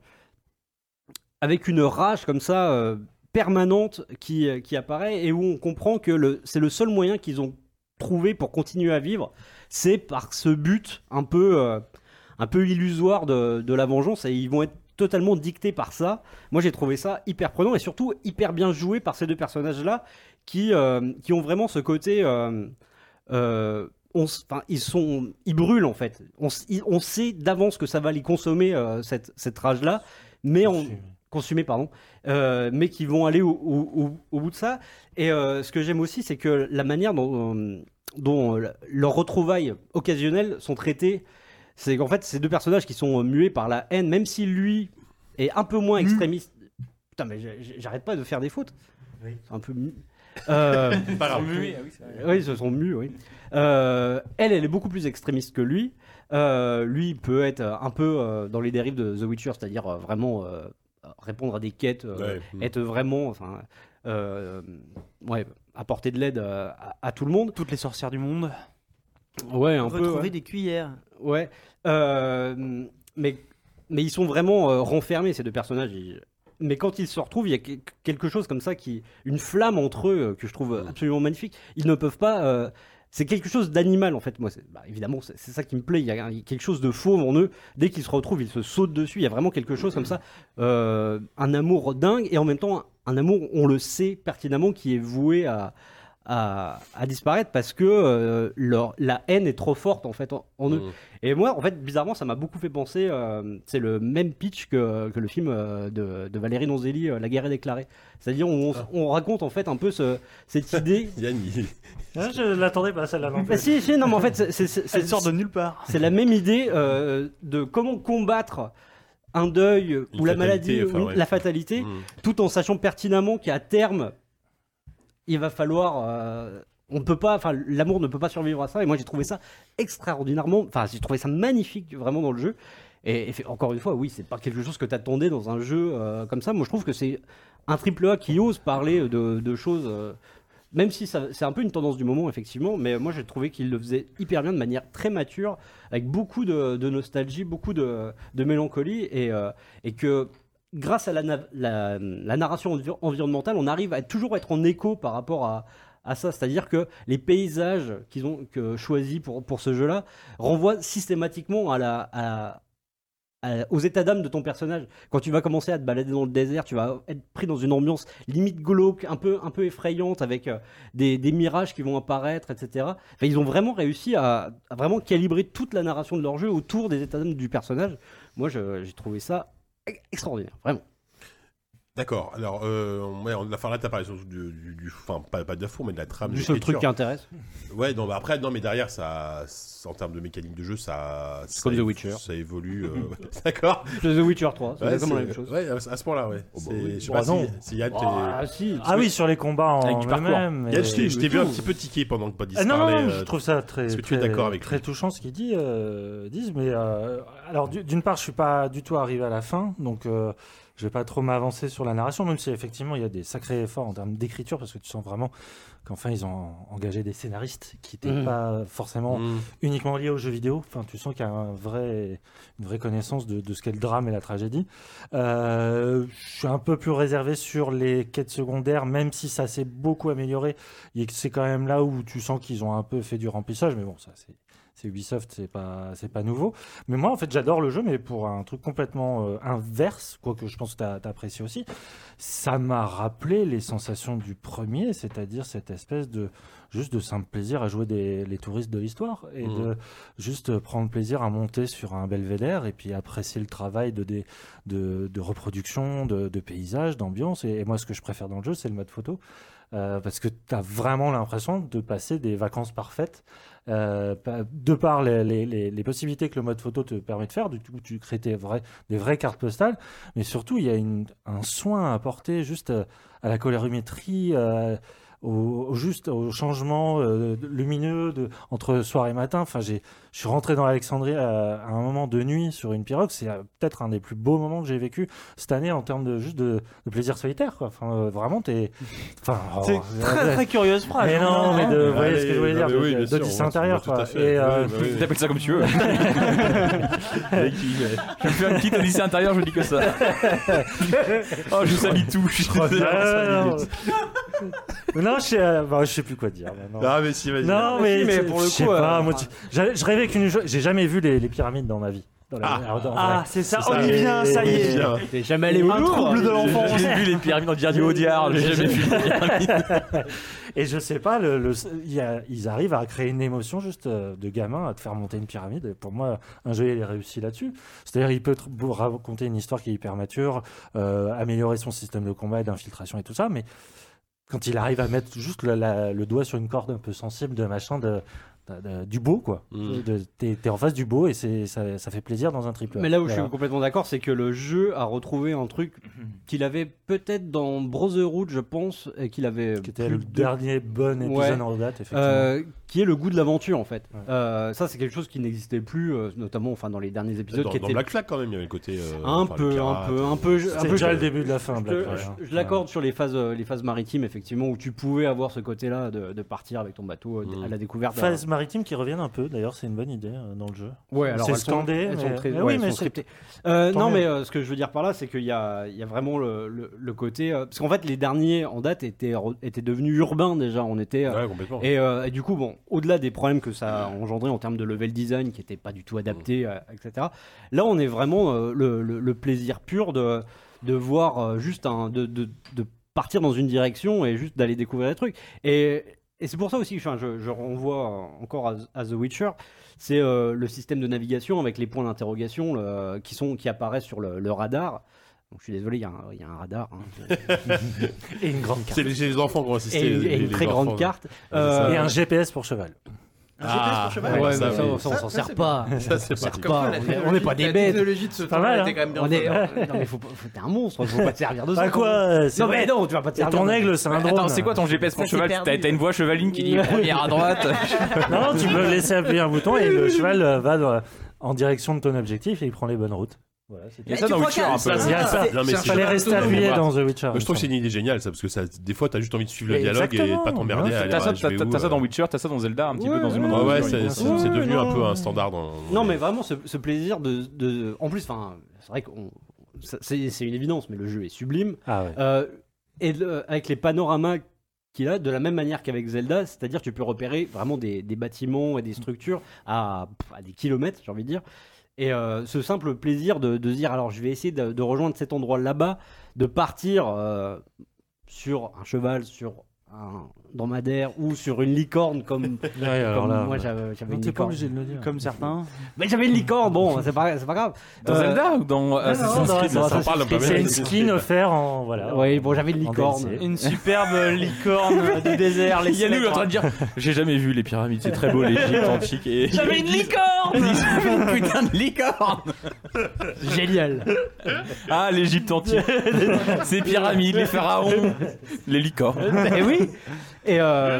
avec une rage comme ça euh, permanente qui, euh, qui apparaît et où on comprend que le, c'est le seul moyen qu'ils ont trouvé pour continuer à vivre, c'est par ce but un peu, euh, un peu illusoire de, de la vengeance, et ils vont être totalement dictés par ça. Moi j'ai trouvé ça hyper prenant et surtout hyper bien joué par ces deux personnages-là qui, euh, qui ont vraiment ce côté... Euh, euh, on, s- 'fin, ils, sont, ils brûlent en fait. On, s- ils- on sait d'avance que ça va les consommer, euh, cette, cette rage-là, mais on, consommer, pardon, euh, mais qui vont aller au, au- au- au bout de ça. Et euh, ce que j'aime aussi, c'est que la manière dont, euh, dont euh, leurs retrouvailles occasionnelles sont traitées, c'est qu'en fait, ces deux personnages qui sont euh, mués par la haine, même si lui est un peu moins extrémiste. Putain, mais j'ai- j'ai- j'arrête pas de faire des fautes. Oui. C'est un peu. mu- Euh, Ils sont muets, ah oui, c'est vrai. oui, ils se sont mus, oui. Euh, elle, elle est beaucoup plus extrémiste que lui. Euh, lui, il peut être un peu euh, dans les dérives de The Witcher, c'est-à-dire euh, vraiment euh, répondre à des quêtes, euh, Ouais. être vraiment, enfin, euh, ouais, apporter de l'aide euh, à, à tout le monde. Toutes les sorcières du monde. Ouais, un peu. Retrouver Ouais. des cuillères. Ouais. Euh, mais, mais ils sont vraiment euh, renfermés, ces deux personnages. Ils- Mais quand ils se retrouvent, il y a que- quelque chose comme ça, qui, une flamme entre eux euh, que je trouve absolument magnifique. Ils ne peuvent pas. euh, c'est quelque chose d'animal en fait. Moi, c'est- bah, évidemment, c'est c'est ça qui me plaît. Il y a un- quelque chose de fauve en eux. Dès qu'ils se retrouvent, ils se sautent dessus. Il y a vraiment quelque chose comme ça, euh, un amour dingue et en même temps un, un amour, on le sait pertinemment, qui est voué à à, à disparaître parce que euh, leur, la haine est trop forte en fait en, en eux. Mmh. Et moi, en fait, bizarrement, ça m'a beaucoup fait penser. euh, c'est le même pitch que, que le film euh, de, de Valérie Donzelli, euh, La guerre est déclarée. C'est-à-dire, on, on raconte en fait un peu ce, cette idée. Yann, il- Ah, je l'attendais pas celle-là non plus. Bah, si, si, non, mais en fait, c'est, c'est, c'est- Elle sort de nulle part. c'est la même idée euh, de comment combattre un deuil Une ou la fatalité, maladie, enfin, ou ouais. la fatalité, Mmh. tout en sachant pertinemment qu'à terme, il va falloir. euh, on ne peut pas, enfin, l'amour ne peut pas survivre à ça. Et moi, j'ai trouvé ça extraordinairement. Enfin, j'ai trouvé ça magnifique vraiment dans le jeu. Et, et fait- encore une fois, oui, c'est pas quelque chose que tu attendais dans un jeu euh, comme ça. Moi, je trouve que c'est un triple A qui ose parler de, de choses. euh, même si ça- c'est un peu une tendance du moment, effectivement, mais moi j'ai trouvé qu'il le faisait hyper bien, de manière très mature, avec beaucoup de, de nostalgie, beaucoup de, de mélancolie, et, euh, et que grâce à la, na- la- la narration envi- environnementale, on arrive à toujours être en écho par rapport à, à ça. C'est-à-dire que les paysages qu'ils ont que, choisis pour, pour ce jeu-là renvoient systématiquement à la, à- à- aux états d'âme de ton personnage. Quand tu vas commencer à te balader dans le désert, tu vas être pris dans une ambiance limite glauque, un peu, un peu effrayante, avec euh, des, des mirages qui vont apparaître, et cetera. Enfin, ils ont vraiment réussi à, à vraiment calibrer toute la narration de leur jeu autour des états d'âme du personnage. Moi, je- j'ai trouvé ça ex- extraordinaire, vraiment. D'accord, alors, euh, ouais, on a là, t'as parlé surtout du, du, du- enfin, pas, pas de la four, mais de la trame. Du seul truc qui intéresse. Ouais, non, bah après, non, mais derrière, ça, en termes de mécanique de jeu, ça. C'est ça comme The é- Witcher. Ça évolue. euh, D'accord. The Witcher trois, c'est Ouais, exactement la c'est- même chose. Ouais, à ce point-là, ouais. Oh, bah C'est- oui. Je sais Bah pas non. si, si Yann, t'es- Ah, si, Ah oui, sur les combats en Avec du parcours. eux-mêmes. Yann, et- je t'ai- je t'ai vu tout. un petit peu tiquer pendant que Bodis Ah non, parlait. non, euh, je trouve ça très, est-ce que tu es très- d'accord avec très lui touchant ce qu'il dit, euh, disent, mais euh, alors du- d'une part, je suis pas du tout arrivé à la fin, donc euh, je vais pas trop m'avancer sur la narration, même si effectivement il y a des sacrés efforts en termes d'écriture, parce que tu sens vraiment qu'enfin ils ont engagé des scénaristes qui n'étaient Mhm. pas forcément Mm. uniquement liés aux jeux vidéo. Enfin, tu sens qu'il y a un vrai, une vraie connaissance de, de ce qu'est le drame et la tragédie. Euh, je suis un peu plus réservé sur les quêtes secondaires, même si ça s'est beaucoup amélioré. Et que c'est quand même là où tu sens qu'ils ont un peu fait du remplissage, mais bon, ça c'est. C'est Ubisoft, c'est pas, c'est pas nouveau. Mais moi, en fait, j'adore le jeu, mais pour un truc complètement euh, inverse, quoique je pense que tu as apprécié aussi, ça m'a rappelé les sensations du premier, c'est-à-dire cette espèce de juste de simple plaisir à jouer des, les touristes de l'histoire et Mmh. de juste prendre plaisir à monter sur un belvédère et puis apprécier le travail de, de, de, de reproduction, de, de paysage, d'ambiance. Et, et moi, ce que je préfère dans le jeu, c'est le mode photo. Euh, parce que tu as vraiment l'impression de passer des vacances parfaites euh, de par les, les, les, les possibilités que le mode photo te permet de faire. Du coup, tu crées des, vrais, des vraies cartes postales, mais surtout, il y a une, un soin à apporter juste à la colorimétrie, euh, au, au juste au changement euh, lumineux de, entre soir et matin. Enfin, j'ai, je suis rentré dans Alexandrie à, à un moment de nuit sur une pirogue. C'est euh, peut-être un des plus beaux moments que j'ai vécu cette année en termes de juste de, de plaisir solitaire, quoi. Enfin, euh, vraiment, t'es. Enfin, C'est oh, très très curieuse phrase. mais non, mais de, vous voyez Allez, ce que je voulais dire, non, mais oui, de- bien sûr, d'Odyssée on voit- intérieure, on voit tout quoi. à fait. Et, euh, Oui, bah oui. T'appelles ça comme tu veux. Je me fais un petit Odyssée intérieur, je dis que ça. Oh, je salis tout. Je suis désolé. euh, non, non, je sais, euh, bah, je sais plus quoi dire. maintenant. Ah, mais si, vas-y. Non, Ah, mais, si, mais c'est- pour le je sais coup, pas, euh, moi, tu- j'ai- je rêvais qu'une. jo- J'ai jamais vu les, les pyramides dans ma vie. Dans la- Ah. en- en Ah, vrai. c'est ça, C'est on ça. y vient, ça y Et- est. Bien. T'es jamais allé au Un Louvre trouble de l'enfance. J'ai vu les pyramides en du Audiard, j'ai jamais vu les pyramides. Et je sais pas, le, le- il y a- ils arrivent à créer une émotion juste euh, de gamin, à te faire monter une pyramide. Et pour moi, un jeu, il est réussi là-dessus. C'est-à-dire, il peut te vous raconter une histoire qui est hyper mature, euh, améliorer son système de combat et d'infiltration et tout ça, mais quand il arrive à mettre juste le, la- le doigt sur une corde un peu sensible de machin, de, de- de- du beau, quoi. Mm. De- T'es t'es en face du beau et c'est- ça, ça fait plaisir dans un triple A. Mais là où je Voilà. suis complètement d'accord, c'est que le jeu a retrouvé un truc qu'il avait peut-être dans Brotherhood, je pense, et qu'il avait. Qui était plus le de- dernier bon épisode Ouais. en date, effectivement. Euh, qui est le goût de l'aventure en fait. Ouais. Euh, ça c'est quelque chose qui n'existait plus, euh, notamment enfin dans les derniers épisodes Dans, qui dans étaient Black Flag, quand même, il y avait le côté. euh, un, enfin, peu, le un pirate, peu, un euh, peu, un C'est peu. déjà je- le début de la fin, je, Black te- Flag, je- hein. je l'accorde sur les phases, euh, les phases maritimes effectivement où tu pouvais avoir ce côté-là de, de partir avec ton bateau euh, Mm. à la découverte. d'un- Phases maritimes qui reviennent un peu, d'ailleurs, c'est une bonne idée euh, dans le jeu. Ouais, alors c'est elles sont- scandé, elles sont mais- très- mais ouais, oui, elles mais sont c'est- scriptées. Euh, tant non, mieux. mais euh, ce que je veux dire par là, c'est qu'il y a, il y a vraiment le, le, le côté. euh, parce qu'en fait, les derniers en date étaient, re- étaient devenus urbains déjà. On était. euh, Ouais, complètement. et, euh, et du coup, bon, au-delà des problèmes que ça a engendré en termes de level design qui n'était pas du tout adapté, euh, et cetera. Là, on est vraiment euh, le, le- le plaisir pur de, de voir euh, juste un. De, de, de partir dans une direction et juste d'aller découvrir des trucs. Et. Et c'est pour ça aussi que enfin, je, je renvoie encore à, à The Witcher, c'est euh, le système de navigation avec les points d'interrogation le- qui, sont, qui apparaissent sur le, le radar. Donc, je suis désolé, il y, a un- il y a un radar. hein. Et une grande carte. C'est les, c'est les enfants qui ont assisté. Et, une- les- et une les très enfants. grande carte. c'est ça. Et un G P S pour cheval. Ah, Ouais, ouais, mais ça, ça, oui. ça, on Ça- s'en ça, sert c'est pas. Ça, c'est pratique. Pas, on est- on n'est pas des La bêtes. technologie de ce Pas temps mal, était hein. quand même bien On est... faite. non mais faut pas, faut- t'es un monstre, faut pas te servir de ça. Bah quoi euh, c'est Non vrai. mais non, tu vas pas te Et servir. ton de- aigle, c'est un drone. Attends, c'est quoi ton G P S pour Ça, c'est cheval perdu. T'as t'as une voix chevaline qui dit première à droite. Non, tu peux laisser appuyer un bouton et le cheval euh, va dans- en direction de ton objectif et il prend les bonnes routes. Voilà, c'est Il y a tout. ça tu dans crois Witcher qu'à- un peu. Il y a ça. Non, mais Il c'est- fallait rester appuyé dans The Witcher. Moi, je trouve que c'est une idée géniale, ça, parce que ça, des fois, t'as juste envie de suivre le Mais dialogue et exactement. pas t'emmerder Ouais, à aller T'as ça, voir, je vais t'as- où, t'as ça dans euh. Witcher, t'as ça dans Zelda, un petit peu Ouais, dans une ouais, Ouais, ouais, dans c'est une- c'est- Ouais, c'est devenu un non. peu un standard dans. Non mais vraiment ce, ce plaisir de, de... En plus, enfin, c'est vrai que c'est c'est une évidence, mais le jeu est sublime. Ah ouais. Euh, et le- avec les panoramas qu'il a, de la même manière qu'avec Zelda, c'est-à-dire que tu peux repérer vraiment des, des bâtiments et des structures à, à des kilomètres, j'ai envie de dire. Et euh, ce simple plaisir de, de se dire, alors je vais essayer de, de rejoindre cet endroit là-bas, de partir euh, sur un cheval, sur un dromadaire ou sur une licorne comme, Ouais, alors comme là, moi ouais. j'avais j'avais Non, une t'es pas licorne. obligé de le dire. Comme certains. Mais j'avais une licorne, bon, c'est pas, c'est pas grave. Dans Euh, Zelda ou dans Assassin's non, Creed dans Ça en parle un peu. C'est une skin offerte en voilà. Oui, bon, j'avais une En licorne. D L C. Une superbe licorne du désert. Les Yannou est en train de dire j'ai jamais vu les pyramides, c'est très beau l'Égypte antique et J'avais une licorne. j'avais une putain de licorne. Génial. Ah l'Égypte antique, ces pyramides, les pharaons, les licornes. Eh oui. Et euh,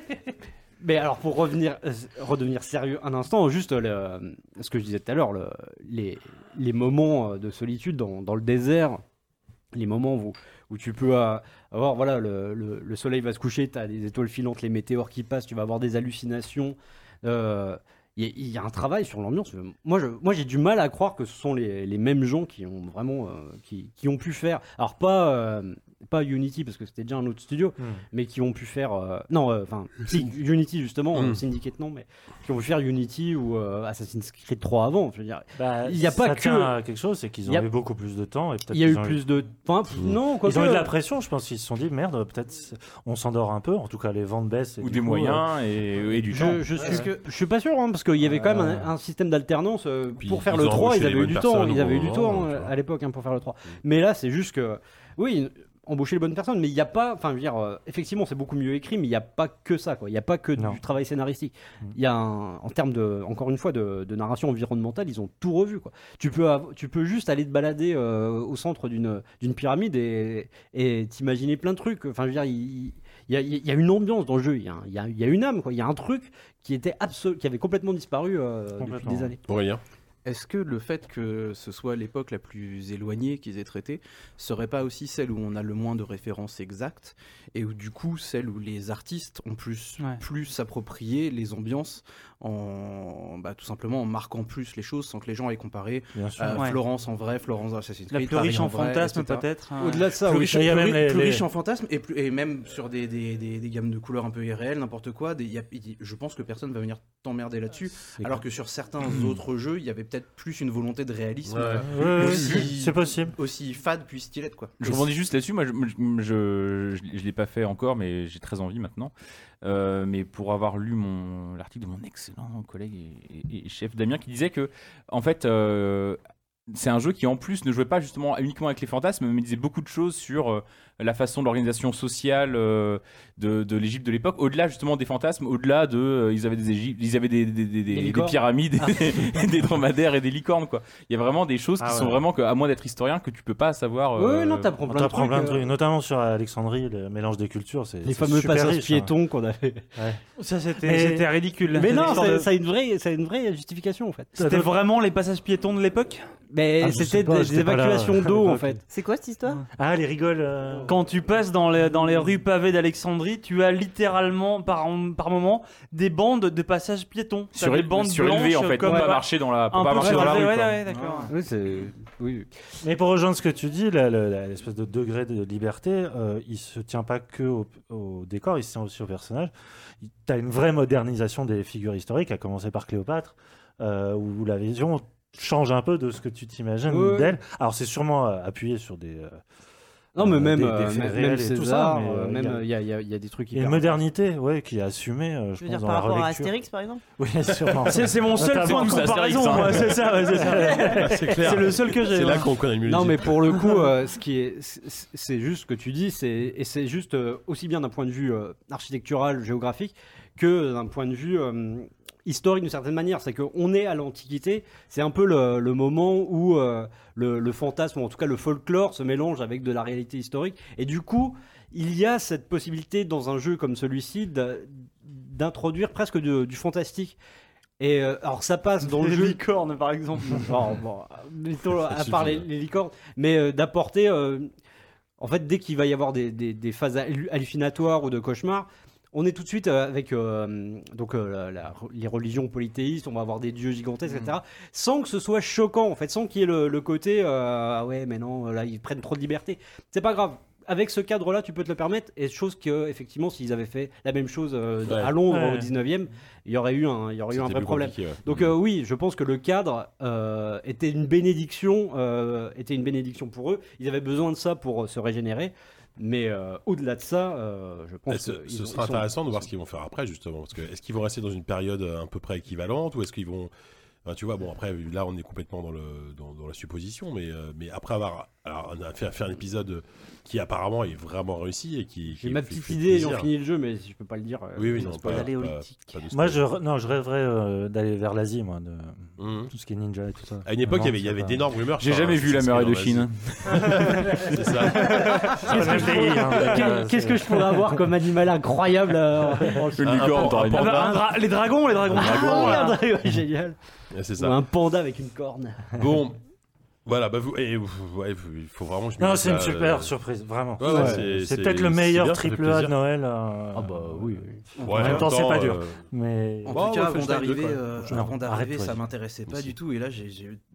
mais alors pour revenir, euh, redevenir sérieux un instant, juste le- ce que je disais tout à l'heure, le- les, les moments de solitude dans, dans le désert, les moments où, où tu peux euh, avoir, voilà, le, le- le soleil va se coucher, tu as des étoiles filantes, les météores qui passent, tu vas avoir des hallucinations. euh, Il y, a- il y a un travail sur l'ambiance. Moi, je, moi, j'ai du mal à croire que ce sont les, les mêmes gens qui ont vraiment, euh, qui, qui ont pu faire. Alors pas, euh, pas Unity parce que c'était déjà un autre studio, Mm. mais qui ont pu faire euh, non, enfin si Unity justement, Mm. euh, Syndicate non, mais qui ont pu faire Unity ou euh, Assassin's Creed trois avant. Je veux dire, Bah, il y a pas ça que- tient à quelque chose, c'est qu'ils ont il y a- eu beaucoup plus de temps et peut-être il y a qu'ils eu ont plus de, enfin pff, non, quoi Ils ont que- eu de la pression, je pense qu'ils se sont dit merde, peut-être on s'endort un peu, en tout cas les ventes baissent. et Ou du des coup, moyens et, et du temps. Je, je suis, Ouais, ouais. je suis pas sûr, hein, parce qu'il y avait quand même un, un système d'alternance euh, Puis pour faire ils le ont trois, embauché ils les avaient eu bonnes du temps, personnes ils au avaient eu bon du moment, temps tu euh, vois. à l'époque hein, pour faire le trois. Mais là, c'est juste que, oui, embaucher les bonnes personnes, mais il n'y a pas, enfin, je veux dire, euh, effectivement, c'est beaucoup mieux écrit, mais il n'y a pas que ça, quoi. Il n'y a pas que Non. du travail scénaristique. Mm. Il y a, un- en termes de, encore une fois, de, de narration environnementale, ils ont tout revu, quoi. Tu peux, av- tu peux juste aller te balader euh, au centre d'une d'une pyramide et et t'imaginer plein de trucs. Enfin, je veux dire, il il y a, il y a une ambiance dans le jeu, il y a, un- il y a, il y a une âme, quoi. Il y a un truc qui était absolu, qui avait complètement disparu euh, depuis Complètement. des années. Aurélien. Est-ce que le fait que ce soit l'époque la plus éloignée qu'ils aient traitée serait pas aussi celle où on a le moins de références exactes et où du coup celle où les artistes ont plus, Ouais. plus s'approprier les ambiances en bah, tout simplement en marquant plus les choses sans que les gens aient comparé Bien sûr. euh, Ouais. Florence en vrai, Florence dans Assassin's La Creed, plus Paris riche en vrai, fantasmes et cetera. peut-être. hein. Au-delà de ça, Plus, oui, riche, il y a plus même ri- les- plus les- riche en fantasmes et, plus, et même sur des, des, des, des gammes de couleurs un peu irréelles, n'importe quoi. Des, il y a- il- je pense que personne va venir t'emmerder là-dessus. C'est Alors que sur certains autres jeux, il y avait peut-être plus une volonté de réalisme. Ouais. euh, Ouais, ouais, aussi- c'est possible. Aussi fade puisse-t-il être, quoi. Je rebondis juste là-dessus. Moi, je, je, je, je, je l'ai pas fait encore, mais j'ai très envie maintenant. Euh, mais pour avoir lu mon l'article de mon excellent collègue et, et- et chef Damien qui disait que, en fait, euh, c'est un jeu qui en plus ne jouait pas justement uniquement avec les fantasmes, mais disait beaucoup de choses sur euh, la façon de l'organisation sociale euh, de, de l'Égypte de l'époque, au-delà justement des fantasmes, au-delà de euh, ils avaient des Égyptes, ils avaient des, des, des, des- des licornes. pyramides, Ah. des, des dromadaires et des licornes quoi. Il y a vraiment des choses qui Ah sont ouais. vraiment que, à moins d'être historien, que tu peux pas savoir. Oui, euh, non, t'apprends On plein de t'apprend trucs. plein de euh, trucs, notamment sur Alexandrie, le mélange des cultures. C'est Les c'est fameux super passages riche, piétons qu'on avait. hein. Ouais. Ça c'était Mais- c'était ridicule. Mais non, L'histoire ça, de- ça a une vraie, ça a une vraie justification en fait. C'était vraiment les passages piétons de l'époque. Mais Ah, je sais c'était pas, des, j'étais des pas là. évacuations d'eau en Ok. fait. C'est quoi cette histoire? Ah, les rigoles. euh, Quand tu passes dans les, dans les rues pavées d'Alexandrie, tu as littéralement par, par moment des bandes de passages piétons. T'as sur des bandes surélevé en blanches fait, comme pour pas ouais, marcher dans la, pour un pas peu marcher dans la rue. surélevé, quoi. ouais, ouais, d'accord. Oui, c'est. Oui. Mais pour rejoindre ce que tu dis, la- la- la- l'espèce de degré de liberté, euh, il se tient pas que au, au décor, il se tient aussi au personnage. Tu as une vraie modernisation des figures historiques, à commencer par Cléopâtre, euh, où la vision change un peu de ce que tu t'imagines Ouais. d'elle. Alors c'est sûrement euh, appuyé sur des... euh, Non, mais euh, même, des- des euh, faits même réels et tout César, ça, mais, euh, euh, même il y a- il y, a, il y a- il y a des trucs il y a hyper. une modernité ouais, qui est assumée, euh, je Je veux pense, dire dans par la rapport à relecture. Astérix par exemple? Oui, sûrement. C'est c'est mon seul Notamment point de tous Astérix, comparaison, hein. moi, c'est ça, ouais, c'est ça. C'est clair. C'est le seul que j'ai. C'est là ouais. qu'on connaît le mieux. Non, les mais Égyptes. pour le coup, euh, ce qui est, c'est- c'est juste ce que tu dis, c'est et c'est juste euh, aussi bien d'un point de vue euh, architectural, géographique, que d'un point de vue euh, historique d'une certaine manière. C'est qu'on est à l'Antiquité, c'est un peu le, le moment où euh, le, le fantasme, ou en tout cas le folklore, se mélange avec de la réalité historique. Et du coup, il y a cette possibilité dans un jeu comme celui-ci de- d'introduire presque de- du fantastique. Et euh, alors ça passe dans le Les jeu. licornes par exemple. Bon, bon, mettons, à suffit, part les, ouais. les licornes, mais euh, d'apporter, euh, en fait, dès qu'il va y avoir des, des- des phases hallu- hallucinatoires ou de cauchemars, on est tout de suite euh, avec euh, donc euh, la- la- les religions polythéistes, on va avoir des dieux gigantesques, et cetera. Sans que ce soit choquant, en fait, sans qu'il y ait le, le côté euh, ah ouais, mais non, là ils prennent trop de liberté. C'est pas grave. Avec ce cadre-là, tu peux te le permettre. Et chose que, effectivement, s'ils avaient fait la même chose euh, Ouais. à Londres Ouais. au dix-neuvième, il y aurait eu un, il y aurait eu un C'était vrai plus problème. compliqué, ouais. Donc euh, oui, je pense que le cadre euh, était une bénédiction, euh, était une bénédiction pour eux. Ils avaient besoin de ça pour euh, se régénérer. Mais euh, au-delà de ça, euh, je Et pense ce, que ce ils- sera ils sont- intéressant de voir ce qu'ils vont faire après, justement. Parce que est-ce qu'ils vont rester dans une période à peu près équivalente ou est-ce qu'ils vont. Enfin, tu vois, bon, après, là, on est complètement dans, le, dans, dans la supposition, mais, euh, mais après avoir. Alors, on a fait, fait un épisode qui apparemment est vraiment réussi et qui. J'ai qui ma fait- petite fait idée ayant plaisir. fini le jeu, mais je peux pas le dire. euh, Oui, oui, sans non, spoiler. pas- Paléolithique. pas- pas de Moi, spoil. je, non, je rêverais euh, d'aller vers l'Asie, moi, de Mhm. tout ce qui est ninja et tout ça. À une époque, il y Non, avait, il y c'est avait pas- d'énormes rumeurs. J'ai sur un jamais vu la Assassin's muraille de Creed en Chine. Asie. C'est ça. C'est pas le même pays, hein, Qu'est- euh, Qu'est-ce que je pourrais avoir comme animal incroyable euh, en- Une Un- un licorne, pan- t'aurais un dit. Ah bah, panda. un dra- les dragons, les dragons. Ah, voilà. regarde, ouais, génial. Ouais, C'est Ou ça. un panda avec une corne. Bon, voilà, bah vous, et, vous- ouais, vous- il faut vraiment que je me Non, dise c'est une ça, super euh, surprise, vraiment. Ouais, ouais, Ouais. c'est- C'est c'est- peut-être le c'est meilleur bien, ça fait triple A de plaisir. Noël. euh, Ah bah oui. Ouais, En même temps, c'est temps, pas dur. euh, Mais En Bon, tout cas, avant Wolfenstein deux, d'arriver, quoi. euh, Non, avant d'arriver, arrête-toi, ça dis. m'intéressait pas Aussi. du tout. Et là, j'ai j'ai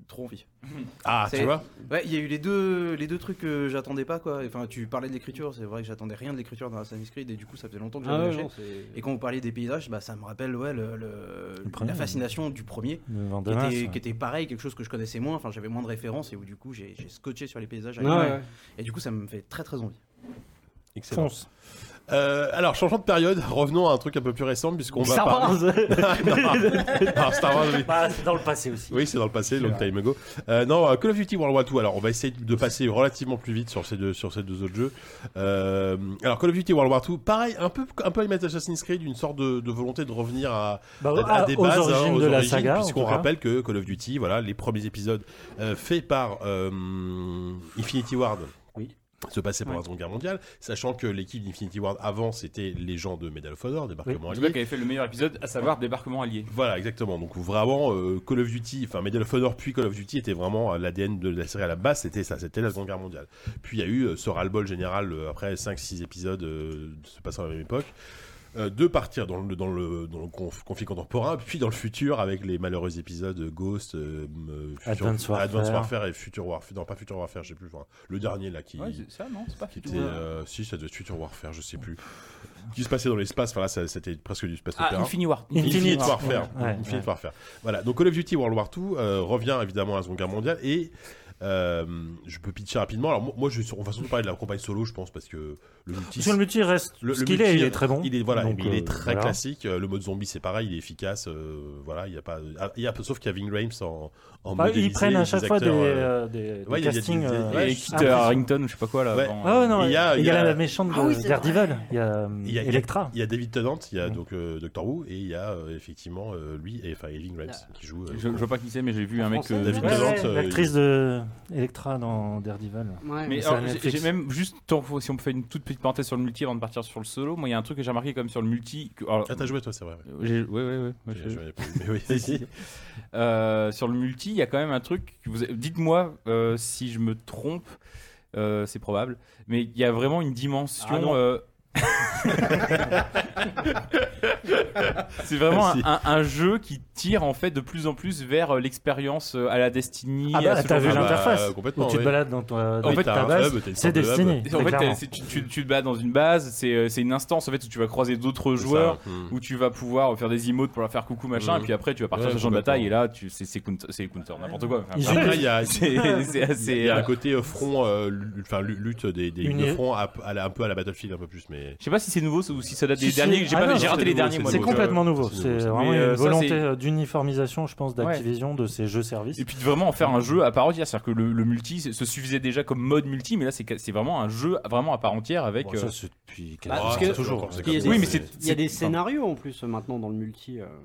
trop envie. Ah, C'est- tu vois Ouais, il y a eu les deux, les deux trucs que j'attendais pas quoi. Enfin, tu parlais de l'écriture, c'est vrai que j'attendais rien de l'écriture dans Assassin's Creed et du coup ça faisait longtemps que j'avais Ah ouais, lâché. non, c'est- Et quand vous parliez des paysages, bah ça me rappelle ouais le, le- premier, la fascination du premier, Le qui Vandamas, était, ouais. qui était pareil, quelque chose que je connaissais moins. Enfin, j'avais moins de références et où du coup j'ai j'ai scotché sur les paysages. Ouais, ouais. Et du coup ça me fait très très envie. Excellent. Fonce. Euh, alors, changeons de période, revenons à un truc un peu plus récent, puisqu'on va Star parler... Wars. non, Star Wars, oui. Bah, c'est dans le passé aussi. Oui, c'est dans le passé, long time ago. Euh, non, euh, Call of Duty World War deux. Alors, on va essayer de passer relativement plus vite sur ces deux, sur ces deux autres jeux. Euh, alors, Call of Duty World War deux, pareil, un peu, un peu à l'image d'Assassin's Creed, une sorte de, de volonté de revenir à, Bah, à, à à- des aux bases, origines hein, aux de la origines, saga, en puisqu'on tout cas. rappelle que Call of Duty, voilà, les premiers épisodes euh, faits par euh, Infinity Ward. Oui. Se passaient pendant la Seconde Guerre mondiale, sachant que l'équipe d'Infinity Ward avant c'était les gens de Medal of Honor, débarquement Le allié. gars qui avait fait le meilleur épisode, à savoir débarquement allié. Voilà, exactement. Donc vraiment, euh, Call of Duty, enfin Medal of Honor puis Call of Duty était vraiment euh, l'A D N de la série à la base, c'était ça, c'était la Seconde Guerre mondiale. Puis il y a eu euh, ce ras-le-bol général euh, après cinq six épisodes euh, se passant à la même époque. Euh, de partir dans le, dans le, dans le conf- conflit contemporain, puis dans le futur avec les malheureux épisodes Ghost, euh, euh, Future- Advance Warfare. Advance Warfare et Future Warfare. Non, pas Future Warfare, je sais plus. Enfin, le dernier là qui. Ouais, c'est ça, non, c'est pas qui Future était, Warfare. euh, si, ça devait être Future Warfare, je sais plus. Qui se passait dans l'espace, enfin là, ça- c'était presque du space Ah, opéra. Infinity War. Infinite, Infinite Warfare. Ouais, ouais, Infinite ouais. Warfare. Voilà, donc Call of Duty World War deux euh, revient évidemment à la Seconde Guerre mondiale et euh, je peux pitcher rapidement. Alors moi, moi je, on va surtout parler de la campagne solo, je pense, parce que le multi. Sur le multi reste le- ce le qu'il multi, est, il est très bon. Il est voilà, Donc, il est euh, très voilà. classique. Euh, Le mode zombie c'est pareil, il est efficace. euh, voilà, il y a pas, ah, il y a sauf qu'il y a Ving Rhames en, en Bah, modélisé, ils prennent à chaque fois des, acteurs, euh, euh, des, des ouais, il y a- il y a castings. des- euh, ouais, Et je- Kit impressionnants. Harington, ou je sais pas quoi là. Ouais. avant, Ah ouais, non, Il il y y a- a, il y a- la méchante de Ah oui, c'est Daredevil, il y a Il y a, il y a- Electra. il y a David Tennant, il y a Mm. donc euh, Doctor Who et il y a euh, effectivement euh, lui et enfin et Ving Rhames qui joue. euh, Je, je vois pas qui c'est, mais j'ai vu un mec. Français, euh, David Ouais, Tennant, ouais, euh, l'actrice de Electra dans Daredevil. Ouais. Mais C'est alors, à j'ai- Netflix. j'ai même juste, tant- si on me fait une toute petite parenthèse sur le multi avant de partir sur le solo, moi il y a un truc que j'ai remarqué comme sur le multi. Que, alors, Ah t'as joué toi, c'est vrai. ouais. j'ai- ouais, ouais, ouais. ouais, Je- j'ai- je l'avais pas vu, mais oui, Si, si. Euh, sur le multi, il y a quand même un truc. que vous- Dites-moi euh, si je me trompe, euh, c'est probable, mais il y a vraiment une dimension. Ah non. euh, c'est vraiment un, Merci. un- un jeu qui tire en fait de plus en plus vers euh, l'expérience euh, à la Destiny. Ah bah, à ce t'as genre vu de- Ah bah, l'interface complètement, où tu te ouais. balades dans, ton, dans En fait, ta t'as un base, hub, t'as une c'est sorte de hub. Destiny. En fait, très t'as- clairement. c'est- tu, tu- tu te bats dans une base, c'est euh, c'est une instance en fait où tu vas croiser d'autres C'est joueurs, ça, hmm. où tu vas pouvoir faire des emotes pour leur faire coucou machin, Mhm. et puis après tu vas partir Ouais, sur le champ de complètement. bataille et là tu c'est c'est counter, c'est counter n'importe quoi. Enfin, Ils après, Après, il y a, c'est c'est assez. il y a un euh, côté euh, front, euh, lu- enfin lu- lutte des, des Une- lignes de front à, à la- un peu à la Battlefield un peu plus, mais Je sais pas si c'est nouveau ou si ça date Si, des si. derniers. J'ai Ah pas- non, j'ai raté c'est les nouveau, derniers c'est moi. C'est donc, complètement euh, nouveau. c'est C'est nouveau, ça. vraiment Mais, euh, une ça, volonté c'est- euh, d'uniformisation, je pense, d'Activision, de ces jeux services. Et puis de vraiment en faire un jeu à part entière, c'est-à-dire que le, le multi c'est- se suffisait déjà comme mode multi, mais là c'est c'est vraiment un jeu vraiment à part entière avec. Bon, euh, ça, c'est depuis Bah, Ah, parce c'est que- toujours. c'est Il y a comme des, Oui, mais ça, c'est- il y a des scénarios en plus maintenant dans le multi. euh.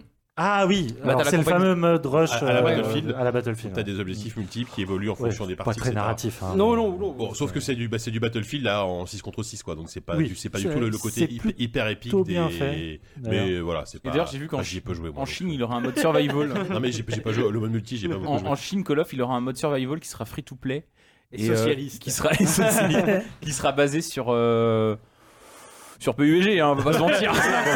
Ah oui, Bah, alors t'as la c'est le compagnie- fameux mode rush À- à la euh, Battlefield. à la Battlefield. T'as des objectifs multiples qui évoluent en Ouais, fonction des pas parties. très et cetera. narratif. hein. Non, non, non. Bon, sauf que c'est du, bah, c'est du Battlefield là en six contre six quoi, donc c'est pas, Oui, du, c'est pas du c'est- tout le, le côté c'est hyper, hyper épique plutôt des. bien fait, mais d'ailleurs. voilà, c'est Et pas. d'ailleurs j'ai vu qu'en enfin, j'y ai Chine, pas joué moi. en donc, Chine euh. il aura un mode survival. Non mais j'ai j'ai pas joué le mode multi, j'ai pas beaucoup En, joué. en Chine, Call of, il aura un mode survival qui sera free to play Et euh, socialiste. qui sera et socialiste, qui sera basé sur euh, sur P U B G, hein, on va pas se mentir.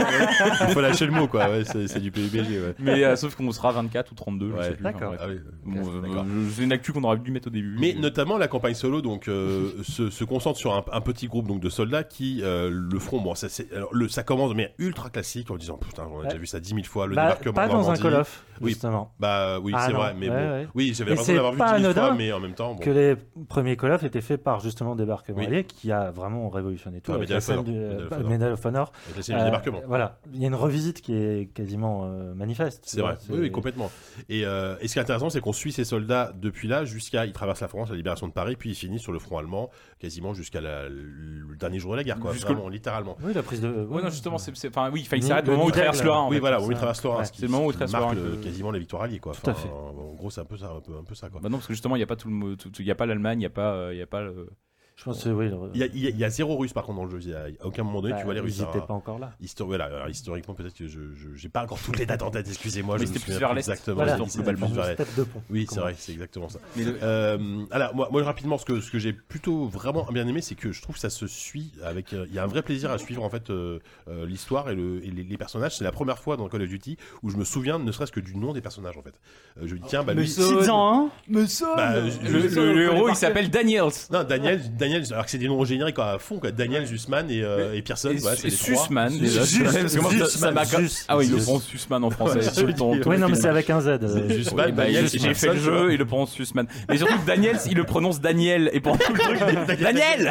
Il faut lâcher le mot quoi, ouais, c'est c'est du P U B G ouais. Mais euh, sauf qu'on sera vingt-quatre ou trente-deux, je Ouais, sais plus. d'accord. Enfin, Ah bref. oui. Bon, euh, D'accord. euh, c'est une actu qu'on aurait dû mettre au début. Mais Euh, notamment la campagne solo donc euh, se, se concentre sur un, un petit groupe donc de soldats qui euh, le feront bon ça c'est alors, le ça commence de manière ultra classique en disant putain on a déjà vu ça dix mille fois le Bah, débarquement pas en dans un Normandie. Call of, Oui. justement. Bah oui Ah c'est non, vrai mais ouais, bon ouais. oui j'avais Et l'impression c'est d'avoir vu pas dix mille fois anodin mais en même temps bon. Que les premiers Call of étaient faits par justement Débarquement Oui. Allié, qui a vraiment révolutionné tout. Ah, avec Medal la of scène Honor. du Medal of euh, Honor. Medal of Honor. Avec la scène du Euh, débarquement. Voilà, il y a une revisite qui est quasiment euh, manifeste. C'est vrai, C'est- oui, oui, complètement. Et, euh, et ce qui est intéressant, c'est qu'on suit ces soldats depuis là jusqu'à. Ils traversent la France, la libération de Paris, puis ils finissent sur le front allemand, quasiment jusqu'à la- le dernier jour de la guerre, quoi. Jusqu'au- Vraiment, littéralement. Oui, la prise de. Ouais, non, justement, c'est, c'est- enfin, oui, enfin, il Ni- s'arrête le au moment où il Nidal, traverse le Rhin. en Oui, fait. voilà, c'est où ils ça. traversent le Rhin, Ouais. ce qui- C'est le moment où ils ce qui traversent le marque Rhin le- que- quasiment la victoire alliée, quoi. Tout à Enfin, fait. En gros, c'est un peu ça, un peu, un peu ça, quoi. Bah non, parce que justement, il n'y a pas tout le, mo- tout- il y a pas l'Allemagne, il n'y a pas, euh, il y a pas le- Je pense que oui. le- Il y, a, il y a- il y a zéro russe par contre dans le jeu. Il y a- à aucun moment donné Bah, tu vois les ils Russes. étaient hein. pas encore là. Histo- voilà, alors, historiquement peut-être que je je- j'ai pas encore toutes les dates en tête. Excusez-moi. Mais je me c'était plus souviens vers l'est. Exactement. Voilà, c'était c'est globalement le vers l'est. step de pont. Oui, c'est Comment- vrai, c'est exactement ça. Mais le- Euh, alors, moi, moi, rapidement, ce que, ce que j'ai plutôt vraiment bien aimé, c'est que je trouve que ça se suit avec. euh, Il y a un vrai plaisir à suivre en fait euh, euh, l'histoire et, le, et les, les personnages. C'est la première fois dans Call of Duty où je me souviens ne serait-ce que du nom des personnages en fait. Euh, je me dis tiens, bah lui. Cites-en, hein Me sonne Bah, le, je- le- je- le je- héros, je- il s'appelle Daniels. Non, Daniel, Daniel, alors que c'est des noms génériques à fond, quoi. Daniel, Zussman et, euh, et Pearson. Et, voilà, c'est et les trois. Sussman, déjà. Zus- Parce que moi, ça- ça m'a- Zus- Ah oui, il le Zus- prononce Sussman en français. Ouais, sur le ton- oui, ton Oui, non, mais film. c'est avec un Z. euh, Zussman, Oui, bah, Daniel, j'ai c'est j'ai fait le Pearson, jeu, tu vois. il le prononce Sussman. Mais surtout que Daniels, il le prononce Daniel. Et pendant tout le truc, Daniel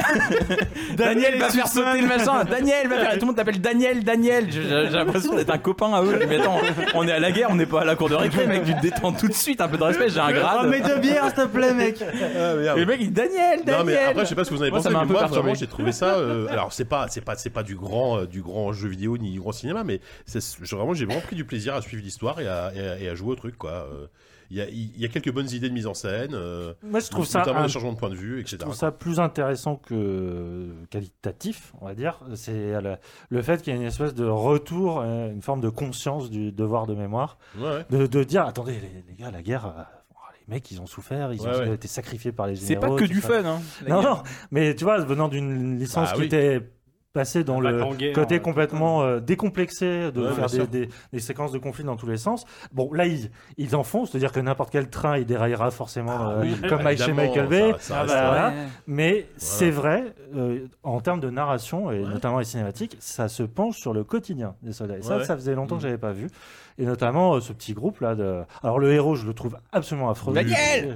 Daniel va faire sauter le machin. Daniel va faire. Et tout le monde t'appelle Daniel, Daniel. J'ai j'ai l'impression d'être un copain à eux. Mais attends, on est à la guerre, on n'est pas à la cour de récré, mec. Tu te détends tout de suite, un peu de respect. J'ai un Oh, grade. mais deux bières, s'il te plaît, mec. Ah, merde. Et le mec, il dit Daniel, Daniel. Non mais après je sais pas ce que vous en avez Moi, ça pensé m'a mais un peu moi perturbé. vraiment j'ai trouvé ça euh, alors c'est pas c'est pas c'est pas du grand euh, du grand jeu vidéo ni du grand cinéma mais c'est je- vraiment j'ai vraiment pris du plaisir à suivre l'histoire et à, et à, et à jouer au truc quoi. Euh, il y a il y a quelques bonnes idées de mise en scène euh, Moi, je trouve ça notamment un- des changements de point de vue Je etc. trouve ça plus intéressant que qualitatif, on va dire. C'est le, le fait qu'il y ait une espèce de retour, euh, une forme de conscience du devoir de mémoire, Ouais, ouais. de, de dire attendez les, les gars, la guerre, euh, les mecs ils ont souffert, ils Ouais, ont ouais. été sacrifiés par les C'est généraux. pas que tout du ça. fun, hein. la Non, guerre. non, mais tu vois, venant d'une licence Bah qui oui. était passée dans Pas le qu'en guerre, côté euh, complètement euh, décomplexé de Ouais, bien faire sûr. des, des- des séquences de conflits dans tous les sens. Bon, là, ils, ils en font, c'est-à-dire que n'importe quel train, il déraillera forcément, Ah euh, oui, comme bah, chez évidemment, Michael Bay. ça- ça Ah reste- bah, voilà. Ouais. Mais c'est vrai, euh, en termes de narration, et Ouais. notamment les cinématiques, ça se penche sur le quotidien des soldats. Et ça, Ouais. ça faisait longtemps Mm. que j'avais pas vu. Et notamment euh, ce petit groupe-là. De... Alors le héros, je le trouve absolument affreux. Daniel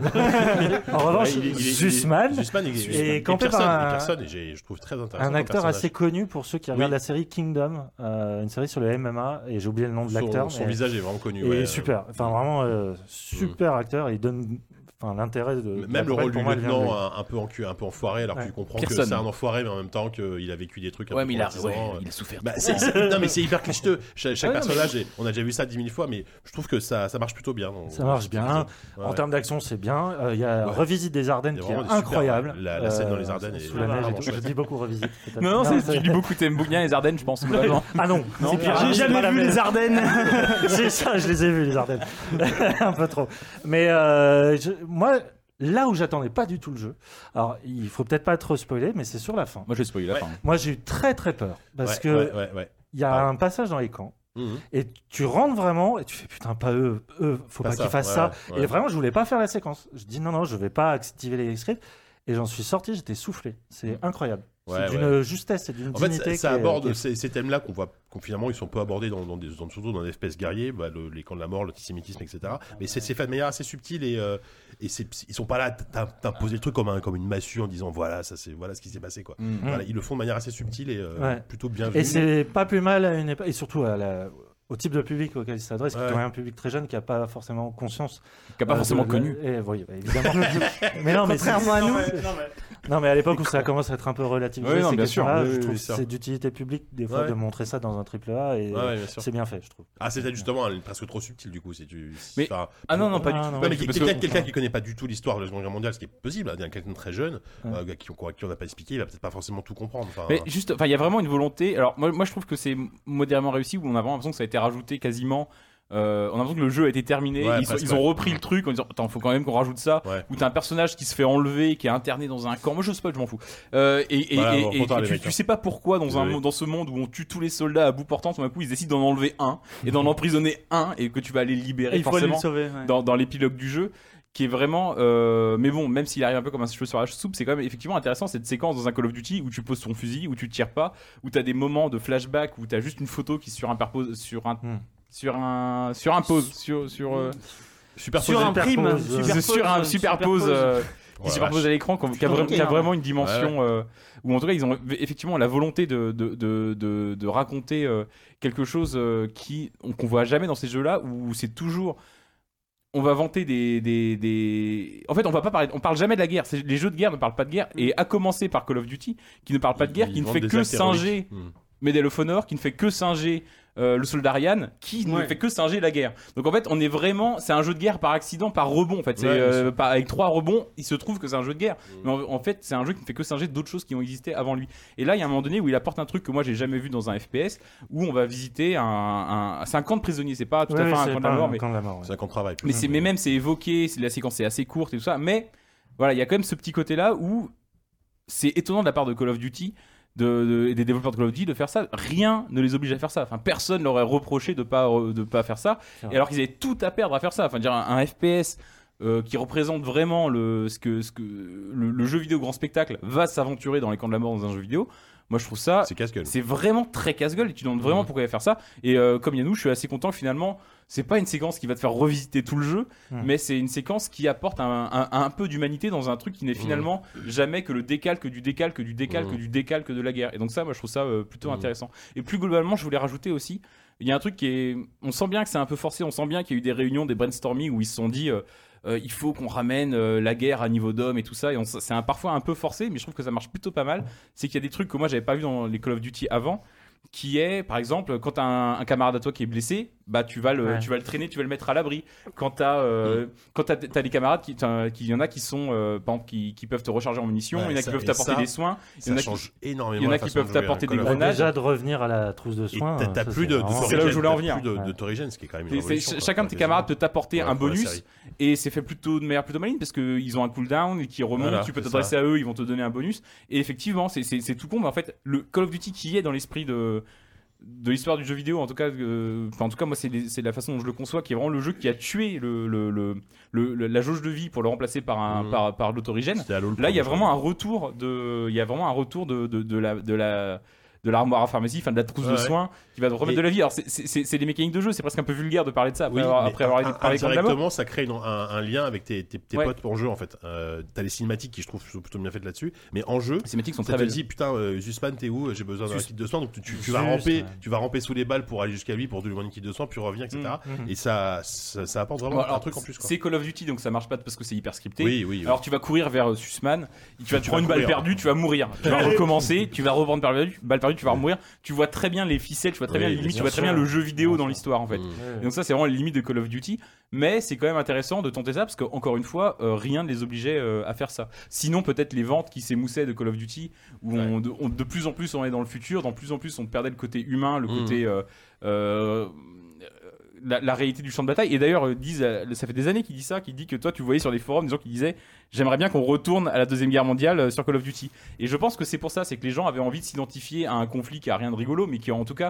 En revanche, Ouais, il est- il est- il est- Zussman, Zussman et, et et campé Pearson, par un- et Pearson, et j'ai- je trouve très intéressant un comme acteur personnage. assez connu pour ceux qui regardent Oui. la série Kingdom, euh, une série sur le M M A, et j'ai oublié le nom de son, l'acteur. son mais- visage est vraiment connu Et ouais. super, enfin vraiment euh, super acteur, il donne enfin, l'intérêt de. de la Même le campagne, rôle pour du moi, il vient de lieutenant lui. un, un peu encu- un peu enfoiré alors que Ouais. tu comprends Pearson. que c'est un enfoiré mais en même temps qu'il a vécu des trucs un Ouais, peu mais il a, traumatisants. ouais, il a souffert. Bah, c'est, c'est- non mais c'est hyper clichéteux. Cha- Chaque, Ah ouais, non, personnage, est- on a déjà vu ça dix mille fois, mais je trouve que ça, ça marche plutôt bien. dans- Ça marche bien. Ouais, En ouais. termes d'action, c'est bien. Euh, Il y a Ouais. Revisite des Ardennes Il y a qui est vraiment des super- incroyable. la- la scène dans les Euh, Ardennes est sous la neige et vraiment tout. chouette. Je dis beaucoup Revisite. peut-être. Non, non, c'est, tu dis beaucoup, t'aimes bien les Ardennes, je pense. globalement. Ah non, Non, c'est pire. J'ai C'est jamais pas la vu même. les Ardennes. C'est ça, je les ai vus, les Ardennes. Un peu trop. Mais euh, je- moi, là où j'attendais pas du tout le jeu, alors il faut peut-être pas trop spoiler, mais c'est sur la fin. Moi, je vais spoiler la Ouais. fin. Moi, j'ai eu très très peur parce Ouais, que ouais, ouais, ouais. il y a Ouais. un passage dans les camps. Mhm. Et tu rentres vraiment et tu fais putain, pas eux, eux faut Pas pas, ça, qu'ils fassent ouais, ça. ouais. Et vraiment, je voulais pas faire la séquence. Je dis non, non, je vais pas activer les scripts. Et j'en suis sorti, j'étais soufflé. C'est incroyable. Ouais, c'est d'une ouais. justesse et d'une En fait, dignité. ça, ça qui est- aborde qui est- ces, ces thèmes-là qu'on voit, qu'on finalement ils sont peu abordés dans, dans des, dans, surtout dans des espèces guerriers, bah, le- les camps de la mort, l'antisémitisme, et cetera. Mais c'est, c'est fait de manière assez subtile et, euh, et c'est, ils sont pas là à t'imposer le truc comme, un, comme une massue en disant voilà, ça c'est voilà ce qui s'est passé quoi. Mm. Voilà, ils le font de manière assez subtile et euh, Ouais. plutôt bien vu. Et c'est pas plus mal à une époque, et surtout à la- au type de public auquel il s'adresse, qui Ouais. est quand même un public très jeune qui n'a pas forcément conscience. Qui a pas euh, forcément de- connu. Et, oui, bah, évidemment. mais non, mais c'est- Contrairement à nous. non, mais à l'époque où ça commence à être un peu relativisé, Oui, non, ces bien sûr. questions-là, Oui, je oui, trouve oui, que sûr. c'est d'utilité publique des fois Ouais. de montrer ça dans un triple A et Ouais, ouais, bien sûr. c'est bien fait, je trouve. Ah, c'était justement hein, presque trop subtil du coup. C'est du. Mais- enfin, Ah non, non, pas du Ah, tout. non. Ouais, mais Parce quelqu'un, que- quelqu'un qui connaît pas du tout l'histoire de la Seconde Guerre mondiale, ce qui est possible, hein, quelqu'un de très jeune, Ouais. euh, qui, qui, qui on n'a pas expliqué, il va peut-être pas forcément tout comprendre. Enfin, Mais juste, enfin, il y a vraiment une volonté. Alors, moi, moi, je trouve que c'est modérément réussi, où on a vraiment l'impression que ça a été rajouté quasiment. Euh, on a l'impression que le jeu a été terminé. Ouais, ils, sont- presque, ils ont ouais. repris le truc en disant attends, faut quand même qu'on rajoute ça. Ouais. Où t'as un personnage qui se fait enlever, qui est interné dans un camp. Moi, je sais pas, je m'en fous. Euh, et et, Voilà, et- bon, et- content, et les tu, mecs, tu hein. sais pas pourquoi dans un Désolé. monde- dans ce monde où on tue tous les soldats à bout portant, tout d'un coup, ils décident d'en enlever un et d'en emprisonner un et que tu vas aller libérer Il faut aller le forcément sauver. ouais. dans, dans l'épilogue du jeu. Qui est vraiment, euh, mais bon, même s'il arrive un peu comme un cheveu sur la soupe, c'est quand même effectivement intéressant cette séquence dans un Call of Duty où tu poses ton fusil, où tu tires pas, où t'as des moments de flashback, où t'as juste une photo qui se superpose sur un, Hmm. sur un, sur un pose, sur, sur, euh, super Sur un prime, Superpose. superpose, sur un superpose, superpose. euh, Oh qui la superpose vache. à l'écran, qui a, qui a vraiment- qui a vraiment une dimension, Ouais, euh, où en tout cas ils ont effectivement la volonté de, de, de, de, de raconter euh, quelque chose euh, qui qu'on voit jamais dans ces jeux-là, où c'est toujours on va vanter des, des, des... En fait, on va pas parler, on parle jamais de la guerre. C'est- Les jeux de guerre ne parlent pas de guerre, et à commencer par Call of Duty, qui ne parle pas de guerre, Ils qui ne vendent fait des que actes héroïques. singer Hmm. Medal of Honor qui ne fait que singer euh, le soldat Ryan, qui ne Ouais. fait que singer la guerre. Donc en fait, on est vraiment, c'est un jeu de guerre par accident, par rebond. En fait, c'est Ouais, bien euh, sûr. par- avec trois rebonds, il se trouve que c'est un jeu de guerre. Mais en, en fait, c'est un jeu qui ne fait que singer d'autres choses qui ont existé avant lui. Et là, il y a un moment donné où il apporte un truc que moi j'ai jamais vu dans un F P S, où on va visiter un, un, c'est un camp de prisonniers. C'est pas tout Ouais, à fait ouais, un c'est camp de pas la mort, un mais camp de la mort, ouais. C'est un camp de travail. mais, c'est, mais même c'est évoqué, c'est, la séquence est assez courte et tout ça, mais voilà, il y a quand même ce petit côté-là où c'est étonnant de la part de Call of Duty, de, de- et des développeurs de Call of Duty de faire ça. Rien ne les oblige à faire ça. Enfin, personne leur aurait reproché de pas de pas faire ça, C'est et vrai. alors qu'ils avaient tout à perdre à faire ça. Enfin, dire un, un F P S. euh, qui représente vraiment le, ce que, ce que, le, le jeu vidéo grand spectacle va s'aventurer dans les camps de la mort dans un jeu vidéo. Moi, je trouve ça, C'est casse-gueule. c'est vraiment très casse-gueule et tu te demandes vraiment Mhm. pourquoi il va faire ça. Et euh, comme Yannou, je suis assez content que finalement, c'est pas une séquence qui va te faire revisiter tout le jeu, Mhm. mais c'est une séquence qui apporte un, un- un peu d'humanité dans un truc qui n'est finalement jamais que le décalque du décalque du décalque Mhm. du décalque de la guerre. Et donc ça, moi, je trouve ça euh, plutôt Mhm. intéressant. Et plus globalement, je voulais rajouter aussi, il y a un truc qui est, on sent bien que c'est un peu forcé, on sent bien qu'il y a eu des réunions, des brainstorming où ils se sont dit. Euh, euh, il faut qu'on ramène euh, la guerre à niveau d'homme et tout ça, et on- c'est un, parfois un peu forcé, mais je trouve que ça marche plutôt pas mal. C'est qu'il y a des trucs que moi j'avais pas vu dans les Call of Duty avant, qui est par exemple quand t'as un, un camarade à toi qui est blessé, bah tu vas le, Ouais. tu vas le traîner, tu vas le mettre à l'abri. Quand t'as, euh, quand t'as, t'as des camarades qui, t'as- qui- il y en a qui sont, euh, par exemple, qui, qui peuvent te recharger en munitions, Ouais, il y en a ça- qui peuvent et t'apporter ça, des soins, il y Ça en a qui, change énormément. il y en a la qui façon peuvent de jouer à t'apporter Call des of Bah, grenades. déjà de revenir à la trousse de Et soins. t'as- t'as ça, plus c'est de, de vraiment- C'est là où je voulais en t'as venir. plus de, Ouais. de Torrigen, ce qui est quand même une C'est- c'est- révolution, quoi. chacun de tes Enfin, camarades peut t'apporter Ouais, un pour la bonus série. et c'est fait plutôt de manière plutôt maligne parce qu'ils ont un cooldown et qui remonte, Voilà, tu peux c'est t'adresser ça. à eux, ils vont te donner un bonus. Et effectivement, c'est, c'est, c'est tout con, mais en fait, le Call of Duty qui est dans l'esprit de, de l'histoire du jeu vidéo, en tout cas, euh, enfin, en tout cas moi c'est, les- c'est la façon dont je le conçois, qui est vraiment le jeu qui a tué le, le, le, le- le- la jauge de vie pour le remplacer par, un, Mhm. par, par l'autorigène. C'était Halo, le Là, il y a premier, vraiment un je crois. retour de, il y a vraiment un retour de, de, de la, de la de l'armoire à pharmacie, enfin de la trousse Ouais, de ouais. soins qui va te remettre Et- de la vie. Alors c'est, c'est, c'est, c'est des mécaniques de jeu, c'est presque un peu vulgaire de parler de ça après Oui, avoir, mais après avoir in- parlé comme de la mort. indirectement, ça crée une- un, un lien avec tes, tes, tes Ouais. potes en jeu en fait. Euh, T'as les cinématiques qui je trouve sont plutôt bien faites là-dessus, mais en jeu, Les cinématiques sont ça très te belles. dit putain, euh, Zusman t'es où? J'ai besoin d'un Sus- kit de soins, donc tu, tu, tu vas Juste, ramper, ouais. tu vas ramper sous les balles pour aller jusqu'à lui pour lui demander un kit de soins, puis reviens, et cetera. Mhm. Et ça, ça, ça apporte vraiment Bon, un alors, truc en plus. Quoi. c'est Call of Duty donc ça marche pas parce que c'est hyper scripté. Oui, oui. oui. Alors tu vas courir vers euh, Sussman, tu vas te Tu prendre vas une balle courir. perdue, tu vas mourir. Tu vas recommencer, tu vas reprendre balle perdue, balle perdue, tu vas mourir. Tu vois très bien les ficelles, tu vois très Oui, bien les bien limites, tu sûr. vois très bien le jeu vidéo Bien dans sûr. l'histoire en fait. Mm. Ouais. Et donc ça c'est vraiment les limites de Call of Duty, mais c'est quand même intéressant de tenter ça parce qu'encore une fois euh, rien ne les obligeait euh, à faire ça. Sinon peut-être les ventes qui s'émoussaient de Call of Duty où on, de, on- de plus en plus on est dans le futur, dans plus en plus on perdait le côté humain, le Mhm. côté euh, euh, la, la réalité du champ de bataille. Et d'ailleurs, euh, disent, euh, ça fait des années qu'il dit ça, qu'il dit que toi, tu voyais sur les forums des gens qui disaient j'aimerais bien qu'on retourne à la Deuxième Guerre mondiale euh, sur Call of Duty. Et je pense que c'est pour ça, c'est que les gens avaient envie de s'identifier à un conflit qui a rien de rigolo, mais qui est en tout cas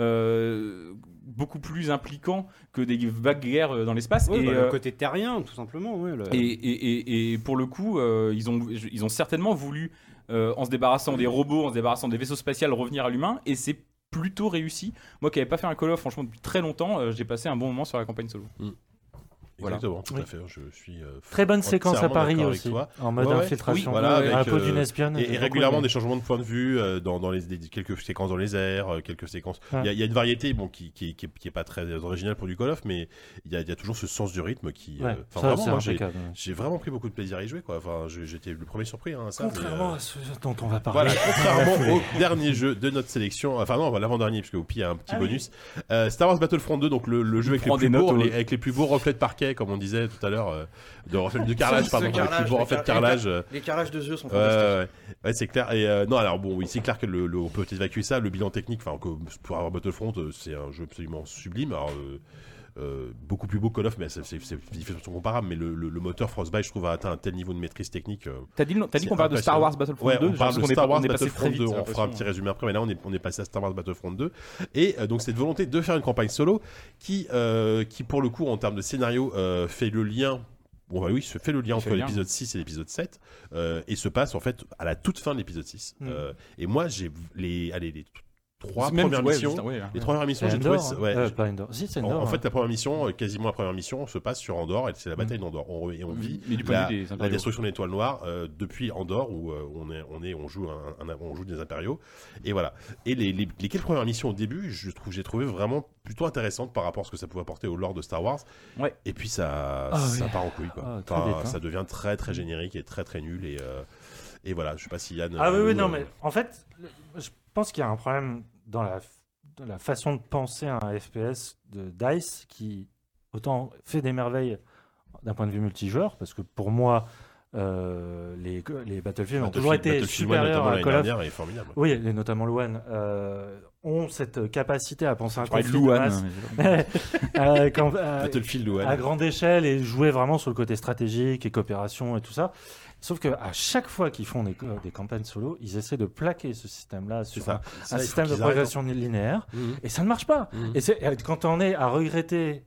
euh, beaucoup plus impliquant que des vagues guerres euh, dans l'espace. Ouais, et, bah, euh, le côté terrien, tout simplement. Ouais, le- et, et- et- et pour le coup, euh, ils, ont, ils ont certainement voulu, euh, en se débarrassant des robots, en se débarrassant des vaisseaux spatials, revenir à l'humain, et c'est plutôt réussi. Moi qui n'avais pas fait un Call of franchement depuis très longtemps, euh, j'ai passé un bon moment sur la campagne solo. Voilà. Exactement, tout Oui. à fait. Je suis euh, Très bonne séquence à entièrement Paris d'accord avec aussi, toi. en mode Ouais, ouais. infiltration. Oui, voilà, Ouais, un avec, peu euh, d'une espionne. Et, j'ai et beaucoup régulièrement aimé. des changements de point de vue euh, dans, dans les, des- quelques séquences dans les airs, euh, quelques séquences. Il Ouais. y, a- il y a une variété bon, qui, qui, qui, est- qui est pas très originale pour du Call of, mais il y a, il y a toujours ce sens du rythme qui. euh, Ouais, enfin, ça, vraiment, c'est moi, j'ai, impeccable. j'ai vraiment pris beaucoup de plaisir à y jouer. Quoi. Enfin, je- j'étais le premier surpris. Hein, à ça, Contrairement mais, euh, à ce dont on va parler. Voilà, contrairement au dernier jeu de notre sélection, enfin non, l'avant-dernier, parce que Oupi a un petit Ah oui. bonus. Euh, Star Wars Battlefront deux, donc le, le jeu avec les, prend plus des beaux, notes, les- euh. avec les plus beaux reflets de parquet, comme on disait tout à l'heure, euh, de, reflets, de carrelage, Ce pardon, les carrelage, plus beaux les reflets de car- carrelage. euh, Les carrelages de yeux sont Ouais, fantastiques. ouais, ouais. Ouais, c'est clair. Et euh, non, alors bon, oui, c'est clair que le, le- on peut évacuer ça. Le bilan technique, enfin, que- pour avoir Battlefront, euh, c'est un jeu absolument sublime. Alors, euh, euh, beaucoup plus beau que Call of, mais c'est, c'est, c'est, les faits sont comparables. Mais le, le, le moteur Frostbite, je trouve, a atteint un tel niveau de maîtrise technique. euh, T'as dit, t'as dit c'est qu'on parle de Star impressionnant. Wars Battlefront Ouais, deux, on parle j'ai de l'impression qu'on est Star pas- Wars on est passé Battlefront très vite, deux. j'ai On fera un l'impression. petit résumé après, mais là, on est, on est passé à Star Wars Battlefront deux. Et euh, donc, cette volonté de faire une campagne solo qui, euh, qui pour le coup, en termes de scénario, euh, fait le lien. Bon bah oui, se fait le lien fait entre le lien. l'épisode six et l'épisode sept euh, et se passe en fait à la toute fin de l'épisode six. Mm. Euh, et moi j'ai les allez les trois Même- premières ouais, missions, putain, ouais, ouais. les trois premières missions, C'est j'ai trouvé Andorre, ça- hein. ouais, Euh, j'ai- pas Andorre. Si, c'est en, Andorre. en fait hein. la première mission, euh, quasiment la première mission se passe sur Andorre et c'est la bataille Mm. d'Andorre. On, re- et on vit Mais du point la, de vue des la impériaux. destruction de l'étoile noire euh, depuis Andorre où euh, on est on est on joue un, un- on joue des impériaux et voilà. Et les, les, les quelques premières missions au début, je trouve j'ai trouvé vraiment plutôt intéressantes par rapport à ce que ça pouvait apporter au lore de Star Wars. Ouais. Et puis ça Ah ça oui. part en couille quoi. Ah, très Enfin, vite, hein. ça devient très très générique et très très nul et euh, et voilà, je sais pas si Yann. Ah oui, euh, oui, nous, non, euh, mais en fait, le- je pense qu'il y a un problème dans la, dans la façon de penser un F P S de DICE qui autant fait des merveilles d'un point de vue multijoueur, parce que pour moi, euh, les, les Battlefield ont toujours été Battlefield supérieurs à Call of. Est formidable. Oui, et notamment le One. Euh, ont cette capacité à penser un conflit de Luan, masse euh, quand, euh, Battlefield Luan. à grande échelle et jouer vraiment sur le côté stratégique et coopération et tout ça. Sauf qu'à chaque fois qu'ils font des, des campagnes solo, ils essaient de plaquer ce système-là sur ça. un, ça, un système de progression linéaire mmh. et ça ne marche pas. Mmh. Et c'est, quand on est à regretter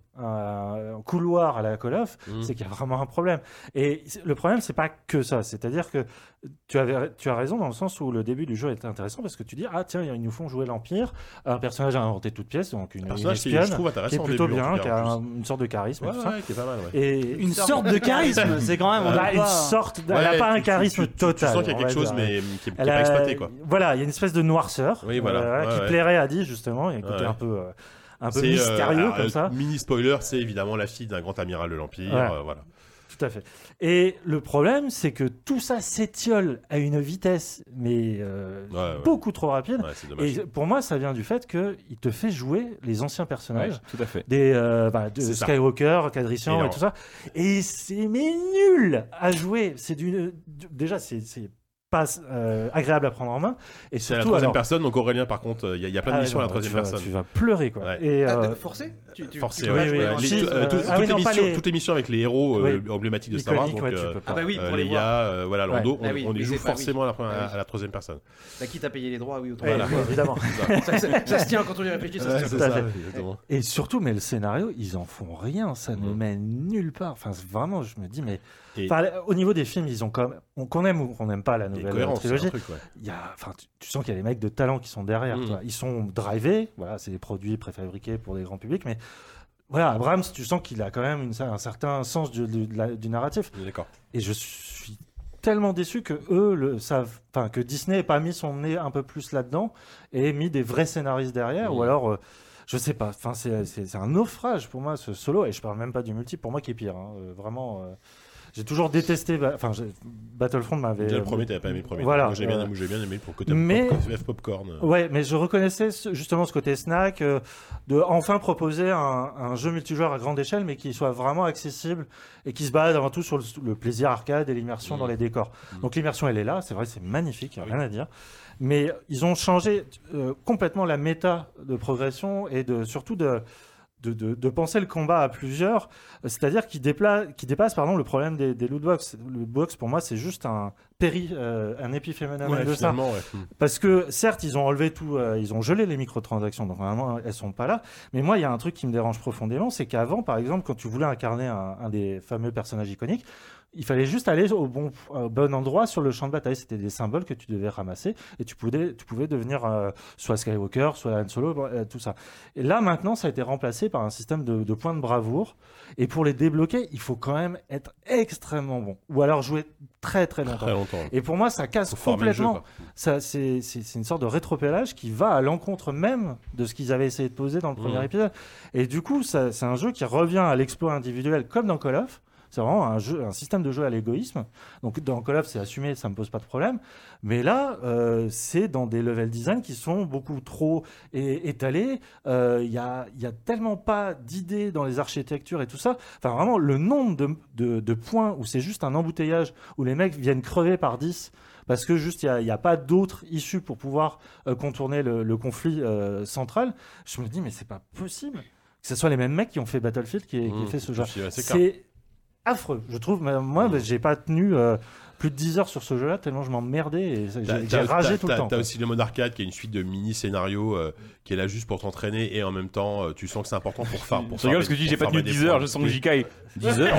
un couloir à la Call of, mmh. c'est qu'il y a vraiment un problème. Et le problème, c'est pas que ça. C'est-à-dire que tu, avais, tu as raison dans le sens où le début du jeu est intéressant parce que tu dis, ah tiens, ils nous font jouer l'Empire, un personnage à inventer toute pièce, donc une, une espionne qui, qui est plutôt début, bien, qui a un, une sorte de charisme. Ouais, et tout ouais, ça. Qui est pas mal, ouais. Et une sorte de charisme, c'est quand même. On a une sorte, elle n'a pas un charisme tu, total. Tu sens qu'il y a quelque chose, mais qui n'est pas exploité, quoi. Voilà, il y a une espèce de noirceur oui, voilà. euh, ouais, qui ouais. plairait à Adi, justement. Il y a un côté ouais. un peu. Euh, un peu mystérieux euh, comme ça. Mini spoiler, c'est évidemment la fille d'un grand amiral de l'Empire. Ouais. Euh, voilà. Tout à fait. Et le problème, c'est que tout ça s'étiole à une vitesse, mais euh, ouais, ouais. beaucoup trop rapide. Ouais, c'est dommage. Et pour moi, ça vient du fait qu'il te fait jouer les anciens personnages. Ouais, tout à fait. Des euh, bah, de Skywalker, Cadrician et, et tout ça. Et c'est mais nul à jouer. C'est du, du déjà c'est pas euh, agréable à prendre en main. Et c'est surtout, la troisième alors... personne, donc Aurélien, par contre, il y, y a plein de ah, missions non, à la troisième tu vas, personne. Tu vas pleurer, quoi. Ouais. Et, ah, euh... forcé tu, tu, Forcé, tu ouais. oui, oui, ouais. oui. Les, euh, tout, ah, toutes, oui, non, les missions, les... toutes les missions avec les héros euh, oui. emblématiques de Star Wars, donc ouais, euh, ah bah oui, euh, pour les Leia, euh, voilà, Lando, ouais. on, ah oui, on y joue forcément oui. à, la, première, ah oui. à la troisième personne. Bah, quitte à payer les droits, oui, autant. Voilà, ouais, évidemment. ça, ça, ça se tient quand on y réfléchit, ça ouais, se tient. Ça, et surtout, mais le scénario, ils en font rien, ça ne mène nulle part. Enfin, vraiment, je me dis, mais et... enfin, au niveau des films, ils ont quand même, qu'on aime ou qu'on n'aime pas la nouvelle trilogie, truc, ouais. il y a, enfin, tu, tu sens qu'il y a des mecs de talent qui sont derrière. Mmh. Toi. Ils sont drivés, voilà, c'est des produits préfabriqués pour des grands publics, mais voilà, Abrams, tu sens qu'il a quand même une, un certain sens du, du, du narratif. D'accord. Et je suis tellement déçu que eux le savent, enfin que Disney n'ait pas mis son nez un peu plus là-dedans et mis des vrais scénaristes derrière, mmh. ou alors. Euh, je sais pas, enfin c'est, c'est, c'est un naufrage pour moi ce solo, et je parle même pas du multi, pour moi qui est pire, hein, euh, vraiment. Euh, j'ai toujours détesté, enfin Battlefront m'avait. Déjà le premier, t'avais pas aimé le premier. Voilà. Moi j'ai bien, euh... j'ai bien aimé pour côté mais... pop, F popcorn. Ouais, mais je reconnaissais ce, justement ce côté snack, euh, de enfin proposer un, un jeu multijoueur à grande échelle, mais qui soit vraiment accessible et qui se base avant tout sur le, le plaisir arcade et l'immersion mmh. dans les décors. Mmh. Donc l'immersion elle est là, c'est vrai, c'est magnifique, il n'y a oui. rien à dire. Mais ils ont changé euh, complètement la méta de progression et de, surtout de, de, de, de penser le combat à plusieurs, c'est-à-dire qu'ils dépla- qu'ils dépassent pardon, le problème des, des lootbox. Le lootbox, pour moi, c'est juste un, péri, euh, un épiphénomène ouais, de ça. Ouais. Parce que, certes, ils ont enlevé tout, euh, ils ont gelé les microtransactions, donc vraiment, elles sont pas là. Mais moi, il y a un truc qui me dérange profondément, c'est qu'avant, par exemple, quand tu voulais incarner un, un des fameux personnages iconiques, il fallait juste aller au bon, au bon endroit sur le champ de bataille. C'était des symboles que tu devais ramasser et tu pouvais, tu pouvais devenir euh, soit Skywalker, soit Han Solo, euh, tout ça. Et là, maintenant, ça a été remplacé par un système de, de points de bravoure. Et pour les débloquer, il faut quand même être extrêmement bon. Ou alors jouer très très longtemps. Très longtemps. Et pour moi, ça casse complètement. Jeu, ça, c'est, c'est, c'est une sorte de rétropédalage qui va à l'encontre même de ce qu'ils avaient essayé de poser dans le premier mmh. épisode. Et du coup, ça, c'est un jeu qui revient à l'exploit individuel comme dans Call of. C'est vraiment un, jeu, un système de jeu à l'égoïsme. Donc dans Call of, c'est assumé, ça me pose pas de problème. Mais là, euh, c'est dans des level design qui sont beaucoup trop é- étalés. Il euh, y a, y a tellement pas d'idées dans les architectures et tout ça. Enfin, vraiment, le nombre de, de, de points où c'est juste un embouteillage, où les mecs viennent crever par dix, parce que juste, il n'y a, a pas d'autre issue pour pouvoir euh, contourner le, le conflit euh, central. Je me dis, mais c'est pas possible que ce soit les mêmes mecs qui ont fait Battlefield qui, mmh, qui fait ce jeu. C'est, c'est affreux, je trouve. Moi, mmh. j'ai pas tenu euh, plus de dix heures sur ce jeu-là, tellement je m'emmerdais et j'ai, j'ai t'as, ragé t'as, tout t'as, le temps. T'as aussi le mode arcade qui est une suite de mini-scénarios euh, qui est là juste pour t'entraîner et en même temps, euh, tu sens que c'est important pour faire. Pour je regarde parce que tu dis j'ai pas tenu dix heures, je sens que J K dix heures.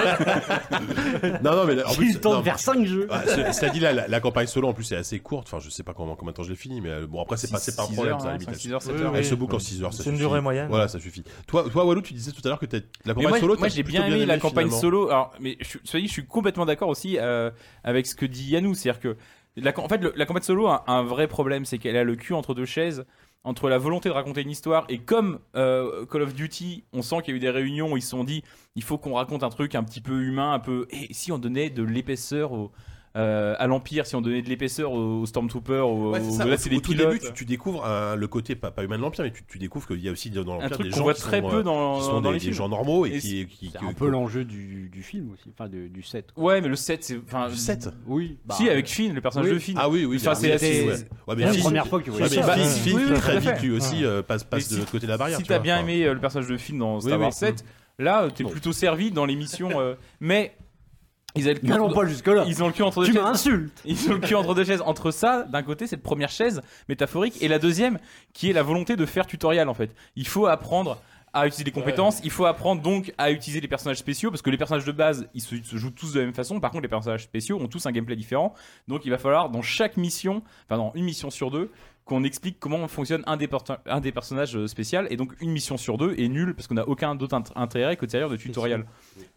Non, non, mais en plus, j'ai eu le temps de faire cinq jeux. Ah, c'est-à-dire dit là, la, la campagne solo en plus est assez courte. Enfin, je sais pas comment, combien de temps je l'ai fini, mais euh, bon, après, c'est pas, c'est pas un problème, ça, à la limite. six heures, sept oui, heures. Elle se boucle en six heures, ça c'est suffit. une durée moyenne. Voilà, ça suffit. Toi, toi Walou, tu disais tout à l'heure que t'as la campagne moi, solo. Moi, j'ai bien aimé la campagne solo. Alors, mais je, soyez dit, je suis complètement d'accord aussi euh, avec ce que dit Yannou, c'est-à-dire que la, en fait, le, la campagne solo a un vrai problème, c'est qu'elle a le cul entre deux chaises. Entre la volonté de raconter une histoire et comme euh, Call of Duty, on sent qu'il y a eu des réunions où ils se sont dit il faut qu'on raconte un truc un petit peu humain, un peu. Et si on donnait de l'épaisseur au, Euh, à l'Empire, si on donnait de l'épaisseur aux, aux Stormtroopers, aux, Ouais, c'est ça. là Au- c'est les au tout pilotes. début, tu, tu découvres euh, le côté pas, pas humain de l'Empire, mais tu, tu découvres qu'il y a aussi dans l'Empire Un truc des qu'on gens voit qui très sont, peu euh, dans, qui sont dans des, les des films. gens normaux et, Et qui, qui, C'est que- un peu l'enjeu du, du film aussi, enfin de- du set. quoi. Ouais, mais le sept, c'est. Enfin, Du sept. Oui. bah, si, avec Finn, le personnage oui. de Finn. Ah oui, oui. Enfin, c'est c'est assez- ouais. Ouais, mais C'est la Finn- première fois que vous Ouais, voyez mais ça. Finn, Bah, Finn oui, qui oui, très tout à vite fait. lui aussi euh, passe, passe Et de l'autre côté de la barrière. Si tu t'as vois. bien Enfin, aimé euh, le personnage de Finn dans Star Oui, Wars oui. sept, là, t'es Non. plutôt servi dans l'émission. euh, mais. Ils ont le cul N'allons entre- pas jusque-là. Ils ont le cul entre deux Tu chaises. m'insultes. Ils ont le cul entre deux chaises. Entre ça, d'un côté, cette première chaise métaphorique, et la deuxième, qui est la volonté de faire tutoriel en fait. Il faut apprendre à utiliser les compétences, il faut apprendre donc à utiliser les personnages spéciaux, parce que les personnages de base, ils se, se jouent tous de la même façon. Par contre, les personnages spéciaux ont tous un gameplay différent. Donc il va falloir, dans chaque mission, enfin dans une mission sur deux, qu'on explique comment fonctionne un des, porta- un des personnages euh, spéciaux. Et donc une mission sur deux est nulle, parce qu'on n'a aucun d'autre int- intérêt que de servir de tutoriel.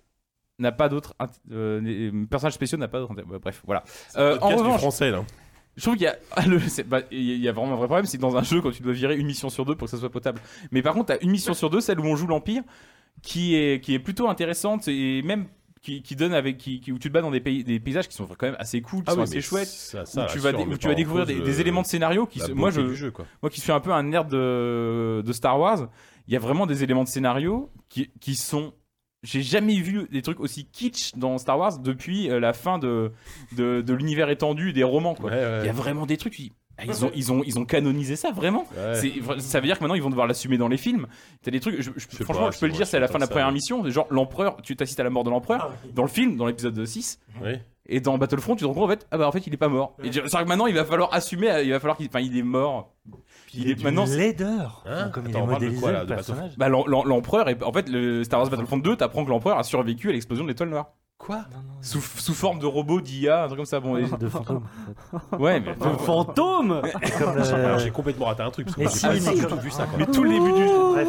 N'a pas d'autres int- euh, les personnages spéciaux n'a pas d'autre intérêt. Bah, bref, voilà. Euh, en podcast du revanche, français là. je trouve qu'il y a, ah, le- c'est- bah, il y a vraiment un vrai problème, c'est que dans un jeu, quand tu dois virer une mission sur deux pour que ça soit potable. Mais par contre, t'as une mission sur deux, celle où on joue l'Empire, qui est, qui est plutôt intéressante et même qui, qui donne avec, qui, qui- où tu te bats dans des, pays, des paysages qui sont quand même assez cool, qui Ah sont oui, assez mais chouettes. ça- ça, Où tu là, vas, sûr, dé- mais où tu pas vas en découvrir cause des, de- des éléments de scénario qui, la se- moi, beauté je, du jeu, quoi. moi qui suis un peu un nerd de, de Star Wars, il y a vraiment des éléments de scénario qui, qui sont. J'ai jamais vu des trucs aussi kitsch dans Star Wars depuis euh, la fin de, de, de l'univers étendu des romans. Quoi. Ouais, ouais. Il y a vraiment des trucs. qui- ah, Ils ont, ils, ont, ils ont canonisé ça vraiment. Ouais. C'est- ça veut dire que maintenant ils vont devoir l'assumer dans les films. T'as des trucs, je, je- Je sais franchement, pas, je peux le moi, dire, je c'est à la sais fin de la pas première ça, mission. Genre, l'empereur, tu t'assistes à la mort de l'empereur dans le film, dans l'épisode six. Oui. Et dans Battlefront, tu te rends compte en fait, ah bah en fait il est pas mort. Et c'est vrai que maintenant il va falloir assumer, il va falloir qu'il, enfin il est mort. Il est maintenant. c'est- laideur. Hein Comme il Attends, est on parle de modélisé quoi, là, le de personnage. Bah l'em- l'em- l'empereur, est, en fait le Star Wars Battlefront deux, t'apprends que l'empereur a survécu à l'explosion de l'étoile noire. Quoi Sous, sous forme de robot, d'I A, un truc comme ça. Bon, et- De fantôme. ouais, mais, Un fantôme. Comme, euh, Alors, j'ai complètement raté un truc parce que Mais moi, j'ai si, pas mais du comme- tout vu ça. quoi. mais tout le début du Bref.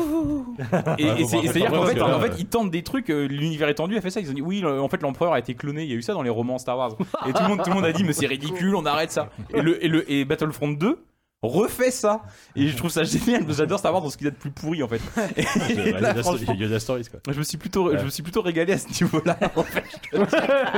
Et, et c'est- et c'est-à-dire qu'en Parce fait, que là, en fait, euh, ils tentent des trucs. euh, L'univers étendu a fait ça. Ils ont dit oui, le- en fait, l'empereur a été cloné. Il y a eu ça dans les romans Star Wars. Et tout le monde, tout le monde a dit mais c'est ridicule, on arrête ça. Et le et le et Battlefront deux refait ça. Et je trouve ça génial. J'adore Star Wars dans ce qu'il y a de plus pourri en fait. Et Ouais, là, Yoda franchement, Yoda Stories quoi. je me suis plutôt, Ouais. je me suis plutôt régalé à ce niveau-là. En fait, je te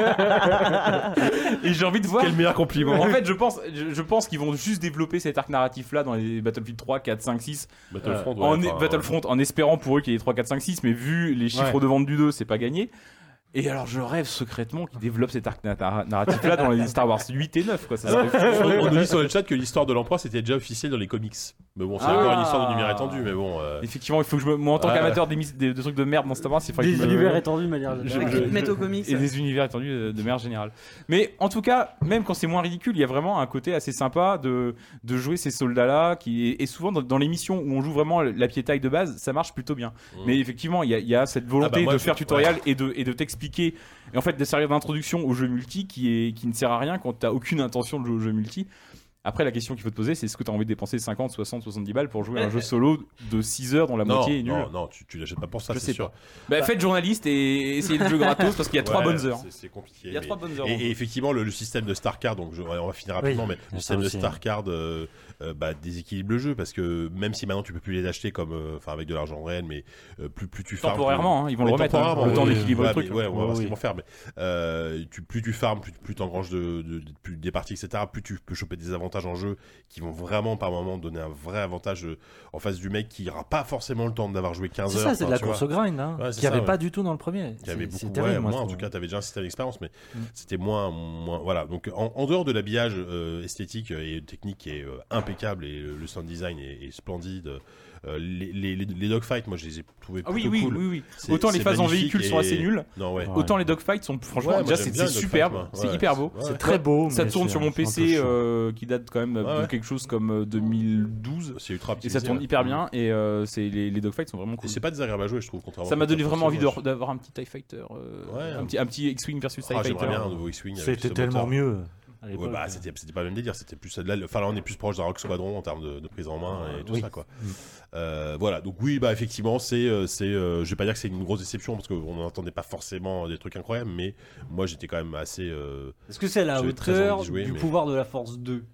dis. Et j'ai envie de voir. Quel meilleur compliment. En fait, je pense, je, je pense qu'ils vont juste développer cet arc narratif-là dans les Battlefield trois, quatre, cinq, six. Battlefront, ouais, en, enfin, Battlefront en espérant pour eux qu'il y ait trois, quatre, cinq, six, mais vu les chiffres Ouais. de vente du deux, c'est pas gagné. Et alors je rêve secrètement qu'ils développent cet arc na- narratif-là dans les Star Wars huit et neuf. Quoi. Ça serait fou. On nous dit sur le chat que l'histoire de l'empereur c'était déjà officiel dans les comics. Mais bon, c'est Ah. encore une histoire d'univers étendu, mais bon. euh, Effectivement, il faut que je me... moi en tant Ouais. qu'amateur des, mis- des- de trucs de merde dans Star Wars, il faudrait Des que je me- univers étendus de manière Je- générale. je- Qu'ils te mettent au comics. et des univers étendus de, de manière générale. Mais en tout cas, même quand c'est moins ridicule, il y a vraiment un côté assez sympa de, de jouer ces soldats-là. Qui, et souvent, dans, dans les missions où on joue vraiment la pied taille de base, ça marche plutôt bien. Mm. Mais effectivement, il y a, il y a cette volonté Ah bah moi, de je- faire tutoriel et de, et de t'expliquer. Et en fait, de servir d'introduction au jeu multi qui, est, qui ne sert à rien quand tu n'as aucune intention de jouer au jeu multi. Après, la question qu'il faut te poser, c'est est-ce que tu as envie de dépenser cinquante, soixante, soixante-dix balles pour jouer à un jeu solo de six heures dont la Non, moitié est nulle? non, non, tu, tu l'achètes pas pour ça, Je c'est sais sûr. Bah, faites journaliste et essayez le jeu gratos parce qu'il y a trois Ouais, bonnes heures. c'est- C'est compliqué. Il y a mais- trois bonnes heures. Et, et effectivement, le, le système de StarCard, donc je- on va finir rapidement, mais le ça système de aussi, StarCard euh, euh, bah, déséquilibre le jeu parce que même si maintenant tu peux plus les acheter comme, euh, enfin avec de l'argent réel, mais euh, plus plus tu farmes, Temporairement, hein, ils vont Oui, le remettre. hein, temporairement, le temps oui, d'équilibrer ouais, le truc. mais ouais, on va voir ce Oui. qu'ils vont faire. Mais euh, tu, plus tu farmes, plus, plus tu engranges de, de, de- plus des parties, et cetera. Plus tu peux choper des avantages en jeu qui vont vraiment par moment donner un vrai avantage euh, en face du mec qui n'aura pas forcément le temps d'avoir joué quinze C'est heures. ça, c'est de enfin, la tu vois. course au grind, hein, Ouais, c'est qu'il n'y ça, avait ouais. pas du tout dans le premier. Il y avait C'est- c'est beaucoup, terrible, ouais, moi, moins je en tout trouve. cas, tu avais déjà un système d'expérience, mais Mm. c'était moins, moins. Voilà. Donc en, en dehors de l'habillage euh, esthétique et technique qui est euh, impeccable et le, le sound design est, est splendide, euh, les, les, les, les dogfights, moi je les ai trouvés Ah oui, plutôt oui, cool. oui, oui. C'est- Autant les c'est phases en magnifique véhicule sont et- assez nulles, Non, ouais. Ouais. autant les dogfights sont franchement Ouais, moi, déjà j'aime c'est bien c'est les superbe, dogfights, moi. c'est Ouais, hyper beau. ouais. C'est très beau. Ça mais tourne c'est sur un- mon un peu P C chaud. euh, qui date quand même Ouais, de ouais. quelque chose comme euh, deux mille douze C'est ultra et optimisé. ça tourne ouais. hyper bien et euh, c'est les, les dogfights sont vraiment Et cool. c'est pas désagréable à jouer, je trouve. Contrairement Ça m'a à donné Force vraiment envie Moche. de- d'avoir un petit TIE Fighter, euh, Ouais. un petit un petit X-Wing versus TIE Ah, Fighter. j'aimerais bien un nouveau X-Wing. avec C'était ce tellement moteur. mieux. à Ouais, l'époque. bah, c'était, c'était pas le même délire, c'était plus là, enfin là on est plus proche d'un Rock Squadron en termes de, de prise en main et tout Oui. ça quoi. Mm. Euh, voilà, donc oui bah effectivement c'est, euh, c'est, euh, je vais pas dire que c'est une grosse déception parce qu'on n'entendait pas forcément des trucs incroyables, mais moi j'étais quand même assez. Euh, Est-ce que c'est à la J'avais très hauteur envie de jouer, du mais- pouvoir de la Force deux?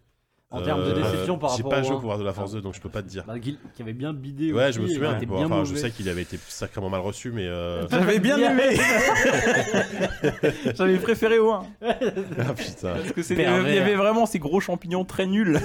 En termes de déception par J'ai rapport pas au joué un. au pouvoir de la force deux, donc je peux pas te dire. Bah, qui, qui avait bien bidé. Ouais, aussi, je me et souviens. qui était Bon, bien enfin, je mauvais. sais qu'il avait été sacrément mal reçu, mais. Euh... J'avais bien aimé. J'avais préféré au un. ah putain. Parce que c'était, il y avait vraiment ces gros champignons très nuls.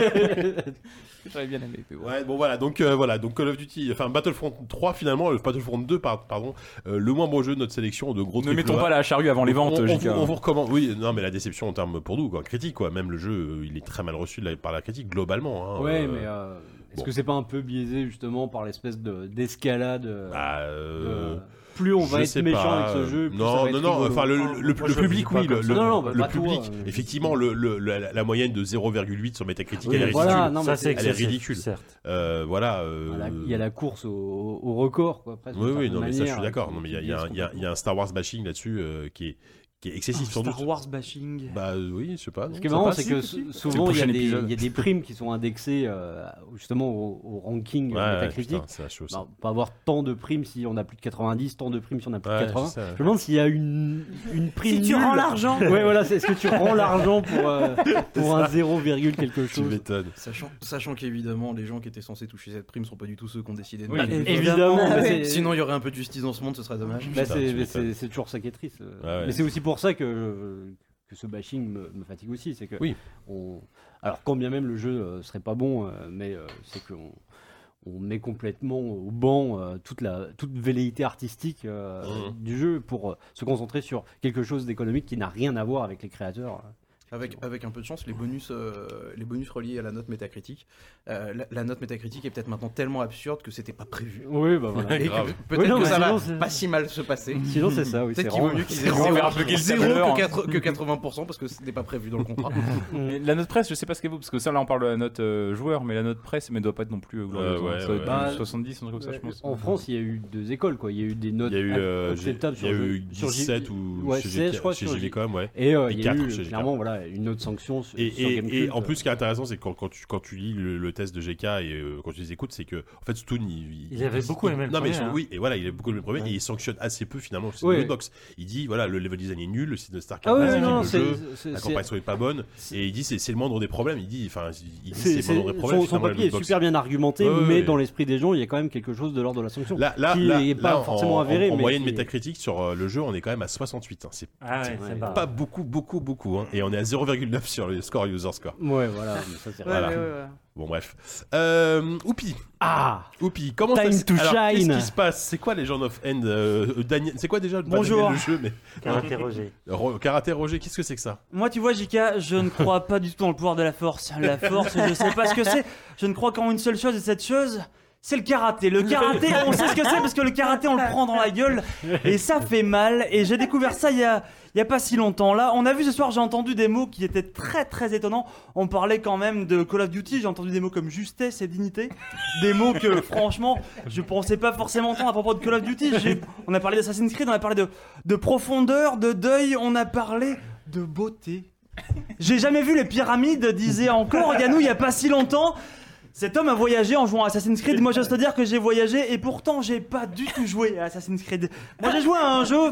J'avais bien aimé. Mais bon. Ouais, bon voilà, donc euh, voilà, donc Call of Duty, enfin Battlefront trois finalement, le Battlefront deux par- pardon, euh, le moins beau jeu de notre sélection de gros. Ne mettons pas la charrue avant les ventes, on, on, J K. on, on vous recommande. Oui, non mais la déception en termes pour nous, quoi, critique quoi. Même le jeu, euh, il est très mal reçu de la- par la critique globalement. Hein, Ouais, euh, mais euh, est-ce bon. que c'est pas un peu biaisé justement par l'espèce de d'escalade euh, Bah, euh, de- Plus on va je être sais méchant pas. avec ce jeu, plus non, ça va non, être non, rigolo. enfin le, le, le, Moi, le je public, vis pas oui, le, comme le, ça. Non, non, bah, le pas public, toi, euh, effectivement, le, le, la, la moyenne de zéro virgule huit sur Metacritic, Oui, elle est voilà, ridicule. non, mais Ça, c'est Elle est excessif, ridicule. certes. Euh, voilà. euh, Voilà, il y a la course au, au record, quoi, presque. Oui, d'une oui, certaine non, mais ça, je suis manière, d'accord. qui- Non, mais il y a, qui il y a un- biaise il y a- il y a un Star Wars bashing là-dessus euh, qui est qui est excessif sans doute. Star Wars bashing. Bah euh, oui, je sais pas. non, Ce qui est ça marrant, passe. c'est que sou- souvent, il y, a des- il y a des primes qui sont indexées euh, justement au, au ranking Ouais, euh, ouais, Metacritic. putain, c'est la chose. Bah, on peut avoir tant de primes si on a plus de quatre-vingt-dix, tant de primes si on a plus Ouais, de quatre-vingts. c'est ça, ouais. Je me demande s'il y a une, une prime. Si tu nulle. rends l'argent. Ouais, voilà, c'est- est-ce que tu rends l'argent pour, euh, pour un zéro, quelque Tu chose m'étonnes. Sachant, sachant qu'évidemment, les gens qui étaient censés toucher cette prime sont pas du tout ceux qui ont décidé de Oui, mettre les Évidemment, Ah mais ouais. c'est- Sinon, il y aurait un peu de justice dans ce monde, ce serait dommage. Bah, Putain, c'est, tu mais m'étonnes. c'est- c'est toujours ça qui est triste. Ouais, ouais. Mais c'est aussi pour ça que, que ce bashing me, me fatigue aussi. C'est que Oui. on... Alors, quand bien même le jeu euh, serait pas bon, euh, mais euh, c'est qu'on on met complètement au banc euh, toute, la, toute velléité artistique euh, Mhm. du jeu pour euh, se concentrer sur quelque chose d'économique qui n'a rien à voir avec les créateurs. Avec, avec un peu de chance, les bonus, euh, les bonus reliés à la note métacritique, euh, la, la note métacritique est peut-être maintenant tellement absurde que c'était pas prévu. Oui, bah voilà. Et que grave. peut-être Oui, non, que mais ça va sinon, c'est- pas si mal se passer. Sinon, c'est ça, oui. Peut-être c'est qu'il vaut vraiment- mieux qu'ils aient On verra zéro, bugger le zéro serveur. que, quatre- que quatre-vingts pour cent parce que ce n'est pas prévu dans le contrat. Mais la note presse, je sais pas ce qu'elle vaut, parce que ça là on parle de la note euh, joueur, mais la note presse, mais doit pas être non plus euh, glorieuse. Euh, ouais, hein. Ça doit être ouais. du soixante-dix, un truc comme ça, je pense. En France, il y a eu deux écoles, quoi. Il y a eu des notes Il y a eu, euh, j'ai- acceptables il y a sur le- eu sur J- dix-sept ou ouais, chez seize, G- je crois, chez sur J- J V com, ouais. Et euh, Et il y a quatre eu chez G K. clairement voilà, une autre sanction sur, Et, sur et, Gamecube. et en plus, ce qui est intéressant, c'est que quand, quand, tu, quand tu lis le, le test de G K et euh, quand tu les écoutes, c'est que en fait, Stoon, il, Il avait beaucoup aimé le non, mais premier, son- hein. oui, et voilà, il a beaucoup aimé le premier Ouais. et il sanctionne assez peu finalement le Oui. box. Il dit voilà, le level design est nul, le site de Star Ah oui, Wars, non, le c'est- jeu, c'est- la c'est- comparaison est pas bonne, et il dit c'est c'est le moindre des problèmes. Il dit, enfin, il dit C'est- c'est le moindre des problèmes. son, son finalement, le papier est box. super bien argumenté, Ouais, ouais, mais ouais. dans l'esprit des gens, il y a quand même quelque chose de l'ordre de la sanction. Là, là, qui là, est pas là, forcément en, avéré, en, en mais moyenne qui est- métacritique sur euh, le jeu, on est quand même à soixante-huit. Hein. C'est Ah ouais, Ouais. c'est pas. pas beaucoup, beaucoup, beaucoup. Hein. Et on est à zéro virgule neuf sur le score user score. Ouais, voilà, mais ça c'est Ouais, Voilà. ouais, ouais, ouais. Bon, bref. Euh, Oupi. Ah Oupi, comment Time ça to Alors, qu'est-ce shine. qui se passe? C'est quoi Legend of End euh, euh, Daniel... C'est quoi déjà le Bonjour. le jeu mais... Karaté Roger. Ro- Karaté Roger, qu'est-ce que c'est que ça? Moi, tu vois, J K, je ne crois pas du tout dans le pouvoir de la force. La force, je sais pas ce que c'est. Je ne crois qu'en une seule chose, et cette chose, c'est le karaté. Le karaté, on sait ce que c'est parce que le karaté, on le prend dans la gueule et ça fait mal. Et j'ai découvert ça il y a, il y a pas si longtemps. Là, on a vu ce soir, j'ai entendu des mots qui étaient très très étonnants. On parlait quand même de Call of Duty. J'ai entendu des mots comme justesse et dignité. Des mots que, franchement, je pensais pas forcément entendre à propos de Call of Duty. J'ai- On a parlé d'Assassin's Creed, on a parlé de, de profondeur, de deuil, on a parlé de beauté. J'ai jamais vu les pyramides, disait encore Yannou il y a pas si longtemps. Cet homme a voyagé en jouant à Assassin's Creed. Moi, j'ose te dire que j'ai voyagé et pourtant, j'ai pas du tout joué à Assassin's Creed. Moi, j'ai joué à un jeu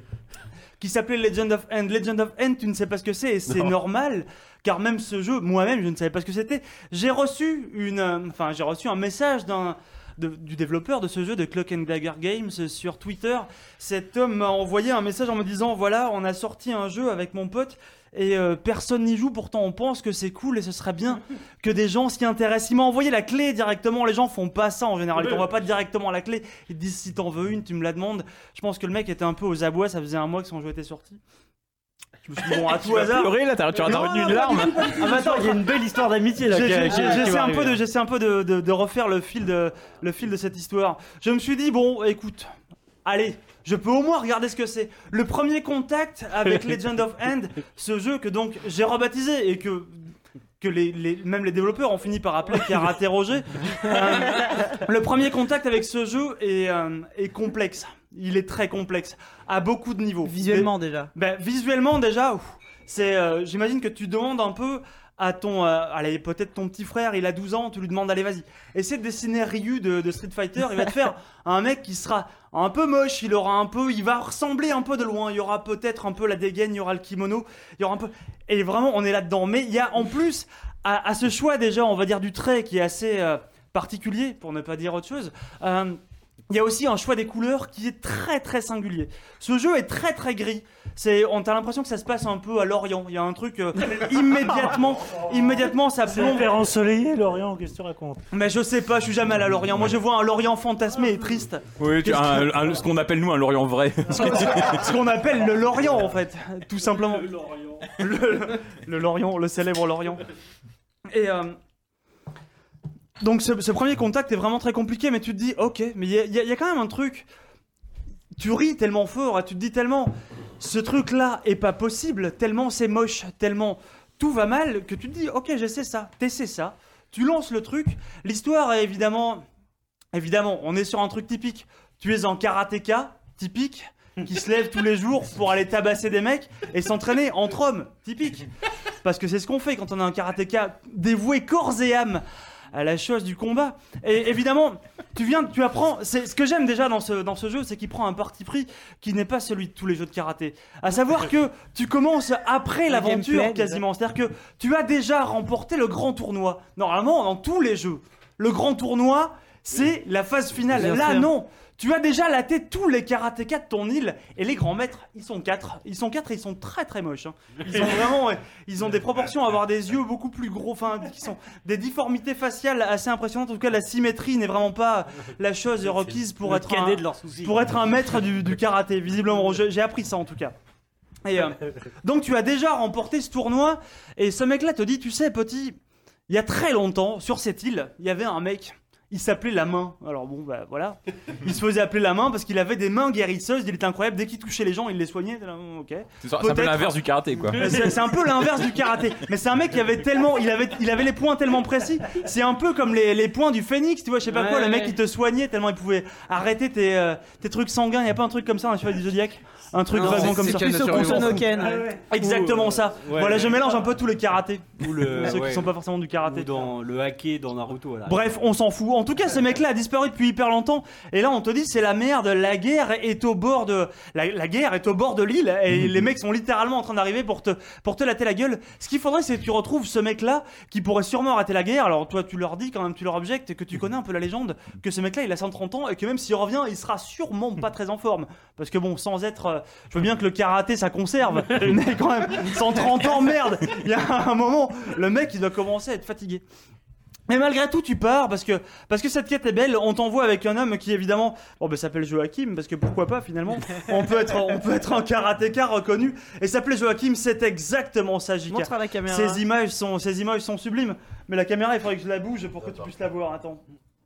qui s'appelait Legend of End. Legend of End, tu ne sais pas ce que c'est et c'est Non. normal. Car même ce jeu, moi-même, je ne savais pas ce que c'était. J'ai reçu une, euh, enfin, j'ai reçu un message d'un de- du développeur de ce jeu, de Clock and Dagger Games, sur Twitter. Cet homme m'a envoyé un message en me disant voilà, on a sorti un jeu avec mon pote et euh, personne n'y joue, pourtant on pense que c'est cool et ce serait bien que des gens s'y intéressent. Il m'a envoyé la clé directement, les gens font pas ça en général, ils t'envoient pas directement la clé, ils te disent si t'en veux une, tu me la demandes. Je pense que le mec était un peu aux abois, ça faisait un mois que son jeu était sorti. Je me suis dit bon, à tout hasard. Pleurer là, t'as- tu as Non, retenu non, une pas larme. du tout, pas du tout. Ah bah attends, il y a une belle histoire d'amitié là. J'ai- qui- j'ai- qui- j'ai- qui J'essaie va un peu, arriver. de, j'essaie un peu de, de- de refaire le fil de, le fil de cette histoire. Je me suis dit, bon, écoute, allez, je peux au moins regarder ce que c'est. Le premier contact avec Legend of End, ce jeu que donc j'ai rebaptisé et que, que les, les- même les développeurs ont fini par appeler Karaté Roger. Euh, le premier contact avec ce jeu est, euh, est complexe. Il est très complexe, à beaucoup de niveaux. Visuellement déjà. Ben, visuellement déjà, ouf, c'est, euh, j'imagine que tu demandes un peu à ton, euh, allez, peut-être ton petit frère, il a douze ans, tu lui demandes, allez, vas-y, essaie de dessiner Ryu de, de Street Fighter, il va te faire un mec qui sera un peu moche, il aura un peu, il va ressembler un peu de loin, il y aura peut-être un peu la dégaine, il y aura le kimono, il y aura un peu, et vraiment, on est là-dedans. Mais il y a en plus, à, à ce choix déjà, on va dire du trait qui est assez euh, particulier, pour ne pas dire autre chose, euh, il y a aussi un choix des couleurs qui est très très singulier. Ce jeu est très très gris. C'est, on a l'impression que ça se passe un peu à Lorient. Il y a un truc euh, immédiatement, immédiatement ça C'est plombe. hyper ensoleillé, Lorient, qu'est-ce que tu racontes? Mais je sais pas, je suis jamais allé à Lorient. Moi je vois un Lorient fantasmé et triste. Oui, tu- un- un- ce qu'on appelle nous un Lorient vrai. Ce qu'on appelle le Lorient en fait, tout simplement. Le Lorient. Le, le Lorient, le célèbre Lorient. Et euh, donc ce, ce premier contact est vraiment très compliqué, mais tu te dis, ok, mais il y, a- il y a- il y a quand même un truc. Tu ris tellement fort, tu te dis tellement, ce truc-là est pas possible, tellement c'est moche, tellement tout va mal, que tu te dis, ok, j'essaie ça, t'essaies ça, tu lances le truc. L'histoire est évidemment, évidemment, on est sur un truc typique. Tu es un karatéka typique qui se lève tous les jours pour aller tabasser des mecs et s'entraîner entre hommes, typique. Parce que c'est ce qu'on fait quand on a un karatéka dévoué corps et âme à la chose du combat. Et évidemment, tu viens, tu apprends. C'est ce que j'aime déjà dans ce dans ce jeu, c'est qu'il prend un parti pris qui n'est pas celui de tous les jeux de karaté. À savoir que tu commences après l'aventure gameplay, quasiment. C'est-à-dire que tu as déjà remporté le grand tournoi. Normalement, dans tous les jeux, le grand tournoi, c'est la phase finale. Bien Là, sûr. non. Tu as déjà laté tous les karatékas de ton île et les grands maîtres, ils sont quatre. Ils sont quatre et ils sont très très moches. hein. Ils ont vraiment, ils ont des proportions, à avoir des yeux beaucoup plus gros, enfin, qui sont des difformités faciales assez impressionnantes. En tout cas, la symétrie n'est vraiment pas la chose requise pour le être cadet un, de leurs soucis. pour être un maître du, du karaté. Visiblement, Je- j'ai appris ça en tout cas. Et euh, donc tu as déjà remporté ce tournoi et ce mec-là te dit, tu sais, petit, il y a très longtemps sur cette île, il y avait un mec. Il s'appelait La Main. Alors bon, bah voilà. Il se faisait appeler La Main parce qu'il avait des mains guérisseuses. Il était incroyable. Dès qu'il touchait les gens, il les soignait. T'es là, ok. C'est ça- c'est un peu Peut-être- l'inverse du karaté, quoi. C'est c'est un peu l'inverse du karaté. Mais c'est un mec qui avait tellement, il avait, il avait les points tellement précis. C'est un peu comme les, les points du phénix, tu vois, je sais pas Ouais, quoi. Le mec ouais. qui te soignait tellement il pouvait arrêter tes, euh, tes trucs sanguins. Y a pas un truc comme ça dans le Chevalier du Zodiac? Un truc Non, vraiment c'est- comme c'est ça. Ken Plus au Naturellement. Kusonoken. Exactement ça. Ouais, voilà, ouais. je mélange un peu tous les karatés. Ou le, Ceux ouais. qui sont pas forcément du karaté. Ou dans le hacké dans Naruto. Là. Bref, on s'en fout. En tout cas, ce mec-là a disparu depuis hyper longtemps. Et là, on te dit, c'est la merde. La guerre est au bord de la, la guerre est au bord de l'île. Et les mecs sont littéralement en train d'arriver pour te pour te latter la gueule. Ce qu'il faudrait, c'est que tu retrouves ce mec-là qui pourrait sûrement arrêter la guerre. Alors toi, tu leur dis quand même, tu leur objectes que tu connais un peu la légende, que ce mec-là, il a cent trente ans et que même s'il revient, il sera sûrement pas très en forme. Parce que bon, sans être, euh, je veux bien que le karaté ça conserve, mais quand même, cent trente ans, merde. Il y a un moment, le mec, il doit commencer à être fatigué. Mais malgré tout, tu pars parce que parce que cette quête est belle. On t'envoie avec un homme qui évidemment, bon ben s'appelle Joachim parce que pourquoi pas finalement. On peut être on peut être un karatéka reconnu et s'appeler Joachim, c'est exactement ça, J K. Montre à la caméra. Ces images sont ces images sont sublimes. Mais la caméra, il faudrait que je la bouge pour que tu puisses la voir. Attends.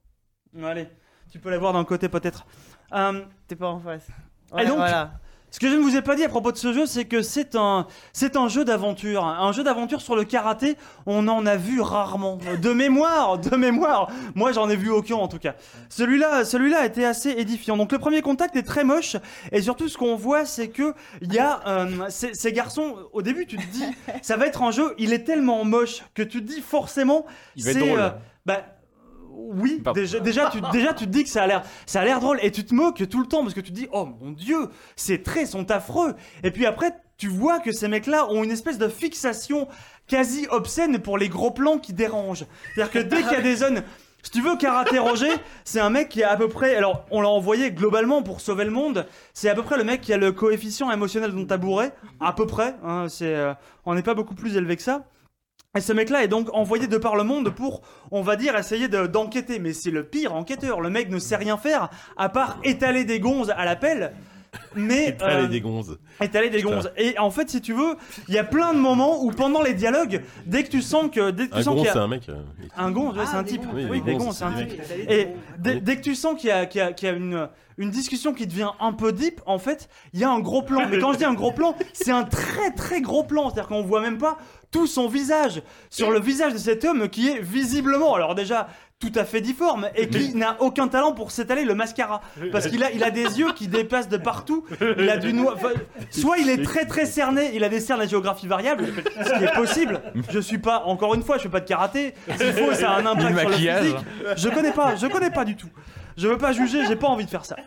Allez, tu peux la voir d'un côté peut-être. Euh, T'es pas en face. Et Ouais, donc, voilà. ce que je ne vous ai pas dit à propos de ce jeu, c'est que c'est un, c'est un jeu d'aventure. Un jeu d'aventure sur le karaté, on en a vu rarement. De mémoire, de mémoire. Moi, j'en ai vu aucun en tout cas. Celui-là, celui-là était assez édifiant. Donc, le premier contact est très moche. Et surtout, ce qu'on voit, c'est que il y a euh, ces, ces garçons. Au début, tu te dis, ça va être un jeu. Il est tellement moche que tu te dis forcément, Il va être c'est, drôle. euh, bah, oui, Pardon. déjà, déjà, tu, déjà tu te dis que ça a l'air, ça a l'air drôle et tu te moques tout le temps parce que tu te dis oh mon dieu, ces traits sont affreux. Et puis après, tu vois que ces mecs-là ont une espèce de fixation quasi obscène pour les gros plans qui dérangent. C'est-à-dire que dès qu'il y a des zones, si tu veux, Karaté Roger, c'est un mec qui est à peu près, alors on l'a envoyé globalement pour sauver le monde. C'est à peu près le mec qui a le coefficient émotionnel d'un tabouret, à peu près. Hein, c'est, euh, on n'est pas beaucoup plus élevé que ça. Et ce mec-là est donc envoyé de par le monde pour, on va dire, essayer de- d'enquêter. Mais c'est le pire enquêteur. Le mec ne sait rien faire, à part étaler des gonzes à la pelle. Mais Étaler euh, des gonzes. étaler des Putain. gonzes. Et en fait, si tu veux, il y a plein de moments où pendant les dialogues, dès que tu sens que, dès que tu Un sens gonze, qu'il y c'est a un mec. euh, un gonze, ouais, c'est un des type. gonzes. Oui, Oui, des des gonzes, gonzes, c'est un c'est des type. Et dès, dès que tu sens qu'il y a, qu'il y a, qu'il y a une, une discussion qui devient un peu deep, en fait, il y a un gros plan. Mais quand je dis un gros plan, c'est un très très gros plan. C'est-à-dire qu'on voit même pas tout son visage sur le visage de cet homme qui est visiblement, alors déjà tout à fait difforme et qui n'a aucun talent pour s'étaler le mascara parce qu'il a, il a des yeux qui dépassent de partout, il a du noir, enfin, soit il est très très cerné, il a des cernes à géographie variable, ce qui est possible. Je suis pas, encore une fois, je fais pas de karaté, s'il faut ça a un impact sur le physique. Je connais pas, je connais pas du tout. Je veux pas juger, j'ai pas envie de faire ça.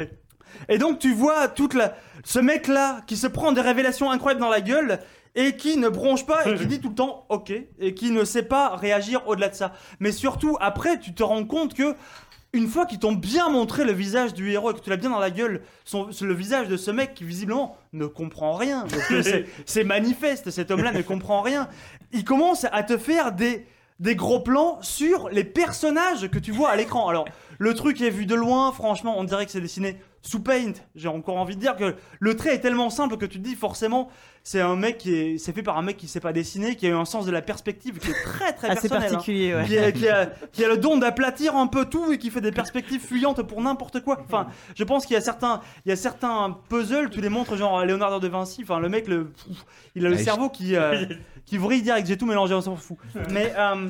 Et donc tu vois toute la, ce mec là qui se prend des révélations incroyables dans la gueule et qui ne bronche pas et qui dit tout le temps ok et qui ne sait pas réagir au-delà de ça. Mais surtout après tu te rends compte que une fois qu'ils t'ont bien montré le visage du héros et que tu l'as bien dans la gueule, son, le visage de ce mec qui visiblement ne comprend rien, parce que c'est, c'est manifeste, cet homme-là ne comprend rien, il commence à te faire des, des gros plans sur les personnages que tu vois à l'écran. Alors le truc est vu de loin, franchement on dirait que c'est dessiné sous Paint. J'ai encore envie de dire que le trait est tellement simple que tu te dis forcément c'est un mec qui est, c'est fait par un mec qui sait pas dessiner, qui a eu un sens de la perspective qui est très très assez personnel, particulier, hein, ouais. qui, a, qui, a, qui a le don d'aplatir un peu tout et qui fait des perspectives fuyantes pour n'importe quoi. Enfin, je pense qu'il y a certains, il y a certains puzzles, tu les montres genre Léonard de Vinci. Enfin, le mec, le, pff, il a le cerveau qui euh, qui vrille direct. J'ai tout mélangé, on s'en fout. Mais euh,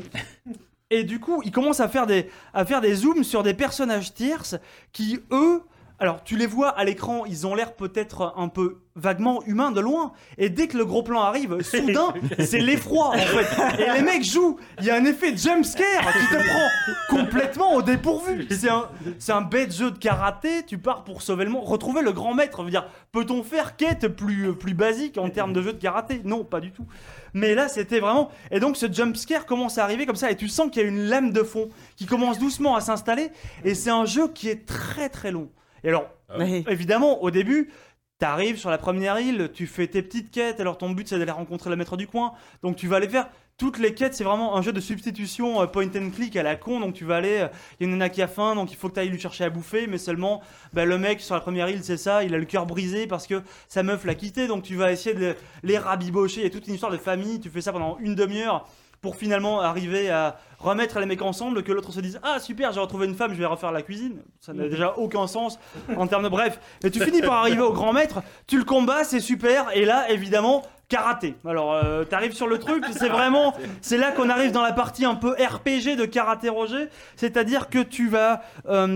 et du coup, il commence à faire des à faire des zooms sur des personnages tierces qui eux. Alors, tu les vois à l'écran, ils ont l'air peut-être un peu vaguement humains de loin. Et dès que le gros plan arrive, soudain, c'est l'effroi en fait. Et les mecs jouent. Il y a un effet jump scare qui te prend complètement au dépourvu. C'est un, c'est un bête jeu de karaté. Tu pars pour sauver le monde, retrouver le grand maître. Je veux dire, peut-on faire quête plus plus basique en termes de jeu de karaté ? Non, pas du tout. Mais là, c'était vraiment. Et donc, ce jump scare commence à arriver comme ça, et tu sens qu'il y a une lame de fond qui commence doucement à s'installer. Et c'est un jeu qui est très très long. Et alors, ah oui. évidemment, au début, t'arrives sur la première île, tu fais tes petites quêtes, alors ton but c'est d'aller rencontrer le maître du coin, donc tu vas aller faire toutes les quêtes, c'est vraiment un jeu de substitution euh, point and click à la con, donc tu vas aller, il euh, y a une nana qui a faim, donc il faut que tu ailles lui chercher à bouffer, mais seulement, bah, le mec sur la première île, c'est ça, il a le cœur brisé parce que sa meuf l'a quitté, donc tu vas essayer de les rabibocher, il y a toute une histoire de famille, tu fais ça pendant une demi-heure, pour finalement arriver à remettre les mecs ensemble, que l'autre se dise « Ah super, j'ai retrouvé une femme, je vais refaire la cuisine ». Ça n'a déjà aucun sens en termes de bref. Et tu finis par arriver au grand maître, tu le combats, c'est super, et là évidemment, karaté. Alors euh, t'arrives sur le truc, c'est vraiment, c'est là qu'on arrive dans la partie un peu R P G de Karaté Roger, c'est-à-dire que tu vas, euh,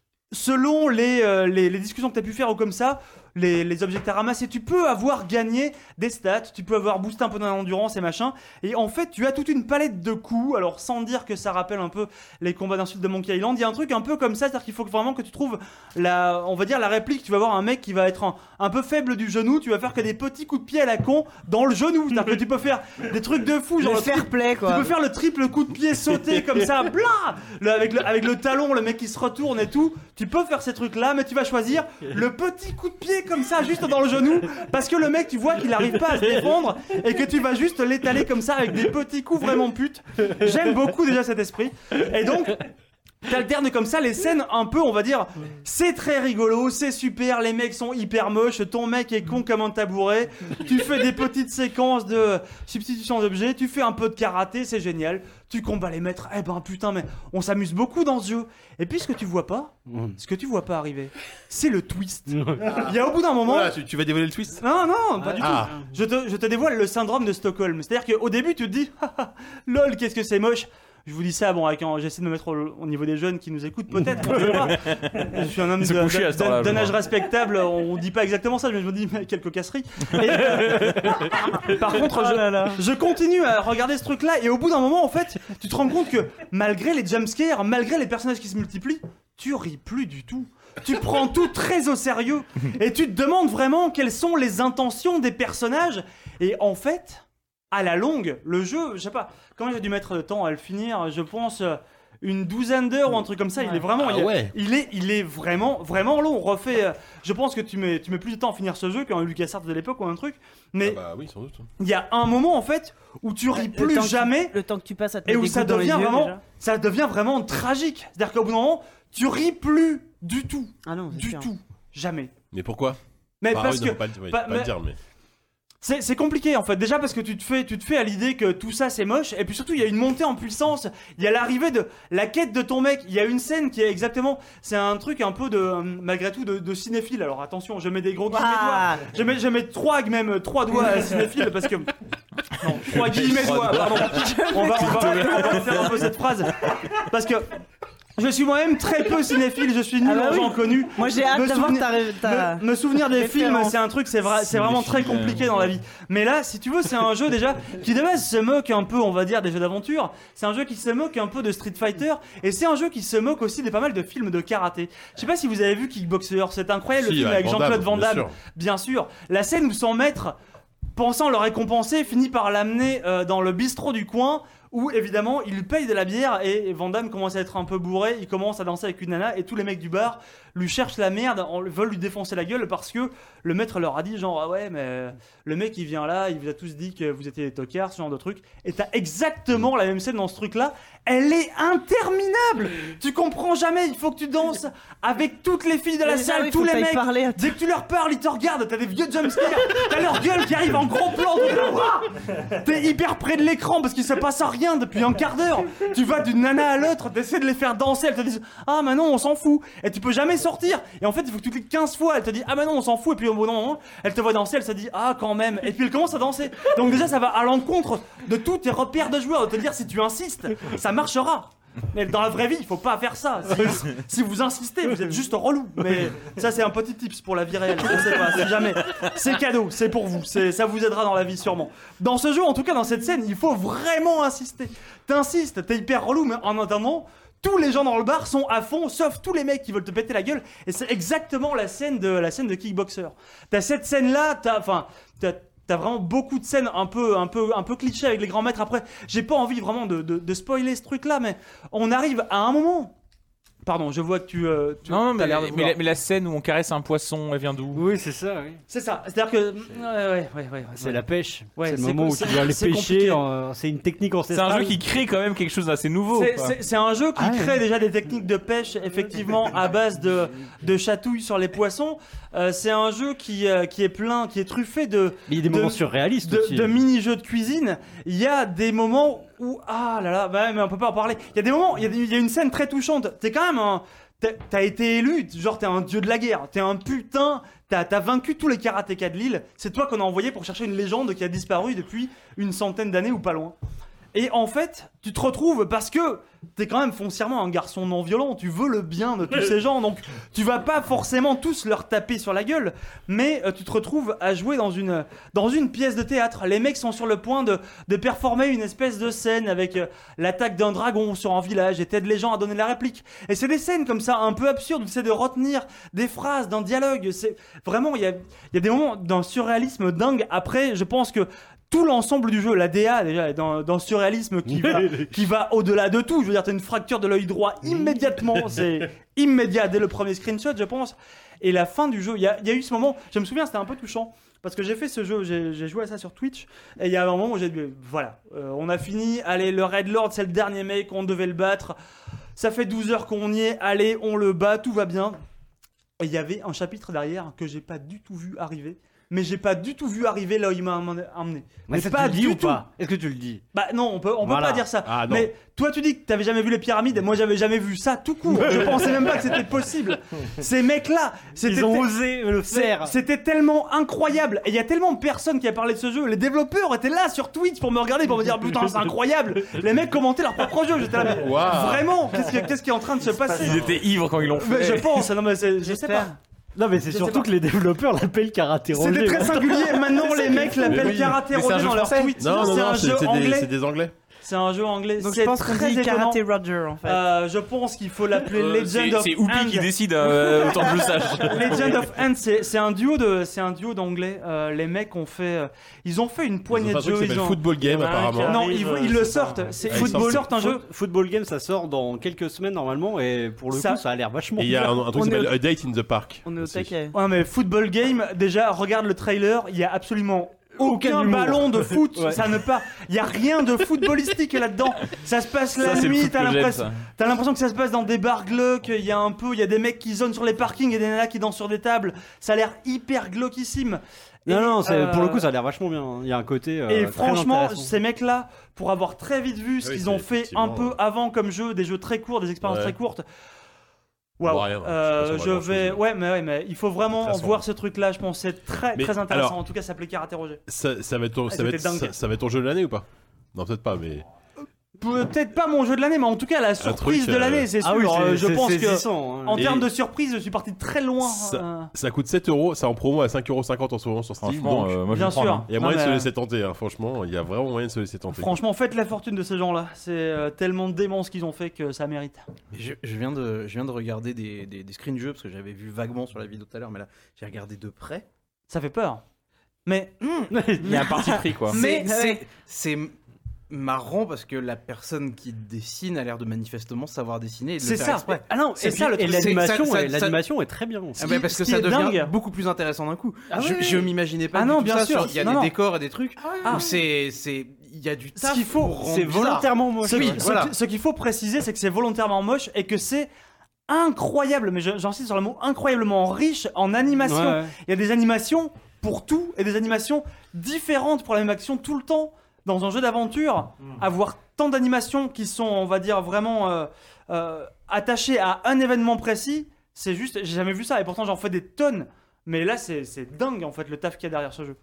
selon les, euh, les, les discussions que tu as pu faire ou comme ça, Les, les objets que tu as ramassés, tu peux avoir gagné des stats, tu peux avoir boosté un peu d'endurance et machin, et en fait tu as toute une palette de coups, alors sans dire que ça rappelle un peu les combats d'insultes de Monkey Island, il y a un truc un peu comme ça, c'est-à-dire qu'il faut vraiment que tu trouves la, on va dire la réplique, tu vas voir un mec qui va être un, un peu faible du genou, tu vas faire que des petits coups de pied à la con dans le genou, c'est-à-dire que tu peux faire des trucs de fou, genre le le fair tri- play quoi. Tu peux faire le triple coup de pied sauté comme ça, blah le, avec, le, avec le talon, le mec qui se retourne et tout, tu peux faire ces trucs là, mais tu vas choisir le petit coup de pied comme ça, juste dans le genou, parce que le mec tu vois qu'il arrive pas à se défendre et que tu vas juste l'étaler comme ça avec des petits coups vraiment putes. J'aime beaucoup déjà cet esprit, et donc t'alternes comme ça les scènes un peu, on va dire, c'est très rigolo, c'est super, les mecs sont hyper moches, ton mec est con comme un tabouret, tu fais des petites séquences de substitution d'objets, tu fais un peu de karaté, c'est génial, tu combats les maîtres, eh ben putain mais on s'amuse beaucoup dans ce jeu. Et puis ce que tu vois pas, ce que tu vois pas arriver, c'est le twist. Il y a au bout d'un moment... Voilà, tu, tu vas dévoiler le twist ? Non, non, pas du Ah. tout. Je te, je te dévoile le syndrome de Stockholm. C'est-à-dire qu'au début, tu te dis, lol, qu'est-ce que c'est moche. Je vous dis ça, bon, avec un- j'essaie de me mettre au, au niveau des jeunes qui nous écoutent, peut-être. Je sais pas. Je suis un homme Ils se de- couchaient à cette heure-là, d'un d'un je âge respectable. On dit pas exactement ça, mais je me dis mais quelques casseries. Et, euh, par contre, je, je continue à regarder ce truc-là, et au bout d'un moment, en fait, tu te rends compte que malgré les jumpscares, malgré les personnages qui se multiplient, tu ris plus du tout. Tu prends tout très au sérieux, et tu te demandes vraiment quelles sont les intentions des personnages. Et en fait, à la longue, le jeu, je sais pas, comment j'ai dû mettre le temps à le finir, je pense euh, une douzaine d'heures ou un truc comme ça. Il est vraiment, Ah il, est- ouais. il est, il est vraiment, vraiment long. Refait, euh, je pense que tu mets, tu mets plus de temps à finir ce jeu qu'un LucasArts de l'époque ou un truc. Mais Ah bah oui, sans doute. il y a un moment en fait où tu ris Le plus temps que- jamais, Le temps que tu passes à te et mettre où des ça gouttes dans les devient yeux, vraiment, déjà. ça devient vraiment tragique. C'est-à-dire qu'au bout d'un moment, tu ris plus du tout, Ah non, c'est du sûr. tout, jamais. Mais pourquoi ? Mais Bah, parce oui, que non, faut pas, le- oui, pas- faut pas le mais- dire, mais... C'est, c'est compliqué en fait, déjà parce que tu te fais, tu te fais à l'idée que tout ça c'est moche, et puis surtout il y a une montée en puissance, il y a l'arrivée de la quête de ton mec, il y a une scène qui est exactement, c'est un truc un peu de, euh, malgré tout de, de cinéphile, alors attention, je mets des gros guillemets Ah. doigts, je mets, je mets trois, même trois doigts à cinéphile parce que, non, trois guillemets doigts, pardon. On va, on va, on va faire un peu cette phrase. Parce que je suis moi-même très peu cinéphile, je suis nul Ah bah en oui. gens connus. Moi j'ai hâte Me d'avoir souvenir- ta, ta... Me, me souvenir des films, référence. c'est un truc, c'est vrai, c'est vraiment très compliqué dans la vie. Mais là, si tu veux, c'est un jeu déjà qui de base se moque un peu, on va dire, des jeux d'aventure. C'est un jeu qui se moque un peu de Street Fighter, et c'est un jeu qui se moque aussi des pas mal de films de karaté. Je sais pas si vous avez vu Kickboxer, c'est incroyable le Si, film avec avec Van Jean-Claude Damme, Van bien Damme, sûr. bien sûr. La scène où son maître, pensant le récompenser, finit par l'amener euh, dans le bistrot du coin. Où évidemment il lui paye de la bière et Van Damme commence à être un peu bourré, il commence à danser avec une nana et tous les mecs du bar lui cherchent la merde, on- veulent lui défoncer la gueule parce que le maître leur a dit genre ah ouais mais le mec il vient là, il vous a tous dit que vous étiez des tocards, ce genre de truc, et t'as exactement la même scène dans ce truc là, elle est interminable, tu comprends jamais, il faut que tu danses avec toutes les filles de la Oui, ça, salle, oui, tous faut que les t'ailles mecs, parler à dès que tu leur parles ils te regardent, t'as des vieux jumpscares, t'as leur gueule qui arrive en gros plan, donc, t'es hyper près de l'écran parce qu'il se passe rien depuis un quart d'heure. Tu vas d'une nana à l'autre, t'essaies de les faire danser, elles te disent ah mais non on s'en fout, et tu peux jamais sortir, et en fait il faut que tu cliques quinze fois, elle te dit ah mais non on s'en fout, et puis au bout d'un moment elle te voit danser, elle se dit ah quand même, et puis elle commence à danser. Donc déjà ça va à l'encontre de tous tes repères de joueurs, de te dire si tu insistes ça marchera. Mais dans la vraie vie, il faut pas faire ça. Si, si vous insistez, vous êtes juste relou. Mais ça, c'est un petit tips pour la vie réelle. Je sais pas, si jamais. C'est cadeau, c'est pour vous. C'est, ça vous aidera dans la vie sûrement. Dans ce jeu, en tout cas, dans cette scène, il faut vraiment insister. T'insistes, t'es hyper relou, mais en attendant, tous les gens dans le bar sont à fond, sauf tous les mecs qui veulent te péter la gueule. Et c'est exactement la scène de la scène de Kickboxer. T'as cette scène-là, t'as, enfin, t'as T'as vraiment beaucoup de scènes un peu, un peu, un peu clichés avec les grands maîtres. Après, j'ai pas envie vraiment de, de, de spoiler ce truc-là, mais on arrive à un moment. Pardon, je vois que tu. euh, tu Non, t'as mais, l'air de mais, vouloir. la, mais la scène où on caresse un poisson, elle vient d'où? Oui, c'est ça, oui. C'est ça. C'est-à-dire que. Ouais, ouais, ouais, ouais, C'est ouais. la pêche. Ouais, c'est le c'est moment co- où tu c'est- dois aller c'est pêcher. compliqué. en- C'est une technique C'est ancestrale. un jeu qui crée quand même quelque chose d'assez nouveau. C'est, quoi. c'est- c'est un jeu qui Ah ouais. crée déjà des techniques de pêche, effectivement, à base de, de chatouilles sur les poissons. Euh, c'est un jeu qui, euh, qui est plein, qui est truffé de. Mais il y a des de- moments surréalistes de, aussi. de mini-jeux de cuisine. Il y a des moments où ah là là, bah, mais on peut pas en parler. Il y a des moments, il y a, des- il y a une scène très touchante. T'es quand même un, t'as, t'as été élu, genre t'es un dieu de la guerre. T'es un putain. T'as, t'as vaincu tous les karatékas de l'île. C'est toi qu'on a envoyé pour chercher une légende qui a disparu depuis une centaine d'années ou pas loin. Et en fait, tu te retrouves parce que t'es quand même foncièrement un garçon non violent, tu veux le bien de tous ces gens, donc tu vas pas forcément tous leur taper sur la gueule, mais euh, tu te retrouves à jouer dans une, dans une pièce de théâtre. Les mecs sont sur le point de, de performer une espèce de scène avec euh, l'attaque d'un dragon sur un village et t'aides les gens à donner la réplique. Et c'est des scènes comme ça un peu absurdes où tu essaies de retenir des phrases d'un dialogue. C'est vraiment, il y a, il y a des moments d'un surréalisme dingue. Après, je pense que tout l'ensemble du jeu, la D A déjà, est dans, dans le surréalisme qui va, qui va au-delà de tout. Je veux dire, t'as une fracture de l'œil droit immédiatement, c'est immédiat dès le premier screenshot, je pense. Et la fin du jeu, il y a, il y a eu ce moment, je me souviens, c'était un peu touchant. Parce que j'ai fait ce jeu, j'ai, j'ai joué à ça sur Twitch, et il y a un moment où j'ai dit, voilà, euh, on a fini, allez, le Red Lord, c'est le dernier mec, on devait le battre. Ça fait douze heures qu'on y est, allez, on le bat, tout va bien. Et il y avait un chapitre derrière que j'ai pas du tout vu arriver. Mais j'ai pas du tout vu arriver là où il m'a emmené. Mais ça, pas tu le dis du ou tout. pas? Est-ce que tu le dis? Bah non, on peut, on Voilà. peut pas dire ça. Ah, non. Mais toi, tu dis que t'avais jamais vu les pyramides, et moi j'avais jamais vu ça tout court. Je pensais même pas que c'était possible. Ces mecs-là, c'était Ils ont te- osé le c'est- faire. C'était tellement incroyable. Et il y a tellement de personnes qui a parlé de ce jeu. Les développeurs étaient là sur Twitch pour me regarder, pour me dire putain, c'est incroyable. Les mecs commentaient leur propre jeu. J'étais là, mais Waouh. vraiment, qu'est-ce qui, qu'est-ce qui est en train de se passer? Ils étaient ivres quand ils l'ont Mais fait. je pense, non mais c'est- je sais pas. Non, mais c'est Je sais surtout pas. que les développeurs l'appellent karaté C'était Roger. très singulier. Maintenant, les mecs l'appellent oui. karaté Mais c'est un Roger jeu dans leur français. tweet. Non, non, c'est non, un jeu c'était des, anglais. c'est des anglais. C'est un jeu anglais. Donc c'est je pense qu'on très dit étonnant. Karaté Roger en fait. Euh, je pense qu'il faut l'appeler Euh, Legend c'est, of c'est Whoopi Hand. qui décide, euh, autant que je le sache. Legend of Hand, c'est, c'est un duo de, c'est un duo d'anglais. Euh, les mecs ont fait, euh, ils ont fait une Ils poignée ont de fait un truc jeux. qui Ils s'appelle ont... Football Game, Il y en a un apparemment. qui Non, arrive, ils, euh, ils le c'est sortent. pas- C'est, Ah, ils ils sortent. sortent un jeu. Foot- Football Game, ça sort dans quelques semaines normalement, et pour le Ça- coup, ça a l'air vachement Et il y a bien. un, un truc On qui est s'appelle au- A Date in the Park. On est au aussi. taquet. Ouais, mais Football Game, déjà, regarde le trailer. Il y a absolument aucun Aucun humour. ballon de foot. Ouais. Ça ne part. Il y a rien de footballistique là-dedans. Ça se passe Ça, la c'est le nuit. foot T'as que j'aime, l'impression. ça. T'as l'impression que ça se passe dans des bars glauques, il y a un peu, il y a des mecs qui zonent sur les parkings et des nanas qui dansent sur des tables. Ça a l'air hyper glauquissime. Non, Et, non, c'est- euh, pour le coup, ça a l'air vachement bien. Il y a un côté. euh, Et très franchement, intéressant. ces mecs-là, pour avoir très vite vu ce Oui, qu'ils c'est ont fait un effectivement, peu ouais. avant comme jeu, des jeux très courts, des expériences Ouais. très courtes, On voit Waouh. rien, hein. Euh, Je sais pas si on je voit vais. grand-chose. Ouais, mais ouais, mais il faut vraiment Très sombre. voir ce truc-là. Je pense que c'est très, Mais très intéressant. alors- En tout cas, ça s'appelait Karaté Roger. Ça, ça va être ton, Ah, ça va c'était être, dingue. ça, ça va être ton jeu de l'année ou pas? Non, peut-être pas, mais. Peut-être pas mon jeu de l'année, mais en tout cas la surprise truc, de euh, l'année, c'est sûr. Ah oui, c'est- Euh, je c'est pense que saisissant, hein. en Et- termes de surprise, je suis parti de très loin. Ça- euh. Ça coûte sept euros, c'est en promo à cinq euros cinquante en ce moment sur Steam. Franchement, donc euh, moi je Bien vais prendre, sûr. hein. il y a Non, moyen de se mais- laisser tenter, hein, franchement, il y a vraiment moyen de se laisser tenter. Franchement, faites la fortune de ces gens-là. C'est euh, tellement dément ce qu'ils ont fait que ça mérite. Je, je viens de, je viens de regarder des, des, des screens jeux parce que j'avais vu vaguement sur la vidéo tout à l'heure, mais là j'ai regardé de près. Ça fait peur. Mais Il y a un parti pris quoi. Mais- C'est- c'est c'est marrant parce que la personne qui dessine a l'air de manifestement savoir dessiner et de le c'est faire ça. exprès. Ah non, c'est Et, ça le et truc. l'animation, ça- ça- est- l'animation est très bien. aussi. Ah bah, parce ce que qui ça est devient dingue. beaucoup plus intéressant d'un coup. Ah je, ouais. je m'imaginais pas Ah du non, tout bien ça. sûr. sur- Il y a Non, des non. décors et des trucs Ah. où c'est c'est il y a du Ce taf qu'il faut, pour rendre C'est bizarre. volontairement moche. Ce ouais. qui- ce Voilà. qui- ce qu'il faut préciser, c'est que c'est volontairement moche et que c'est incroyable, mais je- j'insiste sur le mot incroyablement riche en animation. Ouais, ouais. Il y a des animations pour tout et des animations différentes pour la même action tout le temps. Dans un jeu d'aventure, avoir tant d'animations qui sont, on va dire, vraiment euh, euh, attachées à un événement précis, c'est juste, j'ai jamais vu ça. Et pourtant, j'en fais des tonnes. Mais là, c'est c'est dingue, en fait, le taf qu'il y a derrière ce jeu.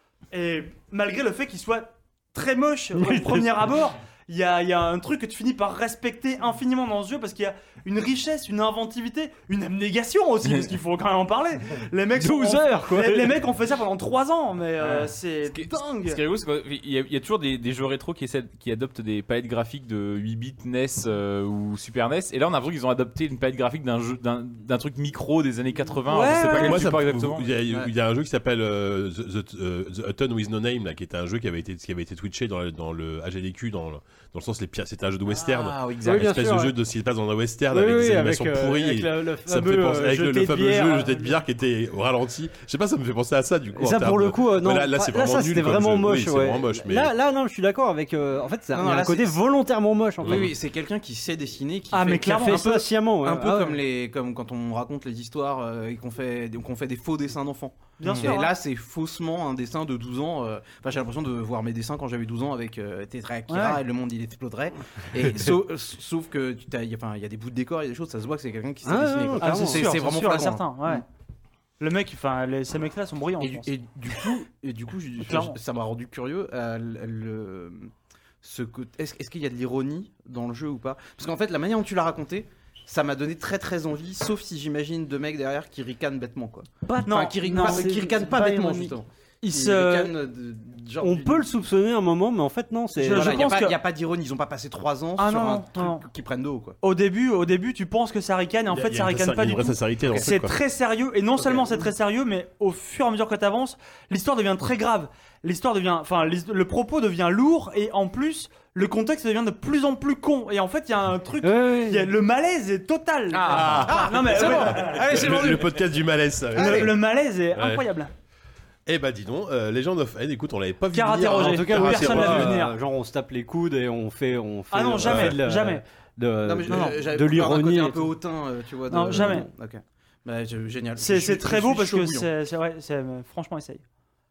Et malgré le fait qu'il soit très moche au premier abord, il y a, il y a un truc que tu finis par respecter infiniment dans ce jeu parce qu'il y a une richesse, une inventivité, une abnégation aussi, parce qu'il faut quand même en parler. Les mecs, sont- douze heures, quoi. Les, les mecs ont fait ça pendant trois ans, mais euh, Ouais. c'est Ce qui est- dingue. Ce qui est rigolo, c'est qu'il y, a- il y a toujours des, des jeux rétro qui, essaient, qui adoptent des palettes graphiques de huit bits N E S euh, ou Super N E S. Et là, on a l'impression qu'ils ont adopté une palette graphique d'un, jeu, d'un, d'un truc micro des années quatre-vingts. Ouais, Alors, je sais pas ouais. quel Moi, ça, support exactement. il y, a, Ouais. il y a un jeu qui s'appelle euh, The, The, euh, The Hutton with No Name, là, qui était un jeu qui avait été, qui avait été twitché dans, le- dans le H D Q, dans, le- dans le sens les pires. C'était un jeu de western. Ah oui, Oui, exact. Une bien espèce sûr, de ouais. jeu de ce qui se passe dans un western Oui, avec oui, des avec, animations euh, pourries. avec et le- le ça me fait fameux, penser euh, avec le, le jeté de fameux bière, jeu euh, jeté de bière qui était au ralenti. Je sais pas, ça me fait penser à ça du coup. Et en ça termes pour le de- coup, euh, non. Mais là, là, c'est Là, vraiment ça nul c'était comme vraiment jeu. moche. Oui, c'est ouais. vraiment moche, mais- Là, là, non, je suis d'accord avec. euh, en fait, c'est Non, un, non, un là, côté c'est- volontairement moche. En Oui, fait. oui, c'est quelqu'un qui sait dessiner, qui Ah, fait, mais qui a clairement, fait un ça peu sciemment. ouais. un peu Ah, comme ouais. les comme quand on raconte les histoires euh, et qu'on fait qu'on fait des faux dessins d'enfants. Bien Et sûr. hein. là, c'est faussement un dessin de douze ans. euh, Enfin, j'ai l'impression de voir mes dessins quand j'avais douze ans avec euh, Tetra Akira Ouais. et le monde il exploderait. Et sauf, sauf que tu t'as- il y a- enfin, il y a des bouts de décor, il y a des choses, ça se voit que c'est quelqu'un qui sait Ah, dessiner. non, quoi. non, Ah, clairement. c'est c'est sûr, c'est c'est vraiment sûr et flagrant. certain, ouais. Le mec, enfin, les- ces mecs-là sont brillants. Et, je du- pense. et du coup, et du coup, je- je- Clairement. ça m'a rendu curieux. euh, le- le- ce côté- est-ce, est-ce qu'il y a de l'ironie dans le jeu ou pas? Parce qu'en fait, la manière dont tu l'as raconté, ça m'a donné très très envie. Sauf si j'imagine deux mecs derrière qui ricanent bêtement, quoi. Pas, Enfin, qui, ri- non, pas- c'est- qui ricanent c'est pas, bêtement, ironique. justement. Ils Qui se- ricanent de- genre On du- peut le soupçonner un moment, mais en fait, non. C'est Je- Voilà, je il n'y a, pense pas- que- y a pas d'ironie. Ils ont pas passé trois ans Ah sur non, un non, truc non. qui prennent de haut, quoi. Au début, au début, tu penses que ça ricane, et en Il y a- fait, il y a ça une ricane vraie- pas il y du a une vraie tout. sincérité dans le C'est truc, quoi. très sérieux, et non seulement c'est très sérieux, mais au fur et à mesure que tu avances, l'histoire devient très grave. L'histoire devient, enfin, l'his- le propos devient lourd, et en plus, le contexte devient de plus en plus con. Et en fait, il y a un truc, Ouais, ouais. il y a- le malaise est total. Ah, non mais c'est ouais, bon. Allez, c'est Le, vendu. le podcast du malaise. ça. le, le malaise est Ouais. incroyable. Eh bah dis donc, euh, Legend of N, écoute, on l'avait pas vu Karaté venir. Roger. hein. En tout cas, Personne oui, c'est l'a pas, vu euh, venir. Genre, on se tape les coudes et on fait, on fait. Ah non, euh, jamais, de- jamais. De, Non, mais non, non, j'avais de peur d'un l'ironie. côté et un peu tout. hautain, euh, tu vois. de- Non, jamais. Ok. Bah, je- génial. C'est Je c'est suis- très je beau suis parce chaud que bouillant. c'est c'est vrai, c'est euh, franchement essaye.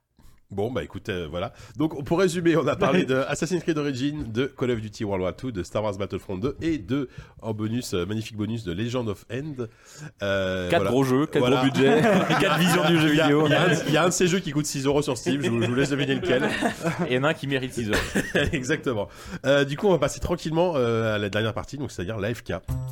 Bon bah écoute, euh, voilà. Donc pour résumer, on a parlé de Assassin's Creed Origins, de Call of Duty World War deux, de Star Wars Battlefront deux et de, en bonus, euh, magnifique bonus de Legend of End. Euh, quatre voilà. gros jeux, quatre Voilà. gros budgets, quatre visions du jeu Il y, a, vidéo. il y a un, il y a un de ces jeux qui coûte six euros sur Steam, je vous, je vous laisse deviner lequel. Et il y en a un qui mérite six heures. Exactement. Euh, du coup, on va passer tranquillement euh, à la dernière partie, donc c'est-à-dire l'A F K.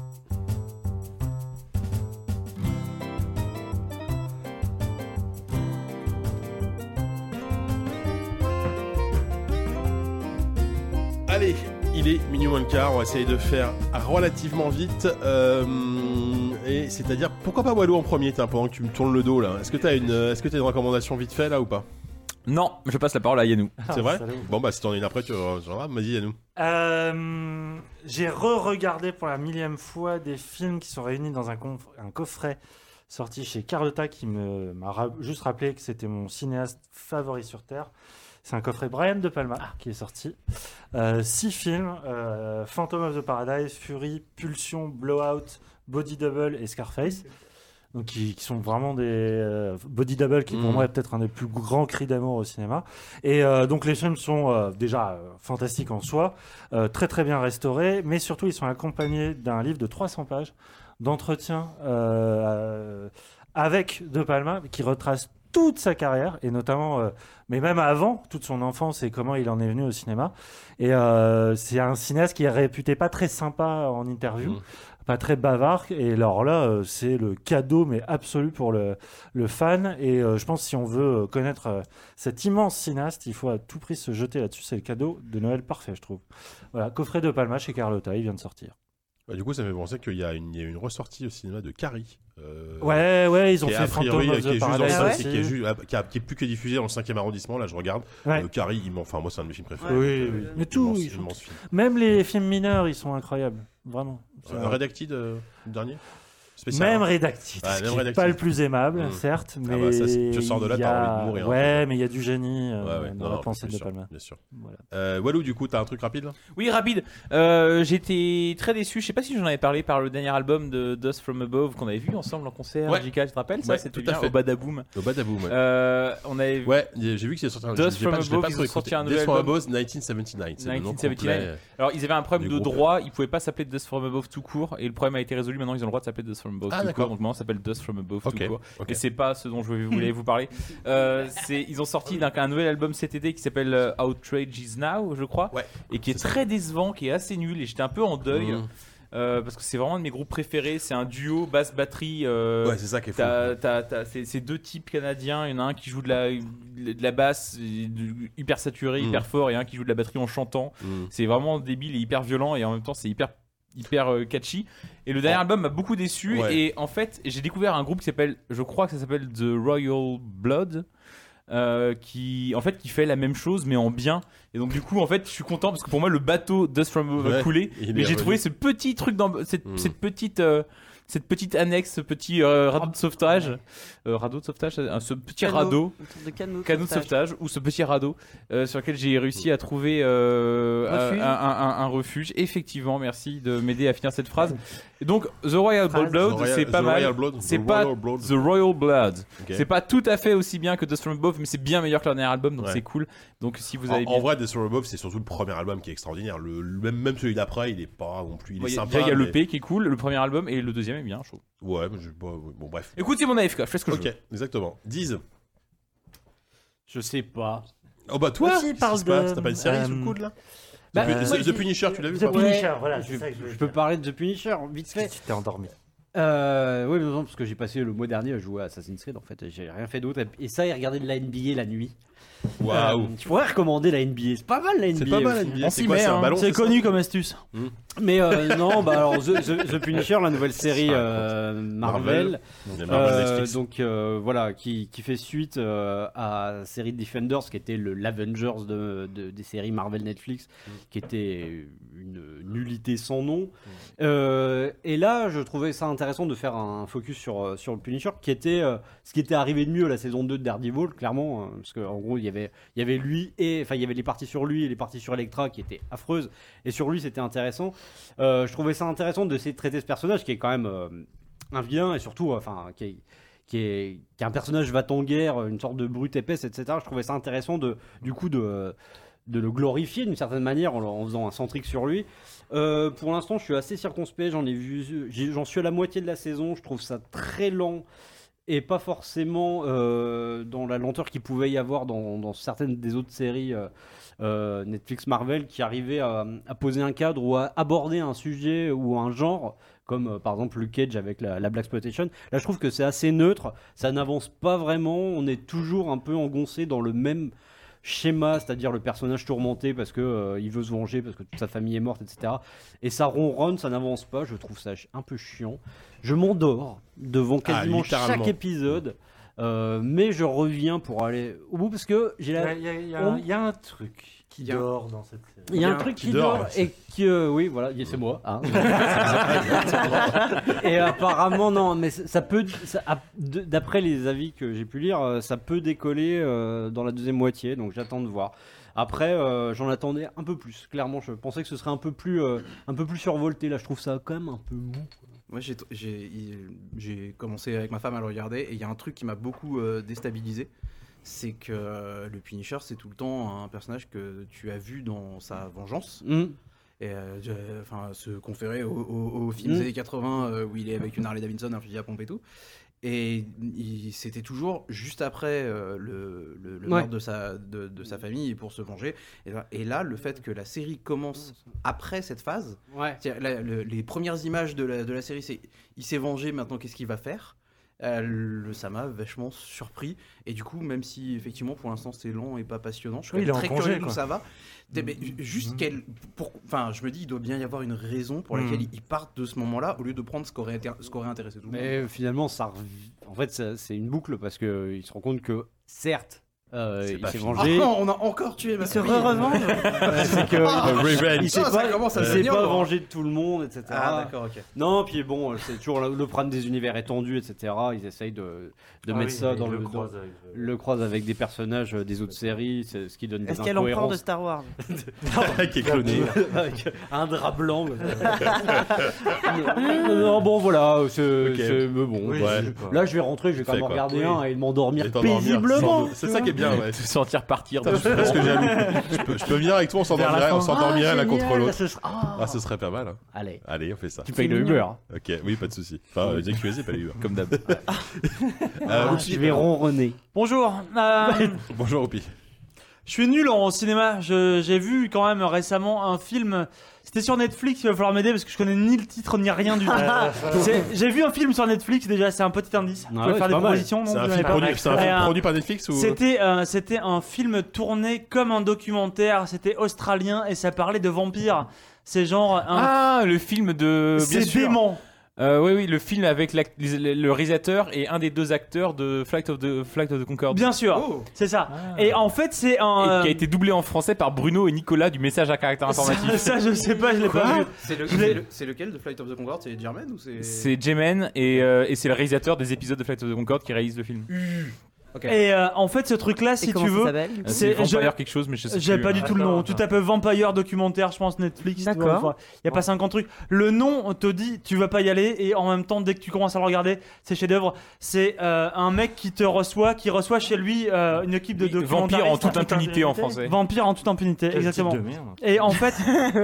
Allez, il est minuit moins le quart, on va essayer de faire relativement vite. Euh, et c'est-à-dire, pourquoi pas Walou en premier, tiens, pendant que tu me tournes le dos là. Est-ce que t'as une, est-ce que t'as une recommandation vite fait là ou pas? Non, je passe la parole à Yannou. C'est vrai? Salut. Bon bah si t'en as une après, tu reviendras. Vas-y Yannou. Euh, j'ai re-regardé pour la millième fois des films qui sont réunis dans un, conf- un coffret sorti chez Carlotta qui me, m'a ra- juste rappelé que c'était mon cinéaste favori sur Terre. C'est un coffret Brian De Palma qui est sorti. Euh, six films, euh, Phantom of the Paradise, Fury, Pulsion, Blowout, Body Double et Scarface. Donc qui, qui sont vraiment des euh, body double qui pour Mm. moi est peut-être un des plus grands cris d'amour au cinéma. Et euh, donc les films sont euh, déjà euh, fantastiques en soi, euh, très très bien restaurés, mais surtout ils sont accompagnés d'un livre de trois cents pages d'entretien euh, avec De Palma qui retrace toute sa carrière et notamment euh, mais même avant toute son enfance et comment il en est venu au cinéma. Et euh, c'est un cinéaste qui est réputé pas très sympa en interview. Mm. Pas très bavard, et alors là euh, c'est le cadeau mais absolu pour le, le fan, et euh, je pense que si on veut euh, connaître euh, cet immense cinéaste, il faut à tout prix se jeter là-dessus. C'est le cadeau de Noël parfait, je trouve. Voilà, coffret de Palma chez Carlotta, il vient de sortir. Bah, du coup, ça me fait penser qu'il y a une, il y a une ressortie au cinéma de Carrie. Euh, Ouais, ouais, ils ont qui est fait a priori, Phantom of qui the est juste dans le Paradise cinq- aussi. qui est ju- ah, qui a- qui est plus que diffusé dans le cinquième arrondissement. Là, je regarde. Ouais. Euh, Carrie, il m'en- enfin moi, c'est un de mes films préférés. Oui, Donc, oui. euh, Mais tout, immense- ils sont- immense film. Même les films mineurs, ils sont incroyables, vraiment. Euh, Redacted, euh, le dernier. Spécial, Même hein. Redacted, Ouais, qui même est Redacted. pas le plus aimable, Mm. certes, mais Ah bah, ça, c'est- tu sors de là, il y t'as a- envie de mourir. Ouais, hein, mais il y a du génie euh, Ouais, ouais. dans Non, la non, pensée bien de sûr, Palma. bien sûr. Voilà. Euh, Walou, du coup, t'as un truc rapide là Oui, rapide. Euh, J'étais très déçu. Je sais pas si j'en avais parlé par le dernier album de Dust from Above qu'on avait vu ensemble en concert. Ouais. J K, tu te rappelles ça? Ouais, C'était tout à bien fait. au Badaboom. Au Badaboom, ouais. Euh, on avait Ouais, j'ai vu que c'est sorti un Dust j'ai from pas- je l'ai Above, pas ils trop ont écouté. sorti un Dust nouvel from album. Above dix-neuf soixante-dix-neuf. C'est le nom dix-neuf soixante-dix-neuf. complet. Alors ils avaient un problème Du de groupe. droit, ils pouvaient pas s'appeler Dust from Above tout court, et le problème a été résolu. Maintenant ils ont le droit de s'appeler Dust from Above Ah, tout d'accord. court, donc maintenant ça s'appelle Dust from Above Ok, tout court. ok. Et c'est pas ce dont je voulais vous parler. Euh, c'est ils ont sorti donc, un nouvel album cet été qui s'appelle euh, Outrage Is Now, je crois, Ouais, et qui est, c'est ça. très décevant, qui est assez nul, et j'étais un peu en deuil. Mmh. euh, parce que c'est vraiment un de mes groupes préférés, c'est un duo basse batterie. euh, Ouais, c'est ça qui est fou. T'as- t'as- t'as- c'est c'est deux types canadiens. Il y en a un qui joue de la, de la basse et de- hyper saturé, Mm. hyper fort, et un qui joue de la batterie en chantant. Mm. C'est vraiment débile et hyper violent, et en même temps c'est hyper hyper euh, catchy. Et le dernier Oh. album m'a beaucoup déçu. Ouais. Et en fait, j'ai découvert un groupe qui s'appelle, je crois que ça s'appelle The Royal Blood. euh, qui en fait qui fait la même chose mais en bien, et donc du coup en fait je suis content parce que pour moi le bateau Dust from Above a Ouais, coulé, il est mais j'ai revenu. trouvé ce petit truc dans cette, Mm. cette petite euh, cette petite annexe, ce petit euh, radeau de sauvetage, euh, radeau de sauvetage, euh, ce petit Canot, radeau, une sorte de canot de canot de sauvetage. sauvetage, ou ce petit radeau euh, sur lequel j'ai réussi à trouver euh, Refuge. un, un- un- un refuge. Effectivement, merci de m'aider à finir cette phrase. Et donc The Royal Phrase. Blood, The Royal- c'est The pas Royal mal. Blood, C'est The pas Royal Blood. The Royal Blood. Ok. C'est pas tout à fait aussi bien que Dust from Above, mais c'est bien meilleur que leur dernier album, donc Ouais. c'est cool. Donc si vous En, avez en bien... vrai, Dust from Above, c'est surtout le premier album qui est extraordinaire. Le, le- même, même celui d'après, il est pas non plus. Il Ouais, est il y a- sympa. déjà, il y a mais- le P qui est cool, le premier album, et le deuxième est bien, je trouve. Ouais, mais je- bon, bon, bref. Écoute, c'est mon A F K, je fais ce que je Ok, veux. exactement. Diz. Je sais pas. Oh bah toi, Vas-y, qu'est-ce qui parle se passe de- T'as pas une série euh, sous le coude là Bah, The, moi, The- The Punisher, tu l'as vu The ou pas Punisher, voilà, c'est je, ça que je voulais je peux dire. parler de The Punisher vite fait. Tu t'es endormi. Euh, oui, mais non, parce que j'ai passé le mois dernier à jouer à Assassin's Creed en fait, et j'ai rien fait d'autre. Et ça, et regarder de la N B A la nuit. Waouh. Euh, tu pourrais recommander la N B A, c'est pas mal la N B A. C'est pas mal la aussi. N B A. On C'est s'y quoi, met, c'est un hein. ballon C'est ça connu comme astuce. Mais euh, non, bah alors The, The- The Punisher, la nouvelle série Ça euh, Marvel, Il y a Marvel euh, Netflix. donc euh, voilà, qui, qui fait suite euh, à la série Defenders, qui était le l'Avengers de, de- des séries Marvel Netflix, qui était une nullité sans nom. Euh, et là, je trouvais ça intéressant de faire un focus sur euh, sur le Punisher, qui était euh, ce qui était arrivé de mieux à la saison deux de Daredevil, clairement, hein, parce qu'en gros, il y avait il y avait lui et enfin il y avait les parties sur lui et les parties sur Elektra qui étaient affreuses, et sur lui c'était intéressant. Euh, je trouvais ça intéressant d'essayer de traiter ce personnage qui est quand même euh, un vilain, et surtout euh, enfin qui est qui est, qui est un personnage va-t-en-guerre, une sorte de brute épaisse, et cetera. Je trouvais ça intéressant de, du coup de, de le glorifier d'une certaine manière en, en faisant un centrique sur lui. Euh, pour l'instant, je suis assez circonspect. J'en ai vu, j'ai- j'en suis à la moitié de la saison. Je trouve ça très lent et pas forcément euh, dans la lenteur qu'il pouvait y avoir dans, dans certaines des autres séries euh, euh, Netflix Marvel, qui arrivaient à, à poser un cadre ou à aborder un sujet ou un genre, comme euh, par exemple Luke Cage avec la, la Blaxploitation. Là, je trouve que c'est assez neutre, ça n'avance pas vraiment, on est toujours un peu engoncé dans le même schéma, c'est-à-dire le personnage tourmenté parce que euh, il veut se venger, parce que toute sa famille est morte, et cetera. Et ça ronronne, ça n'avance pas, je trouve ça un peu chiant. Je m'endors devant quasiment littéralement. chaque épisode, euh, mais je reviens pour aller au bout parce que j'ai Il y, la... a- il y a- il y a on- un- il y a un truc qui Il y a un- dort dans cette série. Il y a un truc qui dort, dort, et qui, euh, oui, voilà, y- c'est moi. hein. Et apparemment, non, mais ça ça peut, ça- ap- de- d'après les avis que j'ai pu lire, euh, ça peut décoller euh, dans la deuxième moitié, donc j'attends de voir. Après, euh, j'en attendais un peu plus. Clairement, je pensais que ce serait un peu plus, euh, un peu plus survolté. Là, je trouve ça quand même un peu mou. Moi, j'ai, j'ai, j'ai commencé avec ma femme à le regarder et il y a un truc qui m'a beaucoup euh, déstabilisé. C'est que euh, le Punisher, c'est tout le temps un personnage que tu as vu dans sa vengeance. Mm. Et euh, enfin, se conférer au, au, au film des Mm. années quatre-vingts euh, où il est avec une Harley Davidson, un fusil à pompe et tout. Et il, c'était toujours juste après euh, le, le, le Ouais. meurtre de sa, de, de sa famille pour se venger. Et là, et là, le fait que la série commence après cette phase, Ouais. c'est-à-dire, la- le- les premières images de la, de la série, c'est il s'est vengé, maintenant qu'est-ce qu'il va faire Euh, le, Ça m'a vachement surpris. Et du coup, même si effectivement pour l'instant c'est lent et pas passionnant, je suis Oui, il est en très congé, curieux d'où quoi. ça va. T'es- mais juste Mhm. quel, pour, enfin, je me dis, il doit bien y avoir une raison pour laquelle Mhm. ils partent de ce moment-là au lieu de prendre ce qui aurait, intér- ce qui aurait intéressé tout le monde. Mais euh, finalement, ça, rev- en fait, ça- c'est une boucle parce que euh, il se rend compte que certes, euh, C'est il pas s'est fini. vengé. Ah, on a encore tué ma Il se famille. re-revanche. Ouais, c'est que Ah, il- revenge. il s'est Ça, ça pas, commence à il s'est devenir pas lourd. vengé de tout le monde, et cetera. Ah, d'accord, ok. Non, puis bon, euh, c'est toujours le, le problème des univers étendus, et cetera. Ils essayent de, de Ah mettre oui, ça mais dans il le, le dans- croise avec, euh, le croise avec des personnages euh, des autres séries, c'est ce qui donne des Est-ce qu'il y a l'empereur de incohérences. Star Wars? qui est cloné. Avec un drap blanc. non, non, bon, voilà, c'est, Ok. c'est- mais bon. Oui, Ouais. je sais pas. Là, je vais rentrer, je vais Tu quand fais même en quoi regarder Oui. un et m'endormir Et t'endormir, paisiblement. sans- C'est ça qui est bien, ouais. Se sentir partir. Putain, je pense que j'ai un- je, peux, je peux venir avec toi, on s'endormirait, on s'endormirait l'un contre l'autre. Ce sera- Ah. Ah, ce serait pas mal. hein. Allez, Allez, on fait ça. tu payes le Uber. Ok, oui, pas de souci. Enfin, euh, D Q S, pas les Uber. Comme d'hab. Euh, Ah, Oupi. je vais ronronner. Bonjour. euh, Bonjour, Oupi. je suis nul en cinéma. Je- j'ai vu quand même récemment un film. C'était sur Netflix. Il va falloir m'aider parce que je connais ni le titre ni rien du tout. C'est- j'ai vu un film sur Netflix. Déjà, c'est un petit indice. Vous Ah pouvez ouais, faire c'est des pas mal. propositions. non, C'est un vous film, n'avez pas produit, c'est un Et film un- produit par Netflix ou C'était euh, c'était un film tourné comme un documentaire. C'était australien et ça parlait de vampires. C'est genre un. Ah, le film de. Bien c'est sûr. dément. Euh, oui, oui, le film avec l'ac- les- le réalisateur et un des deux acteurs de Flight of the, Flight of the Concorde. Bien sûr. Oh. C'est ça. Ah. Et en fait, c'est Et un. qui a été doublé en français par Bruno et Nicolas du message à caractère informatif. ça, ça, je sais pas, je l'ai pas vu. C'est, le, Je l'ai- c'est, le- c'est lequel de Flight of the Concorde? C'est Jermaine ou c'est. C'est J-Man et, euh, et c'est le réalisateur des épisodes de Flight of the Concorde qui réalise le film. Ok. Et euh, en fait, ce truc-là, Et si comment tu ça veux, s'appelle, du coup Euh, C'est- C'est Vampire je- quelque chose, mais je sais j'ai plus. pas du tout le nom. D'accord, Tu d'accord. tapes Vampire documentaire, je pense Netflix. tu vois, D'accord. enfin, Il y a pas cinquante trucs. Le nom on te dit, tu vas pas y aller, et en même temps, dès que tu commences à le regarder, c'est chef-d'œuvre. C'est euh, un mec qui te reçoit, qui reçoit chez lui euh, une équipe de Oui, documentaristes. Vampire en toute impunité en français. Vampire en toute impunité, Quel exactement. type de merde. Et en fait,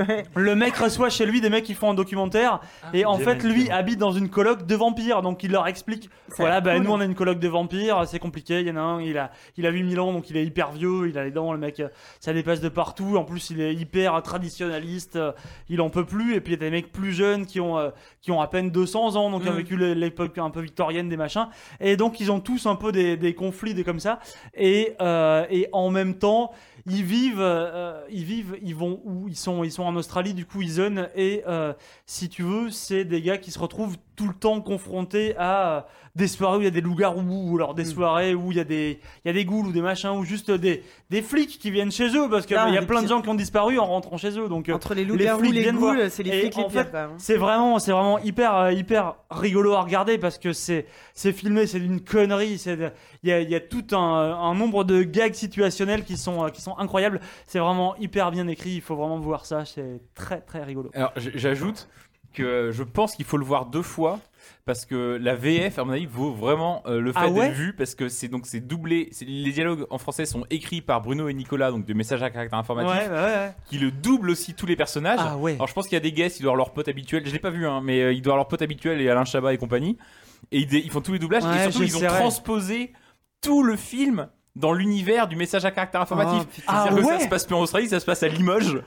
le mec reçoit chez lui des mecs qui font un documentaire, et en Jermaine fait, lui Clément. habite dans une coloc de vampires, donc il leur explique. Ça a Voilà, l'air bah, cool. nous on a une coloc de vampires, c'est compliqué. Il y en a un, il a, il a huit mille ans, donc il est hyper vieux, il a les dents, le mec, euh, ça dépasse de partout. En plus, il est hyper traditionnaliste, euh, il en peut plus. Et puis il y a des mecs plus jeunes qui ont, euh, qui ont à peine deux cents ans, donc qui ont Mm. vécu l'é- l'époque un peu victorienne des machins. Et donc ils ont tous un peu des, des conflits, des comme ça. Et, euh, et en même temps, ils vivent, euh, ils vivent, ils vont où ils sont, ils sont en Australie, du coup ils zonent. Et euh, si tu veux, c'est des gars qui se retrouvent tout le temps confrontés à euh, des soirées où il y a des loups-garous, ou alors des soirées où il y a des, il y a des ghouls ou des machins, ou juste des, des flics qui viennent chez eux, parce qu'il Ah, y a des plein de petits- gens qui ont disparu en rentrant chez eux. Donc euh, Entre les loups-garous, flics les viennent voir. ghouls, c'est les Et flics les en pires fait, quand même. c'est vraiment, c'est vraiment hyper, euh, hyper rigolo à regarder parce que c'est, c'est filmé, c'est d'une connerie. C'est, de- il y a, il y a tout un, un nombre de gags situationnels qui sont, euh, qui sont incroyables. C'est vraiment hyper bien écrit. Il faut vraiment voir ça. C'est très, très rigolo. Alors j- j'ajoute que je pense qu'il faut le voir deux fois parce que la V F à mon avis vaut vraiment euh, le fait Ah ouais d'être vu parce que c'est donc c'est doublé, c'est, les dialogues en français sont écrits par Bruno et Nicolas donc de messages à caractère informatif Ouais, ouais, ouais. qui le double aussi tous les personnages. Ah ouais. Alors je pense qu'il y a des guests, ils doivent avoir leur pote habituel, je l'ai pas vu hein, mais euh, ils doivent avoir leur pote habituel et Alain Chabat et compagnie et ils, dé- ils font tous les doublages Ouais, et surtout ils ont j'essaierai. transposé tout le film dans l'univers du message à caractère informatif. Oh, putain. C'est-à-dire Ah que ouais. ça se passe plus en Australie, ça se passe à Limoges.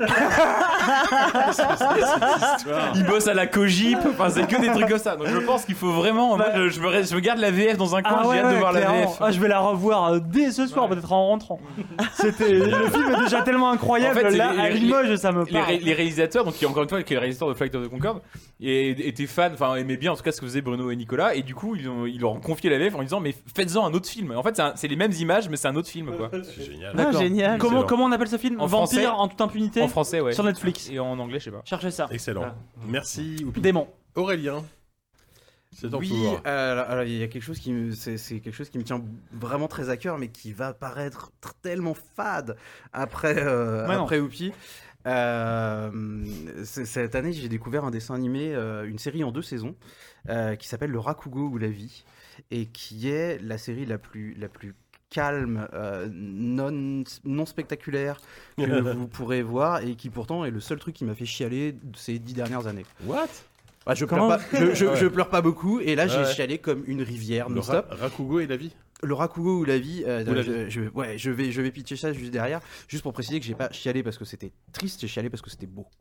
Il bosse à la Cogip, enfin c'est que des trucs comme ça. Donc je pense qu'il faut vraiment. Moi, je, je me, reste- je me garde la V F dans un coin, Ah ouais, j'ai hâte de ouais, voir la V clairement. F. Ah, je vais la revoir euh, dès ce soir, peut-être en rentrant. C'était le film est déjà tellement incroyable. En fait, c'est là, les- à les- Limoges, ça me Les, parle. ré- les réalisateurs, donc qui encore une fois, qui est le réalisateur de Flight of the Concorde, et, étaient fans, enfin aimaient bien en tout cas ce que faisaient Bruno et Nicolas, et du coup ils, ont, ils leur ont confié la V F en disant mais faites-en un autre film. En fait c'est, un- c'est les mêmes images mais c'est un autre film quoi. C'est génial. Ah, génial. Comment, Excellent. comment on appelle ce film En Vampire français. en toute impunité En français ouais. sur Netflix. Et en anglais je sais pas. Cherchez ça. Excellent. Ah. Merci, Oupi. Démon. Aurélien. C'est ton Oui, tour. euh, alors, alors, il y a quelque chose qui me, c'est, c'est quelque chose qui me tient vraiment très à cœur, mais qui va paraître tr- tellement fade après, euh, Ouais, non. après Whoopi. Euh, c'est- cette année, j'ai découvert un dessin animé, euh, une série en deux saisons, euh, qui s'appelle Le Rakugo ou la vie, et qui est la série la plus, la plus calme, euh, non, non spectaculaire que vous pourrez voir, et qui pourtant est le seul truc qui m'a fait chialer de ces dix dernières années. What? Bah, je, pleure Comment pas, je, je- Ouais. je pleure pas beaucoup, et là j'ai Ouais. chialé comme une rivière Le non-stop. Ra- Rakugo et la vie? Le Rakugo ou la vie, euh, Ou la je, je- ouais, je vais, je vais pitcher ça juste derrière, juste pour préciser que j'ai pas chialé parce que c'était triste, j'ai chialé parce que c'était beau.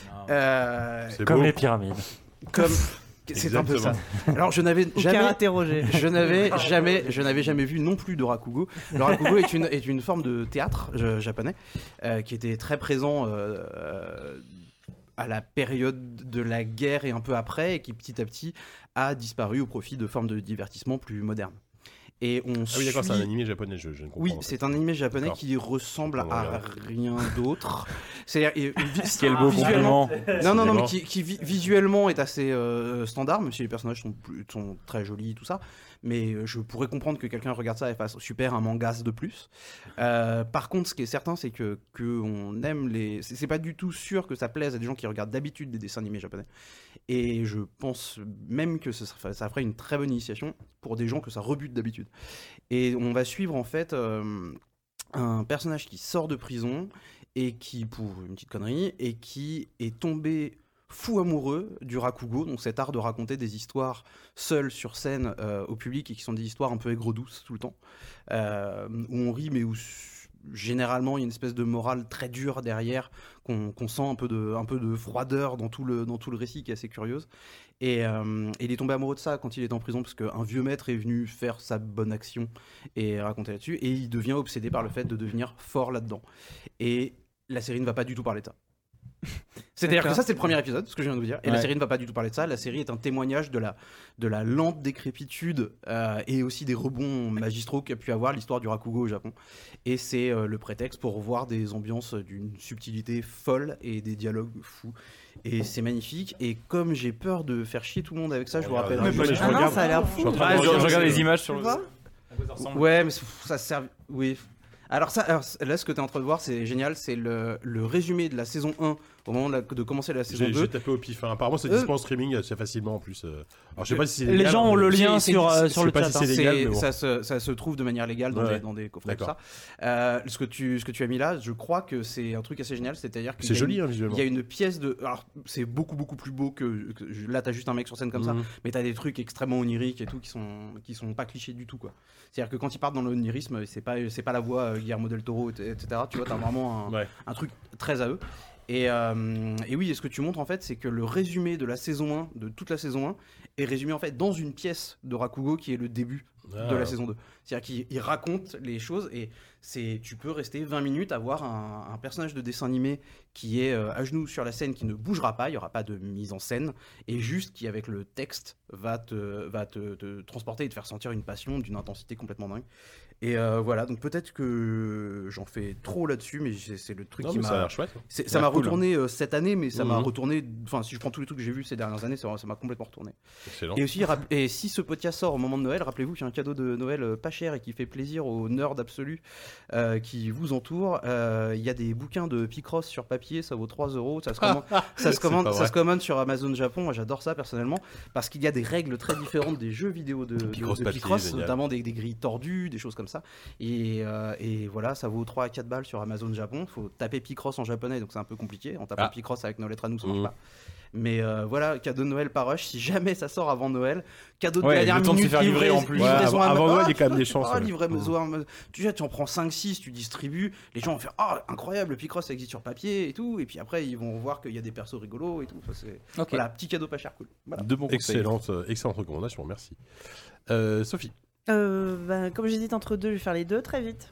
Euh, C'est Comme beau. les pyramides. comme c'est un peu ça. Alors je n'avais Au jamais, karaté Roger. je n'avais jamais, je n'avais jamais vu non plus de Rakugo. Le Rakugo est une est une forme de théâtre euh, japonais euh, qui était très présent euh, euh, à la période de la guerre et un peu après, et qui petit à petit a disparu au profit de formes de divertissement plus modernes. Et on Ah oui, d'accord, c'est suit- un animé japonais, je, je ne comprends Oui, pas. c'est un animé japonais D'accord. qui ressemble On à regarde. rien d'autre. C'est-à-dire, et- vi- Quel beau visuellement- compliment. Non, non, non, mais Décidément. qui, qui vi- visuellement est assez euh, standard, même si les personnages sont, plus, sont très jolis, tout ça. Mais euh, je pourrais comprendre que quelqu'un regarde ça et fasse super un mangas de plus. Euh, par contre, ce qui est certain, c'est que, que on aime les. C'est c'est pas du tout sûr que ça plaise à des gens qui regardent d'habitude des dessins animés japonais. Et je pense même que ce sera- ça ferait une très bonne initiation pour des gens que ça rebute d'habitude. Et on va suivre en fait euh, un personnage qui sort de prison et qui, pour une petite connerie, et qui est tombé fou amoureux du rakugo, donc cet art de raconter des histoires seules sur scène euh, au public, et qui sont des histoires un peu aigre-douces tout le temps, euh, où on rit mais où s- généralement il y a une espèce de morale très dure derrière, qu'on qu'on sent un peu, de, un peu de froideur dans tout, le, dans tout le récit, qui est assez curieuse. Et, euh, et il est tombé amoureux de ça quand il est en prison, parce qu'un vieux maître est venu faire sa bonne action et raconter là-dessus, et il devient obsédé par le fait de devenir fort là-dedans. Et la série ne va pas du tout parler de ça. C'est-à-dire que D'accord. ça, c'est le premier épisode, ce que je viens de vous dire, et la Ouais. série ne va pas du tout parler de ça. La série est un témoignage de la, de la lente décrépitude euh, et aussi des rebonds magistraux qu'a pu avoir l'histoire du rakugo au Japon. Et c'est euh, le prétexte pour voir des ambiances d'une subtilité folle et des dialogues fous. Et c'est magnifique. Et comme j'ai peur de faire chier tout le monde avec ça, je vous rappelle. Ah, mais je Ah non, regarde. ça a l'air Je suis fou. en train Ah, de je, je regarder. regarde les images sur Tu le. vois À quoi ça ressemble. Ouais, mais ça sert. Oui. Alors, ça, alors, là, ce que tu es en train de voir, c'est génial. C'est le, le résumé de la saison un au moment de, la- de commencer la saison J'ai j'ai deux. tapé au pif. hein. Apparemment, c'est Euh, dispo en streaming assez facilement en plus. euh. Alors, je sais pas si c'est Les légal, gens ont mais- le lien C'est- sur, c'est- euh, c'est sur le pas chat. si hein. c'est légal, C'est- mais bon. ça, se, ça se trouve de manière légale dans, Ouais. des, dans des coffrets, tout D'accord. ça. Euh, ce, que tu, ce que tu as mis là, je crois que c'est un truc assez génial. C'est-à-dire que C'est joli, hein, il visuellement. y a une pièce de. Alors, c'est beaucoup, beaucoup plus beau que. que- là, t'as juste un mec sur scène comme ça, Mhm. mais t'as des trucs extrêmement oniriques et tout qui sont, qui sont pas clichés du tout, quoi. C'est-à-dire que quand ils partent dans l'onirisme, c'est pas, c'est pas la voix euh, Guillermo del Toro, et cetera. Tu vois, t'as vraiment un, Ouais. un truc très à eux. Et, euh, et oui, et ce que tu montres en fait, c'est que le résumé de la saison un, de toute la saison un, est résumé en fait dans une pièce de Rakugo qui est le début Ah. de la saison deux. C'est-à-dire qu'il il raconte les choses, et c'est, tu peux rester vingt minutes à voir un, un personnage de dessin animé qui est euh, à genoux sur la scène, qui ne bougera pas, il n'y aura pas de mise en scène, et juste qui avec le texte va te, va te, te transporter et te faire sentir une passion d'une intensité complètement dingue. Et euh, voilà, donc peut-être que j'en fais trop là-dessus, mais c'est c'est le truc Non, qui mais ça a m'a... l'air chouette. C'est- Ça ça a m'a l'air cool, retourné euh, cette année, mais ça m'a Mhm. retourné. Enfin, si je prends tous les trucs que j'ai vus ces dernières années, ça ça m'a complètement retourné. Excellent. Et aussi, rap- et si ce podcast sort au moment de Noël, rappelez-vous qu'il y a un cadeau de Noël euh, pas cher et qui fait plaisir aux nerds absolus euh, qui vous entourent. Euh, Il y a des bouquins de Picross sur papier, ça vaut trois euros. Ça se commande, ça se C'est commande, pas ça vrai. se commande sur Amazon Japon. Moi, j'adore ça personnellement parce qu'il y a des règles très différentes des jeux vidéo de, de, Picross de papier, Picross, génial. notamment des, des grilles tordues, des choses comme ça. Et, euh, et voilà, ça vaut trois à quatre balles sur Amazon Japon. Faut taper Picross en japonais, donc c'est un peu compliqué. En tapant Ah. Picross avec nos lettres à nous, ça marche Mhm. pas. Mais euh, voilà, cadeau de Noël par rush, si jamais ça sort avant Noël, cadeau de Ouais, dernière le temps de se minute, faire livrer livraison- en plus. Ouais, livraison avant- à- avant Noël, Ah, il y a quand même des tu- chances, ah, ouais. livraison à- tu sais, tu en prends cinq six, tu distribues, les gens vont faire ah incroyable, le Picross ça existe sur papier et tout, et puis après ils vont voir qu'il y a des persos rigolos et tout. Enfin, c'est... Ok. Voilà, petit cadeau pas cher, cool. Voilà. De bons conseils. Excellente, euh, excellente recommandation, merci. Euh, Sophie. Euh, bah, comme j'hésite entre deux, je vais faire les deux très vite.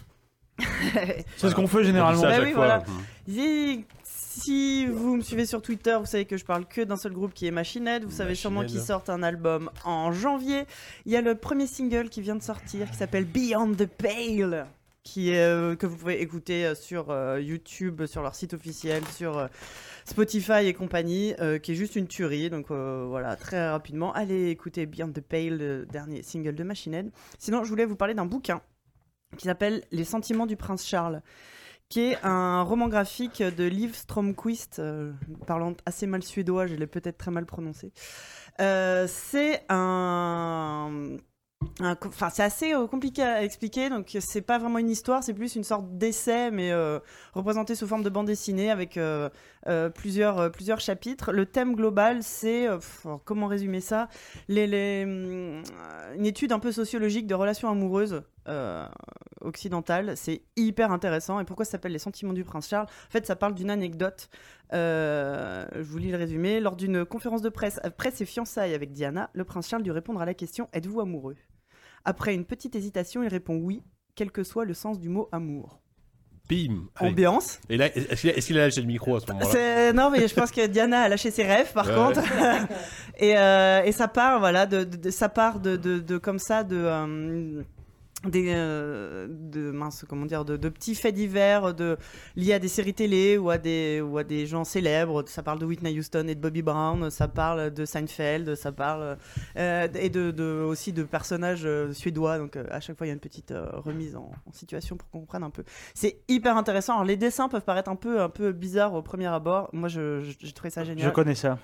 C'est ce qu'on fait généralement. On dit ça à Bah chaque oui, fois. voilà. Mhm. Si, si vous me suivez sur Twitter, vous savez que je parle que d'un seul groupe qui est Machine Head. Vous savez sûrement Machine qu'ils Head. sortent un album en janvier. Il y a le premier single qui vient de sortir qui s'appelle Beyond the Pale, qui est, euh, que vous pouvez écouter euh, sur euh, YouTube, sur leur site officiel, sur euh, Spotify et compagnie, euh, qui est juste une tuerie. Donc euh, voilà, très rapidement, allez écouter Beyond the Pale, le dernier single de Machine Head. Sinon, je voulais vous parler d'un bouquin qui s'appelle Les sentiments du prince Charles, qui est un roman graphique de Liv Strömquist, euh, parlant assez mal suédois, je l'ai peut-être très mal prononcé. Euh, c'est un... un co- Enfin, c'est assez euh, compliqué à expliquer, donc c'est pas vraiment une histoire, c'est plus une sorte d'essai, mais euh, représenté sous forme de bande dessinée avec euh, euh, plusieurs, euh, plusieurs chapitres. Le thème global, c'est, euh, pff, alors, comment résumer ça, les, les, hum, une étude un peu sociologique de relations amoureuses euh, occidentales. C'est hyper intéressant. Et pourquoi ça s'appelle Les Sentiments du Prince Charles ? En fait, ça parle d'une anecdote. Euh, je vous lis le résumé. Lors d'une conférence de presse après ses fiançailles avec Diana, le prince Charles dut répondre à la question « Êtes-vous amoureux ?» Après une petite hésitation, il répond « Oui », quel que soit le sens du mot « amour ». Bim. Allez. Ambiance. Et là, est-ce qu'il a, est-ce qu'il a lâché le micro à ce moment-là ? C'est... Non, mais je pense que Diana a lâché ses rêves, par Ouais. contre. et, euh, et ça part, voilà, de, de, de- ça part de, de, de comme ça, de... euh, des euh, de mince comment dire de, de petits faits divers de liés à des séries télé ou à des ou à des gens célèbres. Ça parle de Whitney Houston et de Bobby Brown, ça parle de Seinfeld, ça parle euh, et de, de aussi de personnages euh, suédois. Donc euh, à chaque fois il y a une petite euh, remise en, en situation pour qu'on comprenne un peu. C'est hyper intéressant. Alors les dessins peuvent paraître un peu un peu bizarres au premier abord. Moi je, je- j'ai trouvé ça génial. Je connais ça.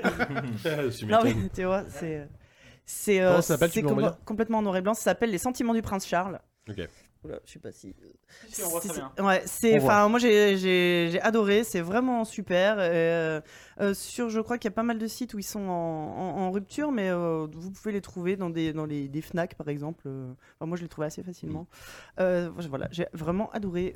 Tu Non mais m'étonnes. tu vois c'est c'est euh, Comment ça s'appelle, tu c'est peux me com- redire complètement en noir et blanc. Ça s'appelle Les Sentiments du Prince Charles. Ok. Oula, je sais pas si. Si, on voit très C'est- bien. Ouais, c'est. On voit. Enfin, moi j'ai j'ai j'ai adoré. C'est vraiment super. Et, euh, euh, sur, je crois qu'il y a pas mal de sites où ils sont en, en, en rupture, mais euh, vous pouvez les trouver dans des dans les des Fnac par exemple. Euh, Enfin, moi je les trouvais assez facilement. Euh, voilà, j'ai vraiment adoré.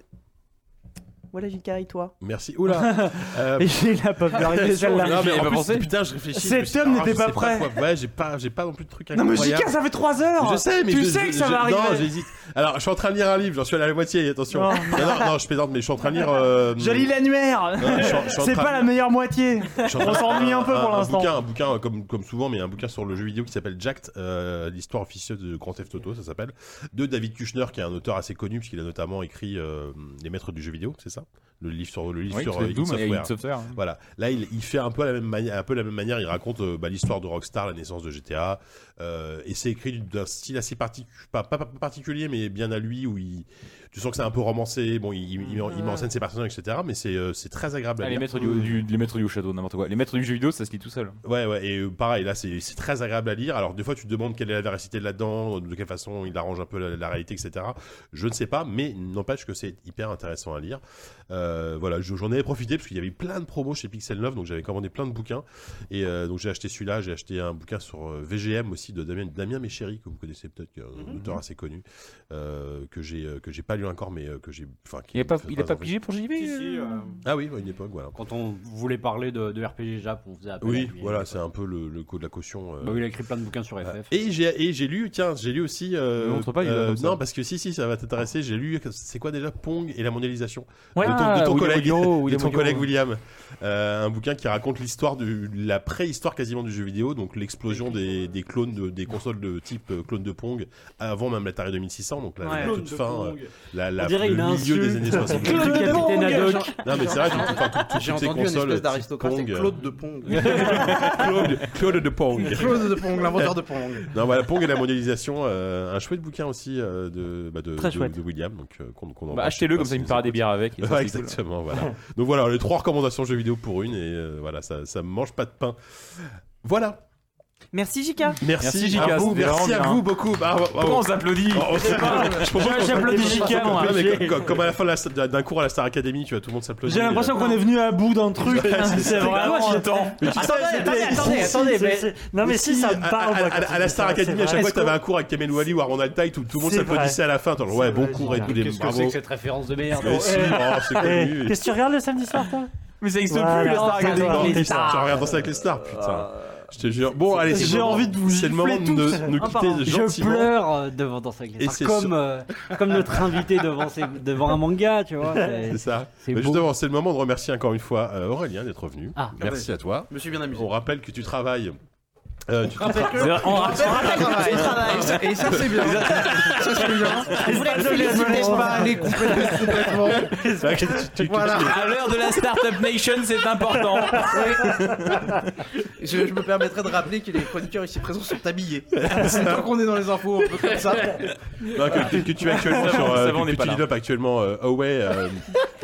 Voilà, J K, et toi ? Merci. Oula. Euh, Et j'ai la popularité celle-là. non, mais J'y avais en pas plus, pensé. putain, je réfléchis. Cet je me suis dit, homme ah, n'était je pas sais prêt. quoi. Ouais, j'ai pas, j'ai pas non plus de trucs Non mais incroyables. J K, ça fait trois heures. Je sais, mais tu je- sais je- que ça je- va arriver. Non, j'hésite. Alors, je suis en train de lire un livre, j'en suis à la moitié, attention. Non. Non, non, non, je plaisante, mais je suis en train de lire. Euh, Je lis l'annuaire. Non, je suis en- je suis en C'est train pas de- la meilleure moitié. je suis en train On de- s'ennuie un peu pour un l'instant. bouquin, un bouquin euh, comme, comme souvent, mais un bouquin sur le jeu vidéo qui s'appelle Jacked, euh, l'histoire officieuse de Grand Theft Auto, ça s'appelle. De David Kushner, qui est un auteur assez connu, puisqu'il a notamment écrit euh, Les Maîtres du jeu vidéo, c'est ça ? Le livre sur le livre Oui, sur c'est euh, id Doom et Software. id Software. Voilà, là il, il fait un peu, à la même manière, un peu la même manière, il raconte euh, bah, l'histoire de Rockstar, la naissance de G T A, euh, et c'est écrit d'un style assez particulier, pas, pas, pas particulier, mais bien à lui, où il, tu sens que c'est un peu romancé, bon, il, il, il, met en- il met en scène ses personnages, et cetera, mais c'est euh, c'est très agréable à Ah, les lire. maîtres du, du- les maîtres du Shadow, n'importe quoi. Les maîtres du jeu vidéo, ça se lit tout seul. Ouais, ouais, et euh, pareil, là c'est c'est très agréable à lire. Alors, des fois, tu te demandes quelle est la véracité là-dedans, de quelle façon il arrange un peu la, la réalité, et cetera. Je ne sais pas, mais n'empêche que c'est hyper intéressant à lire. Euh, voilà, je- j'en avais profité parce qu'il y avait plein de promos chez Pixel neuf, donc j'avais commandé plein de bouquins. Et euh, donc j'ai acheté celui-là, j'ai acheté un bouquin sur euh, V G M aussi de Damien, Damien Méchéry, que vous connaissez peut-être, qui est un auteur assez connu, euh, que j'ai euh, que j'ai pas lu encore, mais euh, que j'ai. Enfin, qui Il a pas, me fait il a pas envie. pigé pour J V Si, si, euh, Ah oui, à une époque, voilà. Quand on voulait parler de, de R P G Jap, on faisait appel à Oui, lui. voilà, c'est un peu le, le code de la caution. euh, Bah oui, il a écrit plein de bouquins sur F F. Et j'ai et j'ai lu, tiens, j'ai lu aussi. Euh, Ne montre pas, il est là comme ça. non, parce que si, si, ça va t'intéresser. J'ai lu, c'est quoi déjà, Pong et la mondialisation Ouais. de ton, Ah, de ton William collègue, William, de William ton William. collègue William. Euh, un bouquin qui raconte l'histoire de la préhistoire quasiment du jeu vidéo, donc l'explosion des, des clones de, des consoles de type euh, clone de Pong avant même l'Atari deux mille six cents, donc la, Ouais. la toute fin, euh, la, la, On dirait le une milieu des insulte. années soixante. Claude du capitaine Haddock. Non mais c'est vrai, tout- enfin, tout- toutes J'ai ces entendu une consoles espèce type d'aristocrate, c'est Pong, euh, Claude de Pong. Claude, Claude de Pong. Claude de Pong, l'inventeur de Pong. Non, voilà, Pong et la mondialisation, euh, un chouette bouquin aussi euh, de, bah, de, Très de, chouette. de William, donc euh, qu'on qu'on Bah, embrasse, achetez-le, je sais comme pas ça il me si fera vous des bières avec. et ça, Ouais, c'est cool. exactement, voilà. Donc voilà, les trois recommandations jeux vidéo pour une, et euh, voilà, ça, ça me mange pas de pain. Voilà. Merci J K. Merci, Merci, J K, à vous, c'était merci vraiment à bien. vous beaucoup. Bah, bravo. Pourquoi on s'applaudit Oh, on sait pas. Je propose qu'on J'applaudis s'applaudisse. J K, moi. Non, mais comme, comme à la fin de la- d'un cours à la Star Academy, tu vois, tout le monde s'applaudit. J'ai l'impression qu'on est venu à bout d'un truc. Ouais, c'est C'est ça. vraiment un temps. Mais tu sais, Attendez, attendez, attendez, attendez, mais- C'est- Non, mais si, ça me à- parle. à, moi, à- quand à la tu Star dis ça, Academy, c'est à chaque vrai. fois que t'avais un cours avec Kamel Wally ou Aaron Altaï, tout, tout le monde C'est s'applaudissait à la fin. Genre, ouais, bon vrai, cours et Gina. tout, les Qu'est-ce que bravo. c'est que cette référence de merde? Mais si, oh, c'est Eh, connu. Qu'est-ce que tu regardes le samedi soir, toi? Mais ça existe Voilà. plus, la Star Non, Academy. non, Les les stars. stars. Tu regardes Danser avec les stars, putain. Je te jure. Bon, allez, c'est J'ai le moment- envie de vous c'est le moment de gifler nous, tous, nous un par quitter un. Je gentiment. pleure euh, devant Danse avec les Et stars, c'est comme, sur- euh, comme notre invité devant, ses- devant un manga, tu vois. c'est- C'est ça. C'est Mais beau. justement, c'est le moment de remercier encore une fois euh, Aurélien d'être venu. Ah. Merci à toi. Je me suis bien amusé. On rappelle que tu travailles. Euh, tu On rappelle que- C'est vrai, on on rappelle- rappelle que tu travailles. Et ça- Et ça, c'est bien. Ça, c'est bien. Et vous ne félicitez pas aller complètement. complètement. Tu- tu- tu- Voilà. À l'heure de la Startup Nation, c'est important. Je, je me permettrai de rappeler que les chroniqueurs ici présents sont habillés. C'est tant qu'on est dans les infos, un peu comme ça. Non, que, que- que tu es actuellement sur. Ça Euh, va, on que n'est que pas tu là. développes actuellement euh, Away. euh,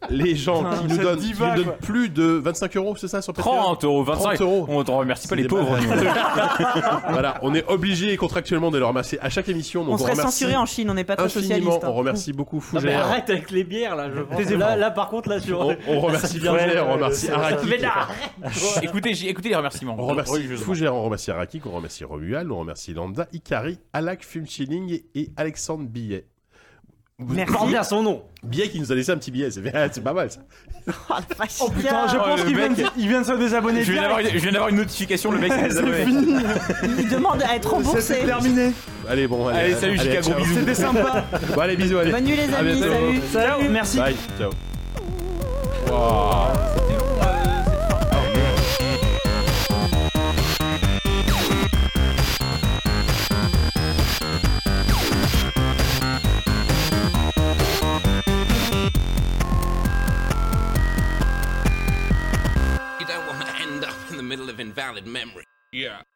les gens qui nous cette donnent, qui diva, nous donnent quoi. plus de vingt-cinq euros, c'est ça sur Patreon trente euros, vingt-cinq trente euros. On ne remercie pas C'est les des pauvres. balles. Voilà, on est obligé contractuellement de les remercier à chaque émission. Donc On serait remercie censuré en Chine, on n'est pas très infiniment. socialiste. hein. On remercie beaucoup Non, mais Fougère. arrête avec les bières là. Je pense. Taisez-vous. Là, là, par contre, là, sur. On, on remercie Ça vient Fougère, de- on remercie c'est- Araki. Mais non, arrête. écoutez, j'ai- écoutez les remerciements. On remercie Religieusement. Fougère, on remercie Araki, on remercie Romuald, on remercie Lambda, Ikari, Alak, Fumchilling et, et Alexandre Billet. Vous- Merci. Porte bien son nom. Billet qui nous a laissé un petit billet, c'est c'est pas mal ça. Oh, la vache, Oh putain, je Oh, pense le qu'il vient, mec. de- il vient de se désabonner. Je viens d'avoir direct. une, je viens d'avoir une notification, le mec s'est C'est désabonné. fini. Il demande à être C'est remboursé. terminé. Allez, bon, allez. Allez, salut, J K, gros ciao. bisous. C'était sympa. Bon, allez, bisous, allez. Bonne nuit les À amis, bientôt. salut. Salut, merci. Bye, ciao. You don't want to end up in the middle of invalid memory. Yeah.